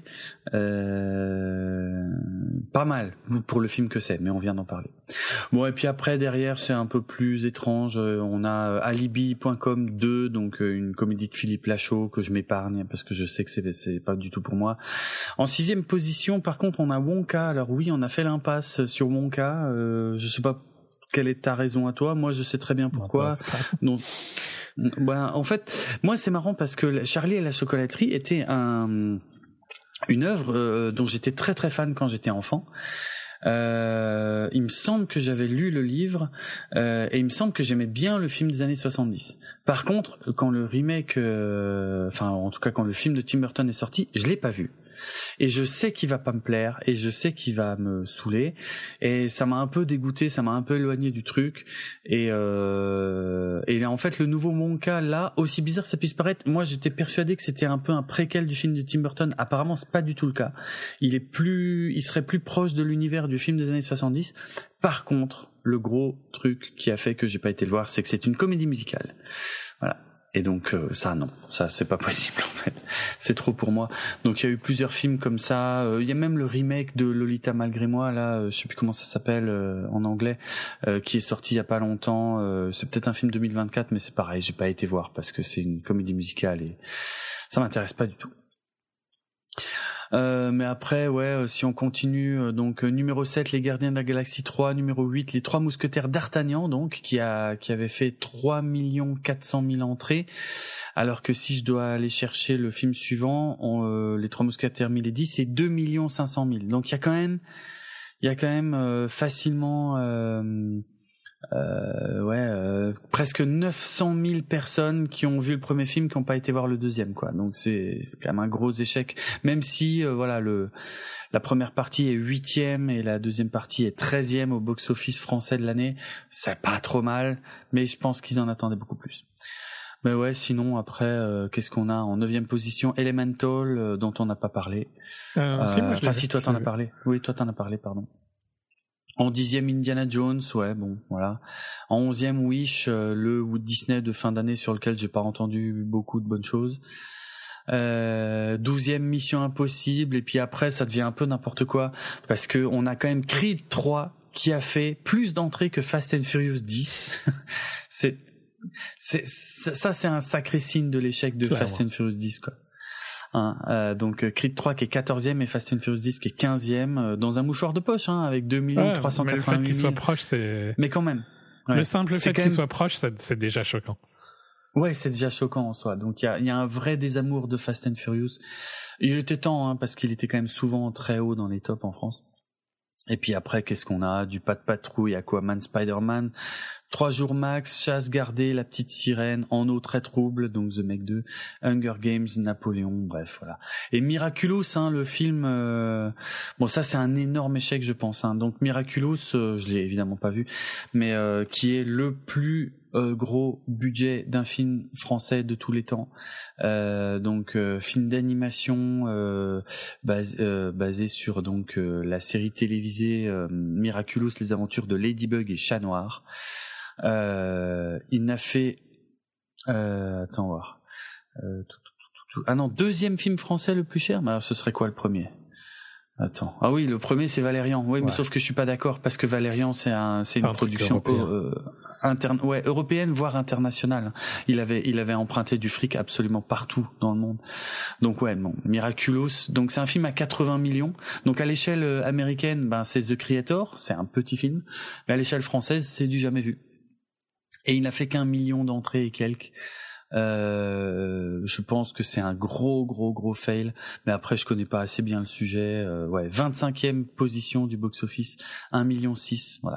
Pas mal pour le film que c'est, mais on vient d'en parler. Bon, et puis après, derrière, c'est un peu plus étrange. On a Alibi.com 2, donc une comédie de Philippe Lachaud que je m'épargne parce que je sais que c'est pas du tout pour moi. En 6e position, par contre, on a Wonka. Alors oui, on a fait l'impasse sur Wonka. Je sais pas quelle est ta raison à toi. Moi, je sais très bien pourquoi. Donc, en fait, moi, c'est marrant parce que Charlie et la chocolaterie était une œuvre dont j'étais très très fan quand j'étais enfant. Il me semble que j'avais lu le livre et il me semble que j'aimais bien le film des années 70. Par contre, quand le remake, en tout cas quand le film de Tim Burton est sorti, je l'ai pas vu. Et je sais qu'il va pas me plaire et je sais qu'il va me saouler et ça m'a un peu dégoûté, ça m'a un peu éloigné du truc et en fait le nouveau Wonka là, aussi bizarre que ça puisse paraître, moi j'étais persuadé que c'était un peu un préquel du film de Tim Burton. Apparemment c'est pas du tout le cas. Il serait plus proche de l'univers du film des années 70. Par contre, le gros truc qui a fait que j'ai pas été le voir, c'est que c'est une comédie musicale. Voilà. Et donc ça c'est pas possible en fait, c'est trop pour moi. Donc il y a eu plusieurs films comme ça, il y a même le remake de Lolita malgré moi là, je sais plus comment ça s'appelle en anglais, qui est sorti il y a pas longtemps, c'est peut-être un film 2024 mais c'est pareil, j'ai pas été voir parce que c'est une comédie musicale et ça m'intéresse pas du tout. Mais après, si on continue, donc numéro 7, Les Gardiens de la Galaxie 3, numéro 8, Les Trois Mousquetaires d'Artagnan, donc qui avait fait 3 400 000 entrées, alors que si je dois aller chercher le film suivant, Les Trois Mousquetaires Milady, c'est 2 500 000. Donc il y a quand même facilement presque 900 000 personnes qui ont vu le premier film qui n'ont pas été voir le deuxième, quoi. Donc c'est quand même un gros échec, même si la première partie est 8e et la deuxième partie est 13e au box-office français de l'année. C'est pas trop mal, mais je pense qu'ils en attendaient beaucoup plus. Mais sinon après qu'est-ce qu'on a en 9e position? Elemental, dont on n'a pas parlé. Si toi t'en as parlé. Oui, toi t'en as parlé, pardon. En 10e, Indiana Jones, voilà. En 11e, Wish, le Disney de fin d'année sur lequel j'ai pas entendu beaucoup de bonnes choses. 12e, Mission Impossible, et puis après, ça devient un peu n'importe quoi, parce que on a quand même Creed 3 qui a fait plus d'entrées que Fast and Furious 10. c'est un sacré signe de l'échec de Fast and Furious 10, quoi. Donc Creed 3 qui est 14e et Fast and Furious 10 qui est 15e, dans un mouchoir de poche, avec 2 388 000. Mais le fait qu'il soit proche, c'est... Mais quand même. Le simple fait qu'il soit proche, c'est déjà choquant. Ouais, c'est déjà choquant en soi. Donc il y a un vrai désamour de Fast and Furious. Il était temps, parce qu'il était quand même souvent très haut dans les tops en France. Et puis après, qu'est-ce qu'on a? Du Pas de Patrouille, Aquaman, Spider-Man, 3 jours max, Chasse gardée, La Petite Sirène, En eau très trouble, donc The Meg 2, Hunger Games, Napoléon, bref, voilà. Et Miraculous, le film, ça c'est un énorme échec, je pense. Donc Miraculous, je l'ai évidemment pas vu, mais qui est le plus gros budget d'un film français de tous les temps. Donc film d'animation basé sur donc la série télévisée Miraculous, les aventures de Ladybug et Chat Noir. Il n'a fait attends voir. Ah non, 2e film français le plus cher, mais alors ce serait quoi le premier? Attends. Ah oui, le premier c'est Valérian. Oui, mais sauf que je suis pas d'accord parce que Valérian c'est une production européenne voire internationale. Il avait emprunté du fric absolument partout dans le monde. Donc Miraculous. Donc c'est un film à 80 millions. Donc à l'échelle américaine, c'est The Creator, c'est un petit film, mais à l'échelle française, c'est du jamais vu. Et il n'a fait qu'1 million d'entrées et quelques. Je pense que c'est un gros fail, mais après je connais pas assez bien le sujet. 25e position du box-office, 1,6 million, voilà.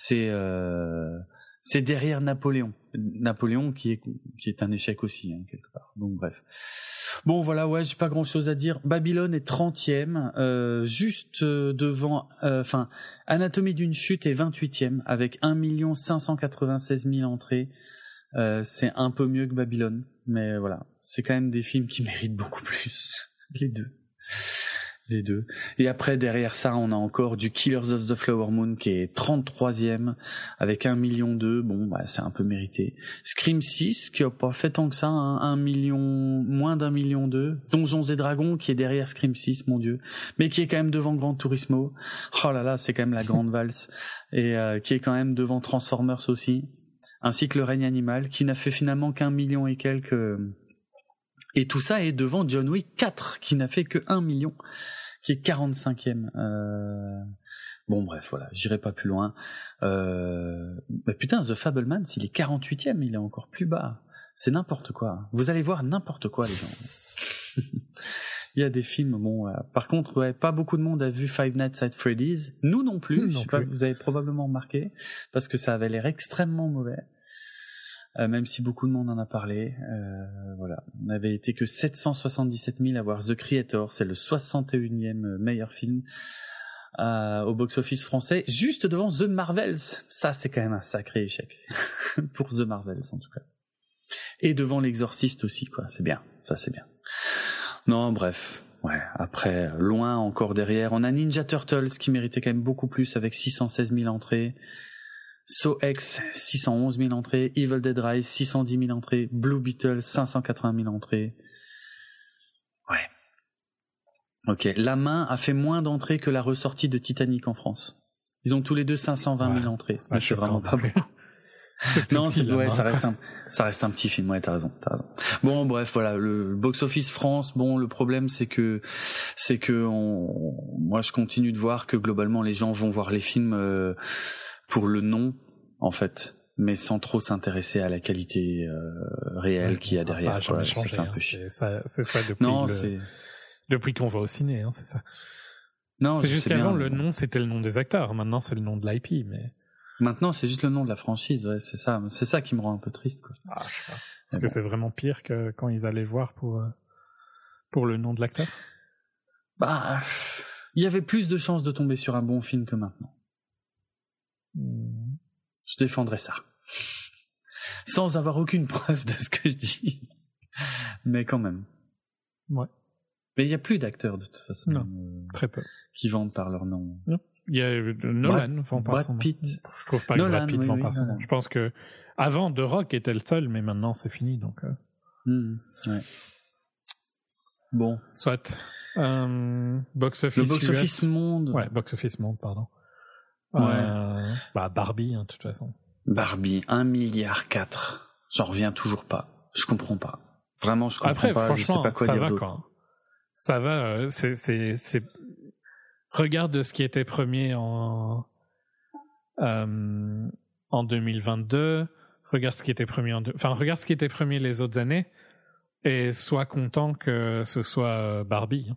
C'est derrière Napoléon qui est un échec aussi quelque part. Donc bref. Bon voilà, j'ai pas grand-chose à dire. Babylone est 30e, juste devant Anatomie d'une chute est 28e avec 1 596 000 entrées. C'est un peu mieux que Babylone, mais voilà, c'est quand même des films qui méritent beaucoup plus. Les deux. Et après, derrière ça, on a encore du Killers of the Flower Moon qui est 33e avec 1,2 million. Bon, c'est un peu mérité. Scream 6 qui a pas fait tant que ça, moins d'1,2 million. Donjons et Dragons qui est derrière Scream 6, mon Dieu, mais qui est quand même devant Gran Turismo. Oh là là, c'est quand même la grande valse. Et qui est quand même devant Transformers aussi. Ainsi que Le Règne animal, qui n'a fait finalement qu'1 million et quelques. Et tout ça est devant John Wick 4, qui n'a fait que 1 million, qui est 45e. Bon bref, voilà, j'irai pas plus loin. Putain, The Fabelmans, il est 48e, il est encore plus bas. C'est n'importe quoi. Vous allez voir n'importe quoi, les gens. Il y a des films, par contre, pas beaucoup de monde a vu Five Nights at Freddy's. Nous non plus, je sais pas, vous avez probablement remarqué, parce que ça avait l'air extrêmement mauvais. Même si beaucoup de monde en a parlé. Voilà. On n'avait été que 777 000 à voir The Creator, c'est le 61e meilleur film au box-office français, juste devant The Marvels. Ça, c'est quand même un sacré échec. Pour The Marvels, en tout cas. Et devant L'Exorciste aussi, quoi. C'est bien, ça c'est bien. Non, bref. Après, loin encore derrière, on a Ninja Turtles qui méritait quand même beaucoup plus avec 616 000 entrées. So X, 611 000 entrées. Evil Dead Rise, 610 000 entrées. Blue Beetle, 580 000 entrées. Ok, La Main a fait moins d'entrées que la ressortie de Titanic en France. Ils ont tous les deux 520 000 entrées. C'est vraiment pas bon. Non, ça reste un petit film. T'as raison. Bon, bref, voilà, le box-office France. Bon, le problème, c'est que moi, je continue de voir que globalement, les gens vont voir les films pour le nom, en fait, mais sans trop s'intéresser à la qualité réelle qu'il y a derrière. Ça a jamais changé. C'est ça depuis qu'on va au ciné, c'est ça. Non, c'est juste qu'avant, le nom, c'était le nom des acteurs. Maintenant, c'est le nom de l'IP, mais. Maintenant, c'est juste le nom de la franchise, c'est ça qui me rend un peu triste, quoi. Je sais pas. Est-ce que c'est vraiment pire que quand ils allaient voir pour le nom de l'acteur? Il y avait plus de chances de tomber sur un bon film que maintenant. Je défendrais ça. Sans avoir aucune preuve de ce que je dis. Mais quand même. Ouais. Mais il n'y a plus d'acteurs, de toute façon. Non, très peu. Qui vendent par leur nom. Non. Il y a Nolan vend par son nom. Je trouve pas que Brad Pitt vend par son nom. Je pense que avant, The Rock était le seul, mais maintenant c'est fini, donc. Ouais. Bon. Soit. Box-office. Le box-office monde. Ouais, box-office monde, pardon. Barbie, de toute façon. Barbie, 1,4 milliard. J'en reviens toujours pas. Je comprends pas. Vraiment, je comprends pas. Après, franchement, je sais pas quoi ça dire va d'autre. quoi. Ça va. C'est. Regarde ce qui était premier en 2022. Regarde ce qui était premier regarde ce qui était premier les autres années et sois content que ce soit Barbie.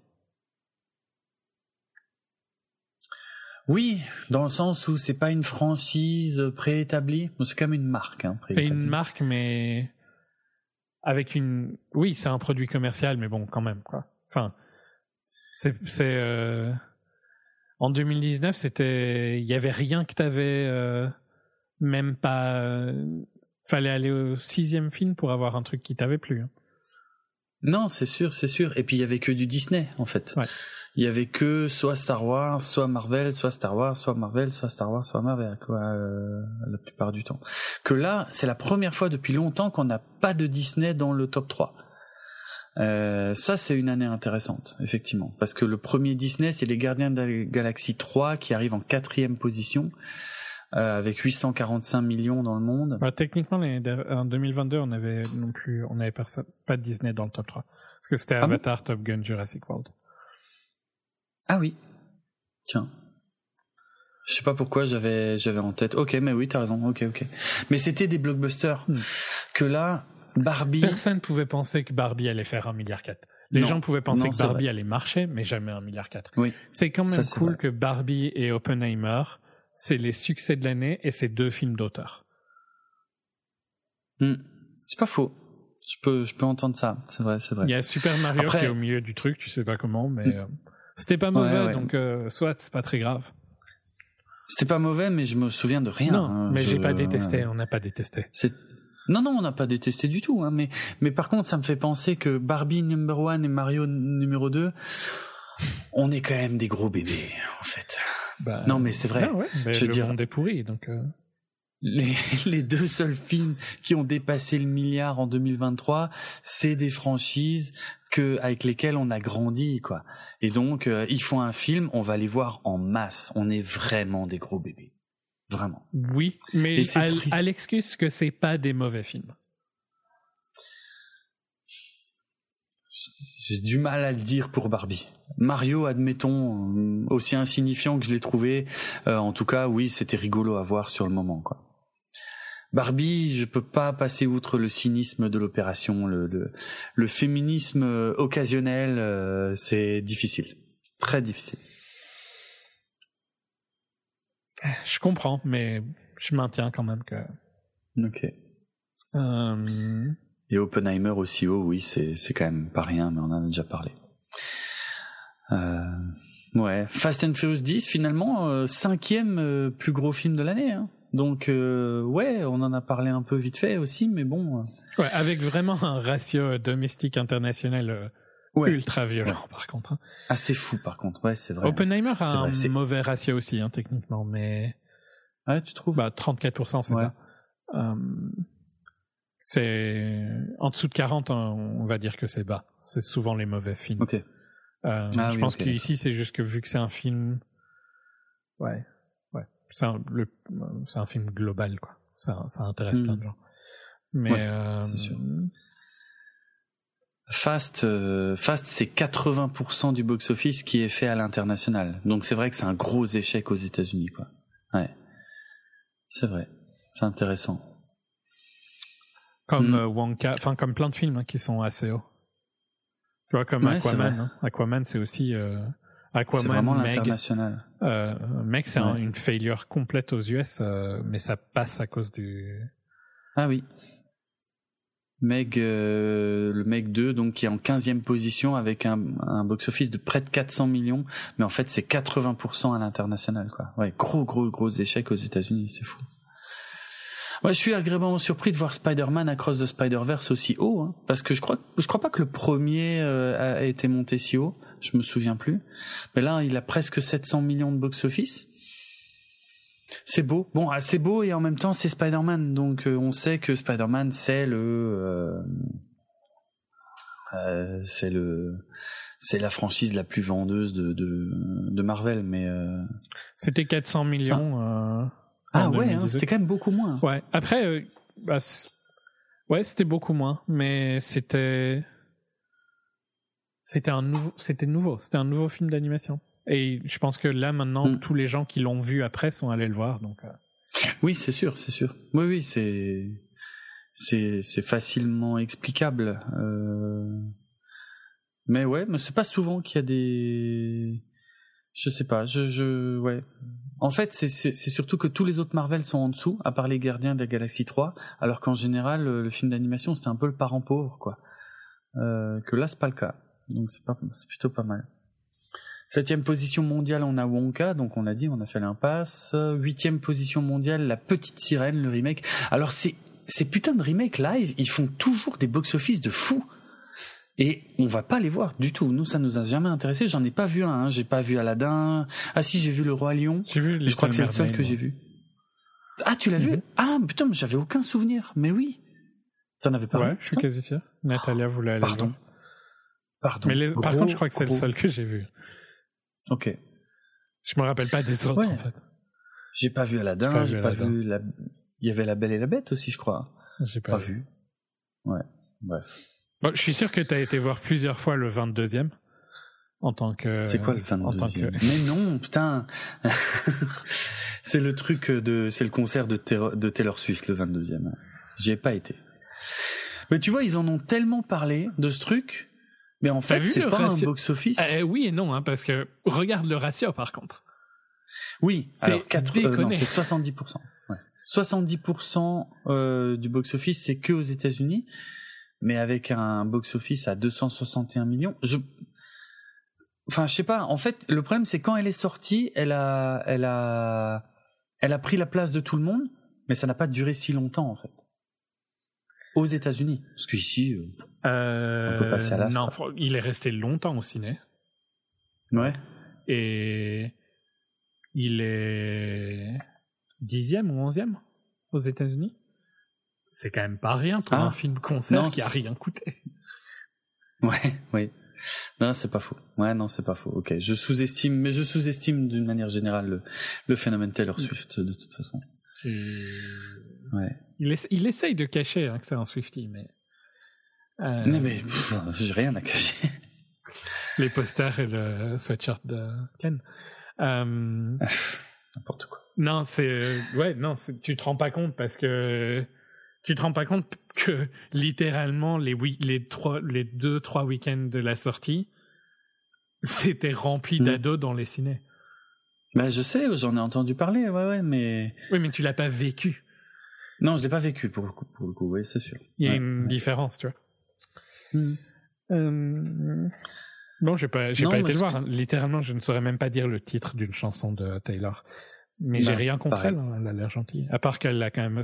Oui, dans le sens où c'est pas une franchise préétablie, mais c'est quand même une marque. C'est une marque, mais avec une. Oui, c'est un produit commercial, mais bon, quand même quoi. Enfin, c'est. En 2019, il y avait rien que t'avais, même pas. Fallait aller au 6e film pour avoir un truc qui t'avait plu. Non, c'est sûr. Et puis il y avait que du Disney en fait. Ouais. Il y avait que soit Star Wars, soit Marvel, soit Star Wars, soit Marvel, soit Star Wars, soit Marvel, quoi, la plupart du temps. Que là, c'est la première fois depuis longtemps qu'on n'a pas de Disney dans le top 3. Ça, c'est une année intéressante, effectivement, parce que le premier Disney, c'est les Gardiens de la Galaxie 3 qui arrive en 4e position, avec 845 millions dans le monde. Bah, techniquement, en 2022, on n'avait pas de Disney dans le top 3, parce que c'était Avatar, Top Gun, Jurassic World. Ah oui, tiens. Je sais pas pourquoi j'avais en tête. Ok, mais oui, t'as raison. Ok. Mais c'était des blockbusters que là, Barbie. Personne pouvait penser que Barbie allait faire 1,4 milliard. Les gens pouvaient penser que Barbie allait marcher, mais jamais 1,4 milliard. Oui. C'est quand même cool que Barbie et Oppenheimer, c'est les succès de l'année et c'est 2 films d'auteur. C'est pas faux. Je peux entendre ça. C'est vrai. Il y a Super Mario qui est au milieu du truc, tu sais pas comment, mais c'était pas mauvais, donc soit c'est pas très grave. C'était pas mauvais, mais je me souviens de rien. Non, mais j'ai pas détesté, on n'a pas détesté. Non, on n'a pas détesté du tout. Hein, mais par contre, ça me fait penser que Barbie numéro 1 et Mario numéro 2, on est quand même des gros bébés, en fait. Bah, non, mais c'est vrai. Non, ouais, je veux dire, monde est pourri, donc... Les 2 seuls films qui ont dépassé le milliard en 2023, c'est des franchises avec lesquelles on a grandi, quoi. Et donc, ils font un film, on va les voir en masse. On est vraiment des gros bébés. Vraiment. Oui, mais à l'excuse que c'est pas des mauvais films. J'ai du mal à le dire pour Barbie. Mario, admettons, aussi insignifiant que je l'ai trouvé, en tout cas, oui, c'était rigolo à voir sur le moment, quoi. Barbie, je peux pas passer outre le cynisme de l'opération, le féminisme occasionnel, c'est difficile, très difficile. Je comprends, mais je maintiens quand même que. Ok. Et Oppenheimer aussi haut, oui, c'est quand même pas rien, mais on en a déjà parlé. Ouais, Fast and Furious 10, finalement, 5e plus gros film de l'année, hein. Donc, ouais, on en a parlé un peu vite fait aussi, mais bon. Ouais, avec vraiment un ratio domestique international ultra violent, par contre. Assez fou, par contre, ouais, c'est vrai. Oppenheimer a un mauvais ratio aussi, hein, techniquement, mais. Ouais, tu trouves? 34%, c'est bas. C'est. En dessous de 40, on va dire que c'est bas. C'est souvent les mauvais films. Ok. Je pense qu'ici, c'est juste que vu que c'est un film. Ouais. C'est un film global, quoi. Ça intéresse plein de gens. Mais c'est sûr. Fast, c'est 80% du box-office qui est fait à l'international. Donc c'est vrai que c'est un gros échec aux États-Unis, quoi. Ouais, c'est vrai. C'est intéressant. Comme Wonka, enfin comme plein de films qui sont assez hauts. Tu vois, comme Aquaman. Hein. Aquaman, c'est aussi. Aquaman, c'est vraiment Meg, l'international. Meg, c'est une failure complète aux US, mais ça passe à cause du. Ah oui. Meg, le Meg 2, donc qui est en 15e position avec un box-office de près de 400 millions, mais en fait c'est 80% à l'international, quoi. Ouais, gros échec aux États-Unis, c'est fou. Ouais, je suis agréablement surpris de voir Spider-Man Across the Spider-Verse aussi haut, hein, parce que je crois pas que le premier a été monté si haut, je me souviens plus. Mais là, il a presque 700 millions de box-office. C'est beau. Bon, c'est beau et en même temps, c'est Spider-Man, donc on sait que Spider-Man c'est c'est la franchise la plus vendeuse de Marvel, mais c'était 400 millions. Ouais, hein, c'était quand même beaucoup moins. Ouais. Après, c'était beaucoup moins, mais c'était nouveau. C'était un nouveau film d'animation. Et je pense que là maintenant, tous les gens qui l'ont vu après sont allés le voir. Donc. Oui, c'est sûr. Oui, c'est facilement explicable. Mais ouais, mais c'est pas souvent qu'il y a des. Je sais pas, ouais. En fait, c'est surtout que tous les autres Marvel sont en dessous, à part les Gardiens de la Galaxie 3, alors qu'en général, le film d'animation, c'était un peu le parent pauvre, quoi. Que là, c'est pas le cas. Donc c'est plutôt pas mal. 7e position mondiale, on a Wonka, donc on a fait l'impasse. 8e position mondiale, La Petite Sirène, le remake. Alors ces putains de remakes live, ils font toujours des box-office de fou. Et on va pas les voir du tout. Nous, ça nous a jamais intéressé. J'en ai pas vu un. Hein. J'ai pas vu Aladdin. Ah si, j'ai vu Le Roi Lion. Je crois que c'est le seul que j'ai vu. Ah, tu l'as vu? Ah putain, mais j'avais aucun souvenir. Mais oui. T'en avais parlé? Ouais, je suis quasi sûr. Natalia voulait aller Pardon. Pardon. Mais par contre, je crois que c'est le seul que j'ai vu. Ok. Je me rappelle pas des autres, en fait. J'ai pas vu Aladdin, j'ai pas vu il y avait La Belle et la Bête aussi, je crois. J'ai pas vu. Ouais, bref. Bon, je suis sûr que tu as été voir plusieurs fois le 22e en tant que... C'est quoi le 22e Mais non, putain. C'est le truc c'est le concert de Taylor Swift, le 22e. J'y ai pas été. Mais tu vois, ils en ont tellement parlé de ce truc, mais en fait, c'est pas un box-office. Oui et non, hein, parce que regarde le ratio, par contre. Oui, alors non, c'est 70%. Ouais. 70% du box-office, c'est que aux États-Unis, mais avec un box-office à 261 millions. Enfin, je sais pas. En fait, le problème, c'est quand elle est sortie, elle a pris la place de tout le monde, mais ça n'a pas duré si longtemps, en fait. Aux États-Unis, parce qu'ici, on peut passer à l'as. Non, il est resté longtemps au ciné. Ouais. Et il est 10e ou 11e aux États-Unis. C'est quand même pas rien pour un film concert qui a rien coûté. Ouais, oui. Non, c'est pas faux. Ouais, non, c'est pas faux. Ok, je sous-estime d'une manière générale le phénomène Taylor Swift de toute façon. Ouais. Il essaye de cacher que c'est un Swiftie, mais. Non, mais j'ai rien à cacher. Les posters et le sweatshirt de Ken. N'importe quoi. Non, tu te rends pas compte parce que. Tu te rends pas compte que littéralement les 2-3 week-ends de la sortie, c'était rempli d'ados dans les cinés. Bah je sais, j'en ai entendu parler, ouais, mais. Oui, mais tu l'as pas vécu. Non, je l'ai pas vécu pour le coup, oui, c'est sûr. Il y a une différence, tu vois. Bon, j'ai pas été le voir. Hein. Littéralement, je ne saurais même pas dire le titre d'une chanson de Taylor. Mais j'ai rien contre elle, hein, elle a l'air gentille. À part qu'elle a quand même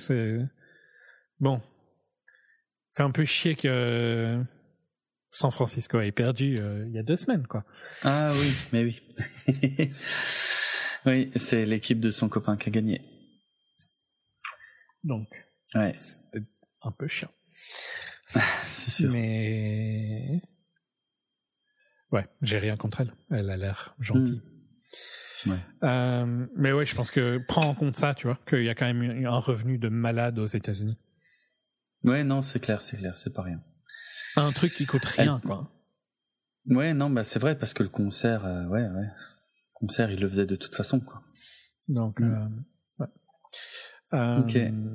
Bon. Fait un peu chier que San Francisco ait perdu il y a 2 semaines, quoi. Ah oui, mais oui. Oui, c'est l'équipe de son copain qui a gagné. Donc, ouais. C'était un peu chiant. C'est sûr. Mais... Ouais, j'ai rien contre elle. Elle a l'air gentille. Ouais. Mais ouais, je pense que prends en compte ça, tu vois, qu'il y a quand même un revenu de malade aux États-Unis. Ouais, non, c'est clair, c'est pas rien. Un truc qui coûte rien, quoi. Ouais, non, bah c'est vrai parce que le concert, le concert, il le faisait de toute façon, quoi. Donc, ouais. Ok.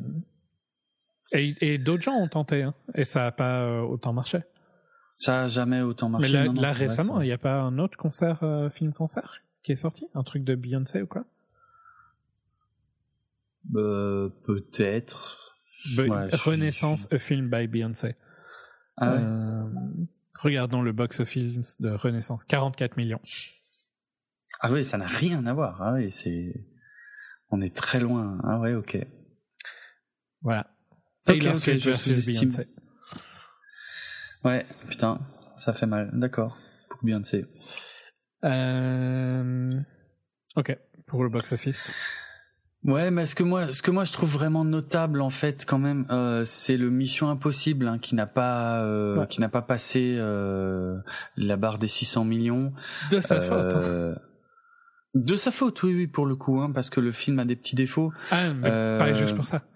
Et d'autres gens ont tenté, hein, et ça n'a pas autant marché. Ça n'a jamais autant marché. Mais là récemment, il n'y a pas un autre film-concert qui est sorti? Un truc de Beyoncé ou quoi? Peut-être. Renaissance, a film by Beyoncé. Ah ouais. Regardons le box-office de Renaissance, 44 millions. Ah oui, ça n'a rien à voir. Ah oui, on est très loin. Ah ouais, ok. Voilà. Taylor Swift versus Beyoncé. Ouais, putain, ça fait mal. D'accord, pour Beyoncé. Ok, pour le box-office. Ouais, mais ce que moi je trouve vraiment notable en fait quand même, c'est le Mission Impossible qui n'a pas passé la barre des 600 millions. De sa faute. De sa faute, oui, pour le coup, parce que le film a des petits défauts. Ah, mais pas juste pour ça.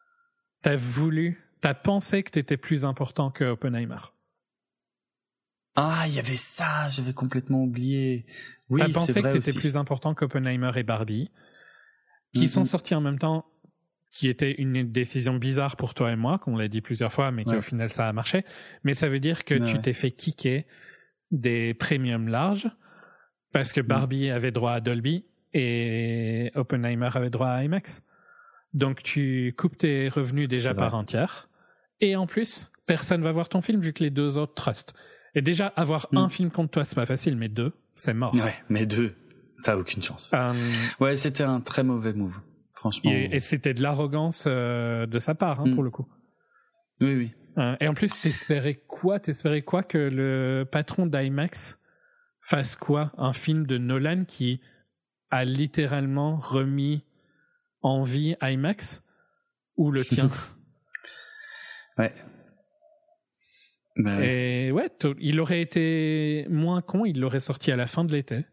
T'as pensé que t'étais plus important que Oppenheimer. Ah, il y avait ça, j'avais complètement oublié. Oui, t'as pensé que t'étais aussi. plus important qu'Oppenheimer et Barbie, qui sont sortis en même temps, qui était une décision bizarre pour toi et moi, qu'on l'a dit plusieurs fois, mais qu'au final ça a marché. Mais ça veut dire que tu t'es fait kicker des premiums larges, parce que Barbie avait droit à Dolby et Oppenheimer avait droit à IMAX. Donc tu coupes tes revenus déjà par un tiers. Et en plus, personne va voir ton film vu que les 2 autres trustent. Et déjà, avoir un film contre toi, c'est pas facile, mais 2, c'est mort. Ouais, mais 2, t'as aucune chance. Ouais, c'était un très mauvais move, franchement. Et c'était de l'arrogance de sa part, pour le coup. Oui. Et en plus, t'espérais quoi que le patron d'IMAX fasse quoi? Un film de Nolan qui a littéralement remis en vie IMAX ou le tien? Ouais. Et ouais, il aurait été moins con, il l'aurait sorti à la fin de l'été.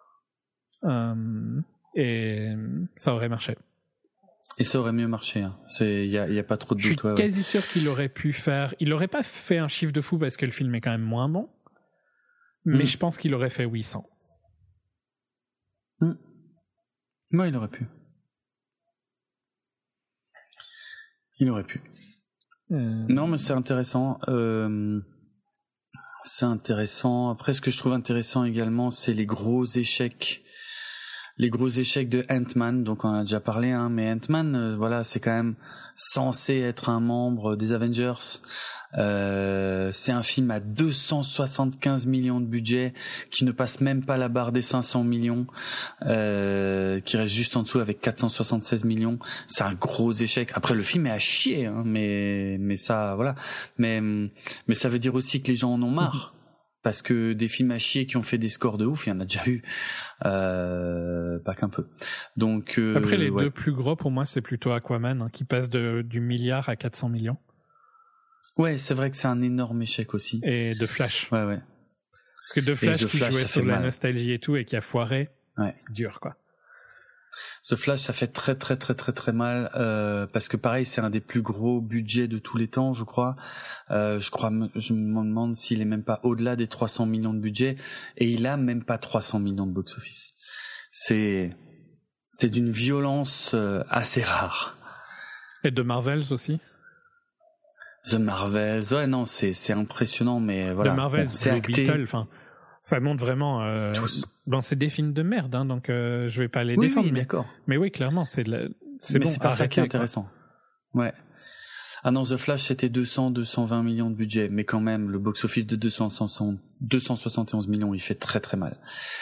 Et ça aurait marché. Et ça aurait mieux marché. Hein. Il y a pas trop de doute. Je suis quasi sûr qu'il aurait pu faire. Il aurait pas fait un chiffre de fou parce que le film est quand même moins bon. Mais je pense qu'il aurait fait 800. Moi, il aurait pu. Il aurait pu. Non, mais c'est intéressant. C'est intéressant. Après, ce que je trouve intéressant également, c'est les gros échecs. Les gros échecs de Ant-Man. Donc, on en a déjà parlé, hein, mais Ant-Man, voilà, c'est quand même censé être un membre des Avengers. C'est un film à 275 millions de budget qui ne passe même pas la barre des 500 millions, qui reste juste en dessous avec 476 millions. C'est un gros échec. Après, le film est à chier, hein, mais ça, voilà. Mais ça veut dire aussi que les gens en ont marre. Parce que des films à chier qui ont fait des scores de ouf, il y en a déjà eu, pas qu'un peu. Donc après, les deux plus gros pour moi, c'est plutôt Aquaman, hein, qui passe du milliard à 400 millions. Ouais, c'est vrai que c'est un énorme échec aussi. Et The Flash. Ouais. Parce que The Flash qui jouait sur la nostalgie et tout et qui a foiré, dur quoi. The Flash, ça fait très très très très très mal parce que pareil, c'est un des plus gros budgets de tous les temps, je crois. Je me demande s'il est même pas au-delà des 300 millions de budget et il a même pas 300 millions de box-office. C'est d'une violence assez rare. Et de Marvels aussi. The Marvels, ouais non, c'est impressionnant, mais voilà. The Marvels, c'est acté. Enfin, ça montre vraiment. Bon, c'est des films de merde, hein, donc je vais pas les défendre. Oui, d'accord. Mais oui, clairement, c'est bon. C'est pas ça qui est intéressant. Quoi. Ouais. Ah non, The Flash c'était 220 millions de budget, mais quand même le box-office de 271 millions, il fait très très mal.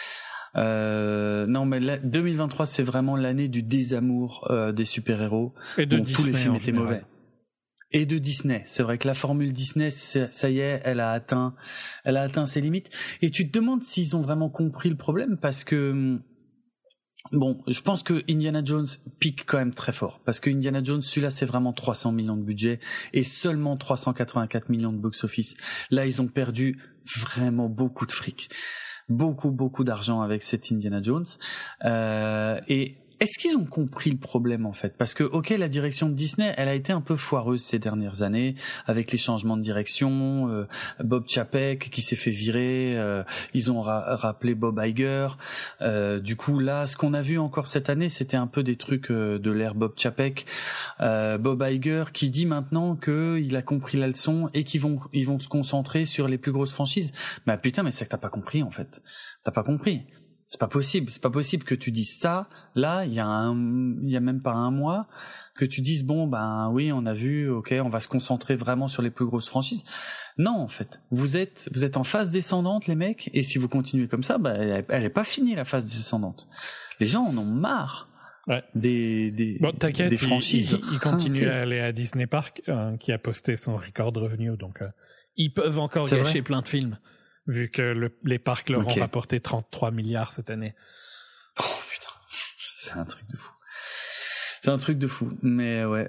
Non, mais 2023 c'est vraiment l'année du désamour des super-héros. Et de Disney, tous les films étaient général. mauvais. Et de Disney. C'est vrai que la formule Disney, ça y est, elle a atteint ses limites. Et tu te demandes s'ils ont vraiment compris le problème parce que, bon, je pense que Indiana Jones pique quand même très fort. Parce que Indiana Jones, celui-là, c'est vraiment 300 millions de budget et seulement 384 millions de box-office. Là, ils ont perdu vraiment beaucoup de fric. Beaucoup d'argent avec cet Indiana Jones. Et est-ce qu'ils ont compris le problème en fait ? Parce que ok, la direction de Disney, elle a été un peu foireuse ces dernières années avec les changements de direction, Bob Chapek qui s'est fait virer, ils ont rappelé Bob Iger. Du coup là, ce qu'on a vu encore cette année, c'était un peu des trucs de l'ère Bob Chapek. Bob Iger qui dit maintenant que il a compris la leçon et qu'ils vont se concentrer sur les plus grosses franchises. Mais putain, mais c'est que t'as pas compris en fait. T'as pas compris. C'est pas possible que tu dises ça, là, il y a même pas un mois, que tu dises, bon, ben oui, on a vu, ok, on va se concentrer vraiment sur les plus grosses franchises. Non, en fait, vous êtes en phase descendante, les mecs, et si vous continuez comme ça, ben, elle est pas finie, la phase descendante. Les gens en ont marre. Ouais. Des franchises. Il continue à aller à Disney Park, qui a posté son record de revenus, donc ils peuvent encore gâcher plein de films. Vu que les parcs leur ont rapporté 33 milliards cette année. Oh putain, c'est un truc de fou. Mais ouais,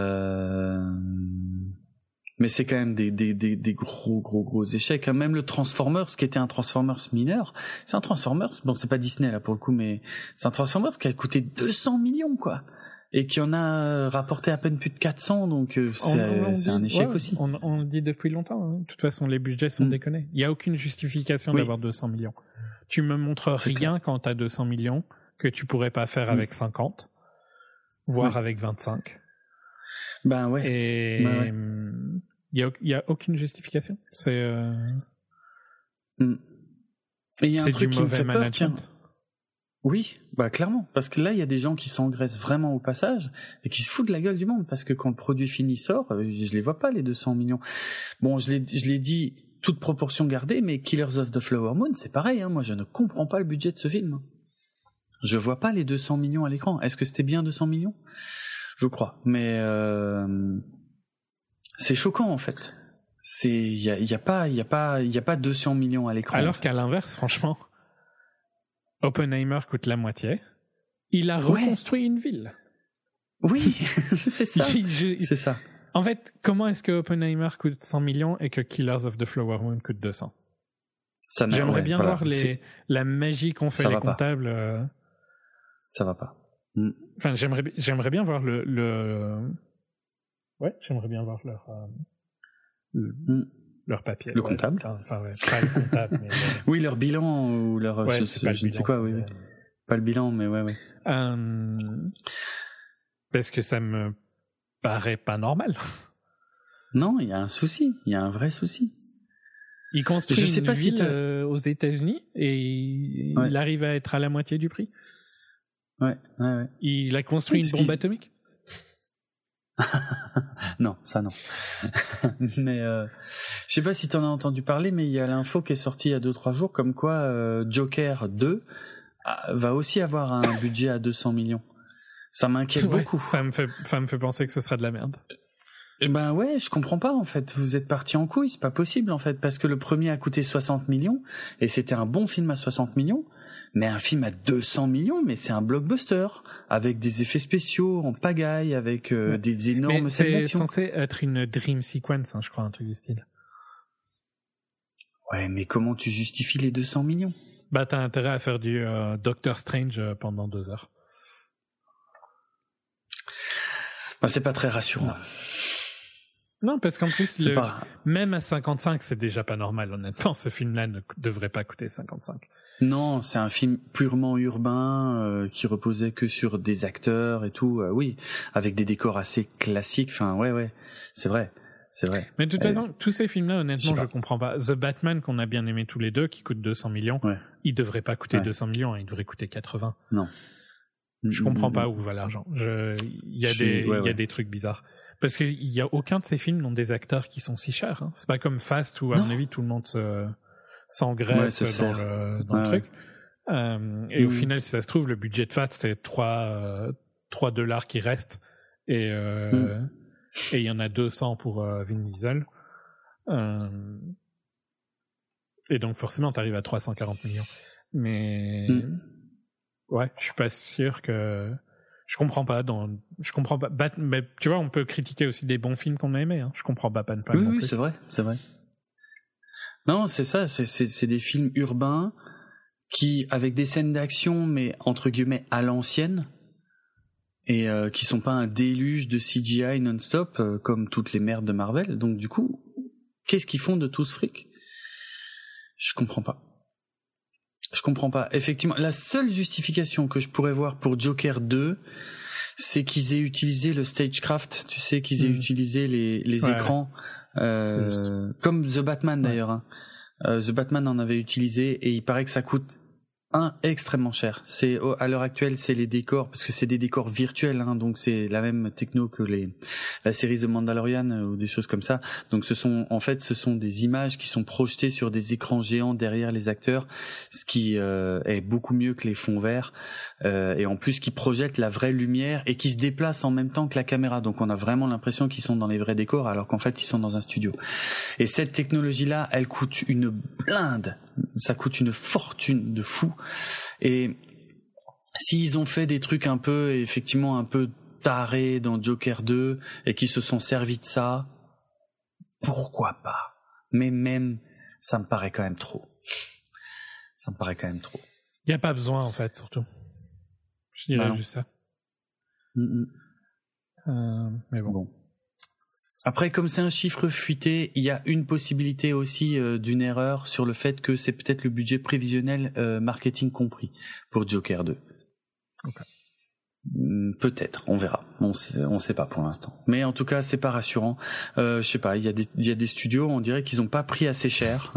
mais c'est quand même des gros échecs. Même le Transformers, qui était un Transformers mineur, c'est un Transformers. Bon, c'est pas Disney là pour le coup, mais c'est un Transformers qui a coûté 200 millions quoi. Et qui en a rapporté à peine plus de 400, donc c'est un échec aussi. On le dit depuis longtemps. Hein. De toute façon, les budgets sont déconnés. Il n'y a aucune justification d'avoir 200 millions. Tu me montres rien quand tu as 200 millions que tu pourrais pas faire avec 50, voire avec 25. Ben ouais. Et il y a aucune justification. C'est Et il y a un truc qui me fait peur, tiens. Oui, bah clairement, parce que là il y a des gens qui s'engraissent vraiment au passage et qui se foutent de la gueule du monde parce que quand le produit fini sort, je les vois pas les 200 millions. Bon, je l'ai dit toute proportion gardée, mais Killers of the Flower Moon, c'est pareil, hein, moi je ne comprends pas le budget de ce film. Je vois pas les 200 millions à l'écran. Est-ce que c'était bien 200 millions ? Je crois, mais c'est choquant en fait. Il y a pas 200 millions à l'écran. Alors qu'à l'inverse, franchement, Oppenheimer coûte la moitié. Il a reconstruit une ville. Oui, c'est ça. C'est ça. En fait, comment est-ce que Oppenheimer coûte 100 millions et que Killers of the Flower Moon coûte 200? J'aimerais bien voir la magie qu'ont fait les comptables. Ça va pas. Enfin, j'aimerais bien voir Ouais, j'aimerais bien voir leur papier. Le comptable. Enfin, ouais, pas le comptable, mais oui, leur bilan ou leur. Ouais, je ne sais quoi, oui. Pas le bilan, mais ouais. Parce que ça me paraît pas normal. Non, il y a un souci. Il y a un vrai souci. Il construit une ville aux États-Unis et il arrive à être à la moitié du prix. Ouais. Il a construit une bombe atomique. Non, ça non. Mais je sais pas si t'en as entendu parler, mais il y a l'info qui est sortie il y a 2-3 jours comme quoi Joker 2 va aussi avoir un budget à 200 millions. Ça m'inquiète beaucoup. Ça me fait penser que ce sera de la merde. Ben ouais, je comprends pas en fait. Vous êtes partis en couille, c'est pas possible en fait, parce que le premier a coûté 60 millions et c'était un bon film à 60 millions, mais un film à 200 millions, mais c'est un blockbuster avec des effets spéciaux en pagaille, avec des énormes scènes d'action. C'est censé être une dream sequence, je crois, un truc du style. Ouais, mais comment tu justifies les 200 millions? Bah t'as intérêt à faire du Doctor Strange pendant 2 heures. Bah c'est pas très rassurant. Non, parce qu'en plus, même à 55, c'est déjà pas normal, honnêtement. Ce film-là ne devrait pas coûter 55. Non, c'est un film purement urbain qui reposait que sur des acteurs et tout. Oui, avec des décors assez classiques. Enfin, ouais, c'est vrai. Mais de toute façon, tous ces films-là, honnêtement, je comprends pas. The Batman, qu'on a bien aimé tous les deux, qui coûte 200 millions, il devrait pas coûter 200 millions, il devrait coûter 80. Non. Je comprends pas où va l'argent. Il y a des trucs bizarres. Parce qu'il y a aucun de ces films n'ont des acteurs qui sont si chers. C'est pas comme Fast où, à mon avis, tout le monde s'engraisse dans le truc. Et au final, si ça se trouve, le budget de Fast, c'est $3 qui restent. Et il y en a 200 pour Vin Diesel. Et donc, forcément, t'arrives à 340 millions. Mais ouais, je suis pas sûr que... Je comprends pas. Mais tu vois, on peut critiquer aussi des bons films qu'on a aimés. Je comprends pas Pan. Oui, c'est vrai. Non, c'est ça. C'est des films urbains qui, avec des scènes d'action, mais entre guillemets à l'ancienne, et qui sont pas un déluge de CGI non-stop comme toutes les merdes de Marvel. Donc du coup, qu'est-ce qu'ils font de tout ce fric? Je comprends pas. Effectivement, la seule justification que je pourrais voir pour Joker 2, c'est qu'ils aient utilisé le stagecraft, tu sais, qu'ils aient utilisé les écrans, comme The Batman d'ailleurs. The Batman en avait utilisé et il paraît que ça coûte extrêmement cher. À l'heure actuelle, c'est les décors, parce que c'est des décors virtuels, donc c'est la même techno que la série The Mandalorian ou des choses comme ça. Donc ce sont des images qui sont projetées sur des écrans géants derrière les acteurs, ce qui est beaucoup mieux que les fonds verts, et en plus qui projettent la vraie lumière et qui se déplacent en même temps que la caméra. Donc on a vraiment l'impression qu'ils sont dans les vrais décors alors qu'en fait ils sont dans un studio. Et cette technologie-là, elle coûte une blinde. Ça coûte une fortune de fou. Et s'ils ont fait des trucs un peu tarés dans Joker 2 et qui se sont servis de ça, pourquoi pas? Mais même, ça me paraît quand même trop. Il n'y a pas besoin, en fait, surtout. Je dirais juste ça. Mais bon. Après, comme c'est un chiffre fuité, il y a une possibilité aussi d'une erreur sur le fait que c'est peut-être le budget prévisionnel marketing compris pour Joker 2. Okay. Peut-être, on verra. On sait pas pour l'instant. Mais en tout cas, c'est pas rassurant. Je sais pas, il y a des studios, on dirait qu'ils ont pas pris assez cher.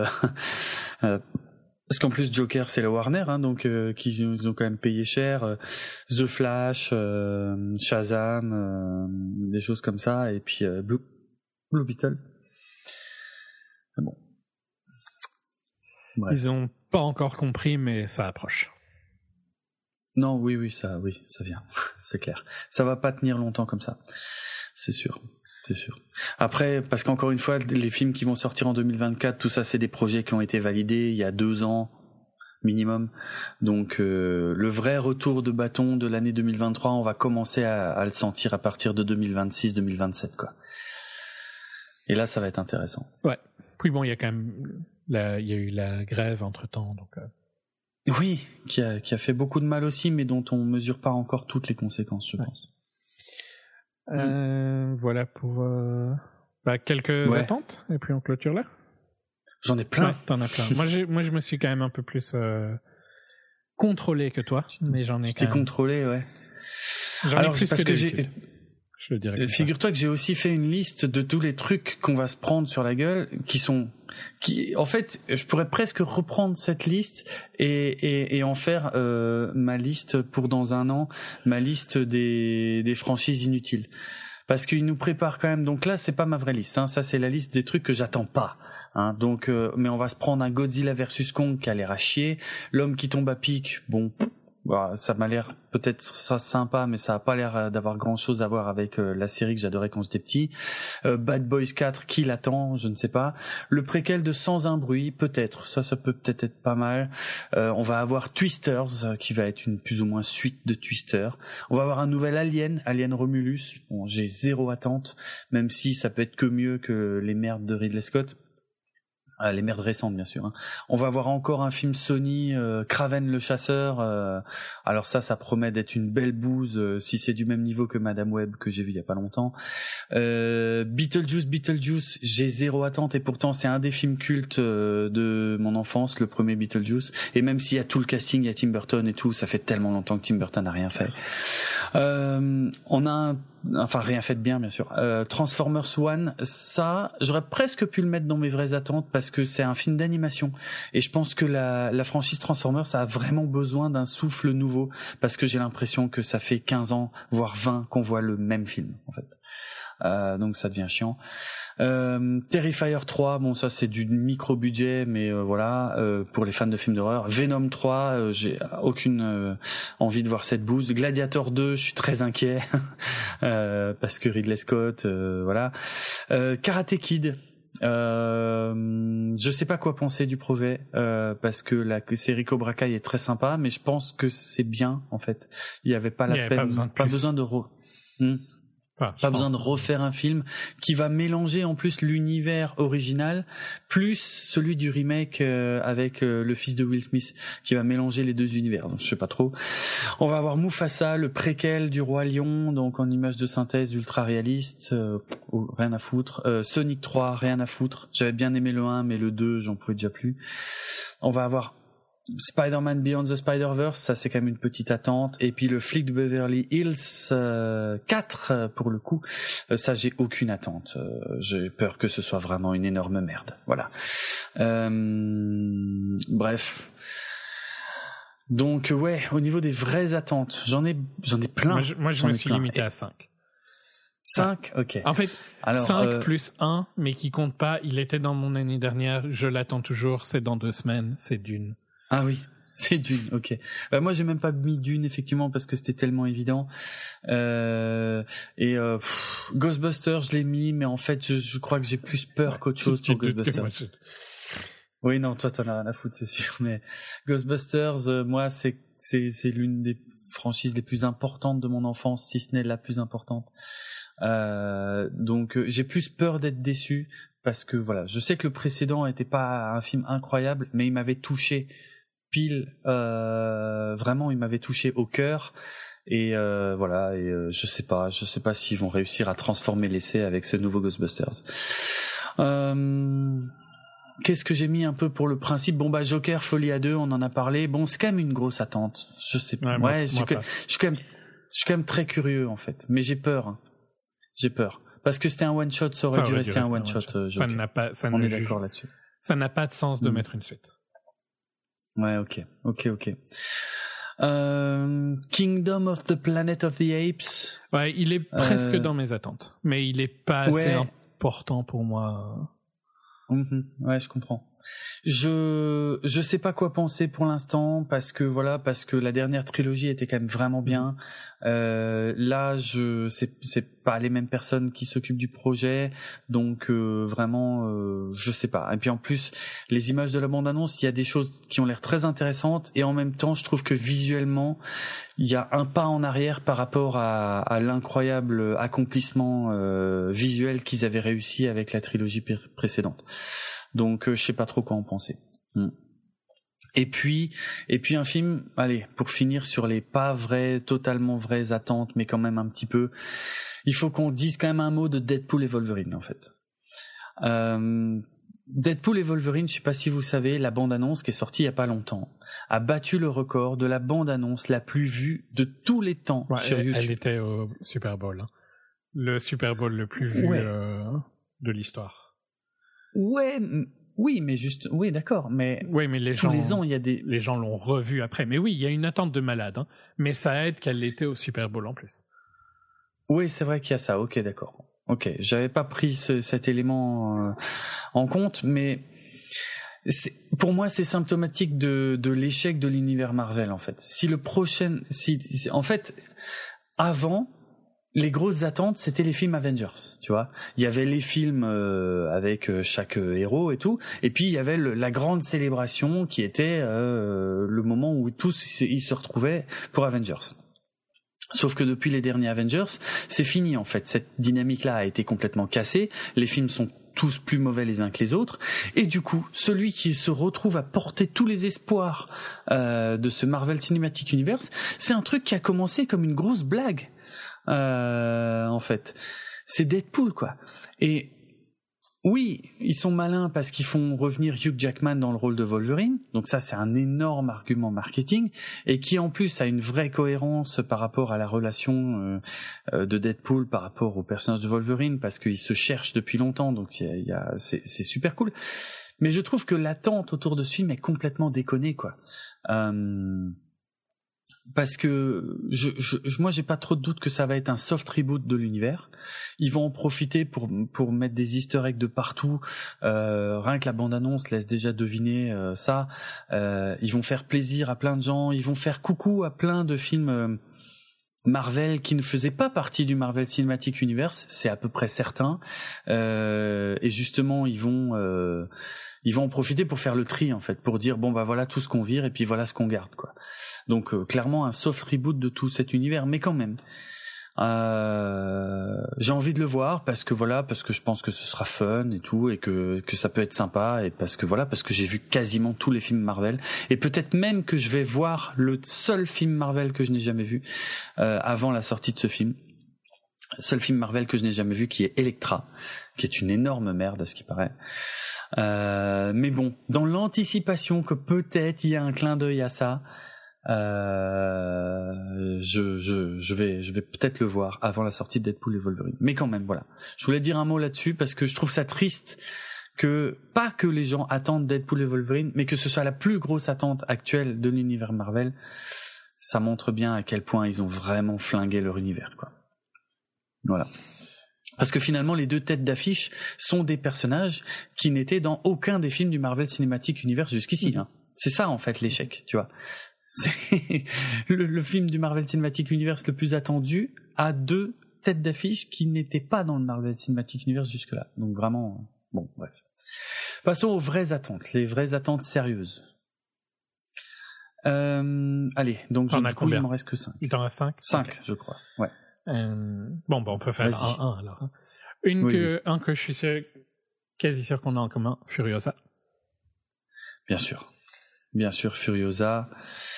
Parce qu'en plus Joker c'est le Warner, donc ils ont quand même payé cher. The Flash, Shazam, des choses comme ça, et puis Blue Beetle. Bon. Bref. Ils ont pas encore compris, mais ça approche. Non, oui, ça vient, c'est clair. Ça va pas tenir longtemps comme ça, c'est sûr. Après, parce qu'encore une fois, les films qui vont sortir en 2024, tout ça, c'est des projets qui ont été validés il y a 2 ans. minimum. Donc le vrai retour de bâton de l'année 2023, on va commencer à le sentir à partir de 2026-2027 quoi. Et là, ça va être intéressant. Ouais. Puis bon, il y a quand même il y a eu la grève entre-temps, donc. Oui, qui a fait beaucoup de mal aussi, mais dont on mesure pas encore toutes les conséquences, je pense. Voilà pour quelques attentes, et puis on clôture là. J'en ai plein. Ouais, t'en as plein. moi, je me suis quand même un peu plus contrôlé que toi, mais j'en ai quand même. T'es contrôlé, ouais. J'en ai plus parce que j'ai. Je le dirais. Figure-toi que j'ai aussi fait une liste de tous les trucs qu'on va se prendre sur la gueule, en fait, je pourrais presque reprendre cette liste et en faire ma liste pour dans un an, ma liste des franchises inutiles. Parce qu'il nous prépare quand même. Donc là, c'est pas ma vraie liste. Hein. Ça, c'est la liste des trucs que j'attends pas. Hein. Donc, mais on va se prendre un Godzilla versus Kong qui a l'air à chier. L'homme qui tombe à pic, bon. Bah, ça m'a l'air peut-être ça sympa, mais ça a pas l'air d'avoir grand chose à voir avec la série que j'adorais quand j'étais petit. Bad Boys 4, qui l'attend, je ne sais pas. Le préquel de Sans un bruit, peut-être. Ça peut peut-être être pas mal. On va avoir Twisters, qui va être une plus ou moins suite de Twister. On va avoir un nouvel Alien Romulus. Bon, j'ai zéro attente, même si ça peut être que mieux que les merdes de Ridley Scott. Les merdes récentes bien sûr. Hein. On va avoir encore un film Sony, Kraven le chasseur. Alors ça promet d'être une belle bouse si c'est du même niveau que Madame Web que j'ai vu il y a pas longtemps. Beetlejuice, j'ai zéro attente et pourtant c'est un des films cultes de mon enfance, le premier Beetlejuice. Et même s'il y a tout le casting, il y a Tim Burton et tout, ça fait tellement longtemps que Tim Burton n'a rien fait. On a rien fait de bien sûr. Transformers One, ça j'aurais presque pu le mettre dans mes vraies attentes parce que c'est un film d'animation et je pense que la franchise Transformers ça a vraiment besoin d'un souffle nouveau parce que j'ai l'impression que ça fait 15 ans voire 20 qu'on voit le même film en fait. Donc ça devient chiant. Terrifier 3, bon ça c'est du micro budget mais voilà pour les fans de films d'horreur. Venom 3, j'ai aucune envie de voir cette bouse. Gladiator 2, je suis très inquiet parce que Ridley Scott voilà. Karate Kid, je sais pas quoi penser du projet parce que la série Cobra Kai est très sympa mais je pense que c'est bien en fait. Il y avait pas la peine, pas besoin de pas besoin de refaire un film qui va mélanger en plus l'univers original plus celui du remake avec le fils de Will Smith qui va mélanger les deux univers. Donc je sais pas trop. On va avoir Mufasa, le préquel du Roi Lion, donc en image de synthèse ultra réaliste, rien à foutre. Sonic 3, rien à foutre. J'avais bien aimé le 1 mais le 2, j'en pouvais déjà plus. On va avoir Spider-Man Beyond the Spider-Verse, ça c'est quand même une petite attente. Et puis le flic de Beverly Hills 4 pour le coup, ça j'ai aucune attente. J'ai peur que ce soit vraiment une énorme merde. Voilà. Bref. Donc ouais, au niveau des vraies attentes, j'en ai plein. Moi je me suis limité à 5. 5, ok. En fait, alors, 5 plus 1, mais qui compte pas, il était dans mon année dernière, je l'attends toujours, c'est dans 2 semaines, c'est Dune. Ah oui, c'est Dune, ok. Moi j'ai même pas mis Dune effectivement parce que c'était tellement évident. Ghostbusters je l'ai mis, mais en fait je crois que j'ai plus peur qu'autre chose pour Ghostbusters. Oui non, toi t'en as rien à foutre c'est sûr, mais Ghostbusters, moi c'est l'une des franchises les plus importantes de mon enfance, si ce n'est la plus importante. Donc j'ai plus peur d'être déçu parce que voilà, je sais que le précédent était pas un film incroyable, mais il m'avait touché pile, vraiment il m'avait touché au cœur et voilà et je sais pas s'ils vont réussir à transformer l'essai avec ce nouveau Ghostbusters. Qu'est-ce que j'ai mis un peu pour le principe? Bon Joker Folie à 2, on en a parlé. Bon, c'est quand même une grosse attente. Je sais pas. Ouais, je suis quand même très curieux en fait, mais j'ai peur. Hein. J'ai peur parce que c'était un one shot, ça aurait dû rester un one shot. On est d'accord là-dessus. Ça n'a pas de sens de mettre une suite. Ouais, ok. Kingdom of the Planet of the Apes. Ouais, il est presque dans mes attentes, mais il est pas assez important pour moi. Ouais, je comprends. Je sais pas quoi penser pour l'instant parce que la dernière trilogie était quand même vraiment bien. Là, c'est pas les mêmes personnes qui s'occupent du projet, donc vraiment, je sais pas. Et puis en plus, les images de la bande-annonce, il y a des choses qui ont l'air très intéressantes et en même temps, je trouve que visuellement, il y a un pas en arrière par rapport à l'incroyable accomplissement visuel qu'ils avaient réussi avec la trilogie précédente. Donc je sais pas trop quoi en penser. Et puis un film, allez, pour finir sur les pas totalement vraies attentes, mais quand même un petit peu, il faut qu'on dise quand même un mot de Deadpool et Wolverine en fait. Deadpool et Wolverine, je sais pas si vous savez, la bande-annonce qui est sortie il y a pas longtemps a battu le record de la bande-annonce la plus vue de tous les temps sur YouTube. Elle était au Super Bowl, hein. Le Super Bowl le plus vu de l'histoire. Oui, mais juste, oui, d'accord, mais tous les ans, il y a les gens l'ont revu après. Mais oui, il y a une attente de malade, hein. Mais ça aide qu'elle l'était au Super Bowl en plus. Oui, c'est vrai qu'il y a ça. Ok, d'accord. Ok, j'avais pas pris cet élément en compte, mais pour moi, c'est symptomatique de l'échec de l'univers Marvel, en fait. En fait, avant, les grosses attentes, c'était les films Avengers, tu vois. Il y avait les films avec chaque héros et tout, et puis il y avait la grande célébration qui était le moment où tous ils se retrouvaient pour Avengers. Sauf que depuis les derniers Avengers, c'est fini en fait. Cette dynamique-là a été complètement cassée. Les films sont tous plus mauvais les uns que les autres, et du coup, celui qui se retrouve à porter tous les espoirs de ce Marvel Cinematic Universe, c'est un truc qui a commencé comme une grosse blague. En fait, c'est Deadpool quoi. Et oui, ils sont malins parce qu'ils font revenir Hugh Jackman dans le rôle de Wolverine, donc ça c'est un énorme argument marketing et qui en plus a une vraie cohérence par rapport à la relation de Deadpool par rapport au personnage de Wolverine parce qu'ils se cherchent depuis longtemps, donc c'est super cool. Mais je trouve que l'attente autour de ce film est complètement déconnée quoi. Parce que moi j'ai pas trop de doute que ça va être un soft reboot de l'univers. Ils vont en profiter pour mettre des easter eggs de partout. Rien que la bande-annonce laisse déjà deviner ça. Ils vont faire plaisir à plein de gens. Ils vont faire coucou à plein de films Marvel qui ne faisaient pas partie du Marvel Cinematic Universe. C'est à peu près certain. Et justement ils vont en profiter pour faire le tri en fait, pour dire bon bah voilà tout ce qu'on vire et puis voilà ce qu'on garde quoi. Donc clairement un soft reboot de tout cet univers, mais quand même j'ai envie de le voir parce que je pense que ce sera fun et tout et que ça peut être sympa et parce que j'ai vu quasiment tous les films Marvel et peut-être même que je vais voir le seul film Marvel que je n'ai jamais vu avant la sortie de ce film. Seul film Marvel que je n'ai jamais vu qui est Elektra, qui est une énorme merde à ce qui paraît. Mais bon, dans l'anticipation que peut-être il y a un clin d'œil à ça, je vais peut-être le voir avant la sortie de Deadpool et Wolverine. Mais quand même, voilà. Je voulais dire un mot là-dessus parce que je trouve ça triste pas que les gens attendent Deadpool et Wolverine, mais que ce soit la plus grosse attente actuelle de l'univers Marvel. Ça montre bien à quel point ils ont vraiment flingué leur univers, quoi. Voilà. Parce que finalement, les deux têtes d'affiche sont des personnages qui n'étaient dans aucun des films du Marvel Cinematic Universe jusqu'ici. Hein. C'est ça, en fait, l'échec, tu vois. C'est le film du Marvel Cinematic Universe le plus attendu a deux têtes d'affiche qui n'étaient pas dans le Marvel Cinematic Universe jusque-là. Donc vraiment, bon, bref. Passons aux vraies attentes, les vraies attentes sérieuses. Allez, donc du coup, il m'en reste que 5. Il t'en reste 5 5, okay. Je crois, ouais. Bon, on peut faire un alors. Un que je suis quasi sûr qu'on a en commun, Furiosa. Bien sûr, Furiosa.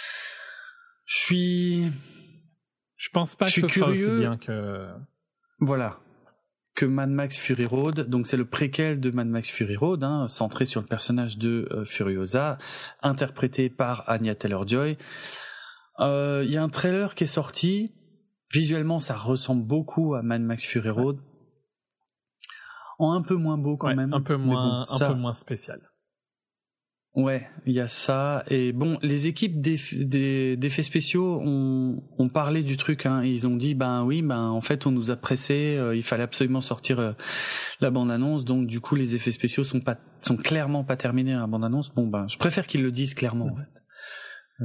Je pense pas que ce soit aussi bien que... Voilà, que Mad Max Fury Road. Donc c'est le préquel de Mad Max Fury Road, hein, centré sur le personnage de Furiosa, interprété par Anya Taylor-Joy. Il y a un trailer qui est sorti. Visuellement, ça ressemble beaucoup à Mad Max Fury Road. En un peu moins beau quand même. Un peu moins spécial. Ouais, il y a ça. Et bon, les équipes d'effets spéciaux ont parlé du truc. Hein. Ils ont dit, en fait, on nous a pressé. Il fallait absolument sortir la bande-annonce. Donc, du coup, les effets spéciaux sont clairement pas terminés à la bande-annonce. Bon, je préfère qu'ils le disent clairement, en fait.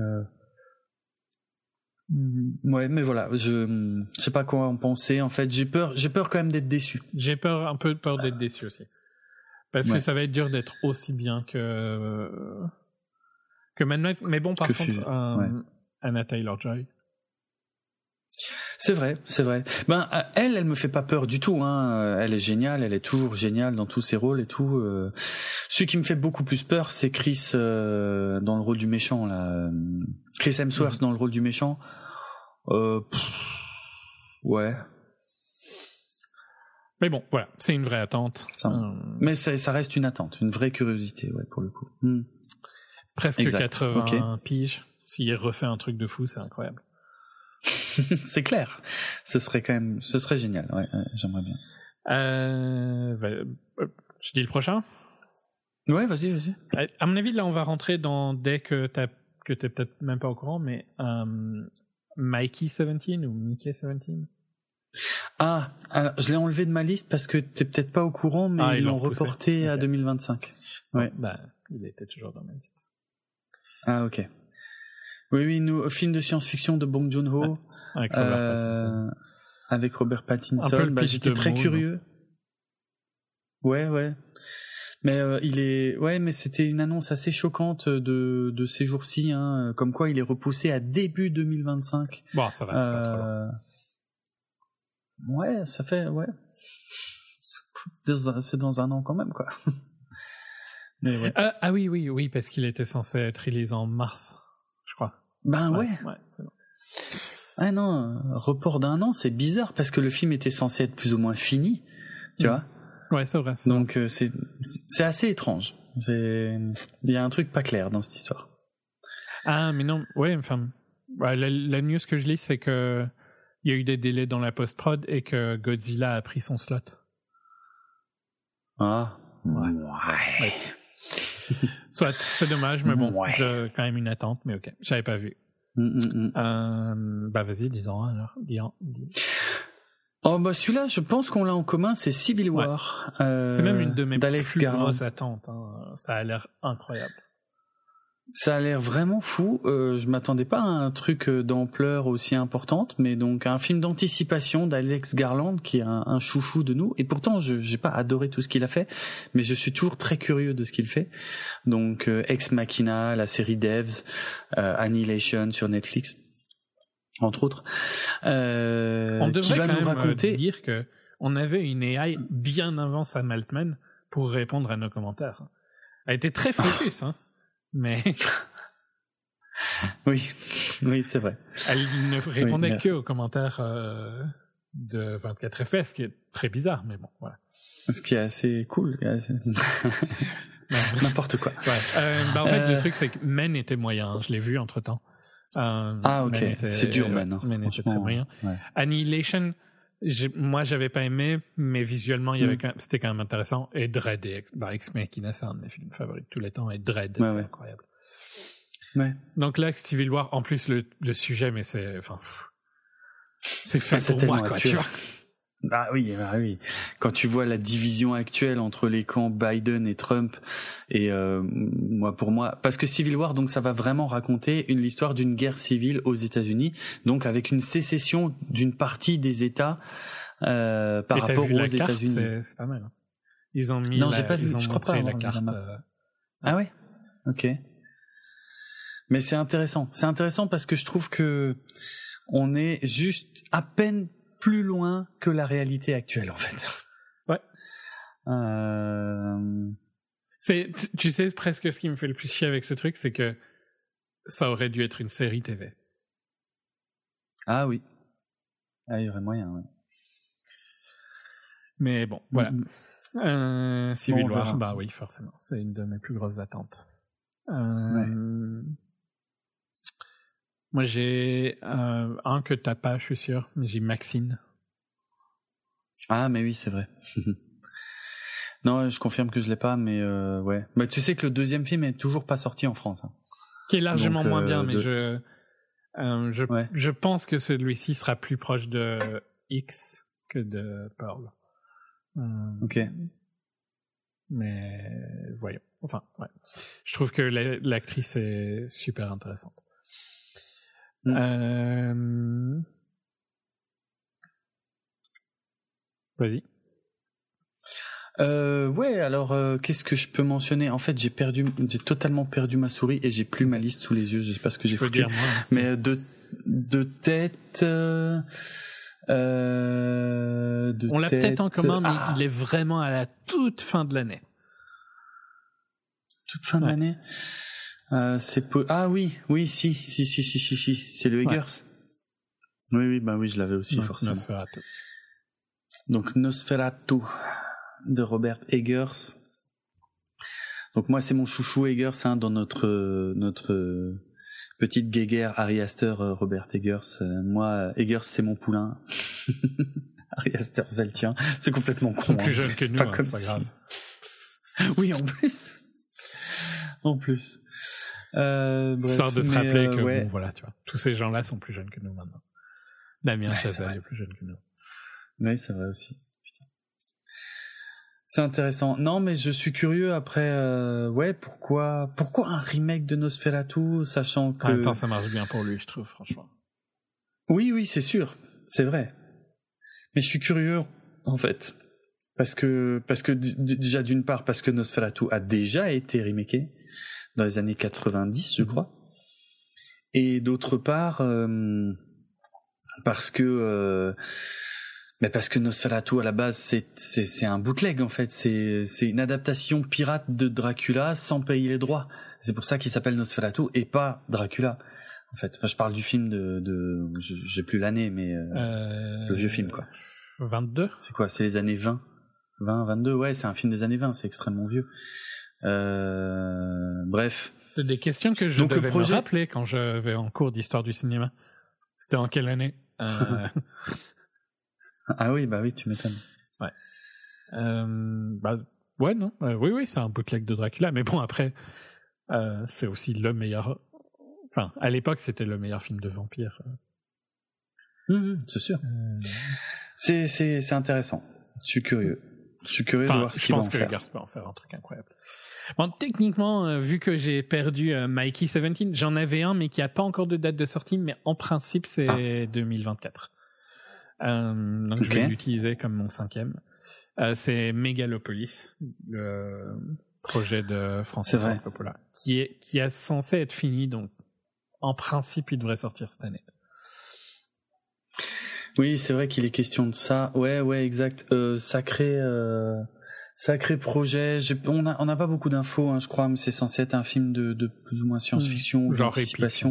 Ouais, mais voilà, je sais pas quoi en penser. En fait, j'ai peur quand même d'être déçu. J'ai un peu peur d'être déçu aussi. Parce que ça va être dur d'être aussi bien que Mad Max. Mais bon, par contre, Anna Taylor-Joy. C'est vrai. Elle me fait pas peur du tout. Hein. Elle est géniale, elle est toujours géniale dans tous ses rôles et tout. Celui qui me fait beaucoup plus peur, c'est Chris dans le rôle du méchant là. Chris Hemsworth dans le rôle du méchant. Ouais. Mais bon, voilà, c'est une vraie attente. Mais ça reste une attente, une vraie curiosité, ouais, pour le coup. Presque exact. 80 piges. S'il refait un truc de fou, c'est incroyable. C'est clair. Ce serait génial. Ouais, j'aimerais bien. Je dis le prochain. Ouais, vas-y. À mon avis, là, on va rentrer dans dès que t'es peut-être même pas au courant, mais Mikey 17 ou Mickey 17. Ah, alors, je l'ai enlevé de ma liste parce que t'es peut-être pas au courant, mais ils l'ont reporté à 2025. Ouais. Il était toujours dans ma liste. Ah, ok. Oui, film de science-fiction de Bong Joon-ho. Avec Robert Pattinson. J'étais très curieux. Ouais. Mais mais c'était une annonce assez choquante de ces jours-ci, hein, comme quoi il est repoussé à début 2025. Bon, ça va, c'est pas trop long. Ouais, ça fait, ouais. C'est dans un an quand même, quoi. Mais ouais. Oui, parce qu'il était censé être release en mars, je crois. Ouais, c'est bon. Ah non, report d'1 an, c'est bizarre parce que le film était censé être plus ou moins fini, tu vois. Ouais, c'est vrai. Donc c'est assez étrange. Il y a un truc pas clair dans cette histoire. Ah, mais non, ouais, enfin, la news que je lis, c'est que il y a eu des délais dans la post-prod et que Godzilla a pris son slot. Ah, ouais. Soit, c'est dommage, mais bon, quand même une attente, mais ok, j'avais pas vu. Vas-y, dis-en alors. Dis. Celui-là, je pense qu'on l'a en commun, c'est Civil War. C'est même une de mes plus grosses Garland. attentes. Hein. Ça a l'air incroyable. Ça a l'air vraiment fou. Je m'attendais pas à un truc d'ampleur aussi importante, mais donc un film d'anticipation d'Alex Garland qui est un chouchou de nous. Et pourtant, j'ai pas adoré tout ce qu'il a fait, mais je suis toujours très curieux de ce qu'il fait. Donc Ex Machina, la série Devs, Annihilation sur Netflix, entre autres. On devrait qui va quand nous même raconter dire que on avait une AI bien avant Sam Altman pour répondre à nos commentaires. Elle était très focus, hein. Mais oui, c'est vrai. Elle ne répondait que aux commentaires de 24 FPS, ce qui est très bizarre, mais bon, voilà. Ce qui est assez cool. N'importe quoi. Ouais. En fait, le truc, c'est que Men était moyen. Je l'ai vu entre-temps. Ok. C'est dur, Men. Men était très moyen. Ouais. Annihilation, moi, j'avais pas aimé, mais visuellement, c'était quand même intéressant. Et Dread, Ex Machina, c'est un de mes films favoris de tous les temps. Et Dread, c'est incroyable. Ouais. Donc là, Civil War, en plus, le sujet, mais c'est fait pour moi, quoi, tu vois. Ah oui. Quand tu vois la division actuelle entre les camps Biden et Trump, et pour moi, parce que Civil War, donc ça va vraiment raconter l'histoire d'une guerre civile aux États-Unis, donc avec une sécession d'une partie des États par rapport aux États-Unis. C'est pas mal. Hein. Ils ont mis. Non, j'ai pas vu. Ils ont montré la carte. Ah ouais. Ok. Mais c'est intéressant. C'est intéressant parce que je trouve que on est juste à peine plus loin que la réalité actuelle, en fait. Ouais. Tu sais, presque ce qui me fait le plus chier avec ce truc, c'est que ça aurait dû être une série TV. Ah oui. Ah, il y aurait moyen, ouais. Mais bon, voilà. Civil War, oui, forcément. C'est une de mes plus grosses attentes. Moi, j'ai un que t'as pas, je suis sûr, mais j'ai Maxine. Ah, mais oui, c'est vrai. Non, je confirme que je l'ai pas, mais ouais. Mais tu sais que le deuxième film est toujours pas sorti en France. Hein. Qui est largement moins bien, mais je pense que celui-ci sera plus proche de X que de Pearl. Ok. Mais voyons. Enfin, ouais. Je trouve que l'actrice est super intéressante. Vas-y. Ouais, alors qu'est-ce que je peux mentionner? En fait, j'ai totalement perdu ma souris et j'ai plus ma liste sous les yeux. Je sais pas ce que j'ai foutu. Dire, moi, mais de tête. On l'a peut-être en commun, mais il est vraiment à la toute fin de l'année. Toute fin de l'année. Ah oui, si, c'est le Eggers. Ouais. Oui, je l'avais aussi forcément. Nosferatu. Donc Nosferatu de Robert Eggers. Donc moi c'est mon chouchou Eggers dans notre petite guéguerre Ari Aster Robert Eggers. Moi Eggers c'est mon poulain. Ari Aster c'est le tien. C'est complètement con. Ils sont plus jeunes que nous, c'est pas grave. Oui, en plus. Bref, histoire de se rappeler que bon, voilà, tu vois, tous ces gens-là sont plus jeunes que nous maintenant. Damien Chazelle est plus jeune que nous. Oui, c'est vrai aussi. Putain. C'est intéressant. Non, mais je suis curieux après. Pourquoi un remake de Nosferatu, sachant que. En même temps, ça marche bien pour lui, je trouve, franchement. Oui, c'est sûr, c'est vrai. Mais je suis curieux, en fait, parce que déjà d'une part parce que Nosferatu a déjà été remaké dans les années 90, je crois, et d'autre part parce que Nosferatu à la base c'est un bootleg en fait, c'est une adaptation pirate de Dracula sans payer les droits. C'est pour ça qu'il s'appelle Nosferatu et pas Dracula. En fait, je parle du film j'ai plus l'année, mais le vieux film quoi. 22. C'est quoi? C'est les années 22. Ouais, c'est un film des années 20. C'est extrêmement vieux. Bref. C'est des questions que je devais me rappeler quand je vais en cours d'histoire du cinéma. C'était en quelle année? Ah oui, tu m'étonnes. Ouais. Oui, c'est un bootleg de Dracula. Mais bon, après, c'est aussi le meilleur. Enfin, à l'époque, c'était le meilleur film de vampire. C'est sûr. C'est intéressant. Je suis curieux de voir ce qu'il va en faire. Je pense que le gars peut en faire un truc incroyable. Bon, techniquement, vu que j'ai perdu Mikey 17, j'en avais un, mais qui n'a pas encore de date de sortie, mais en principe, c'est 2024. Donc je vais l'utiliser comme mon 5e. C'est Megalopolis, le projet de Francis Ford Coppola, qui est censé être fini, donc en principe, il devrait sortir cette année. Oui, c'est vrai qu'il est question de ça. Ouais, exact. Sacré projet. On n'a pas beaucoup d'infos, hein, je crois, mais c'est censé être un film de plus ou moins science-fiction, genre d'anticipation.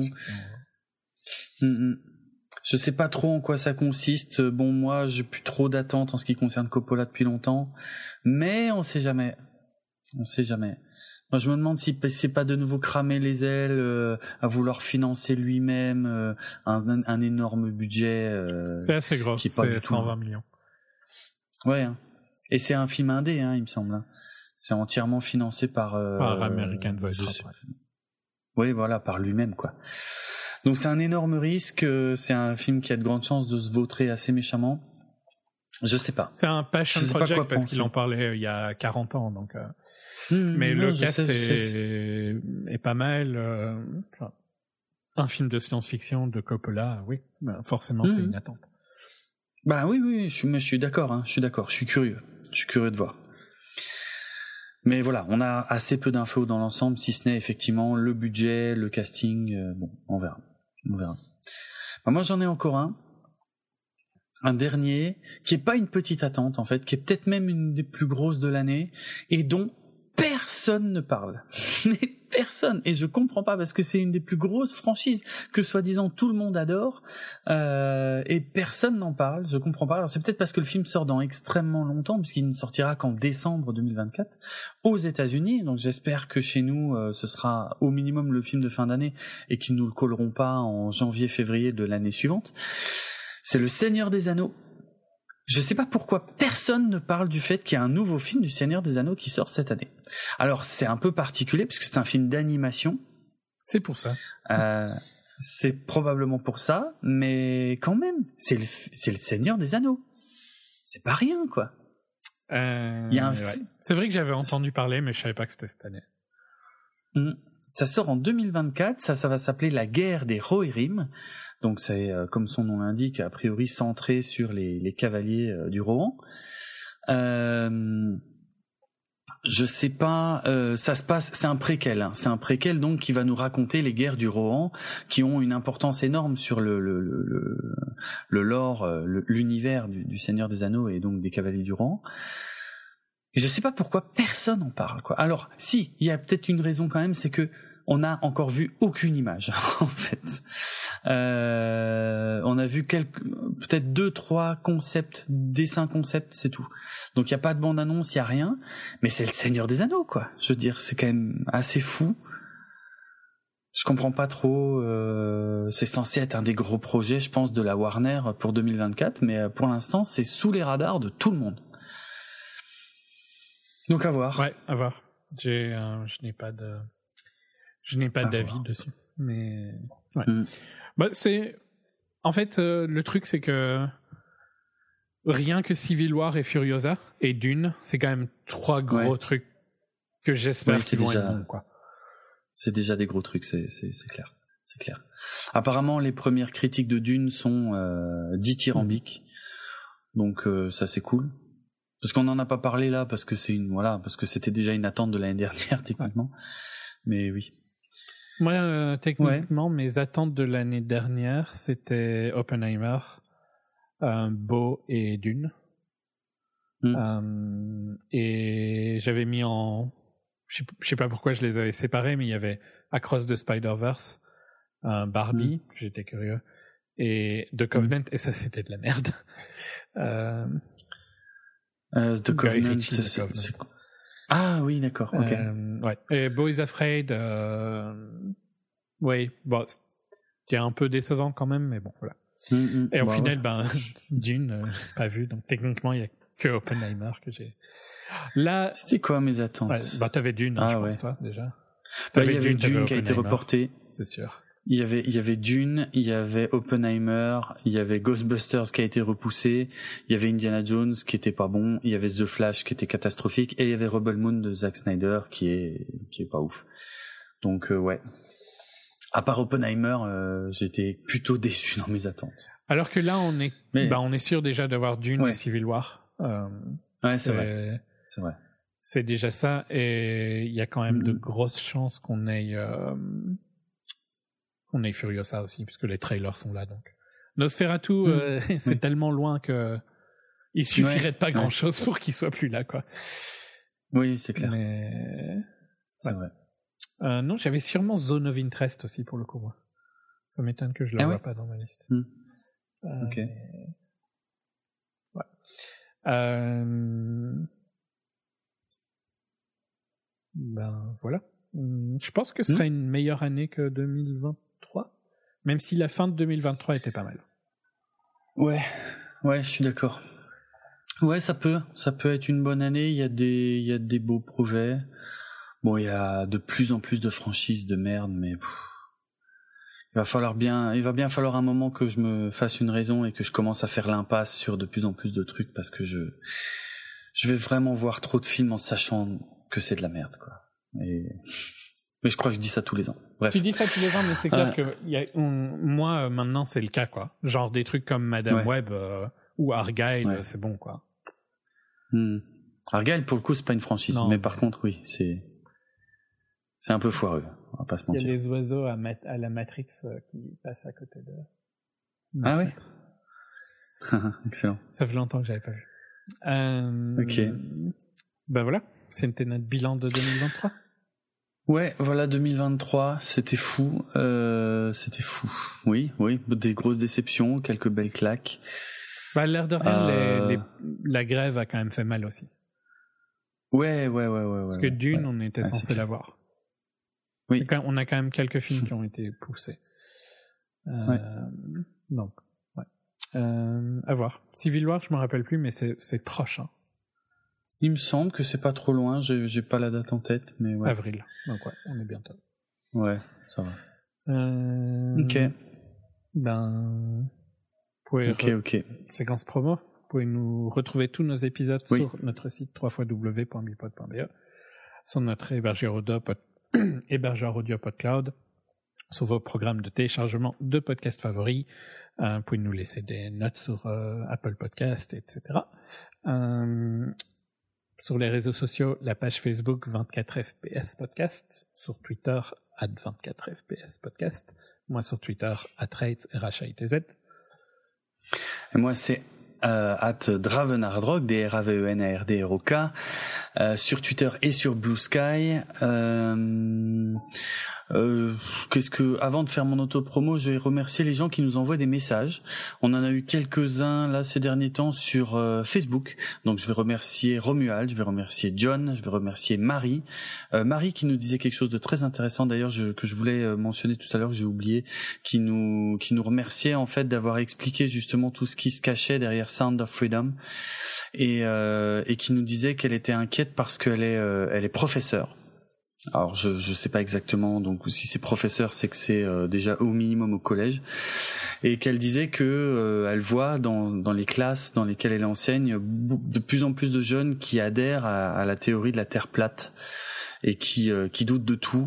Je sais pas trop en quoi ça consiste. Bon, moi, j'ai plus trop d'attentes en ce qui concerne Coppola depuis longtemps, mais on sait jamais. Moi, je me demande si c'est pas de nouveau cramer les ailes à vouloir financer lui-même un énorme budget. C'est assez gros, c'est 120 millions. Ouais, hein. Et c'est un film indé, hein, il me semble. Hein. C'est entièrement financé par American Zoetrope. Oui, voilà, par lui-même, quoi. Donc c'est un énorme risque. C'est un film qui a de grandes chances de se vautrer assez méchamment. Je sais pas. C'est un passion project parce qu'il en parlait il y a 40 ans, donc. Mais le cast est pas mal. Un film de science-fiction de Coppola, oui, forcément c'est une attente. Bah oui, je suis d'accord. Hein, je suis curieux de voir. Mais voilà, on a assez peu d'infos dans l'ensemble, si ce n'est effectivement le budget, le casting. Bon, on verra. Bah, moi, j'en ai encore un dernier qui est pas une petite attente en fait, qui est peut-être même une des plus grosses de l'année et dont personne ne parle. Mais personne. Et je comprends pas parce que c'est une des plus grosses franchises que soi-disant tout le monde adore et personne n'en parle. Je comprends pas. Alors c'est peut-être parce que le film sort dans extrêmement longtemps puisqu'il ne sortira qu'en décembre 2024 aux États-Unis. Donc j'espère que chez nous ce sera au minimum le film de fin d'année et qu'ils nous le colleront pas en janvier-février de l'année suivante. C'est Le Seigneur des Anneaux. Je sais pas pourquoi personne ne parle du fait qu'il y a un nouveau film du Seigneur des Anneaux qui sort cette année. Alors c'est un peu particulier puisque c'est un film d'animation. C'est pour ça. C'est probablement pour ça, mais quand même, c'est le Seigneur des Anneaux. C'est pas rien, quoi. C'est vrai que j'avais entendu parler, mais je savais pas que c'était cette année. Ça sort en 2024, ça va s'appeler La Guerre des Rohirrim. Donc c'est, comme son nom l'indique, a priori centré sur les cavaliers du Rohan. Je sais pas, ça se passe, c'est un préquel, c'est un préquel donc qui va nous raconter les guerres du Rohan, qui ont une importance énorme sur le lore, l'univers du Seigneur des Anneaux et donc des cavaliers du Rohan. Et je sais pas pourquoi personne en parle, quoi. Alors, si, il y a peut-être une raison quand même, c'est que on n'a encore vu aucune image, en fait. On a vu peut-être 2-3 concepts, dessins concepts, c'est tout. Donc il n'y a pas de bande-annonce, il n'y a rien. Mais c'est le Seigneur des Anneaux, quoi. Je veux dire, c'est quand même assez fou. Je comprends pas trop. C'est censé être un des gros projets, je pense, de la Warner pour 2024. Mais pour l'instant, c'est sous les radars de tout le monde. Donc à voir. Ouais, à voir. Je n'ai pas d'avis dessus, mais ouais. Bah c'est en fait le truc, c'est que rien que Civil War et Furiosa et Dune, c'est quand même 3 gros trucs que j'espère qu'ils vont être bons, quoi. C'est déjà des gros trucs, c'est clair, c'est clair. Apparemment, les premières critiques de Dune sont dithyrambiques, donc ça c'est cool. Parce qu'on n'en a pas parlé là, parce que parce que c'était déjà une attente de l'année dernière techniquement. Mais oui. Moi, techniquement, mes attentes de l'année dernière, c'était Oppenheimer, Beau et Dune. Et j'avais mis en... Je sais pas pourquoi je les avais séparés, mais il y avait Across the Spider-Verse, Barbie, j'étais curieux, et The Covenant, et ça c'était de la merde. The Covenant, c'est... Ah oui, d'accord, ok. Ouais. Et Beau is Afraid, oui, bon, c'est un peu décevant quand même, mais bon, voilà. Et au final, Dune, pas vu, donc techniquement, il n'y a que Oppenheimer que j'ai. Là, c'était quoi mes attentes? T'avais Dune, je pense, toi, déjà. Il y avait Dune qui a été reporté. C'est sûr. Il y avait Dune, il y avait Oppenheimer, il y avait Ghostbusters qui a été repoussé, il y avait Indiana Jones qui était pas bon, il y avait The Flash qui était catastrophique, et il y avait Rebel Moon de Zack Snyder qui est pas ouf. Donc ouais. À part Oppenheimer, j'étais plutôt déçu dans mes attentes. Alors que là, on est sûr déjà d'avoir Dune et Civil War. C'est vrai. C'est vrai. C'est déjà ça, et il y a quand même de grosses chances qu'on ait Furiosa aussi, puisque les trailers sont là. Donc Nosferatu, c'est tellement loin que il suffirait de pas grand-chose pour qu'il soit plus là, quoi. Oui, c'est clair. Mais c'est vrai. Non, j'avais sûrement Zone of Interest aussi pour le coup. Moi. Ça m'étonne que je le vois pas dans ma liste. Ok. Ouais. Voilà. Je pense que ce serait une meilleure année que 2023, même si la fin de 2023 était pas mal. Ouais, je suis d'accord. Ouais, ça peut être une bonne année. Il y a des beaux projets. Bon, il y a de plus en plus de franchises de merde, mais il va bien falloir un moment que je me fasse une raison et que je commence à faire l'impasse sur de plus en plus de trucs, parce que je vais vraiment voir trop de films en sachant que c'est de la merde, quoi. Mais je crois que je dis ça tous les ans. Bref. Tu dis ça tous les ans, mais c'est clair que moi maintenant c'est le cas, quoi. Genre des trucs comme Madame Web ou Argyle, c'est bon, quoi. Argyle, pour le coup, c'est pas une franchise, mais par contre, oui, c'est un peu foireux, on va pas se mentir. Il y a des oiseaux à la Matrix qui passent à côté de... Ah ouais. Excellent. Ça fait longtemps que j'avais pas vu. Ok. Voilà, c'était notre bilan de 2023. Ouais, voilà, 2023, c'était fou. Oui, des grosses déceptions, quelques belles claques. L'air de rien, la grève a quand même fait mal aussi. Ouais. Parce que Dune, on était censé l'avoir. Oui. On a quand même quelques films qui ont été poussés. Donc, ouais. À voir. Civil War, je me rappelle plus, mais c'est proche. Hein. Il me semble que c'est pas trop loin. J'ai pas la date en tête, mais ouais. Avril. Donc ouais, on est bientôt. Ouais, ça va. Ok. Ok. Séquence promo. Vous pouvez nous retrouver tous nos épisodes sur notre site www.bipod.be, sur notre hébergeur audio PodCloud, sur vos programmes de téléchargement de podcasts favoris. Vous pouvez nous laisser des notes sur Apple Podcast, etc. Sur les réseaux sociaux, la page Facebook 24fps podcast, sur Twitter @24fps podcast, moi sur Twitter @rates RHAITZ. Et moi c'est @dravenardrock DRAVENARDROK sur Twitter et sur Blue Sky. Avant de faire mon auto-promo, je vais remercier les gens qui nous envoient des messages. On en a eu quelques-uns là ces derniers temps sur Facebook. Donc je vais remercier Romuald, je vais remercier John, je vais remercier Marie. Marie qui nous disait quelque chose de très intéressant d'ailleurs que je voulais mentionner tout à l'heure, que j'ai oublié, qui nous remerciait en fait d'avoir expliqué justement tout ce qui se cachait derrière Sound of Freedom et qui nous disait qu'elle était inquiète parce qu'elle est professeure. Alors je sais pas exactement, donc si c'est professeur, c'est que c'est déjà au minimum au collège, et qu'elle disait que elle voit dans les classes dans lesquelles elle enseigne de plus en plus de jeunes qui adhèrent à la théorie de la Terre plate et qui doutent de tout.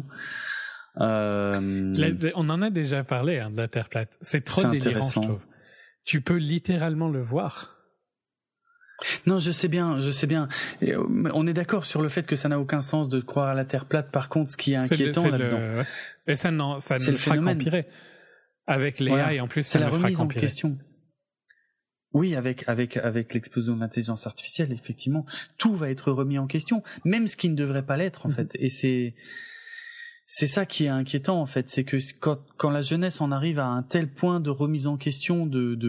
On en a déjà parlé de la Terre plate. C'est trop délirant, je trouve. Tu peux littéralement le voir. Non, je sais bien. On est d'accord sur le fait que ça n'a aucun sens de croire à la Terre plate. Par contre, ce qui est inquiétant là-dedans, et ça ne fera qu'empirer. Avec les AI, en plus, ça ne fera qu'empirer. Question. Oui, avec l'explosion de l'intelligence artificielle, effectivement, tout va être remis en question, même ce qui ne devrait pas l'être, en fait. Et c'est ça qui est inquiétant, en fait, c'est que quand la jeunesse en arrive à un tel point de remise en question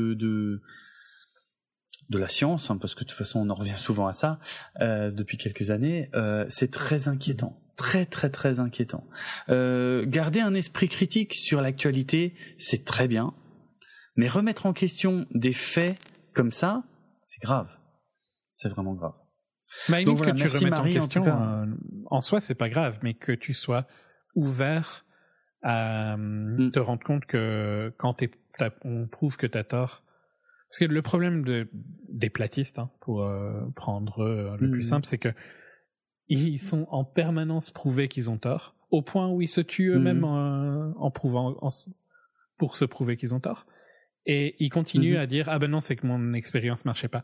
de la science, parce que de toute façon on en revient souvent à ça depuis quelques années, c'est très inquiétant, très très très inquiétant. Garder un esprit critique sur l'actualité, c'est très bien, mais remettre en question des faits comme ça, c'est grave, c'est vraiment grave. Donc voilà, que tu remettes Marie, en question, en soi c'est pas grave, mais que tu sois ouvert à te rendre compte que quand on prouve que t'as tort. Parce que le problème des platistes, pour prendre le plus simple, c'est que ils sont en permanence prouvés qu'ils ont tort, au point où ils se tuent eux-mêmes en prouvant, pour se prouver qu'ils ont tort. Et ils continuent à dire « Ah ben non, c'est que mon expérience marchait pas. »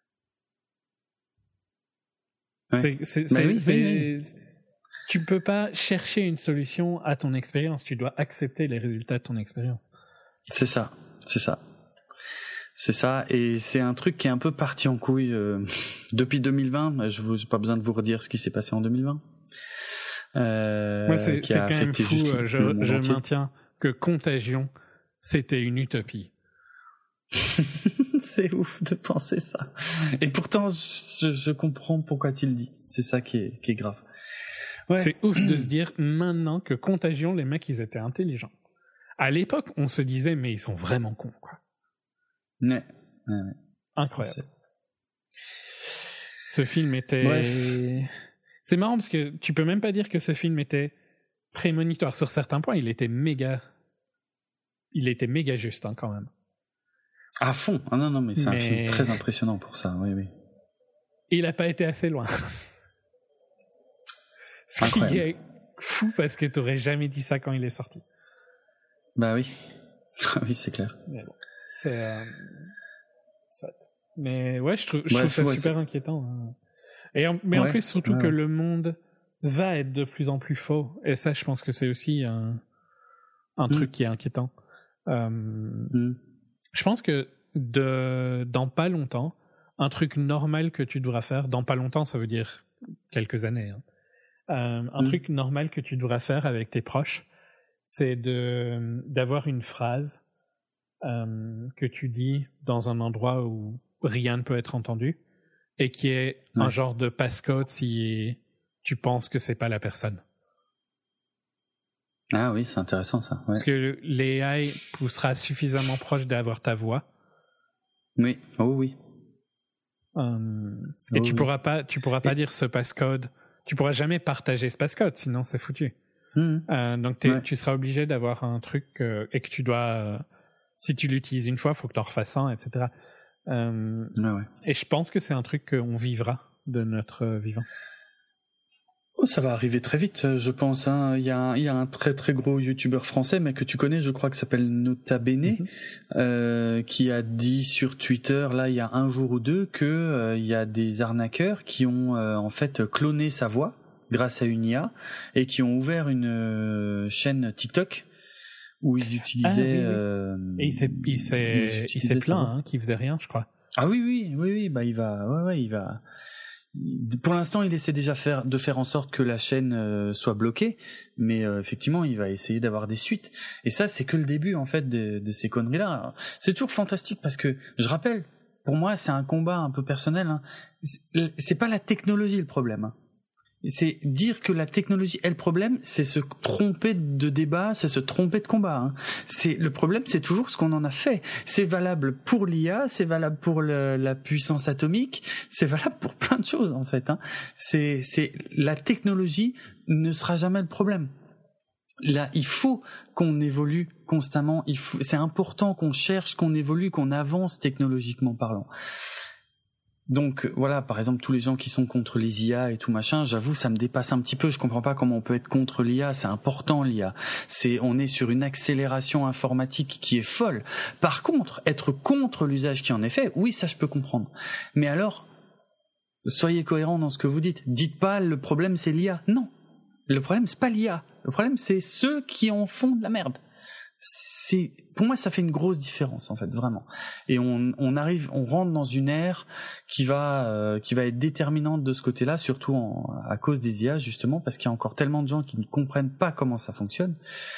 Tu peux pas chercher une solution à ton expérience, tu dois accepter les résultats de ton expérience. C'est ça. C'est ça, et c'est un truc qui est un peu parti en couille depuis 2020. Je n'ai pas besoin de vous redire ce qui s'est passé en 2020. Moi, c'est quand même fou. Je maintiens que Contagion, c'était une utopie. C'est ouf de penser ça. Et pourtant, je comprends pourquoi tu le dis. C'est ça qui est grave. Ouais. C'est ouf de se dire maintenant que Contagion, les mecs, ils étaient intelligents. À l'époque, on se disait, mais ils sont vraiment cons, quoi. Ouais. Incroyable. Ce film était... Bref. C'est marrant parce que tu peux même pas dire que ce film était prémonitoire. Sur certains points, il était méga juste, quand même. À fond. Ah non, mais c'est un film très impressionnant pour ça, oui. Il a pas été assez loin. Ce qui est fou parce que t'aurais jamais dit ça quand il est sorti. Bah oui. Oui, c'est clair. Mais bon. Mais ouais, je trouve ça super inquiétant. Mais en plus, surtout que le monde va être de plus en plus faux. Et ça, je pense que c'est aussi un truc qui est inquiétant. Je pense que dans pas longtemps, un truc normal que tu devras faire, dans pas longtemps, ça veut dire quelques années, un truc normal que tu devras faire avec tes proches, c'est d'avoir une phrase que tu dis dans un endroit où rien ne peut être entendu et qui est un genre de passcode si tu penses que c'est pas la personne. Ah oui, c'est intéressant ça. Ouais. Parce que l'AI poussera suffisamment proche d'avoir ta voix Oui, oh oui. Et tu pourras pas dire ce passcode. Tu pourras jamais partager ce passcode, sinon c'est foutu. Donc tu seras obligé d'avoir un truc et que tu dois, si tu l'utilises une fois, il faut que tu en refasses un, etc. Et je pense que c'est un truc qu'on vivra de notre vivant. Oh, ça va arriver très vite, je pense. Il y a un très très gros youtubeur français, mais que tu connais, je crois, qui s'appelle Nota Bene, qui a dit sur Twitter, là, il y a un jour ou deux, que il y a des arnaqueurs qui ont en fait cloné sa voix grâce à une IA et qui ont ouvert une chaîne TikTok où ils utilisaient. Et il s'est plaint qu'il faisait rien, je crois. Ah oui. Bah il va. Pour l'instant, il essaie déjà de faire en sorte que la chaîne soit bloquée, mais effectivement, il va essayer d'avoir des suites. Et ça, c'est que le début en fait de ces conneries-là. C'est toujours fantastique parce que je rappelle, pour moi, c'est un combat un peu personnel. C'est pas la technologie le problème. C'est dire que la technologie est le problème, c'est se tromper de débat, c'est se tromper de combat. Le problème, c'est toujours ce qu'on en a fait. C'est valable pour l'IA, c'est valable pour la puissance atomique, c'est valable pour plein de choses en fait. La technologie ne sera jamais le problème. Là, il faut qu'on évolue constamment. C'est important qu'on cherche, qu'on évolue, qu'on avance technologiquement parlant. Donc voilà, par exemple tous les gens qui sont contre les IA et tout machin, j'avoue ça me dépasse un petit peu, je comprends pas comment on peut être contre l'IA, c'est important l'IA. On est sur une accélération informatique qui est folle. Par contre, être contre l'usage qui en est fait, oui, ça je peux comprendre. Mais alors soyez cohérents dans ce que vous dites. Dites pas le problème c'est l'IA. Non. Le problème c'est pas l'IA. Le problème c'est ceux qui en font de la merde. Pour moi ça fait une grosse différence en fait, vraiment. Et on rentre dans une ère qui va être déterminante de ce côté-là, surtout à cause des IA justement, parce qu'il y a encore tellement de gens qui ne comprennent pas comment ça fonctionne,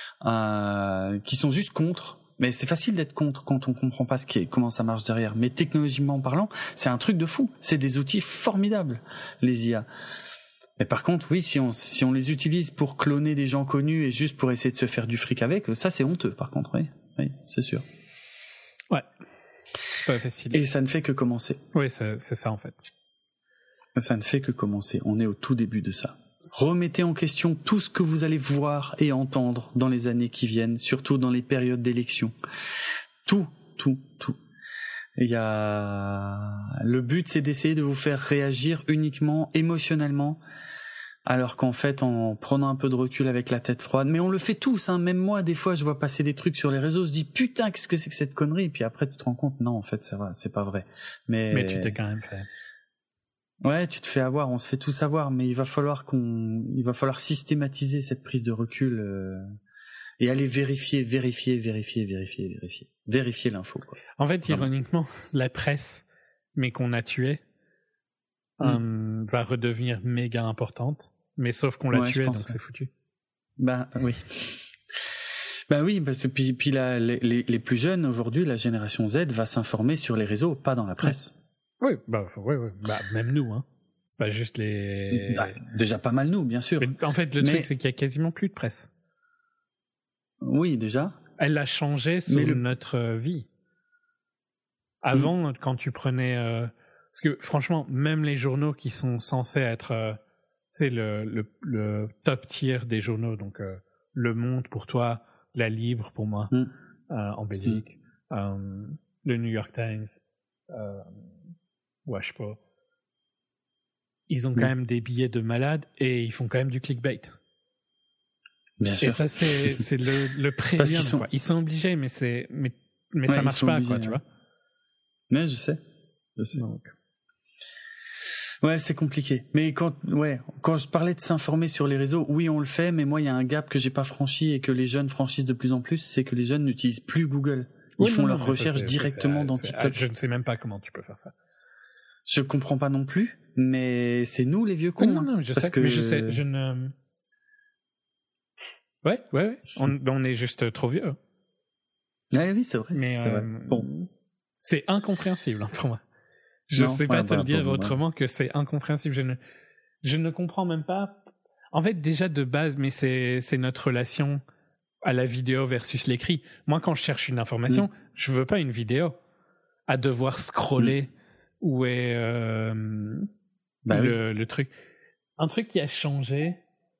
qui sont juste contre. Mais c'est facile d'être contre quand on comprend pas comment ça marche derrière. Mais technologiquement parlant, c'est un truc de fou. C'est des outils formidables, les IA. Mais par contre, oui, si on les utilise pour cloner des gens connus et juste pour essayer de se faire du fric avec, ça c'est honteux par contre, oui, c'est sûr. Ouais, c'est pas facile. Et ça ne fait que commencer. Oui, c'est ça en fait. Ça ne fait que commencer, on est au tout début de ça. Remettez en question tout ce que vous allez voir et entendre dans les années qui viennent, surtout dans les périodes d'élection. Tout. Le but, c'est d'essayer de vous faire réagir uniquement émotionnellement, alors qu'en fait, en prenant un peu de recul avec la tête froide, mais on le fait tous, même moi, des fois, je vois passer des trucs sur les réseaux, je dis putain, qu'est-ce que c'est que cette connerie, et puis après, tu te rends compte, non, en fait, ça va, c'est pas vrai. Mais tu t'es quand même fait. Ouais, tu te fais avoir, on se fait tous avoir, mais il va falloir systématiser cette prise de recul. Et aller vérifier l'info, quoi. En fait, ironiquement, la presse, mais qu'on a tuée, va redevenir méga importante, mais sauf qu'on l'a tuée, donc c'est foutu. Bah oui. Bah oui, parce que puis les plus jeunes aujourd'hui, la génération Z va s'informer sur les réseaux, pas dans la presse. Oui, même nous, C'est pas juste les. Déjà pas mal nous, bien sûr. Mais, en fait, le truc, c'est qu'il y a quasiment plus de presse. Oui, déjà. Elle a changé sur notre vie. Avant, quand tu prenais... parce que franchement, même les journaux qui sont censés être le top tier des journaux, donc Le Monde pour toi, La Libre pour moi, en Belgique, le New York Times, je sais pas. Ils ont quand même des billets de malades et ils font quand même du clickbait. Bien sûr. Et ça, c'est le premium. Ils sont obligés, mais ça marche pas, quoi, tu vois. Mais je sais. Donc. Ouais, c'est compliqué. Mais quand je parlais de s'informer sur les réseaux, oui, on le fait, mais moi, il y a un gap que j'ai pas franchi et que les jeunes franchissent de plus en plus, c'est que les jeunes n'utilisent plus Google. Ils font leurs recherches directement dans TikTok. Je ne sais même pas comment tu peux faire ça. Je comprends pas non plus, mais c'est nous les vieux cons. Non, je sais. Mais je sais, je ne. Ouais. On est juste trop vieux. Ouais, oui, c'est vrai. Mais c'est vrai. Bon. C'est incompréhensible pour moi. Je ne sais pas te le dire autrement que c'est incompréhensible. Je ne comprends même pas. En fait, déjà de base, mais c'est notre relation à la vidéo versus l'écrit. Moi, quand je cherche une information, je veux pas une vidéo. à devoir scroller où est le truc. Un truc qui a changé,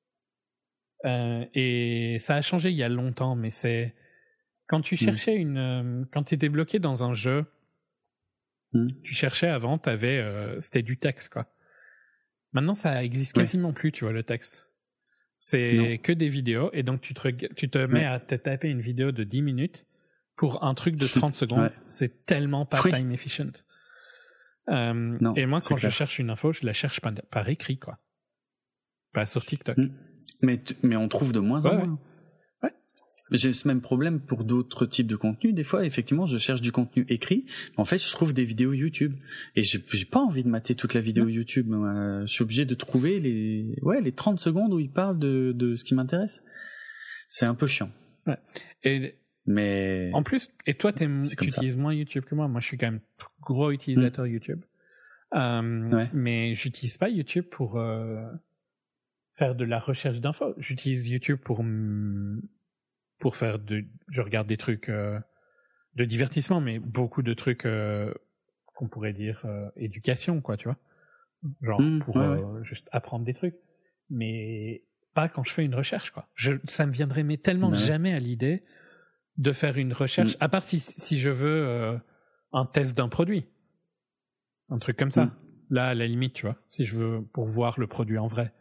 et ça a changé il y a longtemps, mais c'est quand tu cherchais quand tu étais bloqué dans un jeu, tu cherchais avant, c'était du texte, quoi. Maintenant, ça existe quasiment plus, tu vois, le texte. C'est que des vidéos, et donc tu te mets à te taper une vidéo de 10 minutes pour un truc de 30 secondes. Ouais. C'est tellement pas time efficient. Non, et moi, quand je cherche une info, je la cherche par écrit, quoi. Pas sur TikTok. Mais on trouve de moins en moins. Ouais. J'ai ce même problème pour d'autres types de contenus. Des fois, effectivement, je cherche du contenu écrit. Mais en fait, je trouve des vidéos YouTube. Et j'ai pas envie de mater toute la vidéo YouTube. Je suis obligé de trouver les 30 secondes où il parle de ce qui m'intéresse. C'est un peu chiant. Ouais. Mais en plus, et toi, tu utilises moins YouTube que moi. Moi, je suis quand même gros utilisateur YouTube. Mais j'utilise pas YouTube pour faire de la recherche d'infos. J'utilise YouTube pour faire je regarde des trucs de divertissement, mais beaucoup de trucs qu'on pourrait dire éducation, quoi, tu vois. Genre pour juste apprendre des trucs. Mais pas quand je fais une recherche, quoi. Ça me viendrait mais tellement jamais à l'idée de faire une recherche, à part si je veux un test d'un produit. Un truc comme ça. Là, à la limite, tu vois, si je veux pour voir le produit en vrai.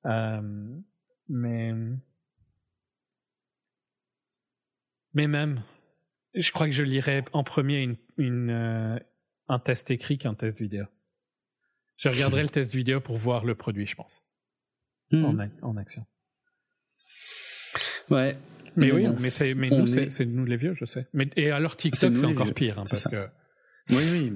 Mais même, je crois que je lirais en premier un test écrit qu'un test vidéo. Je regarderai le test vidéo pour voir le produit, je pense, en action. Ouais. Mais oui, bon, mais nous, c'est nous les vieux, je sais. Et alors TikTok, c'est encore pire, parce que. Oui.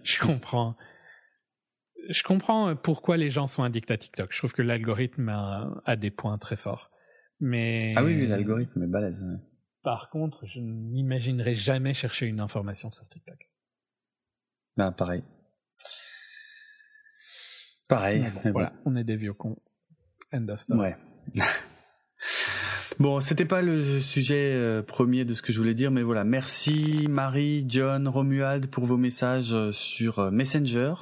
Je comprends pourquoi les gens sont addicts à TikTok. Je trouve que l'algorithme a des points très forts. Mais... Ah oui, l'algorithme est balèze. Ouais. Par contre, je n'imaginerais jamais chercher une information sur TikTok. Bah, pareil. Bon, voilà, on est des vieux cons. End of story. Ouais. Bon, c'était pas le sujet premier de ce que je voulais dire, mais voilà. Merci Marie, John, Romuald pour vos messages sur Messenger.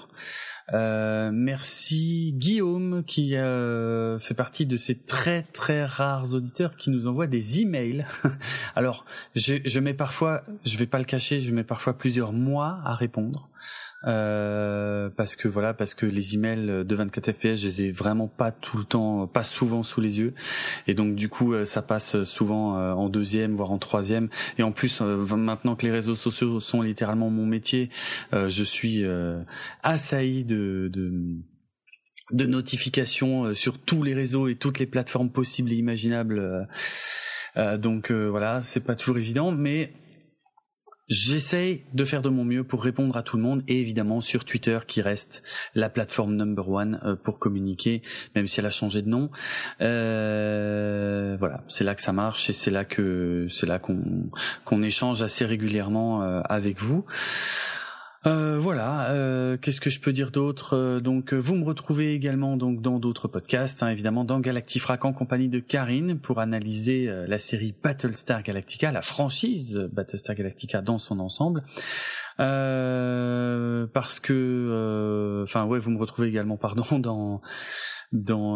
Merci Guillaume qui fait partie de ces très très rares auditeurs qui nous envoient des emails. Alors, je mets parfois, je vais pas le cacher, je mets parfois plusieurs mois à répondre. Parce que les emails de 24 FPS, je les ai vraiment pas tout le temps, pas souvent sous les yeux, et donc du coup ça passe souvent en deuxième voire en troisième, et en plus maintenant que les réseaux sociaux sont littéralement mon métier, je suis assailli de notifications sur tous les réseaux et toutes les plateformes possibles et imaginables, donc voilà, c'est pas toujours évident, mais j'essaye de faire de mon mieux pour répondre à tout le monde, et évidemment sur Twitter qui reste la plateforme number one pour communiquer, même si elle a changé de nom. Voilà, c'est là que ça marche, et c'est là qu'on échange assez régulièrement avec vous. Voilà, qu'est-ce que je peux dire d'autre? Donc vous me retrouvez également donc dans d'autres podcasts, évidemment dans Galactifrac en compagnie de Karine pour analyser la série Battlestar Galactica, la franchise Battlestar Galactica dans son ensemble. Parce que vous me retrouvez également dans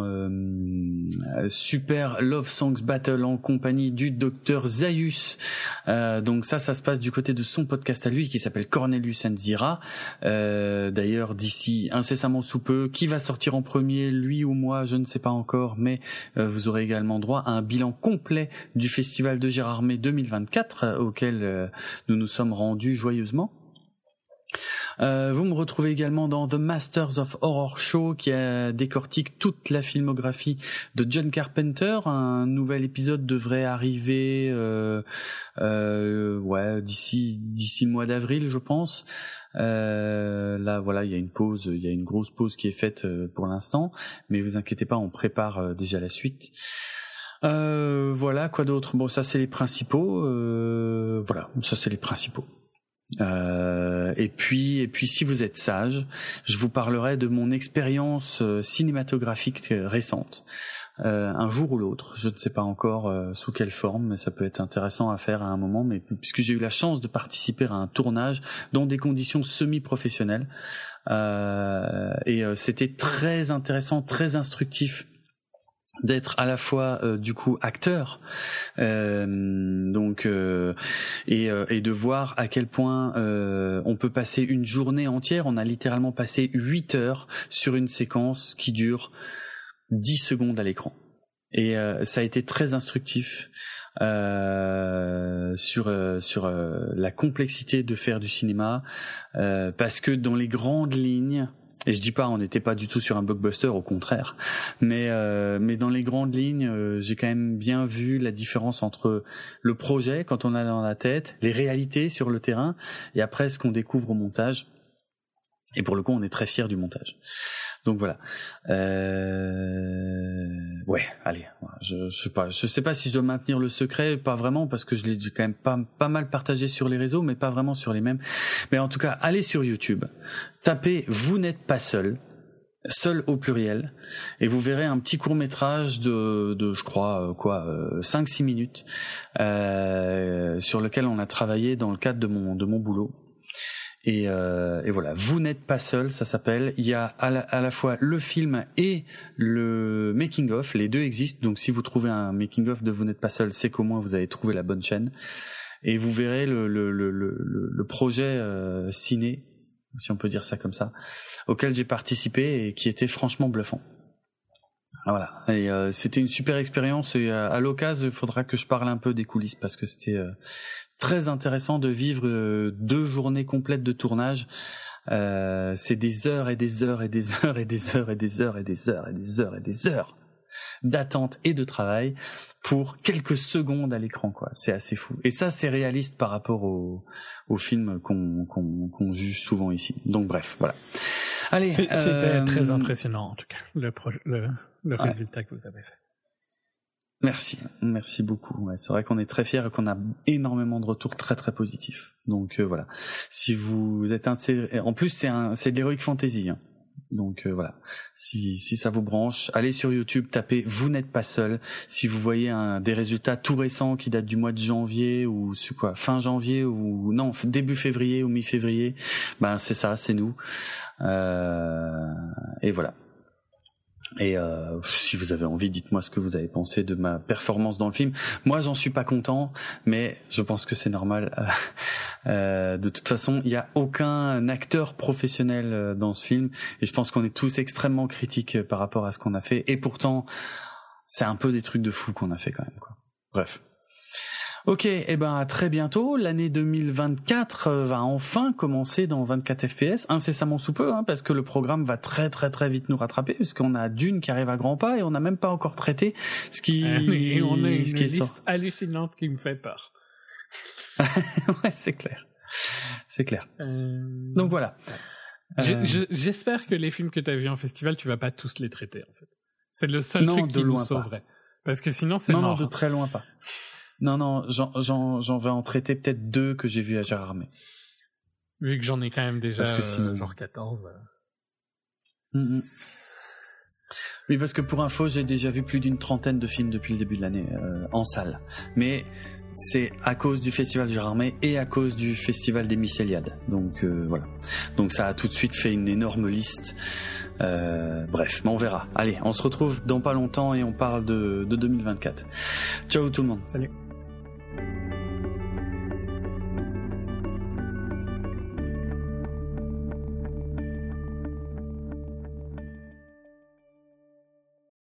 Super Love Songs Battle en compagnie du docteur Zaius. Donc ça se passe du côté de son podcast à lui qui s'appelle Cornelius and Zira. D'ailleurs d'ici incessamment sous peu, qui va sortir en premier, lui ou moi, je ne sais pas encore, mais vous aurez également droit à un bilan complet du festival de Gérardmer 2024 auquel nous nous sommes rendus joyeusement. Vous me retrouvez également dans The Masters of Horror Show qui décortique toute la filmographie de John Carpenter. Un nouvel épisode devrait arriver d'ici le mois d'avril, je pense. Là voilà, il y a une grosse pause qui est faite pour l'instant, mais vous inquiétez pas, on prépare déjà la suite. Voilà, quoi d'autre? Bon, ça c'est les principaux. Et puis si vous êtes sage, je vous parlerai de mon expérience cinématographique récente. un jour ou l'autre. Je ne sais pas encore sous quelle forme, mais ça peut être intéressant à faire à un moment. Mais puisque j'ai eu la chance de participer à un tournage dans des conditions semi-professionnelles, et c'était très intéressant, très instructif d'être à la fois du coup acteur, donc et de voir à quel point on peut passer une journée entière. On a littéralement passé 8 heures sur une séquence qui dure 10 secondes à l'écran, et ça a été très instructif sur la complexité de faire du cinéma, parce que dans les grandes lignes, et je dis pas, on n'était pas du tout sur un blockbuster, au contraire, mais dans les grandes lignes, j'ai quand même bien vu la différence entre le projet quand on a dans la tête, les réalités sur le terrain, et après ce qu'on découvre au montage. Et pour le coup, on est très fiers du montage. Donc voilà. Ouais, allez. Je sais pas si je dois maintenir le secret, pas vraiment, parce que je l'ai quand même pas mal partagé sur les réseaux, mais pas vraiment sur les mêmes. Mais en tout cas, allez sur YouTube, tapez « Vous n'êtes pas seul », seul au pluriel, et vous verrez un petit court-métrage de je crois 5-6 minutes, sur lequel on a travaillé dans le cadre de mon boulot. Et voilà, Vous n'êtes pas seul, ça s'appelle. Il y a à la fois le film et le making of, les deux existent. Donc si vous trouvez un making of de Vous n'êtes pas seul, c'est qu'au moins vous avez trouvé la bonne chaîne. Et vous verrez le projet ciné, si on peut dire ça comme ça, auquel j'ai participé et qui était franchement bluffant. Voilà, et c'était une super expérience, et à l'occasion il faudra que je parle un peu des coulisses, parce que c'était très intéressant de vivre 2 journées complètes de tournage. C'est des heures et des heures et des heures et des heures et des heures et des heures et des heures et des heures d'attente et de travail pour quelques secondes à l'écran, quoi. C'est assez fou. Et ça, c'est réaliste par rapport aux films qu'on juge souvent ici. Donc bref, voilà. Allez, c'était très impressionnant en tout cas le résultat que vous avez fait. Merci beaucoup. Ouais, c'est vrai qu'on est très fiers et qu'on a énormément de retours très très positifs. Donc voilà. Si vous êtes en plus c'est de l'heroic fantasy, hein. Donc voilà. Si ça vous branche, allez sur YouTube, tapez « Vous n'êtes pas seul ». Si vous voyez des résultats tout récents qui datent du mois de janvier, ou c'est quoi, fin janvier, ou non, début février ou mi-février, ben c'est ça, c'est nous. Et voilà. Et si vous avez envie, dites-moi ce que vous avez pensé de ma performance dans le film. Moi, j'en suis pas content, mais je pense que c'est normal. De toute façon, il y a aucun acteur professionnel dans ce film, et je pense qu'on est tous extrêmement critiques par rapport à ce qu'on a fait. Et pourtant, c'est un peu des trucs de fou qu'on a fait quand même, quoi. Bref. Ok, et ben à très bientôt. L'année 2024 va enfin commencer dans 24 FPS, incessamment sous peu, hein, parce que le programme va très très très vite nous rattraper, puisqu'on a Dune qui arrive à grands pas et on n'a même pas encore traité ce qui et on a une liste hallucinante qui me fait peur. Ouais, c'est clair. Donc voilà. J'espère que les films que tu as vus en festival, tu vas pas tous les traiter en fait. C'est le seul truc qui nous sauverait. Parce que sinon c'est mort. Non, de très loin pas. Non, j'en vais en traiter peut-être 2 que j'ai vus à Gérardmer. Vu que j'en ai quand même déjà parce que sinon... genre 14. Oui, parce que pour info, j'ai déjà vu plus d'une trentaine de films depuis le début de l'année en salle. Mais c'est à cause du festival de Gérardmer et à cause du festival des Mycéliades. Donc voilà. Donc ça a tout de suite fait une énorme liste. Bref, mais on verra. Allez, on se retrouve dans pas longtemps et on parle de 2024. Ciao tout le monde. Salut.